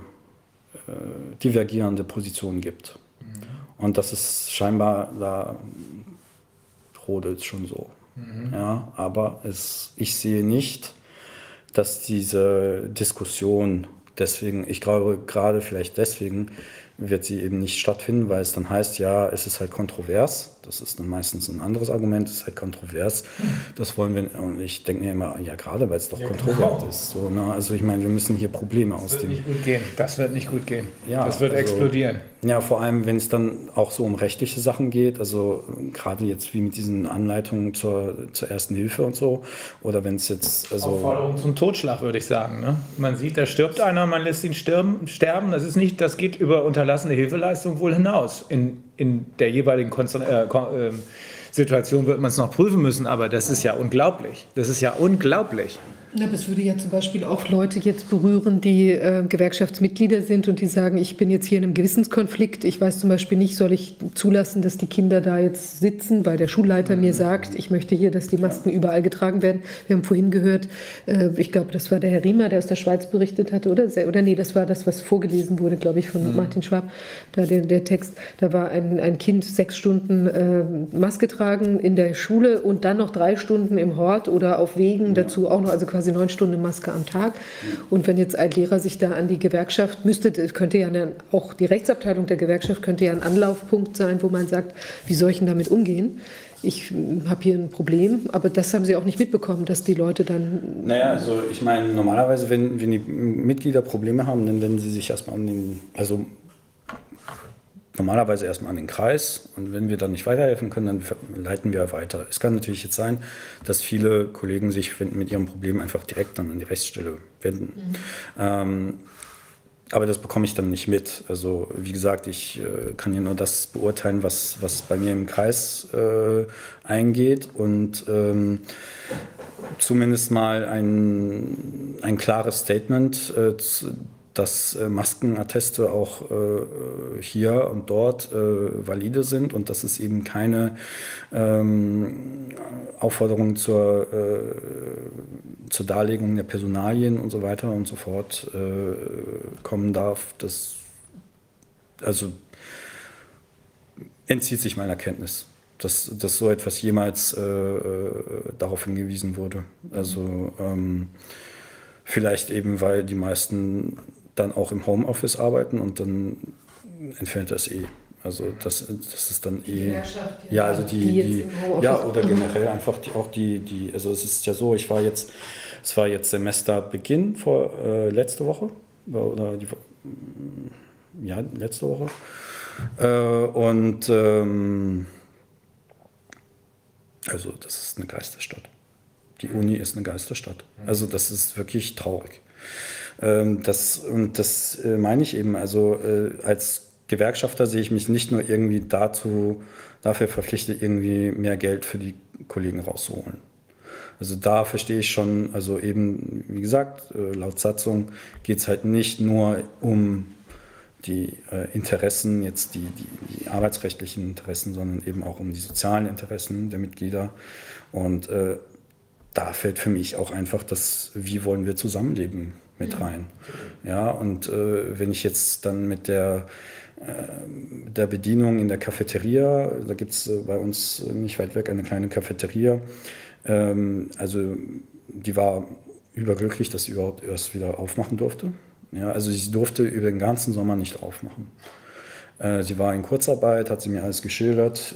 divergierende Positionen gibt. Und das ist scheinbar, da rodelt es schon so. Ja, aber ich sehe nicht, dass diese Diskussion deswegen, ich glaube gerade vielleicht deswegen, wird sie eben nicht stattfinden, weil es dann heißt, ja, es ist halt kontrovers. Das ist dann meistens ein anderes Argument, es ist halt kontrovers. Das wollen wir, und ich denke mir immer, ja, gerade weil es doch kontrovers ist. So, ne? Also ich meine, wir müssen hier Probleme aus dem... Das wird nicht gut gehen. Ja, das wird also, explodieren. Ja, vor allem, wenn es dann auch so um rechtliche Sachen geht, also gerade jetzt wie mit diesen Anleitungen zur Ersten Hilfe und so, oder wenn es jetzt... Also Aufforderung zum Totschlag, würde ich sagen. Ne? Man sieht, da stirbt einer, man lässt ihn sterben. Das geht über unterlassene Hilfeleistung wohl hinaus. In der jeweiligen Situation wird man es noch prüfen müssen, aber das ist ja unglaublich. Das ist ja unglaublich. Ja, aber es würde ja zum Beispiel auch Leute jetzt berühren, die Gewerkschaftsmitglieder sind und die sagen, ich bin jetzt hier in einem Gewissenskonflikt. Ich weiß zum Beispiel nicht, soll ich zulassen, dass die Kinder da jetzt sitzen, weil der Schulleiter mir sagt, ich möchte hier, dass die Masken überall getragen werden. Wir haben vorhin gehört, ich glaube, das war der Herr Riemer, der aus der Schweiz berichtet hatte, oder nee, das war das, was vorgelesen wurde, glaube ich, von Martin Schwab, da der Text. Da war ein Kind 6 Stunden Maske tragen in der Schule und dann noch 3 Stunden im Hort oder auf Wegen, dazu auch noch, also quasi 9 Stunden Maske am Tag. Und wenn jetzt ein Lehrer sich da an die Gewerkschaft könnte ja auch die Rechtsabteilung der Gewerkschaft könnte ja ein Anlaufpunkt sein, wo man sagt, wie soll ich denn damit umgehen? Ich habe hier ein Problem, aber das haben Sie auch nicht mitbekommen, dass die Leute dann... Naja, also ich meine, normalerweise, wenn die Mitglieder Probleme haben, dann wenden sie sich erstmal an den, also normalerweise erstmal an den Kreis und wenn wir dann nicht weiterhelfen können, dann leiten wir weiter. Es kann natürlich jetzt sein, dass viele Kollegen sich mit ihrem Problem einfach direkt dann an die Rechtsstelle wenden. Aber das bekomme ich dann nicht mit. Also wie gesagt, ich kann hier nur das beurteilen, was bei mir im Kreis eingeht und zumindest mal ein klares Statement, dass Maskenatteste auch hier und dort valide sind und dass es eben keine Aufforderung zur Darlegung der Personalien und so weiter und so fort kommen darf. Das also entzieht sich meiner Kenntnis, dass so etwas jemals darauf hingewiesen wurde. Also vielleicht eben, weil die meisten dann auch im Homeoffice arbeiten und dann entfällt das eh. Also das ist dann eh. Ja, also die ja, oder generell einfach also es ist ja so, es war jetzt Semesterbeginn letzte Woche letzte Woche und also das ist eine Geisterstadt. Die Uni ist eine Geisterstadt. Also das ist wirklich traurig. Das meine ich eben, also als Gewerkschafter sehe ich mich nicht nur irgendwie dafür verpflichtet, irgendwie mehr Geld für die Kollegen rauszuholen. Also da verstehe ich schon, also eben, wie gesagt, laut Satzung geht es halt nicht nur um die Interessen, jetzt die arbeitsrechtlichen Interessen, sondern eben auch um die sozialen Interessen der Mitglieder. Und da fällt für mich auch einfach das, wie wollen wir zusammenleben, mit rein. Ja, und wenn ich jetzt dann mit der Bedienung in der Cafeteria, da gibt es bei uns nicht weit weg eine kleine Cafeteria, also die war überglücklich, dass sie überhaupt erst wieder aufmachen durfte. Ja, also sie durfte über den ganzen Sommer nicht aufmachen. Sie war in Kurzarbeit, hat sie mir alles geschildert.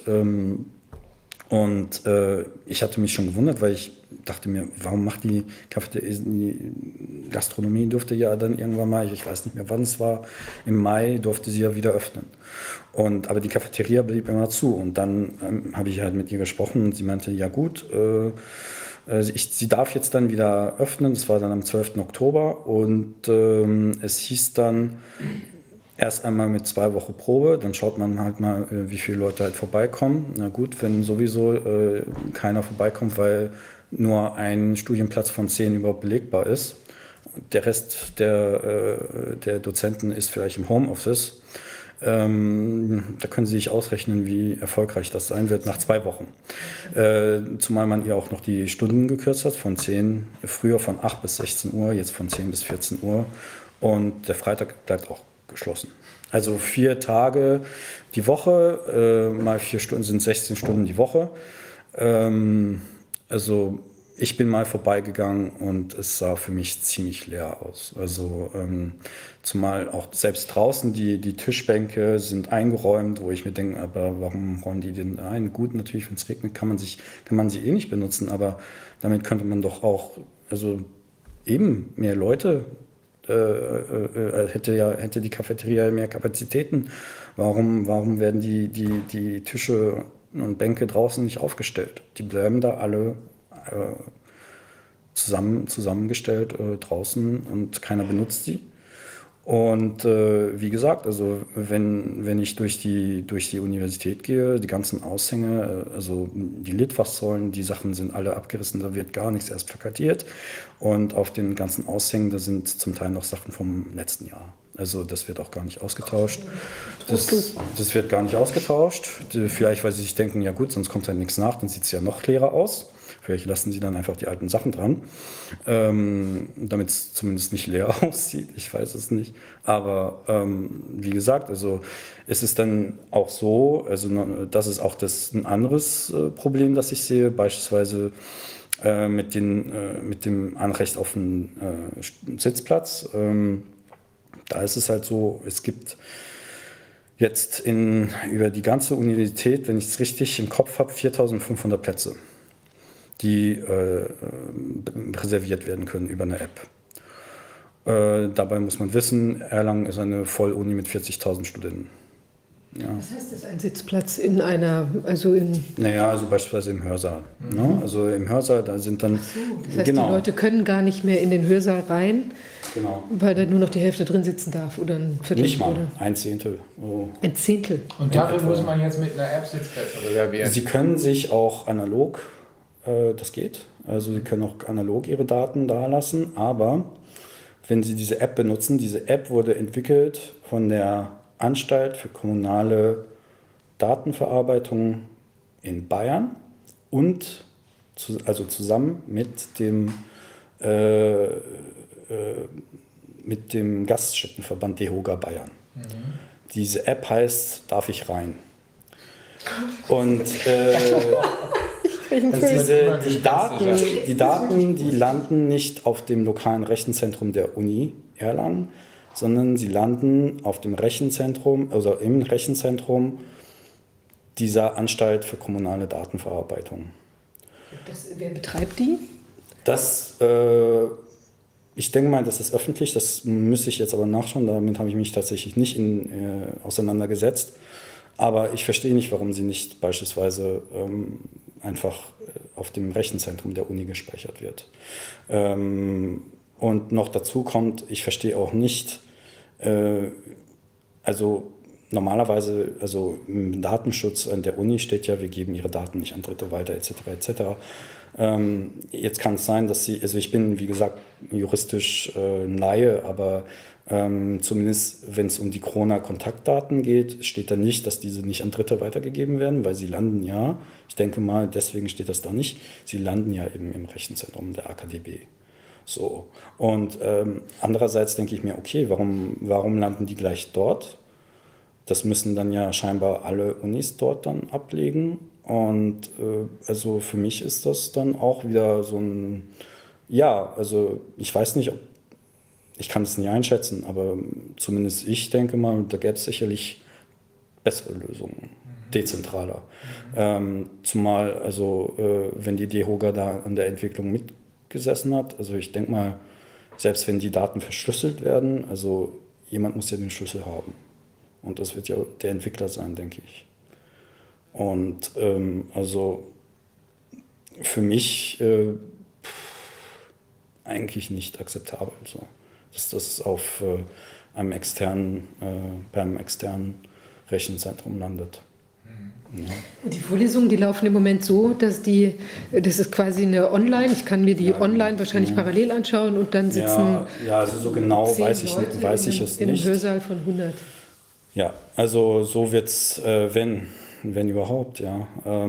Und ich hatte mich schon gewundert, weil ich dachte mir, warum macht die Gastronomie durfte ja dann irgendwann mal, ich weiß nicht mehr wann es war, im Mai durfte sie ja wieder öffnen. Aber die Cafeteria blieb immer zu. Und dann habe ich halt mit ihr gesprochen und sie meinte, ja gut, sie darf jetzt dann wieder öffnen. Das war dann am 12. Oktober und es hieß dann, erst einmal mit 2 Wochen Probe, dann schaut man halt mal, wie viele Leute halt vorbeikommen. Na gut, wenn sowieso keiner vorbeikommt, weil nur ein Studienplatz von 10 überhaupt belegbar ist, der Rest der Dozenten ist vielleicht im Homeoffice, da können Sie sich ausrechnen, wie erfolgreich das sein wird nach 2 Wochen. Zumal man ihr auch noch die Stunden gekürzt hat, früher von 8 bis 16 Uhr, jetzt von 10 bis 14 Uhr und der Freitag bleibt auch geschlossen. Also 4 Tage die Woche, mal 4 Stunden sind 16 Stunden die Woche. Also ich bin mal vorbeigegangen und es sah für mich ziemlich leer aus. Also zumal auch selbst draußen die Tischbänke sind eingeräumt, wo ich mir denke, aber warum räumen die denn ein? Gut, natürlich, wenn es regnet, kann man sie eh nicht benutzen, aber damit könnte man doch auch, also eben mehr Leute hätte die Cafeteria mehr Kapazitäten. Warum werden die Tische und Bänke draußen nicht aufgestellt? Die bleiben da alle zusammengestellt draußen und keiner benutzt sie. Und wie gesagt, also wenn ich durch die Universität gehe, die ganzen Aushänge, also die Litfaßsäulen, die Sachen sind alle abgerissen, da wird gar nichts erst plakatiert. Und auf den ganzen Aushängen, da sind zum Teil noch Sachen vom letzten Jahr. Also das wird auch gar nicht ausgetauscht. Das wird gar nicht ausgetauscht. Vielleicht, weil sie sich denken, ja gut, sonst kommt halt nichts nach, dann sieht es ja noch leerer aus. Vielleicht lassen sie dann einfach die alten Sachen dran, damit es zumindest nicht leer aussieht. Ich weiß es nicht. Aber wie gesagt, also es ist dann auch so, also das ist auch ein anderes Problem, das ich sehe, beispielsweise mit dem Anrecht auf einen Sitzplatz. Da ist es halt so, es gibt jetzt über die ganze Universität, wenn ich es richtig im Kopf habe, 4.500 Plätze, die reserviert werden können über eine App. Dabei muss man wissen, Erlangen ist eine Volluni mit 40.000 Studenten. Ja. Was heißt das, ein Sitzplatz in einer, also in... Naja, also beispielsweise im Hörsaal. Ne? Also im Hörsaal, da sind dann... Das heißt, genau, die Leute können gar nicht mehr in den Hörsaal rein, genau. weil da nur noch die Hälfte drin sitzen darf oder ein Viertel. Nicht mal, oder ein Zehntel. So. ein Zehntel. Und dafür muss man jetzt mit einer App Sitzplätze reservieren. Sie können sich auch analog, das geht, also Sie können auch analog Ihre Daten da lassen, aber wenn Sie diese App benutzen, diese App wurde entwickelt von der Anstalt für kommunale Datenverarbeitung in Bayern und also zusammen mit dem Gaststättenverband DEHOGA Bayern. Diese App heißt Darf ich rein? Und die Daten, die landen nicht auf dem lokalen Rechenzentrum der Uni Erlangen, sondern sie landen auf dem Rechenzentrum, also im Rechenzentrum dieser Anstalt für kommunale Datenverarbeitung. Wer betreibt die? Ich denke mal, das ist öffentlich, das müsste ich jetzt aber nachschauen, damit habe ich mich tatsächlich nicht auseinandergesetzt. Aber ich verstehe nicht, warum sie nicht beispielsweise einfach auf dem Rechenzentrum der Uni gespeichert wird. Und noch dazu kommt, ich verstehe auch nicht, also normalerweise, also im Datenschutz an der Uni steht ja, wir geben ihre Daten nicht an Dritte weiter, etc. etc. Jetzt kann es sein, dass also ich bin, wie gesagt, juristisch ein Laie, aber zumindest wenn es um die Corona-Kontaktdaten geht, steht da nicht, dass diese nicht an Dritte weitergegeben werden, weil sie landen ja, ich denke mal, deswegen steht das da nicht, sie landen ja eben im Rechenzentrum der AKDB. So. Und andererseits denke ich mir, okay, warum landen die gleich dort? Das müssen dann ja scheinbar alle Unis dort dann ablegen. Und also für mich ist das dann auch wieder so ein, ja, also ich weiß nicht, ich kann es nicht einschätzen, aber zumindest ich denke mal, da gäbe es sicherlich bessere Lösungen, dezentraler. Zumal, also wenn die DEHOGA da an der Entwicklung mitgesessen hat, also ich denke mal, selbst wenn die Daten verschlüsselt werden, also jemand muss ja den Schlüssel haben. Und das wird ja der Entwickler sein, denke ich. Und also für mich eigentlich nicht akzeptabel, so, dass das auf beim externen Rechenzentrum landet. Ja. Die Vorlesungen, die laufen im Moment so, dass das ist quasi eine Online, ich kann mir die online wahrscheinlich parallel anschauen und dann sitzen ja, also so genau 10 weiß ich Leute es nicht. In einem Hörsaal von 100. Ja, also so wird es, wenn überhaupt, ja.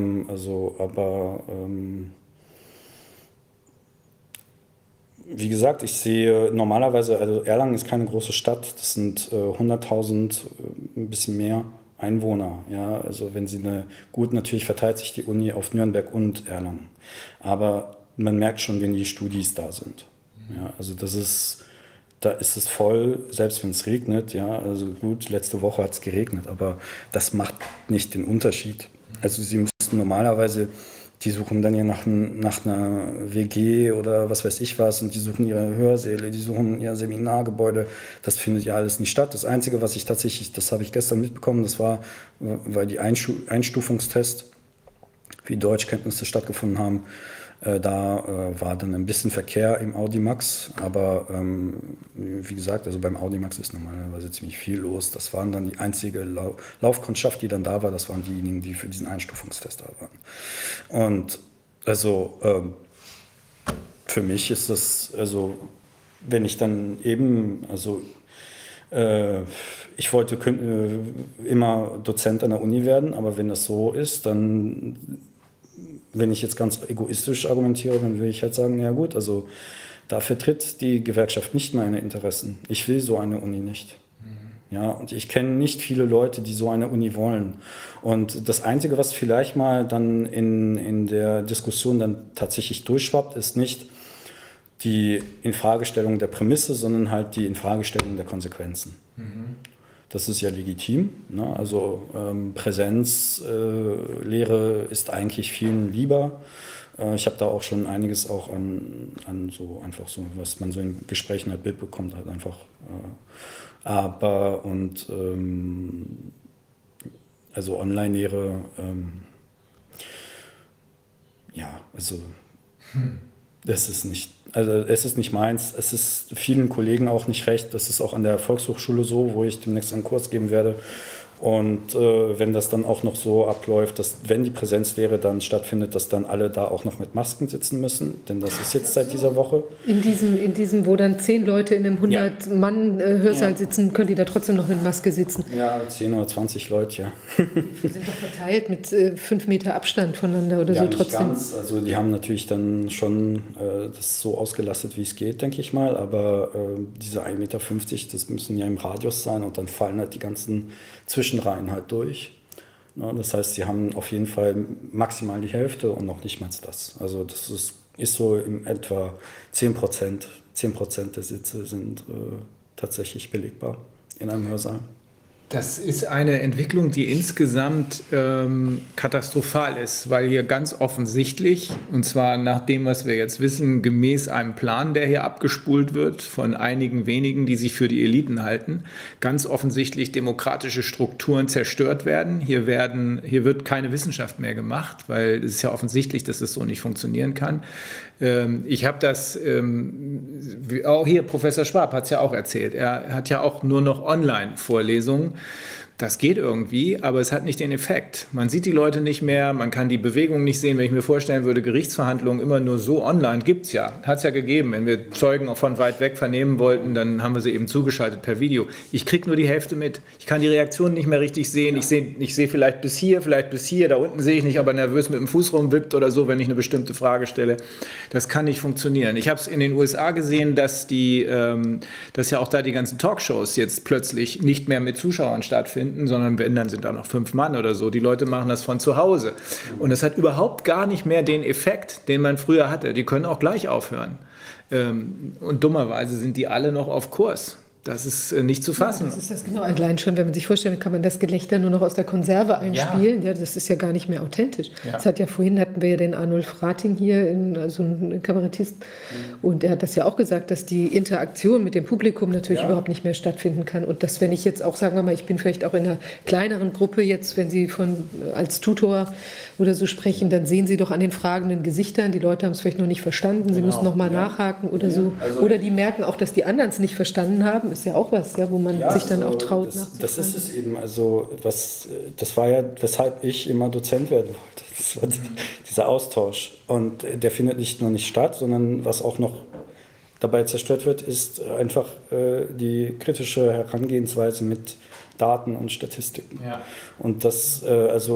Wie gesagt, ich sehe normalerweise, also Erlangen ist keine große Stadt, das sind 100.000, ein bisschen mehr Einwohner. Ja, also wenn sie natürlich verteilt sich die Uni auf Nürnberg und Erlangen. Aber man merkt schon, wenn die Studis da sind. Ja, also da ist es voll, selbst wenn es regnet. Ja, also gut, letzte Woche hat es geregnet, aber das macht nicht den Unterschied. Also sie müssten normalerweise, die suchen dann ja nach einer WG oder was weiß ich was und die suchen ihre Hörsäle, die suchen ihr Seminargebäude. Das findet ja alles nicht statt. Das Einzige, was ich tatsächlich, das habe ich gestern mitbekommen, das war, weil die Einstufungstests für die Deutschkenntnisse stattgefunden haben. Da war dann ein bisschen Verkehr im Audimax, aber wie gesagt, also beim Audimax ist normalerweise ziemlich viel los. Das waren dann die einzige Laufkundschaft, die dann da war, das waren diejenigen, die für diesen Einstufungstest da waren. Und also für mich ist das, also wenn ich dann eben, also ich wollte immer Dozent an der Uni werden, aber wenn das so ist, dann, wenn ich jetzt ganz egoistisch argumentiere, dann will ich halt sagen, ja gut, also da vertritt die Gewerkschaft nicht meine Interessen. Ich will so eine Uni nicht. Ja, und ich kenne nicht viele Leute, die so eine Uni wollen. Und das Einzige, was vielleicht mal dann in der Diskussion dann tatsächlich durchschwappt, ist nicht die Infragestellung der Prämisse, sondern halt die Infragestellung der Konsequenzen. Das ist ja legitim. Ne? Also Präsenzlehre ist eigentlich vielen lieber. Ich habe da auch schon einiges auch an so einfach so, was man so in Gesprächen halt mitbekommt, halt einfach. Also Online-Lehre, das ist nicht, es ist nicht meins, es ist vielen Kollegen auch nicht recht, das ist auch an der Volkshochschule so, wo ich demnächst einen Kurs geben werde. Und wenn das dann auch noch so abläuft, dass wenn die Präsenzlehre dann stattfindet, dass dann alle da auch noch mit Masken sitzen müssen, denn das ist jetzt seit dieser Woche. In diesem, wo dann 10 Leute in einem 100-Mann-Hörsaal sitzen, können die da trotzdem noch mit Maske sitzen? Ja, 10 oder 20 Leute, ja. Die sind doch verteilt mit 5 Meter Abstand voneinander oder so nicht trotzdem. Ganz. Also die haben natürlich dann schon das so ausgelastet, wie es geht, denke ich mal, aber diese 1,50 Meter, das müssen ja im Radius sein und dann fallen halt die ganzen Zwischenreihen halt durch. Ja, das heißt, sie haben auf jeden Fall maximal die Hälfte und noch nicht mal das. Also das ist so in etwa 10%. 10% der Sitze sind tatsächlich belegbar in einem Hörsaal. Das ist eine Entwicklung, die insgesamt katastrophal ist, weil hier ganz offensichtlich, und zwar nach dem, was wir jetzt wissen, gemäß einem Plan, der hier abgespult wird von einigen wenigen, die sich für die Eliten halten, ganz offensichtlich demokratische Strukturen zerstört werden. Hier wird keine Wissenschaft mehr gemacht, weil es ist ja offensichtlich, dass es so nicht funktionieren kann. Ich habe das, auch hier, Professor Schwab hat es ja auch erzählt, er hat ja auch nur noch Online-Vorlesungen. Das geht irgendwie, aber es hat nicht den Effekt. Man sieht die Leute nicht mehr, man kann die Bewegung nicht sehen. Wenn ich mir vorstellen würde, Gerichtsverhandlungen immer nur so online, gibt es ja, hat es ja gegeben. Wenn wir Zeugen auch von weit weg vernehmen wollten, dann haben wir sie eben zugeschaltet per Video. Ich kriege nur die Hälfte mit. Ich kann die Reaktionen nicht mehr richtig sehen. Ich sehe vielleicht bis hier, da unten sehe ich nicht, aber nervös mit dem Fuß rumwippt oder so, wenn ich eine bestimmte Frage stelle. Das kann nicht funktionieren. Ich habe es in den USA gesehen, dass ja auch da die ganzen Talkshows jetzt plötzlich nicht mehr mit Zuschauern stattfinden, sondern wenn, dann sind da noch 5 Mann oder so. Die Leute machen das von zu Hause. Und es hat überhaupt gar nicht mehr den Effekt, den man früher hatte. Die können auch gleich aufhören. Und dummerweise sind die alle noch auf Kurs. Das ist nicht zu fassen. Ja, das ist das genau. Allein schon, wenn man sich vorstellt, kann man das Gelächter nur noch aus der Konserve einspielen. Ja, das ist ja gar nicht mehr authentisch. Ja. Das vorhin hatten wir ja den Arnulf Rating hier, also ein Kabarettist, und er hat das ja auch gesagt, dass die Interaktion mit dem Publikum natürlich überhaupt nicht mehr stattfinden kann. Und dass, wenn ich jetzt auch, sagen wir mal, ich bin vielleicht auch in einer kleineren Gruppe jetzt, wenn Sie als Tutor oder so sprechen, dann sehen Sie doch an den fragenden Gesichtern, die Leute haben es vielleicht noch nicht verstanden, sie müssen noch mal nachhaken oder so. Also, oder die merken auch, dass die anderen es nicht verstanden haben. Ist ja auch was, wo man sich dann auch traut. Das ist es eben. Also das war ja, weshalb ich immer Dozent werden wollte. Das war dieser Austausch. Und der findet nicht nur nicht statt, sondern was auch noch dabei zerstört wird, ist einfach die kritische Herangehensweise mit Daten und Statistiken. Ja. Und das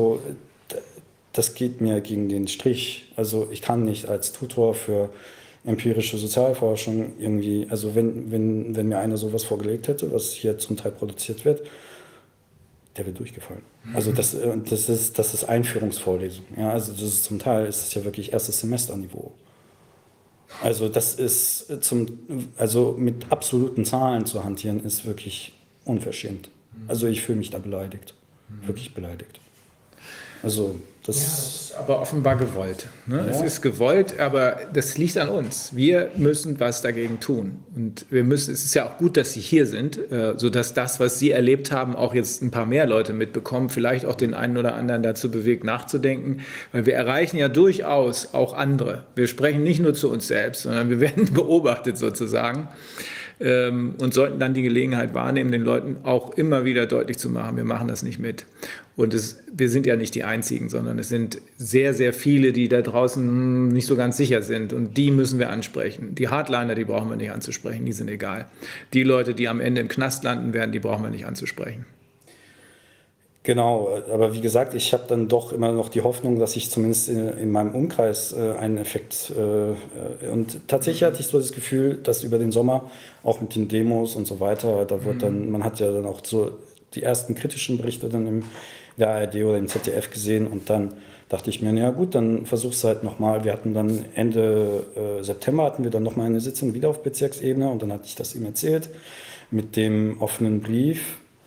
geht mir gegen den Strich. Also ich kann nicht als Tutor für empirische Sozialforschung irgendwie, also wenn mir einer sowas vorgelegt hätte, was hier zum Teil produziert wird, der wird durchgefallen. Also das ist Einführungsvorlesung. Ja, also das ist zum Teil ist es ja wirklich erstes Semesterniveau. Also das ist also mit absoluten Zahlen zu hantieren, ist wirklich unverschämt. Also ich fühle mich da beleidigt. Wirklich beleidigt. Also das ist aber offenbar gewollt. Ne? Ja. Es ist gewollt, aber das liegt an uns. Wir müssen was dagegen tun. Und es ist ja auch gut, dass Sie hier sind, sodass das, was Sie erlebt haben, auch jetzt ein paar mehr Leute mitbekommen, vielleicht auch den einen oder anderen dazu bewegt, nachzudenken. Weil wir erreichen ja durchaus auch andere. Wir sprechen nicht nur zu uns selbst, sondern wir werden beobachtet sozusagen. Und sollten dann die Gelegenheit wahrnehmen, den Leuten auch immer wieder deutlich zu machen, wir machen das nicht mit. Und wir sind ja nicht die Einzigen, sondern es sind sehr, sehr viele, die da draußen nicht so ganz sicher sind. Und die müssen wir ansprechen. Die Hardliner, die brauchen wir nicht anzusprechen, die sind egal. Die Leute, die am Ende im Knast landen werden, die brauchen wir nicht anzusprechen. Genau, aber wie gesagt, ich habe dann doch immer noch die Hoffnung, dass ich zumindest in meinem Umkreis einen Effekt und tatsächlich hatte ich so das Gefühl, dass über den Sommer auch mit den Demos und so weiter, da wird dann, man hat ja dann auch so die ersten kritischen Berichte dann in der ARD oder im ZDF gesehen und dann dachte ich mir, ja gut, dann versuch's halt nochmal. Wir hatten dann Ende September hatten wir dann nochmal eine Sitzung wieder auf Bezirksebene und dann hatte ich das ihm erzählt mit dem offenen Brief.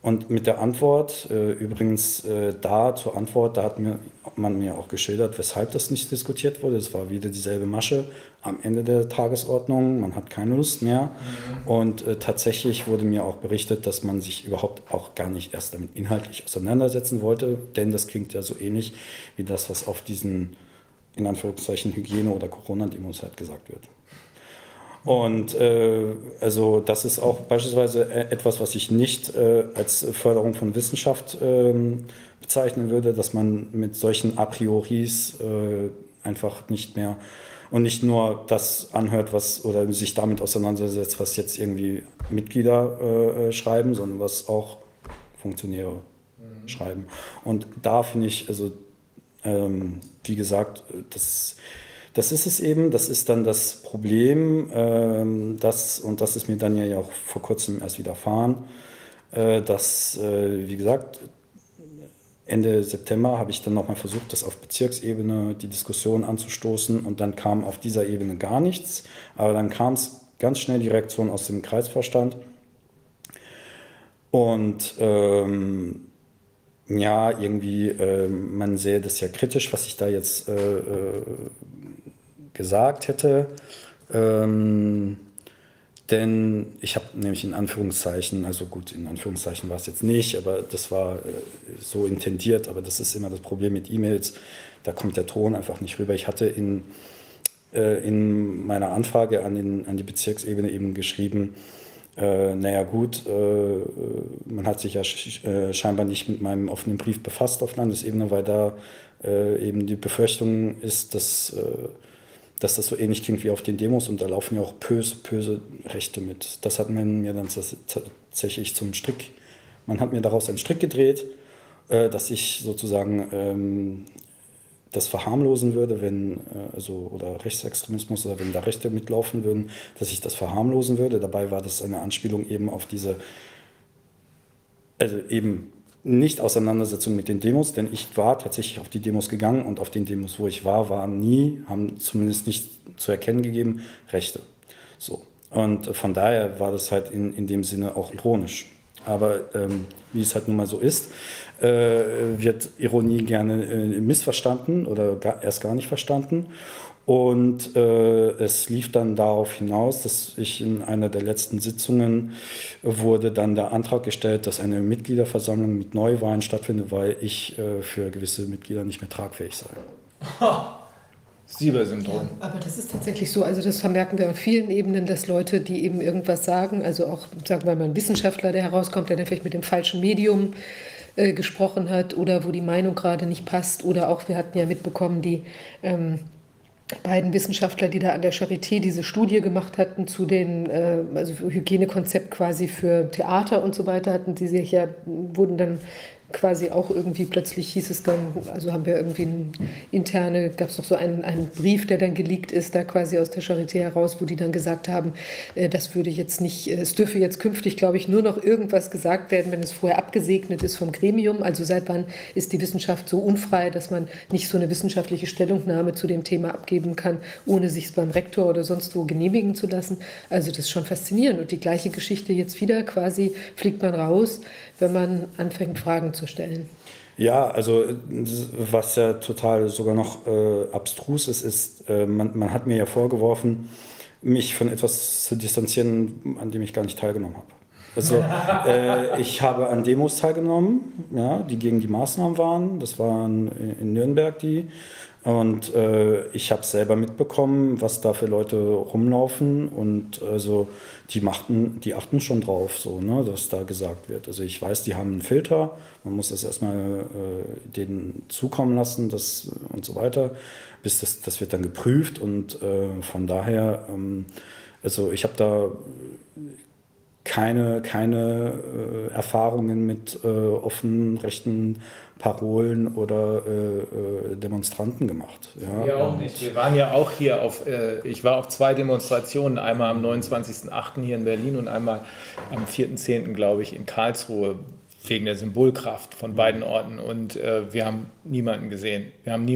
Und mit der Antwort, übrigens zur Antwort, da hat man mir auch geschildert, weshalb das nicht diskutiert wurde. Es war wieder dieselbe Masche am Ende der Tagesordnung, man hat keine Lust mehr. Und tatsächlich wurde mir auch berichtet, dass man sich überhaupt auch gar nicht erst damit inhaltlich auseinandersetzen wollte, denn das klingt ja so ähnlich wie das, was auf diesen, in Anführungszeichen, Hygiene- oder Corona-Demos halt gesagt wird. Und also das ist auch beispielsweise etwas, was ich nicht als Förderung von Wissenschaft bezeichnen würde, dass man mit solchen A prioris einfach nicht mehr und nicht nur das anhört, was oder sich damit auseinandersetzt, was jetzt irgendwie Mitglieder schreiben, sondern was auch Funktionäre schreiben. Und da finde ich, also wie gesagt, das ist es eben, das ist dann das Problem, und das ist mir dann ja auch vor kurzem erst widerfahren, dass, wie gesagt, Ende September habe ich dann nochmal versucht, das auf Bezirksebene die Diskussion anzustoßen und dann kam auf dieser Ebene gar nichts, aber dann kam es ganz schnell die Reaktion aus dem Kreisvorstand und ja, irgendwie, man sähe das ja kritisch, was ich da jetzt gesagt hätte, denn ich habe nämlich in Anführungszeichen, also gut, in Anführungszeichen war es jetzt nicht, aber das war so intendiert, aber das ist immer das Problem mit E-Mails, da kommt der Ton einfach nicht rüber. Ich hatte in meiner Anfrage an die Bezirksebene eben geschrieben, naja gut, man hat sich ja scheinbar nicht mit meinem offenen Brief befasst auf Landesebene, weil da eben die Befürchtung ist, dass das so ähnlich klingt wie auf den Demos und da laufen ja auch böse Rechte mit. Das hat man mir dann tatsächlich man hat mir daraus einen Strick gedreht, dass ich sozusagen das verharmlosen würde, oder Rechtsextremismus oder wenn da Rechte mitlaufen würden, dass ich das verharmlosen würde. Dabei war das eine Anspielung eben auf diese, also eben nicht Auseinandersetzung mit den Demos, denn ich war tatsächlich auf die Demos gegangen und auf den Demos, wo ich war, haben zumindest nicht zu erkennen gegeben, Rechte. So. Und von daher war das halt in dem Sinne auch ironisch. Aber wie es halt nun mal so ist, wird Ironie gerne missverstanden oder erst gar nicht verstanden. Und es lief dann darauf hinaus, dass ich in einer der letzten Sitzungen wurde dann der Antrag gestellt, dass eine Mitgliederversammlung mit Neuwahlen stattfindet, weil ich für gewisse Mitglieder nicht mehr tragfähig sei. Sieber-Syndrom. Ja, aber das ist tatsächlich so, also das vermerken wir auf vielen Ebenen, dass Leute, die eben irgendwas sagen, also auch, sagen wir mal, ein Wissenschaftler, der herauskommt, der dann vielleicht mit dem falschen Medium gesprochen hat oder wo die Meinung gerade nicht passt oder auch, wir hatten ja mitbekommen, die beiden Wissenschaftler, die da an der Charité diese Studie gemacht hatten zu den, also Hygienekonzept quasi für Theater und so weiter, wurden dann quasi auch irgendwie, plötzlich hieß es dann, also haben wir irgendwie gab es noch so einen Brief, der dann geleakt ist, da quasi aus der Charité heraus, wo die dann gesagt haben, das würde jetzt nicht, es dürfe jetzt künftig, glaube ich, nur noch irgendwas gesagt werden, wenn es vorher abgesegnet ist vom Gremium. Also seit wann ist die Wissenschaft so unfrei, dass man nicht so eine wissenschaftliche Stellungnahme zu dem Thema abgeben kann, ohne sich es beim Rektor oder sonst wo genehmigen zu lassen. Also das ist schon faszinierend. Und die gleiche Geschichte jetzt wieder, quasi fliegt man raus, wenn man anfängt, Fragen zu stellen. Ja, also was ja total sogar noch abstrus ist, man hat mir ja vorgeworfen, mich von etwas zu distanzieren, an dem ich gar nicht teilgenommen habe. Also ich habe an Demos teilgenommen, ja, die gegen die Maßnahmen waren. Das waren in Nürnberg die. Und ich habe selber mitbekommen, was da für Leute rumlaufen und also die achten schon drauf, so, ne, dass da gesagt wird. Also ich weiß, die haben einen Filter, man muss das erstmal denen zukommen lassen und so weiter, bis das wird dann geprüft und von daher, also ich habe da keine Erfahrungen mit offenen rechten Parolen oder Demonstranten gemacht. Ja. Wir auch nicht. Wir waren ja auch hier ich war auf 2 Demonstrationen, einmal am 29.08. hier in Berlin und einmal am 4.10., glaube ich, in Karlsruhe. wegen der Symbolkraft von beiden Orten. Und wir haben niemanden gesehen.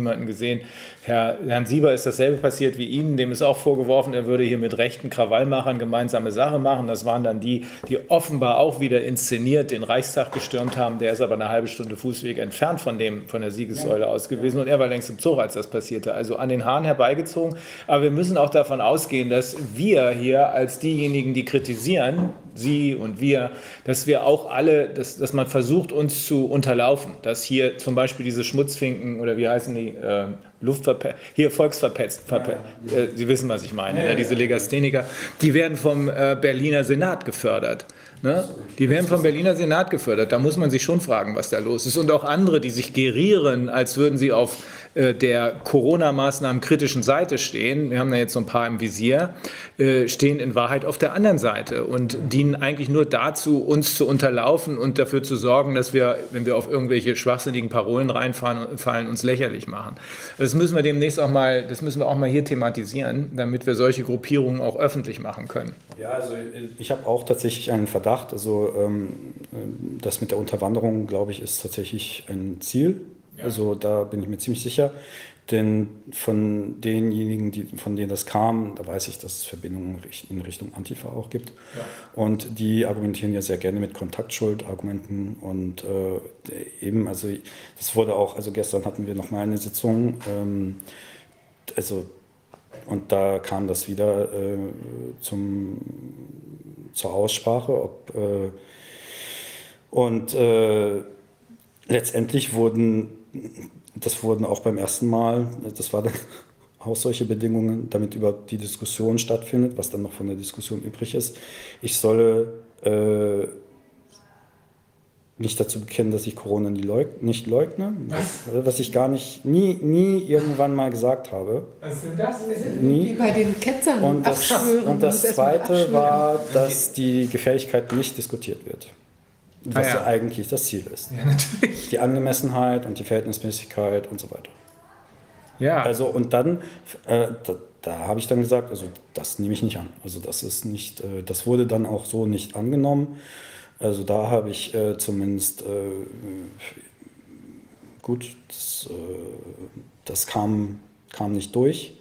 Herrn Sieber ist dasselbe passiert wie Ihnen. Dem ist auch vorgeworfen, er würde hier mit rechten Krawallmachern gemeinsame Sache machen. Das waren dann die offenbar auch wieder inszeniert den Reichstag gestürmt haben. Der ist aber eine halbe Stunde Fußweg entfernt von der Siegessäule aus gewesen. Und er war längst im Zug, als das passierte. Also an den Haaren herbeigezogen. Aber wir müssen auch davon ausgehen, dass wir hier als diejenigen, die kritisieren, Sie und wir, dass wir auch alle, dass man versucht, uns zu unterlaufen. Dass hier zum Beispiel diese Schmutzfinken oder wie heißen die, Volksverpetzt, Sie wissen, was ich meine, ja, diese Legastheniker, die werden vom Berliner Senat gefördert. Ne? Die werden vom Berliner Senat gefördert. Da muss man sich schon fragen, was da los ist. Und auch andere, die sich gerieren, als würden sie auf der Corona-Maßnahmen kritischen Seite stehen, wir haben da jetzt so ein paar im Visier, stehen in Wahrheit auf der anderen Seite und dienen eigentlich nur dazu, uns zu unterlaufen und dafür zu sorgen, dass wir, wenn wir auf irgendwelche schwachsinnigen Parolen reinfallen, uns lächerlich machen. Das müssen wir demnächst auch mal, das müssen wir auch mal hier thematisieren, damit wir solche Gruppierungen auch öffentlich machen können. Ja, also ich habe auch tatsächlich einen Verdacht, also das mit der Unterwanderung, glaube ich, ist tatsächlich ein Ziel. Also da bin ich mir ziemlich sicher, denn von denjenigen, von denen das kam, da weiß ich, dass es Verbindungen in Richtung Antifa auch gibt. Ja. Und die argumentieren ja sehr gerne mit Kontaktschuldargumenten und eben, also das wurde auch, also gestern hatten wir noch mal eine Sitzung, und da kam das wieder zur Aussprache, letztendlich wurden auch beim ersten Mal, das war dann auch solche Bedingungen, damit über die Diskussion stattfindet, was dann noch von der Diskussion übrig ist. Ich solle nicht dazu bekennen, dass ich Corona nicht leugne, was ich gar nicht, nie irgendwann mal gesagt habe. Was sind das? Wie bei den Ketzern. Und das Zweite war, dass die Gefährlichkeit nicht diskutiert wird. Was ja eigentlich das Ziel ist. Ja, natürlich. Die Angemessenheit und die Verhältnismäßigkeit und so weiter. Ja. Also und dann, da habe ich dann gesagt, also das nehme ich nicht an. Also das ist nicht, das wurde dann auch so nicht angenommen. Also da habe ich zumindest, gut, das kam nicht durch.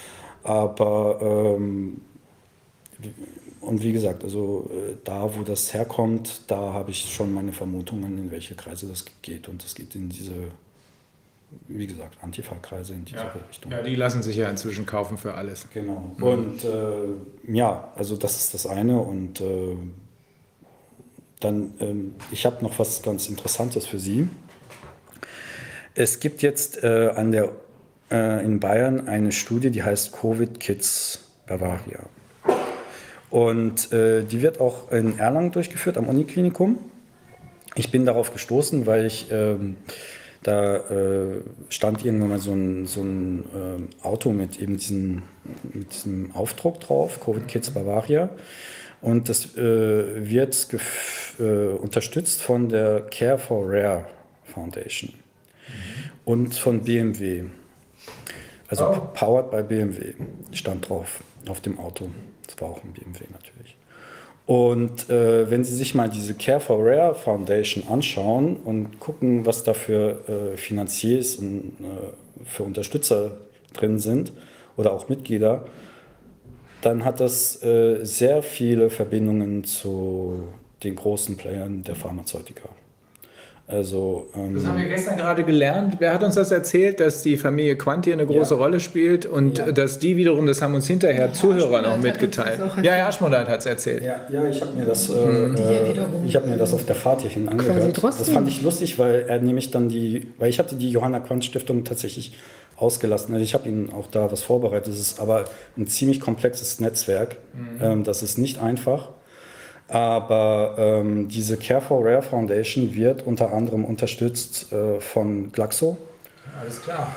Aber und wie gesagt, also da, wo das herkommt, da habe ich schon meine Vermutungen, in welche Kreise das geht. Und das geht in diese, wie gesagt, Antifa-Kreise in diese Richtung. Ja, die lassen sich ja inzwischen kaufen für alles. Genau. Und ja, also das ist das eine. Und dann, ich habe noch was ganz Interessantes für Sie. Es gibt jetzt in Bayern eine Studie, die heißt Covid Kids Bavaria. Und die wird auch in Erlangen durchgeführt, am Uniklinikum. Ich bin darauf gestoßen, weil ich da stand irgendwann mal so ein Auto mit eben diesem Aufdruck drauf, Covid Kids Bavaria. Und das wird unterstützt von der Care for Rare Foundation und von BMW. Also powered by BMW stand drauf auf dem Auto. Das war auch ein BMW natürlich. Und wenn Sie sich mal diese Care for Rare Foundation anschauen und gucken, was da für Finanziers und für Unterstützer drin sind oder auch Mitglieder, dann hat das sehr viele Verbindungen zu den großen Playern der Pharmazeutika. Also, das haben wir gestern gerade gelernt. Wer hat uns das erzählt, dass die Familie Quandt hier eine große Rolle spielt und dass die wiederum, das haben uns hinterher Zuhörer noch mitgeteilt. Ja, Herr Aschmonat hat es erzählt. Ja, ich habe mir das auf der Fahrt hierhin angehört. Das fand ich lustig, weil er nämlich dann weil ich hatte die Johanna Quandt Stiftung tatsächlich ausgelassen. Also ich habe Ihnen auch da was vorbereitet. Es ist aber ein ziemlich komplexes Netzwerk. Das ist nicht einfach. Aber diese Care for Rare Foundation wird unter anderem unterstützt von Glaxo. Alles klar.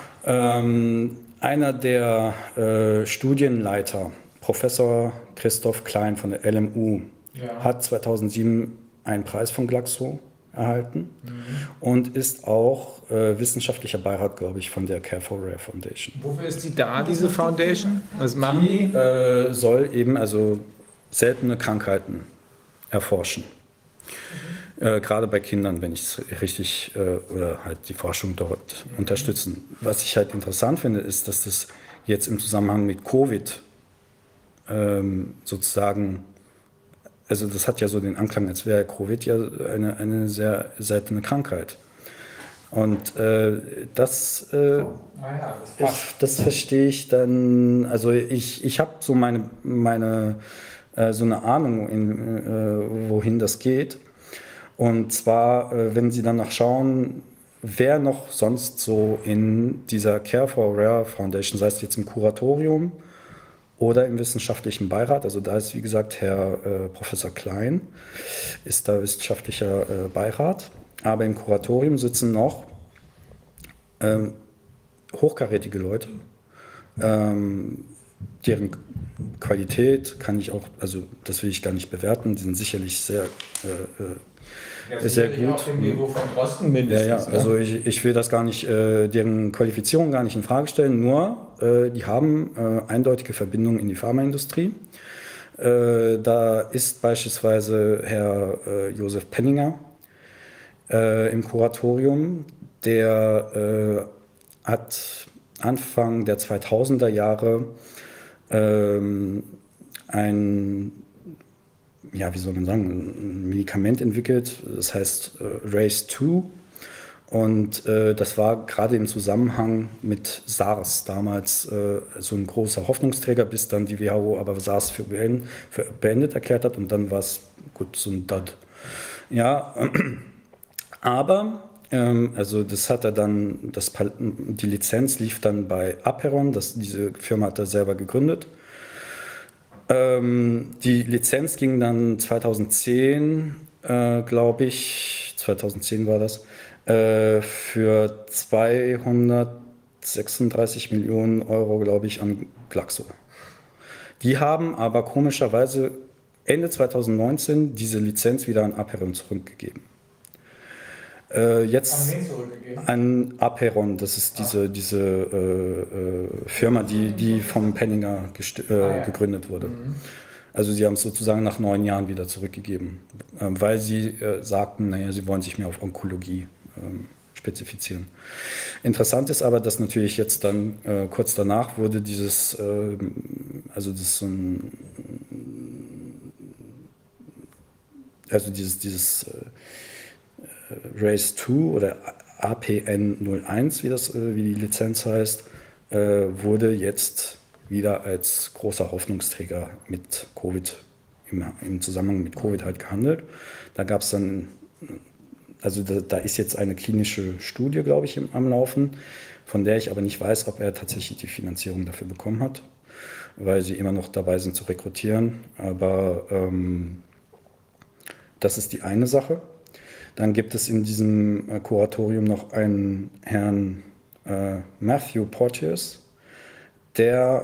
Einer der Studienleiter, Professor Christoph Klein von der LMU, hat 2007 einen Preis von Glaxo erhalten und ist auch wissenschaftlicher Beirat, glaube ich, von der Care for Rare Foundation. Wofür ist die da, diese Foundation? Was machen die? Soll eben also seltene Krankheiten erforschen. Gerade bei Kindern, wenn ich es richtig oder halt die Forschung dort unterstützen. Was ich halt interessant finde, ist, dass das jetzt im Zusammenhang mit Covid sozusagen, also das hat ja so den Anklang, als wäre Covid ja eine sehr seltene Krankheit. Und das verstehe ich dann, also ich habe so so eine Ahnung, wohin das geht. Und zwar, wenn Sie danach schauen, wer noch sonst so in dieser Care for Rare Foundation, sei es jetzt im Kuratorium oder im wissenschaftlichen Beirat, also da ist wie gesagt Herr Professor Klein, ist da wissenschaftlicher Beirat, aber im Kuratorium sitzen noch hochkarätige Leute, deren Qualität kann ich auch, also das will ich gar nicht bewerten, die sind sicherlich sehr gut. Auf dem Niveau von Drosten mindestens. Ja, also ich will das gar nicht, deren Qualifizierung gar nicht in Frage stellen, nur die haben eindeutige Verbindungen in die Pharmaindustrie. Da ist beispielsweise Herr Josef Penninger im Kuratorium, der hat Anfang der 2000er Jahre ein Medikament entwickelt, das heißt RACE2. Und das war gerade im Zusammenhang mit SARS damals so ein großer Hoffnungsträger, bis dann die WHO aber SARS für beendet erklärt hat und dann war es gut so ein Dud. Ja, aber also das hat er dann, die Lizenz lief dann bei Aperon, diese Firma hat er selber gegründet. Die Lizenz ging dann 2010, glaube ich, 2010 war das, für 236 Millionen Euro, glaube ich, an Glaxo. Die haben aber komischerweise Ende 2019 diese Lizenz wieder an Aperon zurückgegeben. Jetzt an Aperon, das ist diese Firma, die vom Penninger gegründet wurde. Also sie haben es sozusagen nach 9 Jahren wieder zurückgegeben, weil sie sagten, naja, sie wollen sich mehr auf Onkologie spezifizieren. Diese RACE2 oder APN01, wie die Lizenz heißt, wurde jetzt wieder als großer Hoffnungsträger mit Covid, im Zusammenhang mit Covid halt gehandelt. Da gab es dann, also da ist jetzt eine klinische Studie, glaube ich, am Laufen, von der ich aber nicht weiß, ob er tatsächlich die Finanzierung dafür bekommen hat, weil sie immer noch dabei sind zu rekrutieren. Aber das ist die eine Sache. Dann gibt es in diesem Kuratorium noch einen Herrn Matthew Porteous. Der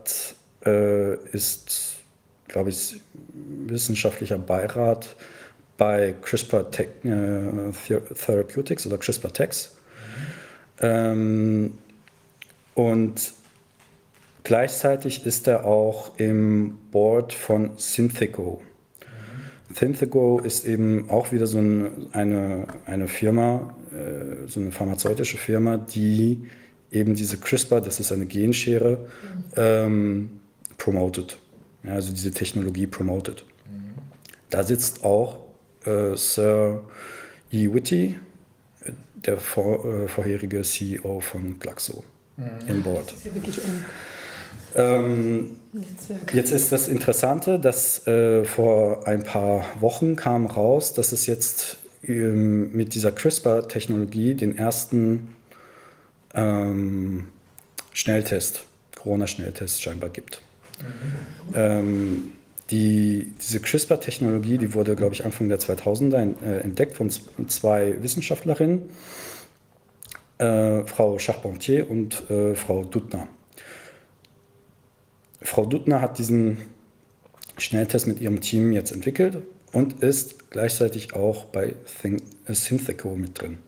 ist, glaube ich, wissenschaftlicher Beirat bei CRISPR Therapeutics oder CRISPR-Tex. Und gleichzeitig ist er auch im Board von Syntheco. Syntheco ist eben auch wieder so eine Firma, so eine pharmazeutische Firma, die eben diese CRISPR, das ist eine Genschere, promotet. Ja, also diese Technologie promotet. Da sitzt auch Sir E. Whitty, der vorherige CEO von Glaxo, im Board. Das ist ja wirklich jetzt ist das Interessante, dass vor ein paar Wochen kam raus, dass es jetzt mit dieser CRISPR-Technologie den ersten Corona-Schnelltest scheinbar gibt. Diese CRISPR-Technologie, die wurde, glaube ich, Anfang der 2000er entdeckt von 2 Wissenschaftlerinnen, Frau Charpentier und Frau Duttner. Frau Duttner hat diesen Schnelltest mit ihrem Team jetzt entwickelt und ist gleichzeitig auch bei Syntheco mit drin.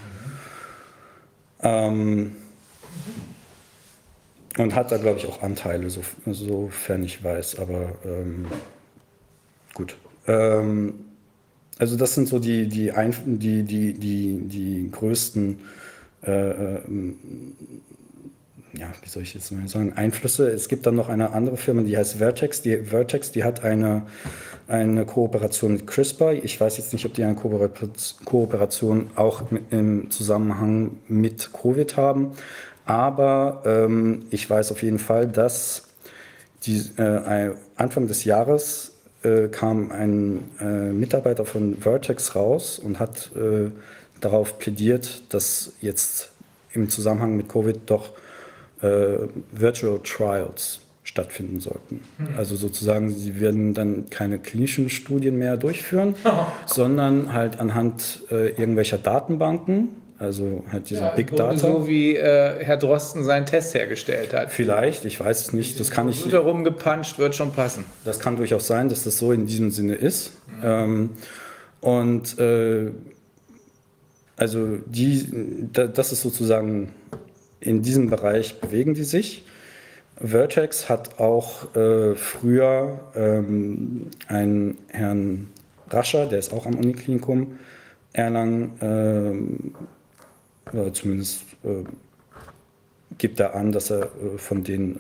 Und hat da, glaube ich, auch Anteile, sofern ich weiß, aber gut. Also das sind so die größten, ja, wie soll ich jetzt mal sagen, Einflüsse. Es gibt dann noch eine andere Firma, die heißt Vertex. Die hat eine Kooperation mit CRISPR. Ich weiß jetzt nicht, ob die eine Kooperation auch im Zusammenhang mit Covid haben. Aber ich weiß auf jeden Fall, dass Anfang des Jahres kam ein Mitarbeiter von Vertex raus und hat darauf plädiert, dass jetzt im Zusammenhang mit Covid doch Virtual Trials stattfinden sollten. Also sozusagen, sie werden dann keine klinischen Studien mehr durchführen, sondern halt anhand irgendwelcher Datenbanken, also halt dieser Big Data. So wie Herr Drosten seinen Test hergestellt hat. Vielleicht, ich weiß es nicht, das kann ich... Computer rumgepanscht, wird schon passen. Das kann durchaus sein, dass das so in diesem Sinne ist. Also das ist sozusagen, in diesem Bereich bewegen die sich. Vertex hat auch früher einen Herrn Rascher, der ist auch am Uniklinikum Erlangen, oder zumindest gibt er an, dass er von denen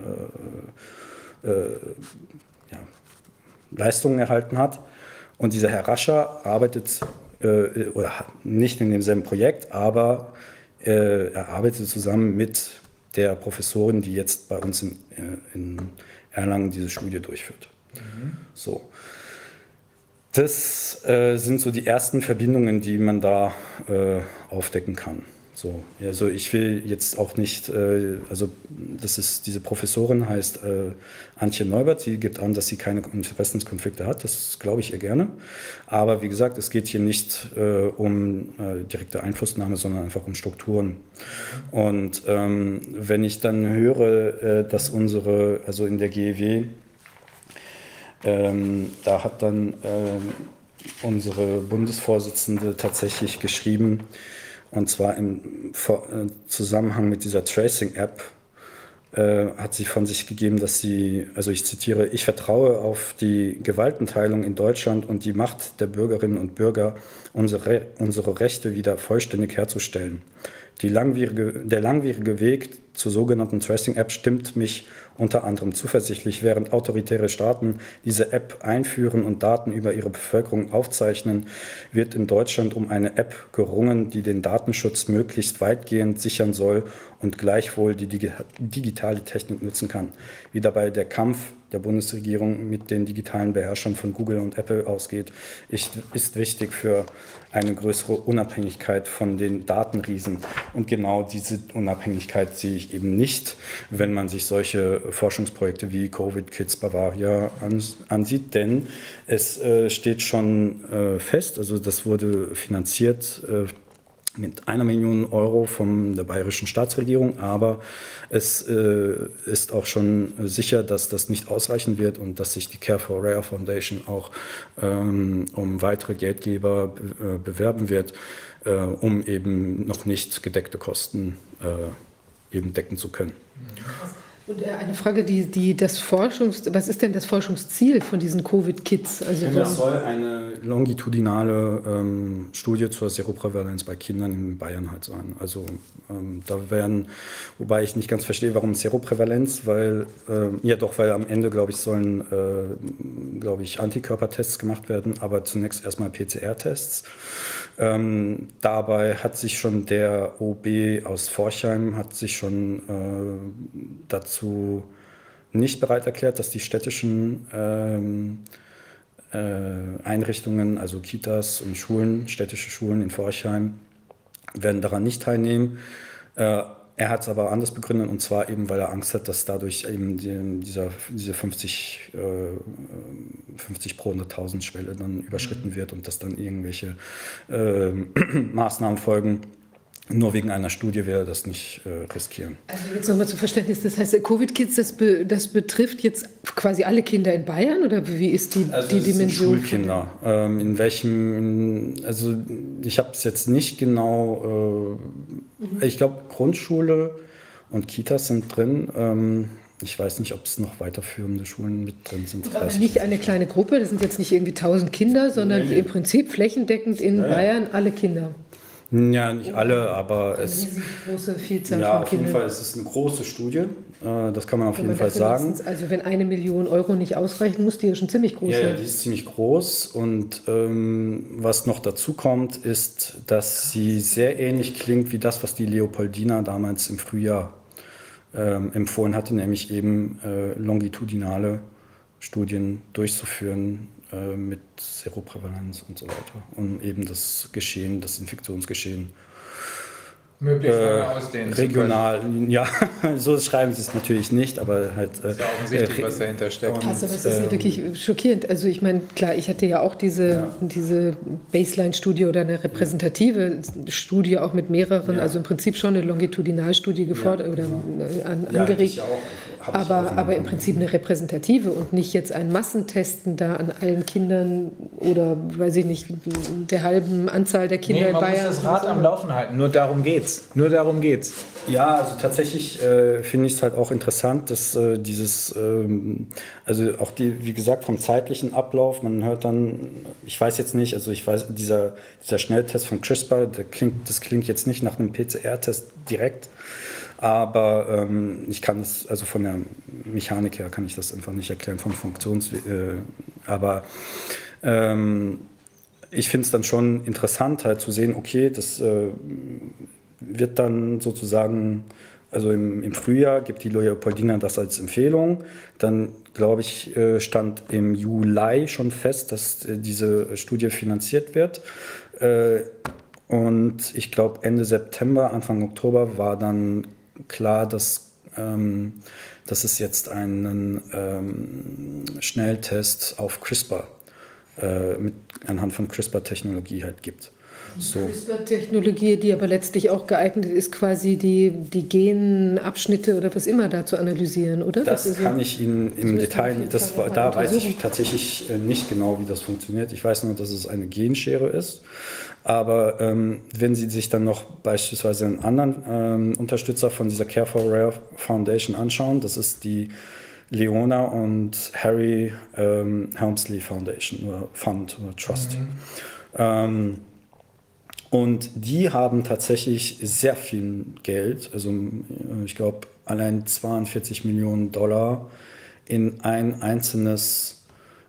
Leistungen erhalten hat. Und dieser Herr Rascher arbeitet, oder nicht in demselben Projekt, aber er arbeitet zusammen mit der Professorin, die jetzt bei uns in Erlangen diese Studie durchführt. So. Das sind so die ersten Verbindungen, die man da aufdecken kann. So, also ich will jetzt auch nicht, also diese Professorin heißt Antje Neubert, sie gibt an, dass sie keine Interessenskonflikte hat, das glaube ich ihr gerne. Aber wie gesagt, es geht hier nicht um direkte Einflussnahme, sondern einfach um Strukturen. Und wenn ich dann höre, dass also in der GEW, da hat dann unsere Bundesvorsitzende tatsächlich geschrieben, und zwar im Zusammenhang mit dieser Tracing-App hat sie von sich gegeben, dass sie, also ich zitiere, ich vertraue auf die Gewaltenteilung in Deutschland und die Macht der Bürgerinnen und Bürger, unsere Rechte wieder vollständig herzustellen. Der langwierige Weg zur sogenannten Tracing-App stimmt mich unter anderem zuversichtlich, während autoritäre Staaten diese App einführen und Daten über ihre Bevölkerung aufzeichnen, wird in Deutschland um eine App gerungen, die den Datenschutz möglichst weitgehend sichern soll und gleichwohl die digitale Technik nutzen kann. Wie dabei der Kampf der Bundesregierung mit den digitalen Beherrschern von Google und Apple ausgeht, ist wichtig für eine größere Unabhängigkeit von den Datenriesen. Und genau diese Unabhängigkeit sehe ich eben nicht, wenn man sich solche Forschungsprojekte wie Covid Kids Bavaria ansieht, denn es steht schon fest, also das wurde finanziert mit 1 Million Euro von der bayerischen Staatsregierung, aber es ist auch schon sicher, dass das nicht ausreichen wird und dass sich die Care for Rare Foundation auch um weitere Geldgeber bewerben wird, um eben noch nicht gedeckte Kosten eben decken zu können. Und eine Frage, was ist denn das Forschungsziel von diesen Covid-Kids? Also das soll eine longitudinale Studie zur Seroprävalenz bei Kindern in Bayern halt sein. Also wobei ich nicht ganz verstehe, warum Seroprävalenz, weil am Ende, glaube ich, sollen, Antikörpertests gemacht werden, aber zunächst erstmal PCR-Tests. Dabei hat sich schon der OB aus Forchheim dazu nicht bereit erklärt, dass die städtischen Einrichtungen, also Kitas und Schulen, städtische Schulen in Forchheim, werden daran nicht teilnehmen. Er hat es aber anders begründet, und zwar eben, weil er Angst hat, dass dadurch eben diese 50 pro 100.000 Schwelle dann überschritten wird und dass dann irgendwelche Maßnahmen folgen. Nur wegen einer Studie will er das nicht riskieren. Also jetzt nochmal zum Verständnis, das heißt, Covid-Kids, das betrifft jetzt quasi alle Kinder in Bayern, oder wie ist die Dimension? Schulkinder. Also ich habe es jetzt nicht genau, ich glaube Grundschule und Kitas sind drin. Ich weiß nicht, ob es noch weiterführende Schulen mit drin sind. Aber nicht eine kleine Gruppe, das sind jetzt nicht irgendwie 1000 Kinder, sondern im Prinzip flächendeckend in Bayern alle Kinder. Ja, nicht alle, aber Eine es riesig große Vielzahl ja, von auf jeden Kindern. Fall ist es eine große Studie. Das kann man auf Wenn jeden man Fall dafür sagen. meistens, also wenn 1 Million Euro nicht ausreichen, muss die ja schon ziemlich groß Ja, sein. die ist ziemlich groß und was noch dazu kommt, ist, dass sie sehr ähnlich klingt wie das, was die Leopoldina damals im Frühjahr empfohlen hatte, nämlich eben longitudinale Studien durchzuführen mit Seroprävalenz und so weiter, um eben das Geschehen, das Infektionsgeschehen Möglichst lange ausdehnen zu regional, ja, so schreiben sie es natürlich nicht, aber halt. können. Ist ja offensichtlich, was dahinter steckt. Krass, aber das ist ja wirklich schockierend. Also ich meine, klar, ich hatte ja auch diese Baseline-Studie oder eine repräsentative Studie auch mit mehreren, also im Prinzip schon eine Longitudinalstudie gefordert oder angeregt. Aber im Prinzip eine repräsentative und nicht jetzt ein Massentesten da an allen Kindern oder, weiß ich nicht, der halben Anzahl der Kinder in man Bayern. muss das Rad am Laufen halten. Nur darum geht's. Nur darum geht's. Ja, also tatsächlich finde ich es halt auch interessant, dass also auch wie gesagt, vom zeitlichen Ablauf, man hört dann, ich weiß jetzt nicht, also ich weiß, dieser Schnelltest von CRISPR, das klingt jetzt nicht nach einem PCR-Test direkt, aber ich kann es, also von der Mechanik her kann ich das einfach nicht erklären, vom aber ich finde es dann schon interessant halt zu sehen, okay, das wird dann sozusagen, also im Frühjahr gibt die Leopoldina das als Empfehlung. Dann, glaube ich, stand im Juli schon fest, dass diese Studie finanziert wird. Und ich glaube, Ende September, Anfang Oktober war dann klar, dass es jetzt einen Schnelltest auf CRISPR anhand von CRISPR-Technologie halt gibt. So. CRISPR-Technologie, die aber letztlich auch geeignet ist, quasi die Genabschnitte oder was immer da zu analysieren, oder? Das kann ich Ihnen im Detail, da weiß ich tatsächlich nicht genau, wie das funktioniert. Ich weiß nur, dass es eine Genschere ist. Aber wenn Sie sich dann noch beispielsweise einen anderen Unterstützer von dieser Care for Rare Foundation anschauen, das ist die Leona und Harry Helmsley Foundation oder Fund oder Trust. Und die haben tatsächlich sehr viel Geld, also ich glaube allein 42 Millionen Dollar in ein einzelnes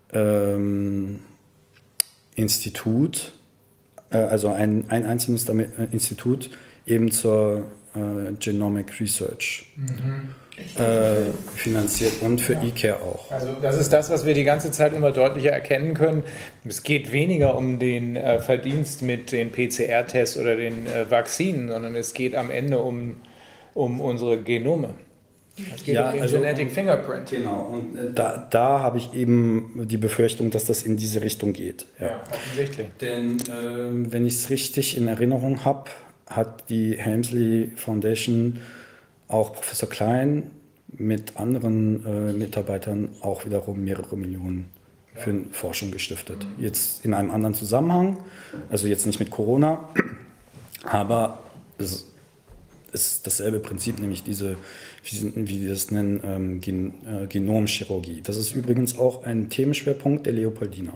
Institut, also ein einzelnes Institut eben zur Genomic Research finanziert und für eCare auch. Also das ist das, was wir die ganze Zeit immer deutlicher erkennen können. Es geht weniger um den Verdienst mit den PCR-Tests oder den Vakzinen, sondern es geht am Ende um unsere Genome. Es geht um den Genetic Fingerprint. Genau, und da habe ich eben die Befürchtung, dass das in diese Richtung geht. Ja, offensichtlich. Denn wenn ich es richtig in Erinnerung habe, hat die Helmsley Foundation auch Professor Klein mit anderen Mitarbeitern auch wiederum mehrere Millionen für Forschung gestiftet. Jetzt in einem anderen Zusammenhang, also jetzt nicht mit Corona, aber es ist dasselbe Prinzip, nämlich diese, wie die das nennen, Genomchirurgie. Das ist übrigens auch ein Themenschwerpunkt der Leopoldina.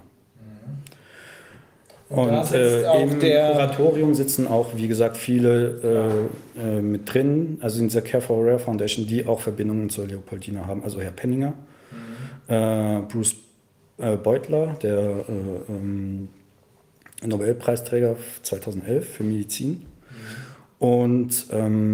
Und im Kuratorium sitzen auch, wie gesagt, viele mit drin, also in dieser Care for Rare Foundation, die auch Verbindungen zur Leopoldina haben. Also Herr Penninger, Bruce Beutler, der Nobelpreisträger 2011 für Medizin, und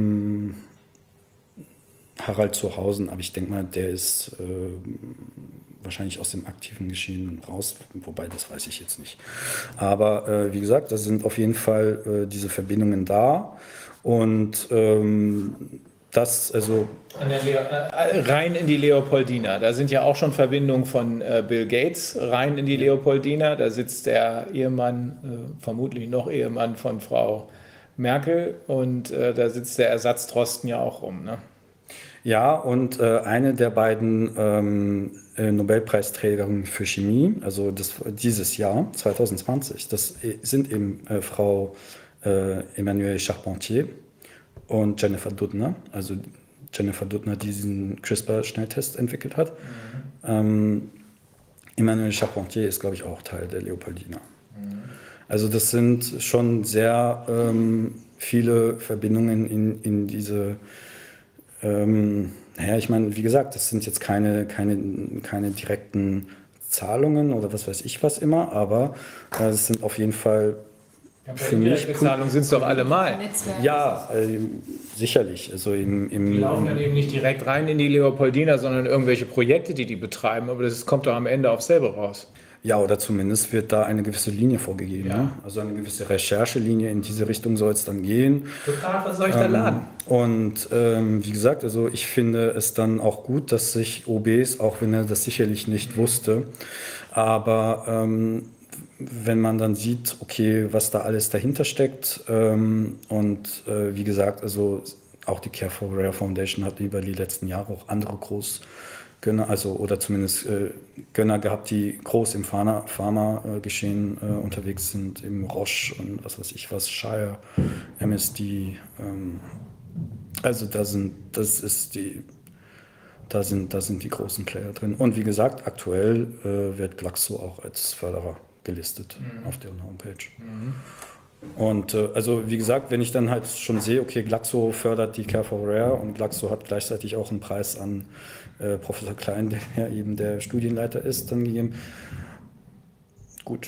Harald Zuhausen, aber ich denke mal, der ist wahrscheinlich aus dem aktiven Geschehen raus, wobei das weiß ich jetzt nicht. Aber wie gesagt, da sind auf jeden Fall diese Verbindungen da und das, also rein in die Leopoldina. Da sind ja auch schon Verbindungen von Bill Gates rein in die Leopoldina. Da sitzt der Ehemann, vermutlich noch Ehemann von Frau Merkel, und da sitzt der Ersatzdrosten ja auch rum, ne? Ja, und eine der beiden Nobelpreisträgerinnen für Chemie, also dieses Jahr, 2020, das sind eben Frau Emmanuelle Charpentier und Jennifer Doudna. Also Jennifer Doudna diesen CRISPR-Schnelltest entwickelt hat. Emmanuel Charpentier ist, glaube ich, auch Teil der Leopoldina. Also das sind schon sehr viele Verbindungen in diese, ich meine, wie gesagt, das sind jetzt keine direkten Zahlungen oder was weiß ich was immer, aber es sind auf jeden Fall für mich... Bezahlungen sind es doch allemal. Ja, sicherlich. Also Die laufen dann eben nicht direkt rein in die Leopoldina, sondern irgendwelche Projekte, die betreiben, aber das kommt doch am Ende auf selber raus. Ja, oder zumindest wird da eine gewisse Linie vorgegeben. Ja. Ne? Also eine gewisse Recherchelinie, in diese Richtung soll es dann gehen. Total verseuchter Laden. Und wie gesagt, also ich finde es dann auch gut, dass sich OBs, auch wenn er das sicherlich nicht wusste, aber wenn man dann sieht, okay, was da alles dahinter steckt wie gesagt, also auch die Care for Rare Foundation hat über die letzten Jahre auch andere Großgönner, also oder zumindest Gönner gehabt, die groß im Pharma-Geschehen unterwegs sind, im Roche und was weiß ich was, Shire, MSD, also da sind die großen Player drin. Und wie gesagt, aktuell wird Glaxo auch als Förderer gelistet auf deren Homepage. Und also wie gesagt, wenn ich dann halt schon sehe, okay, Glaxo fördert die Care for Rare und Glaxo hat gleichzeitig auch einen Preis an Professor Klein, der ja eben der Studienleiter ist, dann gegeben. Gut.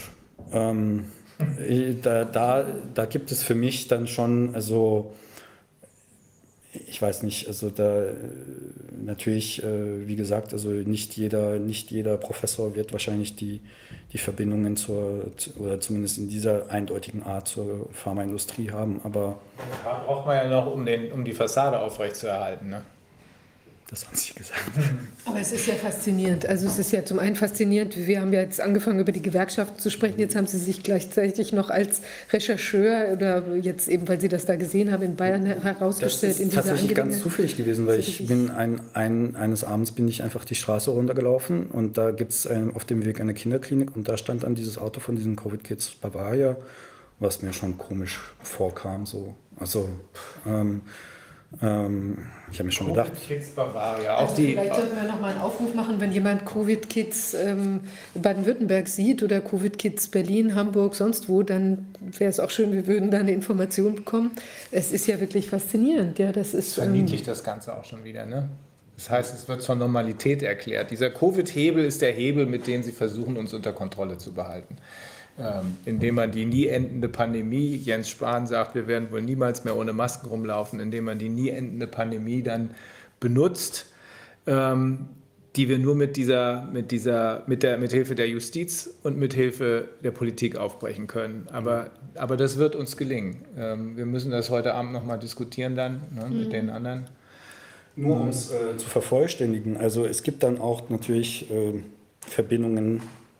Da gibt es für mich dann schon, also ich weiß nicht, also da natürlich, wie gesagt, also nicht jeder Professor wird wahrscheinlich die Verbindungen oder zumindest in dieser eindeutigen Art zur Pharmaindustrie haben, aber... Da braucht man ja noch, um die Fassade aufrechtzuerhalten, ne? Das haben Sie gesagt. Aber es ist ja faszinierend. Also es ist ja zum einen faszinierend, wir haben ja jetzt angefangen über die Gewerkschaften zu sprechen, jetzt haben Sie sich gleichzeitig noch als Rechercheur oder jetzt eben, weil Sie das da gesehen haben, in Bayern herausgestellt. Das ist tatsächlich ganz zufällig gewesen, weil ich bin eines Abends bin ich einfach die Straße runtergelaufen und da gibt es auf dem Weg eine Kinderklinik und da stand dann dieses Auto von diesen Covid-Kids Bavaria, was mir schon komisch vorkam. So. Also ich habe mir schon gedacht. Covid-Kids Bavaria. Also vielleicht sollten wir noch mal einen Aufruf machen, wenn jemand Covid-Kids Baden-Württemberg sieht oder Covid-Kids Berlin, Hamburg, sonst wo, dann wäre es auch schön, wir würden da eine Information bekommen. Es ist ja wirklich faszinierend. Ja, das ist verniedlicht das Ganze auch schon wieder, ne? Das heißt, es wird zur Normalität erklärt. Dieser Covid-Hebel ist der Hebel, mit dem sie versuchen, uns unter Kontrolle zu behalten. Indem man die nie endende Pandemie, Jens Spahn sagt, wir werden wohl niemals mehr ohne Masken rumlaufen, indem man die nie endende Pandemie dann benutzt, die wir nur mit Hilfe der Justiz und mit Hilfe der Politik aufbrechen können. Aber das wird uns gelingen. Wir müssen das heute Abend noch mal diskutieren dann, ne, mit den anderen. Nur um es zu vervollständigen, also es gibt dann auch natürlich Verbindungen,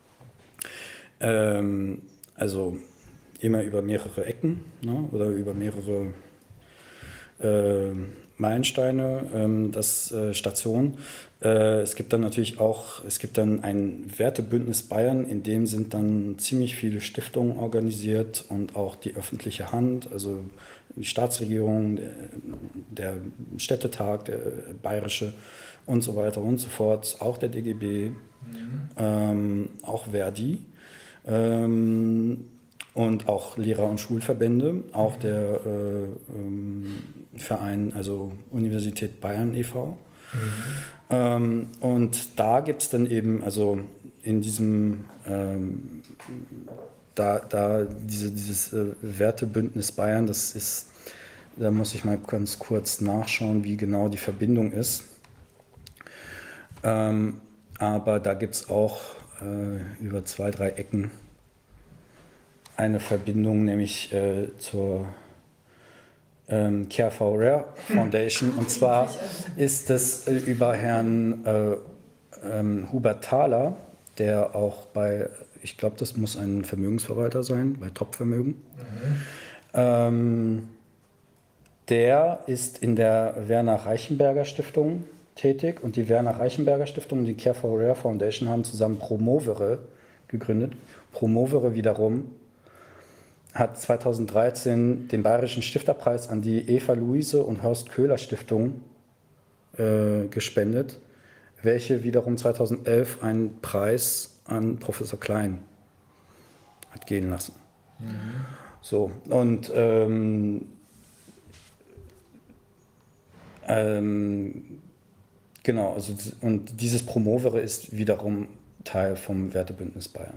also immer über mehrere Ecken, ne, oder über mehrere Meilensteine, Stationen. Es gibt dann natürlich auch, ein Wertebündnis Bayern, in dem sind dann ziemlich viele Stiftungen organisiert und auch die öffentliche Hand, also die Staatsregierung, der Städtetag, der bayerische und so weiter und so fort, auch der DGB, auch Verdi. Und auch Lehrer- und Schulverbände, auch der Verein, also Universität Bayern e.V. Und da gibt es dann eben, also in diesem, dieses Wertebündnis Bayern, da muss ich mal ganz kurz nachschauen, wie genau die Verbindung ist. Aber da gibt es auch über 2-3 Ecken eine Verbindung, nämlich zur Care for Rare Foundation. Und zwar ist das über Herrn Hubert Thaler, der auch ich glaube, das muss ein Vermögensverwalter sein, bei Top-Vermögen. Der ist in der Werner Reichenberger Stiftung tätig und die Werner Reichenberger Stiftung und die Care for Rare Foundation haben zusammen Promovere gegründet. Promovere wiederum hat 2013 den Bayerischen Stifterpreis an die Eva-Luise und Horst Köhler Stiftung gespendet, welche wiederum 2011 einen Preis an Professor Klein hat gehen lassen. So, und genau, also und dieses Promovere ist wiederum Teil vom Wertebündnis Bayern.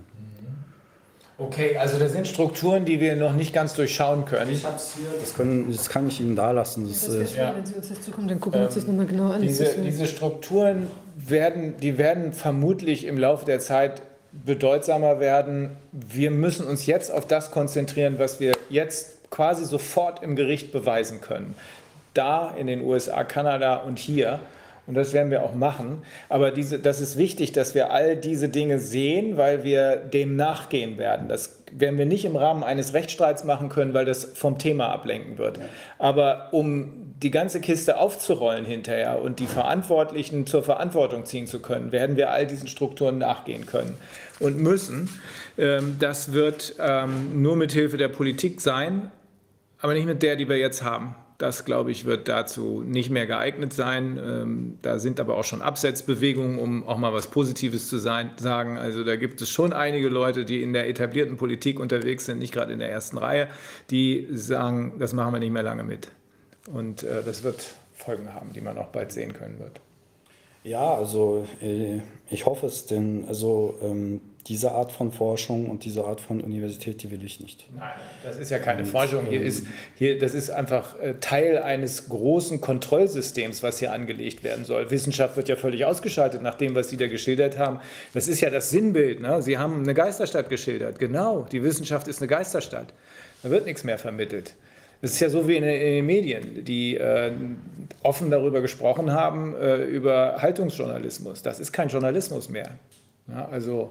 Okay, also das sind Strukturen, die wir noch nicht ganz durchschauen können. Ich hab's hier, das kann ich Ihnen da lassen. Das wäre schön, wenn Sie uns das zukommen, dann gucken wir uns das nochmal genau an. Diese Strukturen werden vermutlich im Laufe der Zeit bedeutsamer werden. Wir müssen uns jetzt auf das konzentrieren, was wir jetzt quasi sofort im Gericht beweisen können. Da in den USA, Kanada und hier. Und das werden wir auch machen. Aber das ist wichtig, dass wir all diese Dinge sehen, weil wir dem nachgehen werden. Das werden wir nicht im Rahmen eines Rechtsstreits machen können, weil das vom Thema ablenken wird. Aber um die ganze Kiste aufzurollen hinterher und die Verantwortlichen zur Verantwortung ziehen zu können, werden wir all diesen Strukturen nachgehen können und müssen. Das wird nur mit Hilfe der Politik sein, aber nicht mit der, die wir jetzt haben. Das, glaube ich, wird dazu nicht mehr geeignet sein. Da sind aber auch schon Absetzbewegungen, um auch mal was Positives zu sagen. Also da gibt es schon einige Leute, die in der etablierten Politik unterwegs sind, nicht gerade in der ersten Reihe, die sagen, das machen wir nicht mehr lange mit. Und das wird Folgen haben, die man auch bald sehen können wird. Ja, also ich hoffe es, denn also diese Art von Forschung und diese Art von Universität, die will ich nicht. Nein, das ist ja keine Forschung. Das ist einfach Teil eines großen Kontrollsystems, was hier angelegt werden soll. Wissenschaft wird ja völlig ausgeschaltet nach dem, was Sie da geschildert haben. Das ist ja das Sinnbild. Ne? Sie haben eine Geisterstadt geschildert. Genau, die Wissenschaft ist eine Geisterstadt. Da wird nichts mehr vermittelt. Das ist ja so wie in den Medien, die offen darüber gesprochen haben, über Haltungsjournalismus. Das ist kein Journalismus mehr. Ja, also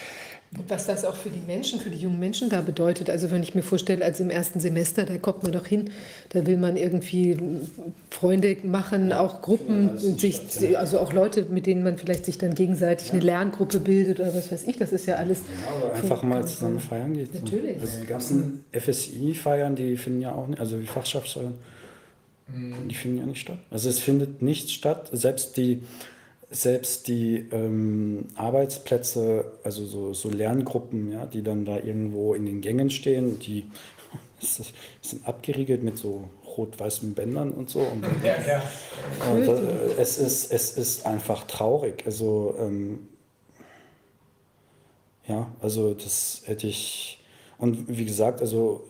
was das auch für die Menschen, für die jungen Menschen da bedeutet. Also wenn ich mir vorstelle, also im ersten Semester, da kommt man doch hin, da will man irgendwie Freunde machen, auch Gruppen, also auch Leute, mit denen man vielleicht sich dann gegenseitig eine Lerngruppe bildet oder was weiß ich, das ist ja alles. Ja, oder einfach mal zusammen feiern geht. Natürlich. Also die ganzen FSI-Feiern, die finden ja auch nicht, also die Fachschaftsfeiern, die finden ja nicht statt. Also es findet nichts statt, selbst die Arbeitsplätze, also so Lerngruppen, ja, die dann da irgendwo in den Gängen stehen, die sind abgeriegelt mit so rot-weißen Bändern und so. Und, und es ist einfach traurig. Also ja, also das hätte ich, und wie gesagt, also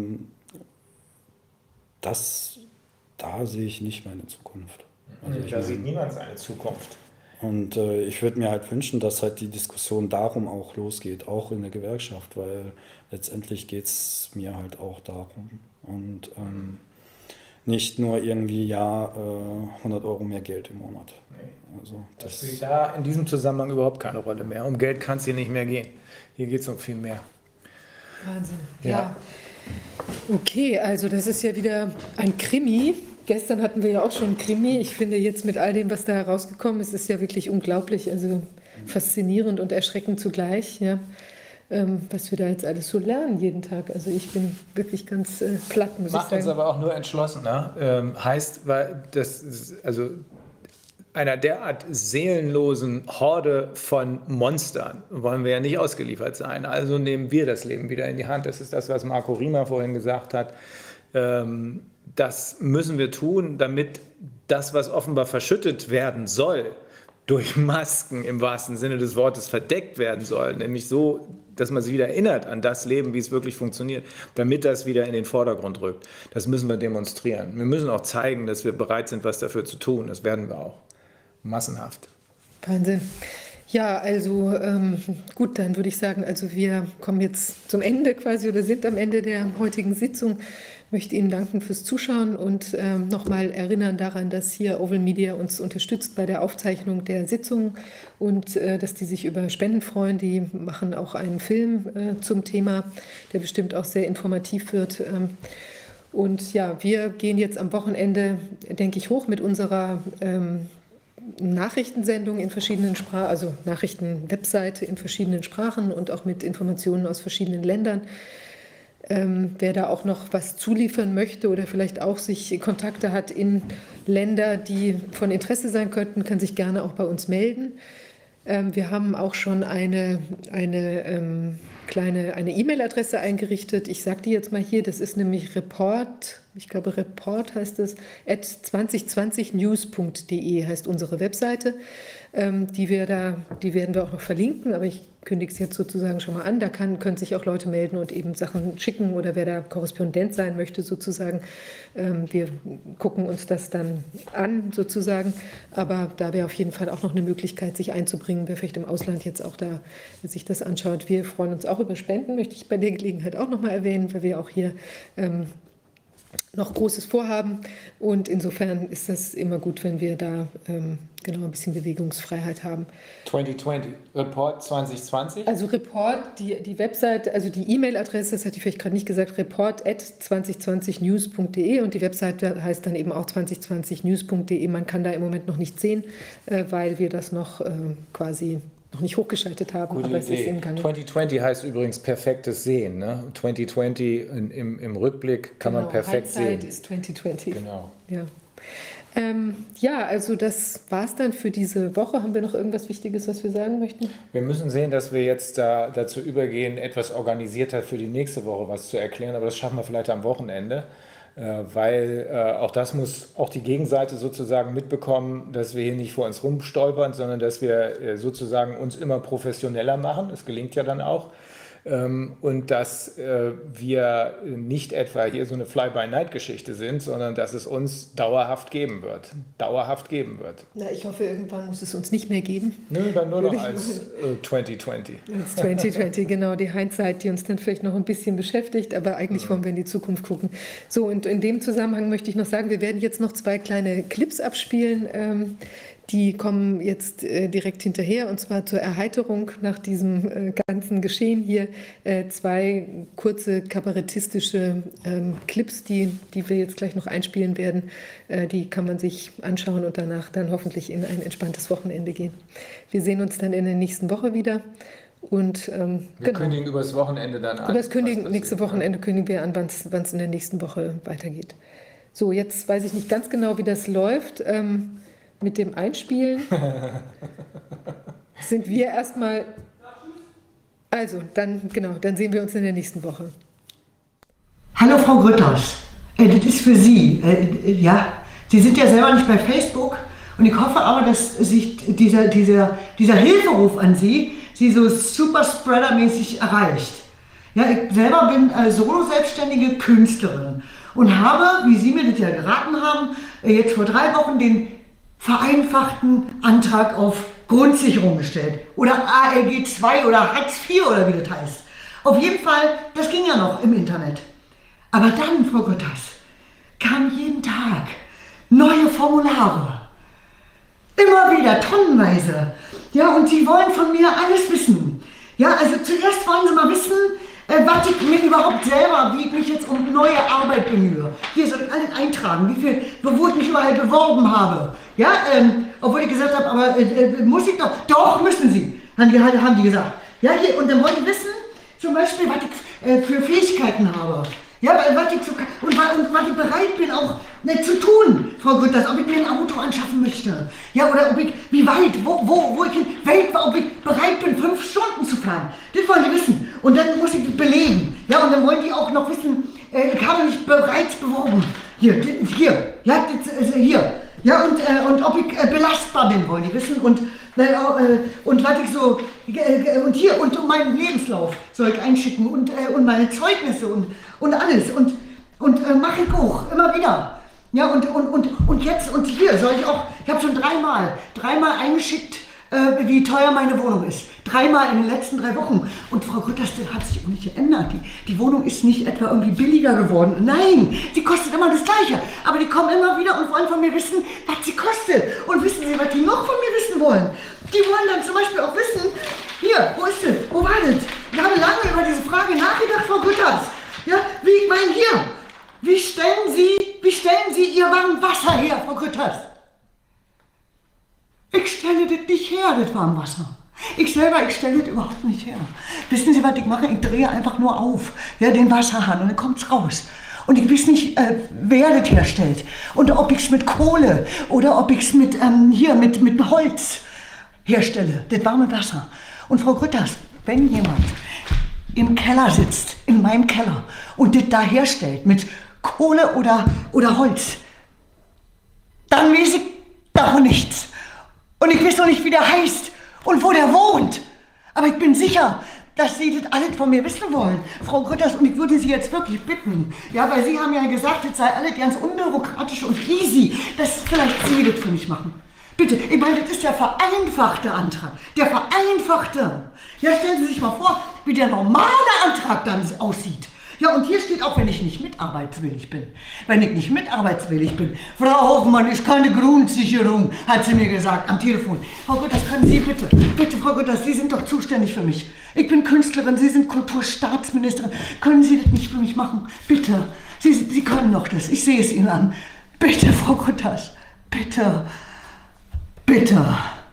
da sehe ich nicht meine Zukunft. Also da sieht niemand seine Zukunft. Und ich würde mir halt wünschen, dass halt die Diskussion darum auch losgeht, auch in der Gewerkschaft, weil letztendlich geht es mir halt auch darum. Und nicht nur irgendwie, 100 Euro mehr Geld im Monat. Nee. Also das spielt da in diesem Zusammenhang überhaupt keine Rolle mehr. Um Geld kann es hier nicht mehr gehen. Hier geht es um viel mehr. Wahnsinn. Ja. Okay, also das ist ja wieder ein Krimi. Gestern hatten wir ja auch schon einen Krimi. Ich finde jetzt mit all dem, was da herausgekommen ist, ist ja wirklich unglaublich, also faszinierend und erschreckend zugleich, ja, was wir da jetzt alles so lernen jeden Tag. Also ich bin wirklich ganz platt, muss ich sagen. Macht uns aber auch nur entschlossener. Heißt, weil also einer derart seelenlosen Horde von Monstern wollen wir ja nicht ausgeliefert sein. Also nehmen wir das Leben wieder in die Hand. Das ist das, was Marco Riemer vorhin gesagt hat. Das müssen wir tun, damit das, was offenbar verschüttet werden soll, durch Masken im wahrsten Sinne des Wortes verdeckt werden soll, nämlich so, dass man sich wieder erinnert an das Leben, wie es wirklich funktioniert, damit das wieder in den Vordergrund rückt. Das müssen wir demonstrieren. Wir müssen auch zeigen, dass wir bereit sind, was dafür zu tun. Das werden wir auch. Massenhaft. Wahnsinn. Ja, also gut, dann würde ich sagen, also wir kommen jetzt zum Ende quasi oder sind am Ende der heutigen Sitzung. Ich möchte Ihnen danken fürs Zuschauen und nochmal erinnern daran, dass hier Oval Media uns unterstützt bei der Aufzeichnung der Sitzung und dass die sich über Spenden freuen. Die machen auch einen Film zum Thema, der bestimmt auch sehr informativ wird. Und ja, wir gehen jetzt am Wochenende, denke ich, hoch mit unserer Nachrichtensendung in verschiedenen Sprachen, also Nachrichtenwebseite in verschiedenen Sprachen und auch mit Informationen aus verschiedenen Ländern. Wer da auch noch was zuliefern möchte oder vielleicht auch sich Kontakte hat in Länder, die von Interesse sein könnten, kann sich gerne auch bei uns melden. Wir haben auch schon eine E-Mail-Adresse eingerichtet. Ich sage die jetzt mal hier, das ist nämlich Report heißt es, @2020news.de heißt unsere Webseite. Die werden wir auch noch verlinken, aber ich kündige es jetzt sozusagen schon mal an. Da können sich auch Leute melden und eben Sachen schicken oder wer da Korrespondent sein möchte sozusagen. Wir gucken uns das dann an sozusagen, aber da wäre auf jeden Fall auch noch eine Möglichkeit, sich einzubringen, wer vielleicht im Ausland jetzt auch da sich das anschaut. Wir freuen uns auch über Spenden, möchte ich bei der Gelegenheit auch noch mal erwähnen, weil wir auch hier noch Großes vorhaben und insofern ist das immer gut, wenn wir da ein bisschen Bewegungsfreiheit haben. 2020, Report 2020? Also Report, die Website, also die E-Mail-Adresse, das hatte ich vielleicht gerade nicht gesagt, report@2020news.de und die Website heißt dann eben auch 2020news.de. Man kann da im Moment noch nicht sehen, weil wir das noch quasi noch nicht hochgeschaltet haben, Gute aber es Idee. ist im Gange. 2020 heißt übrigens perfektes Sehen. Ne? 2020 im Rückblick kann man perfekt Hindsight sehen. ist 2020. Genau. Ja, also das war's dann für diese Woche. Haben wir noch irgendwas Wichtiges, was wir sagen möchten? Wir müssen sehen, dass wir jetzt dazu übergehen, etwas organisierter für die nächste Woche was zu erklären, aber das schaffen wir vielleicht am Wochenende. Weil auch das muss auch die Gegenseite sozusagen mitbekommen, dass wir hier nicht vor uns rumstolpern, sondern dass wir sozusagen uns immer professioneller machen. Das gelingt ja dann auch. Und dass wir nicht etwa hier so eine Fly-by-Night-Geschichte sind, sondern dass es uns dauerhaft geben wird. Na, ich hoffe, irgendwann muss es uns nicht mehr geben. Nö, dann nur noch als 2020. Als 2020, genau, die Hindsight, die uns dann vielleicht noch ein bisschen beschäftigt, aber eigentlich wollen wir in die Zukunft gucken. So, und in dem Zusammenhang möchte ich noch sagen, wir werden jetzt noch 2 kleine Clips abspielen. Die kommen jetzt direkt hinterher, und zwar zur Erheiterung nach diesem ganzen Geschehen hier. 2 kurze kabarettistische Clips, die wir jetzt gleich noch einspielen werden. Die kann man sich anschauen und danach dann hoffentlich in ein entspanntes Wochenende gehen. Wir sehen uns dann in der nächsten Woche wieder. Und, wir kündigen übers Wochenende dann an. Nächste Wochenende kündigen wir an, wann es in der nächsten Woche weitergeht. So, jetzt weiß ich nicht ganz genau, wie das läuft. Mit dem Einspielen sind wir erstmal. Also, dann sehen wir uns in der nächsten Woche. Hallo Frau Grütters, das ist für Sie. Sie sind ja selber nicht bei Facebook und ich hoffe aber, dass sich dieser Hilferuf an Sie so Superspreader-mäßig erreicht. Ja, ich selber bin solo-selbstständige Künstlerin und habe, wie Sie mir das ja geraten haben, jetzt vor 3 Wochen den vereinfachten Antrag auf Grundsicherung gestellt. Oder ALG II oder Hartz IV oder wie das heißt. Auf jeden Fall, das ging ja noch im Internet. Aber dann, Frau Grütters, kamen jeden Tag neue Formulare. Immer wieder, tonnenweise. Ja, und Sie wollen von mir alles wissen. Ja, also zuerst wollen Sie mal wissen, was ich mir überhaupt selber, wie ich mich jetzt um neue Arbeit bemühe. Hier soll ich alles eintragen, wo ich mich überall beworben habe. Ja, obwohl ich gesagt habe, aber muss ich doch? Doch, müssen Sie, haben die gesagt. Ja, hier, und dann wollen die wissen, zum Beispiel, was ich für Fähigkeiten habe. Ja, was ich bereit bin auch zu tun, Frau Grütters, ob ich mir ein Auto anschaffen möchte. Ja, oder ob ich, wie weit, wo ich ob ich bereit bin, 5 Stunden zu fahren. Das wollen die wissen. Und dann muss ich das belegen. Ja, und dann wollen die auch noch wissen, ich habe mich bereits beworben. Hier. Ja, hier. Ja, und ob ich belastbar bin, wollen die wissen. Und was ich so, und hier, und meinen Lebenslauf soll ich einschicken und meine Zeugnisse und alles. Und mache ich auch, immer wieder. Ja, und jetzt, und hier soll ich auch, ich habe schon dreimal eingeschickt, wie teuer meine Wohnung ist. 3-mal in den letzten 3 Wochen. Und Frau Grütters, das hat sich auch nicht geändert. Die Wohnung ist nicht etwa irgendwie billiger geworden. Nein, sie kostet immer das Gleiche. Aber die kommen immer wieder und wollen von mir wissen, was sie kostet. Und wissen Sie, was die noch von mir wissen wollen? Die wollen dann zum Beispiel auch wissen, hier, wo ist das? Wo war das? Ich habe lange über diese Frage nachgedacht, Frau Grütters. Ja, ich meine, hier, wie stellen Sie Ihr Warmwasser her, Frau Grütters? Ich stelle das nicht her, das Warmwasser. Ich selber, ich stelle das überhaupt nicht her. Wissen Sie, was ich mache? Ich drehe einfach nur auf, ja, den Wasserhahn und dann kommt es raus. Und ich weiß nicht, wer das herstellt. Und ob ich es mit Kohle oder ob ich es mit Holz herstelle. Das warme Wasser. Und Frau Grütters, wenn jemand im Keller sitzt, in meinem Keller, und das da herstellt mit Kohle oder Holz, dann weiß ich davon nichts. Und ich weiß noch nicht, wie der heißt und wo der wohnt. Aber ich bin sicher, dass Sie das alles von mir wissen wollen, Frau Grütters, und ich würde Sie jetzt wirklich bitten, ja, weil Sie haben ja gesagt, das sei alles ganz unbürokratisch und easy, dass vielleicht Sie das für mich machen. Bitte, ich meine, das ist der vereinfachte Antrag, der vereinfachte. Ja, stellen Sie sich mal vor, wie der normale Antrag dann aussieht. Ja, und hier steht auch, wenn ich nicht mitarbeitswillig bin. Wenn ich nicht mitarbeitswillig bin. Frau Hoffmann ist keine Grundsicherung, hat sie mir gesagt am Telefon. Frau Grütters, können Sie bitte, Frau Grütters, Sie sind doch zuständig für mich. Ich bin Künstlerin, Sie sind Kulturstaatsministerin. Können Sie das nicht für mich machen? Bitte. Sie können doch das. Ich sehe es Ihnen an. Bitte, Frau Grütters. Bitte. Bitte.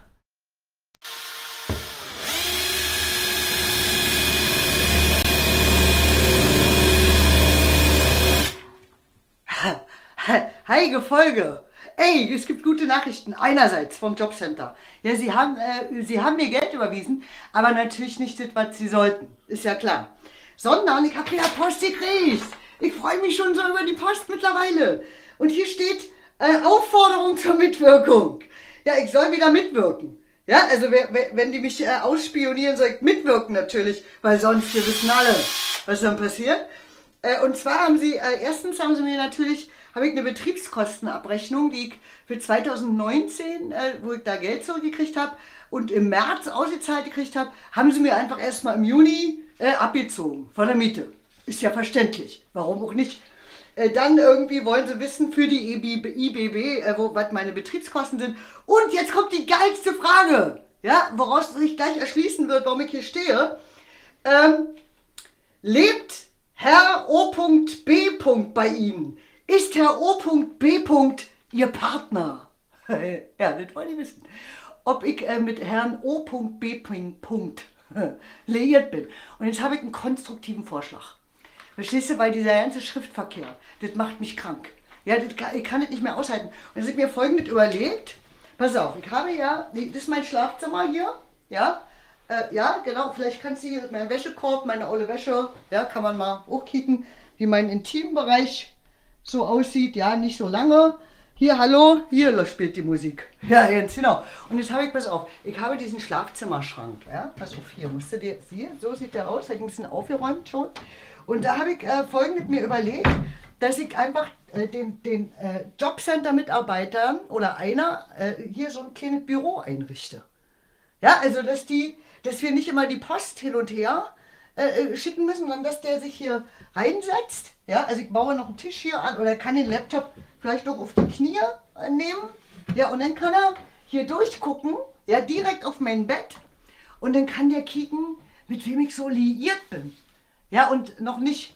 Heilige Folge. Ey, es gibt gute Nachrichten. Einerseits vom Jobcenter. Ja, Sie haben mir Geld überwiesen, aber natürlich nicht das, was Sie sollten. Ist ja klar. Sondern ich habe wieder Post gekriegt. Ich freue mich schon so über die Post mittlerweile. Und hier steht Aufforderung zur Mitwirkung. Ja, ich soll wieder mitwirken. Ja, also wenn die mich ausspionieren, soll ich mitwirken natürlich, weil sonst, wir wissen alle, was dann passiert. Und zwar haben sie, erstens haben sie mir natürlich, habe ich eine Betriebskostenabrechnung, die ich für 2019, wo ich da Geld zurückgekriegt habe und im März ausgezahlt gekriegt habe, haben sie mir einfach erstmal im Juni abgezogen von der Miete. Ist ja verständlich, warum auch nicht. Dann irgendwie wollen sie wissen für die IBB, was meine Betriebskosten sind. Und jetzt kommt die geilste Frage, ja, woraus sich gleich erschließen wird, warum ich hier stehe. Lebt Herr O.B. bei Ihnen? Ist Herr O.B. Ihr Partner? Ja, das wollte ich wissen. Ob ich mit Herrn O.B. liiert bin. Und jetzt habe ich einen konstruktiven Vorschlag. Verstehst du, weil dieser ganze Schriftverkehr, das macht mich krank. Ja, ich kann das nicht mehr aushalten. Und jetzt habe ich mir Folgendes überlegt. Pass auf, ich habe ja, das ist mein Schlafzimmer hier, ja. Ja, genau, vielleicht kannst du hier meinen Wäschekorb, meine olle Wäsche, ja, kann man mal hochkicken, wie mein Intimbereich so aussieht, ja, nicht so lange. Hier, hallo, hier spielt die Musik. Ja, jetzt, genau. Und jetzt habe ich, pass auf, ich habe diesen Schlafzimmerschrank, ja, pass auf, hier, musst du dir, hier, so sieht der aus, habe ich ein bisschen aufgeräumt schon. Und da habe ich Folgendes mir überlegt, dass ich einfach den Jobcenter-Mitarbeitern oder einer hier so ein kleines Büro einrichte. Ja, also dass wir nicht immer die Post hin und her schicken müssen, sondern dass der sich hier reinsetzt. Ja, also ich baue noch einen Tisch hier an oder kann den Laptop vielleicht noch auf die Knie nehmen. Ja, und dann kann er hier durchgucken, ja, direkt auf mein Bett. Und dann kann der kicken, mit wem ich so liiert bin. Ja, und noch nicht,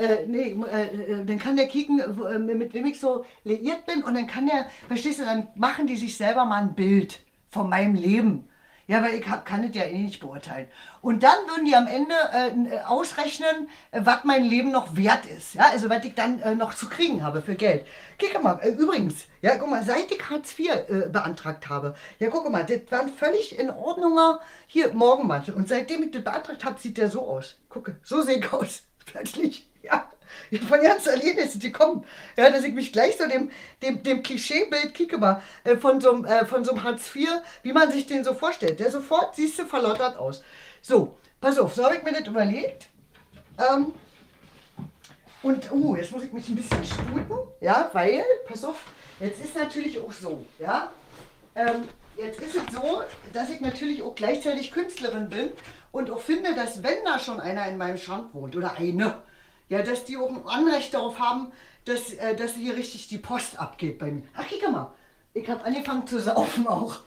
dann kann der kicken, mit wem ich so liiert bin. Und dann kann der, verstehst du, dann machen die sich selber mal ein Bild von meinem Leben. Ja, weil ich kann das ja eh nicht beurteilen. Und dann würden die am Ende ausrechnen, was mein Leben noch wert ist. Ja, also was ich dann noch zu kriegen habe für Geld. Guck mal, übrigens, ja, guck mal, seit ich Hartz IV beantragt habe, ja, guck mal, das war ein völlig in Ordnunger hier Morgenmantel. Und seitdem ich das beantragt habe, sieht der so aus. Gucke, so sehe ich aus. Plötzlich, ja. Von ganz alleine ist die kommen. Ja, dass ich mich gleich so dem Klischeebild kicke mal von so einem Hartz IV, wie man sich den so vorstellt. Der sofort, siehst du, verlottert aus. So, pass auf, so habe ich mir das überlegt. Und jetzt muss ich mich ein bisschen sputen, ja, weil, pass auf, jetzt ist natürlich auch so, ja. Jetzt ist es so, dass ich natürlich auch gleichzeitig Künstlerin bin und auch finde, dass wenn da schon einer in meinem Schrank wohnt oder eine, ja, dass die auch ein Anrecht darauf haben, dass hier richtig die Post abgeht bei mir. Ach, guck mal, ich habe angefangen zu saufen auch.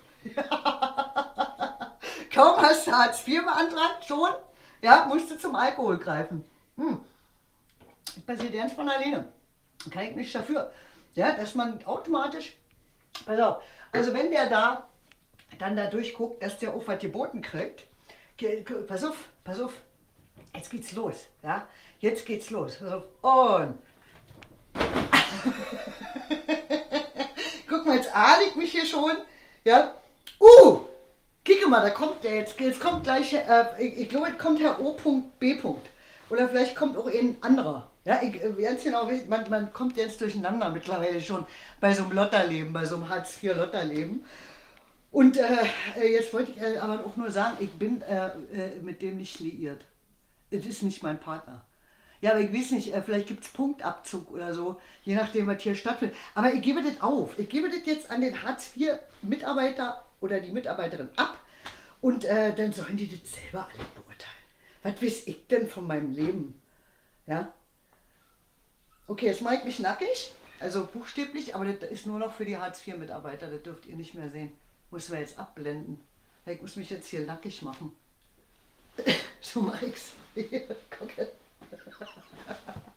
Kaum hast du Hartz IV beantragt, schon, ja, musst du zum Alkohol greifen. Das passiert ganz von alleine. Kann ich nicht dafür. Ja, dass man automatisch, pass auf, also wenn der da dann da durchguckt, dass der auch was geboten kriegt. Pass auf, jetzt geht's los, ja, jetzt geht's los, pass auf, und guck mal, jetzt ahne ich mich hier schon, ja, kicke mal, da kommt der jetzt kommt gleich, ich glaube, jetzt kommt Herr O.B. Oder vielleicht kommt auch ein anderer. Ja, ganz genau, man kommt jetzt durcheinander mittlerweile schon bei so einem Lotterleben, bei so einem Hartz-IV-Lotterleben. Und jetzt wollte ich aber auch nur sagen, ich bin mit dem nicht liiert. Es ist nicht mein Partner. Ja, aber ich weiß nicht, vielleicht gibt es Punktabzug oder so, je nachdem, was hier stattfindet. Aber ich gebe das auf. Ich gebe das jetzt an den Hartz-IV-Mitarbeiter oder die Mitarbeiterin ab und dann sollen die das selber alle beurteilen. Was weiß ich denn von meinem Leben? Ja? Okay, jetzt mache ich mich nackig, also buchstäblich, aber das ist nur noch für die Hartz-IV-Mitarbeiter, das dürft ihr nicht mehr sehen. Muss man jetzt abblenden. Ich muss mich jetzt hier nackig machen. So mache ich's. Guck.